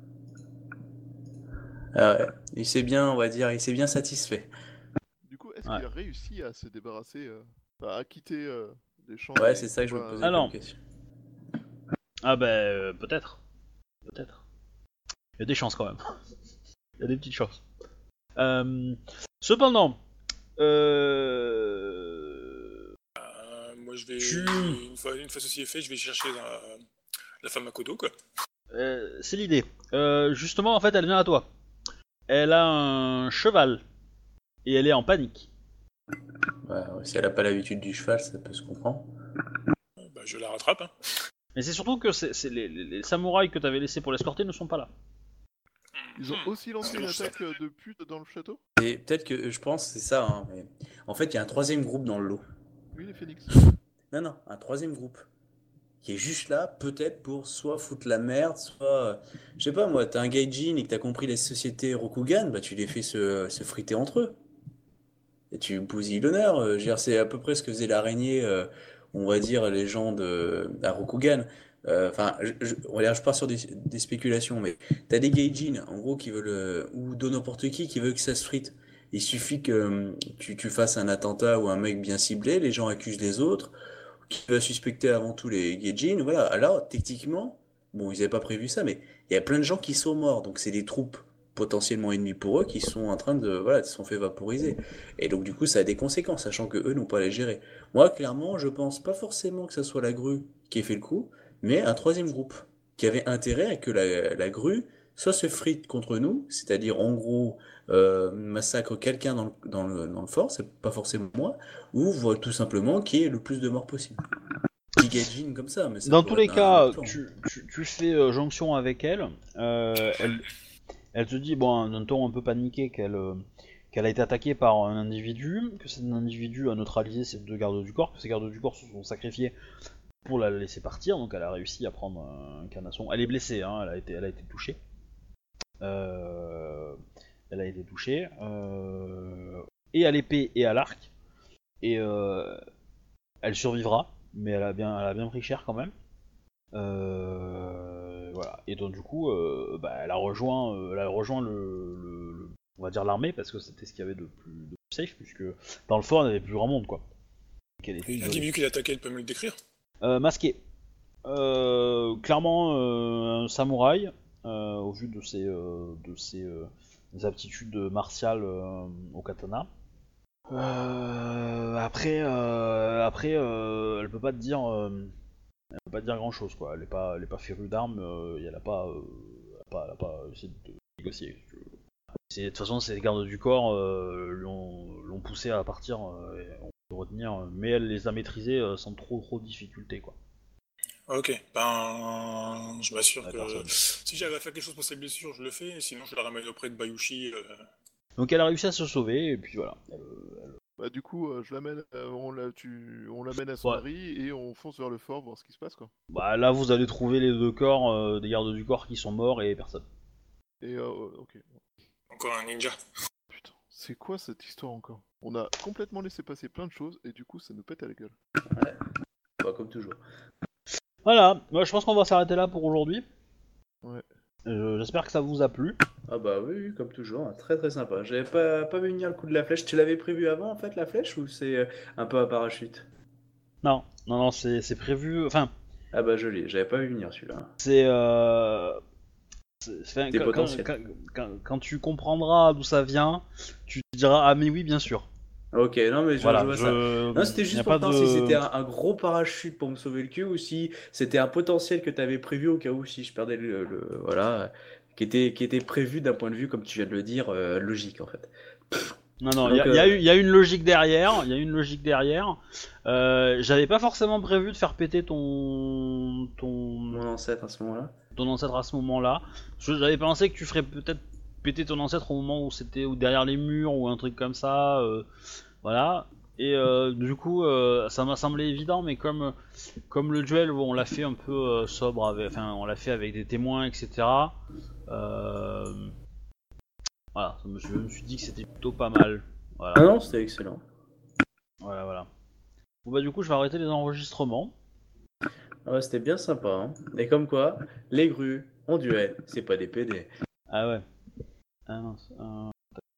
[SPEAKER 3] Ah ouais. Il s'est bien, on va dire, il s'est bien satisfait.
[SPEAKER 2] Du coup, est-ce
[SPEAKER 1] Ouais.
[SPEAKER 2] qu'il a réussi à se débarrasser, euh, enfin, à quitter euh, les champs
[SPEAKER 3] Ouais,
[SPEAKER 2] des
[SPEAKER 3] c'est ça que je me
[SPEAKER 2] combats,
[SPEAKER 3] posais
[SPEAKER 1] Ah
[SPEAKER 3] comme
[SPEAKER 1] non.
[SPEAKER 3] question.
[SPEAKER 1] Ah ben, euh, peut-être. Peut-être. Il y a des chances quand même. Il y a des petites chances. Euh, cependant, euh...
[SPEAKER 4] Euh, moi, je vais.
[SPEAKER 1] Tu-
[SPEAKER 4] Une fois, une fois ceci est fait, je vais chercher la, la femme à Kodo, quoi.
[SPEAKER 1] euh, c'est l'idée. Euh, justement, en fait, elle vient à toi. Elle a un cheval et elle est en panique.
[SPEAKER 3] Ouais, ouais, si elle a pas l'habitude du cheval, ça peut se comprendre.
[SPEAKER 4] Euh, bah, je la rattrape, hein.
[SPEAKER 1] Mais c'est surtout que c'est, c'est les, les- les samouraïs que t'avais laissés pour l'escorter ne sont pas là.
[SPEAKER 2] Ils ont aussi lancé
[SPEAKER 4] C'est
[SPEAKER 2] une
[SPEAKER 4] bon, ça.
[SPEAKER 2] attaque euh, de pute dans le château?
[SPEAKER 3] Et peut-être que je pense c'est ça. Hein, mais... En fait, il y a un troisième groupe dans le lot.
[SPEAKER 2] Oui, les phénix.
[SPEAKER 3] Non, non, un troisième groupe qui est juste là, peut-être pour soit foutre la merde, soit, euh, je sais pas moi, t'as un gaijin et que t'as compris les sociétés Rokugan, bah tu les fais se, se friter entre eux. Et tu bousilles l'honneur. euh, je veux dire, c'est à peu près ce que faisait l'araignée, euh, on va dire, les gens de, à Rokugan. Euh, Enfin, je, je, on va dire, je pars sur des, des spéculations, mais t'as des gaijin, en gros, qui veulent, euh, ou de n'importe qui, qui veut que ça se frite. Il suffit que euh, tu, tu fasses un attentat ou un mec bien ciblé, les gens accusent les autres, qui va suspecter avant tout les gaijin, voilà. Alors, techniquement, bon, ils n'avaient pas prévu ça, mais il y a plein de gens qui sont morts, donc c'est des troupes potentiellement ennemies pour eux qui sont en train de, voilà, qui se sont fait vaporiser. Et donc, du coup, ça a des conséquences, sachant que eux n'ont pas à les gérer. Moi, clairement, je pense pas forcément que ça soit la grue qui ait fait le coup, mais un troisième groupe. qui avait intérêt à que la, la grue soit se frite contre nous, c'est-à-dire en gros euh, massacre quelqu'un dans le, dans le, dans le fort, c'est pas forcément moi, ou voit tout simplement qu'il y ait le plus de morts possible. Gigajin comme ça, mais ça
[SPEAKER 1] Dans
[SPEAKER 3] peut
[SPEAKER 1] tous
[SPEAKER 3] être
[SPEAKER 1] les
[SPEAKER 3] un
[SPEAKER 1] cas,
[SPEAKER 3] autre plan.
[SPEAKER 1] tu, tu, tu fais euh, jonction avec elle. Euh, elle. Elle te dit, bon, d'un ton un peu paniqué, qu'elle euh, qu'elle a été attaquée par un individu, que cet individu a neutralisé ses deux gardes du corps, que ces gardes du corps se sont sacrifiés pour la laisser partir, donc elle a réussi à prendre un canasson. Elle est blessée, hein, elle a été, elle a été touchée. Euh, elle a été touchée. Euh, et à l'épée et à l'arc. Et euh, elle survivra, mais elle a bien, elle a bien pris cher quand même. Euh, voilà. Et donc du coup, euh, bah, elle a rejoint, euh, elle a rejoint le, le, le- on va dire l'armée parce que c'était ce qu'il y avait de plus, de plus safe puisque dans le fort il n'y avait plus grand monde quoi. Qu'elle était isolée.
[SPEAKER 4] L'individu qui l'a attaqué, elle peut me le décrire?
[SPEAKER 1] Euh, masqué. Euh, clairement euh, un samouraï euh, au vu de ses, euh, de ses euh, aptitudes martiales euh, au katana. Euh, après, euh, après, euh, elle peut pas te dire. Euh, Elle peut pas te dire grand chose quoi, elle est pas, elle est pas férue d'armes, euh, et elle a pas, euh, elle a pas, elle a pas essayé de négocier. si tu veux. C'est- De toute façon, ces gardes du corps euh, l'ont, l'ont poussé à partir, euh, et on peut retenir, mais elle les a maîtrisés euh, sans trop trop de difficultés quoi.
[SPEAKER 4] Ok, ben je m'assure
[SPEAKER 1] La
[SPEAKER 4] que
[SPEAKER 1] personne.
[SPEAKER 4] si j'arrive à faire quelque chose pour ses blessures, je le fais, sinon je la ramène auprès de Bayushi. euh,
[SPEAKER 1] Donc elle a réussi à se sauver et puis voilà. Elle, elle-
[SPEAKER 2] Bah du coup, euh, je l'amène, euh, on la, tu, on l'amène à son
[SPEAKER 1] Ouais.
[SPEAKER 2] mari et on fonce vers le fort voir ce qui se passe quoi.
[SPEAKER 1] Bah là vous allez trouver les deux corps euh, des gardes du corps qui sont morts et personne.
[SPEAKER 2] Et euh, ok.
[SPEAKER 4] Encore un ninja.
[SPEAKER 2] Putain, c'est quoi cette histoire encore? On a complètement laissé passer plein de choses et du coup ça nous pète à la gueule.
[SPEAKER 3] Bah, comme toujours.
[SPEAKER 1] Voilà, moi je pense qu'on va s'arrêter là pour aujourd'hui.
[SPEAKER 2] Ouais.
[SPEAKER 1] Euh, j'espère que ça vous a plu.
[SPEAKER 3] Ah bah oui, oui, comme toujours, hein, très très sympa. J'avais pas, pas vu venir le coup de la flèche. Tu l'avais prévu avant en fait la flèche ou c'est euh, un peu à parachute?
[SPEAKER 1] Non, non, non, c'est, c'est prévu. Enfin,
[SPEAKER 3] Ah bah je l'ai, j'avais pas vu venir celui-là.
[SPEAKER 1] c'est. Euh... c'est- c'est-
[SPEAKER 3] Des
[SPEAKER 1] quand, quand,
[SPEAKER 3] potentiels.
[SPEAKER 1] quand- quand- quand tu comprendras d'où ça vient, tu te diras ah mais oui bien sûr.
[SPEAKER 3] Ok, non mais je, je
[SPEAKER 1] Voilà,
[SPEAKER 3] vois ça.
[SPEAKER 1] je.
[SPEAKER 3] Non, c'était
[SPEAKER 1] Y
[SPEAKER 3] juste
[SPEAKER 1] a
[SPEAKER 3] pour
[SPEAKER 1] pas
[SPEAKER 3] savoir si c'était
[SPEAKER 1] de.
[SPEAKER 3] un, un gros parachute pour me sauver le cul ou si c'était un potentiel que t'avais prévu au cas où si je perdais le, le- voilà, qui était qui était prévu d'un point de vue comme tu viens de le dire euh, logique en fait.
[SPEAKER 1] Non non, il y
[SPEAKER 3] Donc
[SPEAKER 1] a, y a
[SPEAKER 3] euh,
[SPEAKER 1] eu- y a une logique derrière. Il y a une logique derrière. Euh, j'avais pas forcément prévu de faire péter ton ton
[SPEAKER 3] mon ancêtre à ce moment-là.
[SPEAKER 1] ton ancêtre à ce moment-là. Je- J'avais pensé que tu ferais peut-être péter ton ancêtre au moment où c'était ou derrière les murs ou un truc comme ça. euh, Voilà. Et euh, du coup, euh, ça m'a semblé évident, mais comme, comme le duel, où on l'a fait un peu euh, sobre, avec, enfin, on l'a fait avec des témoins, et cetera. Euh, voilà, je me, suis, je me suis dit que c'était plutôt pas mal.
[SPEAKER 3] Ah
[SPEAKER 1] Voilà,
[SPEAKER 3] non, c'était excellent.
[SPEAKER 1] voilà, voilà. Bon bah du coup, je vais arrêter les enregistrements.
[SPEAKER 3] Ah ouais, c'était bien sympa. Hein. Et comme quoi, les grues en duel, c'est pas des P D.
[SPEAKER 1] Ah ouais. Ah mince. Euh...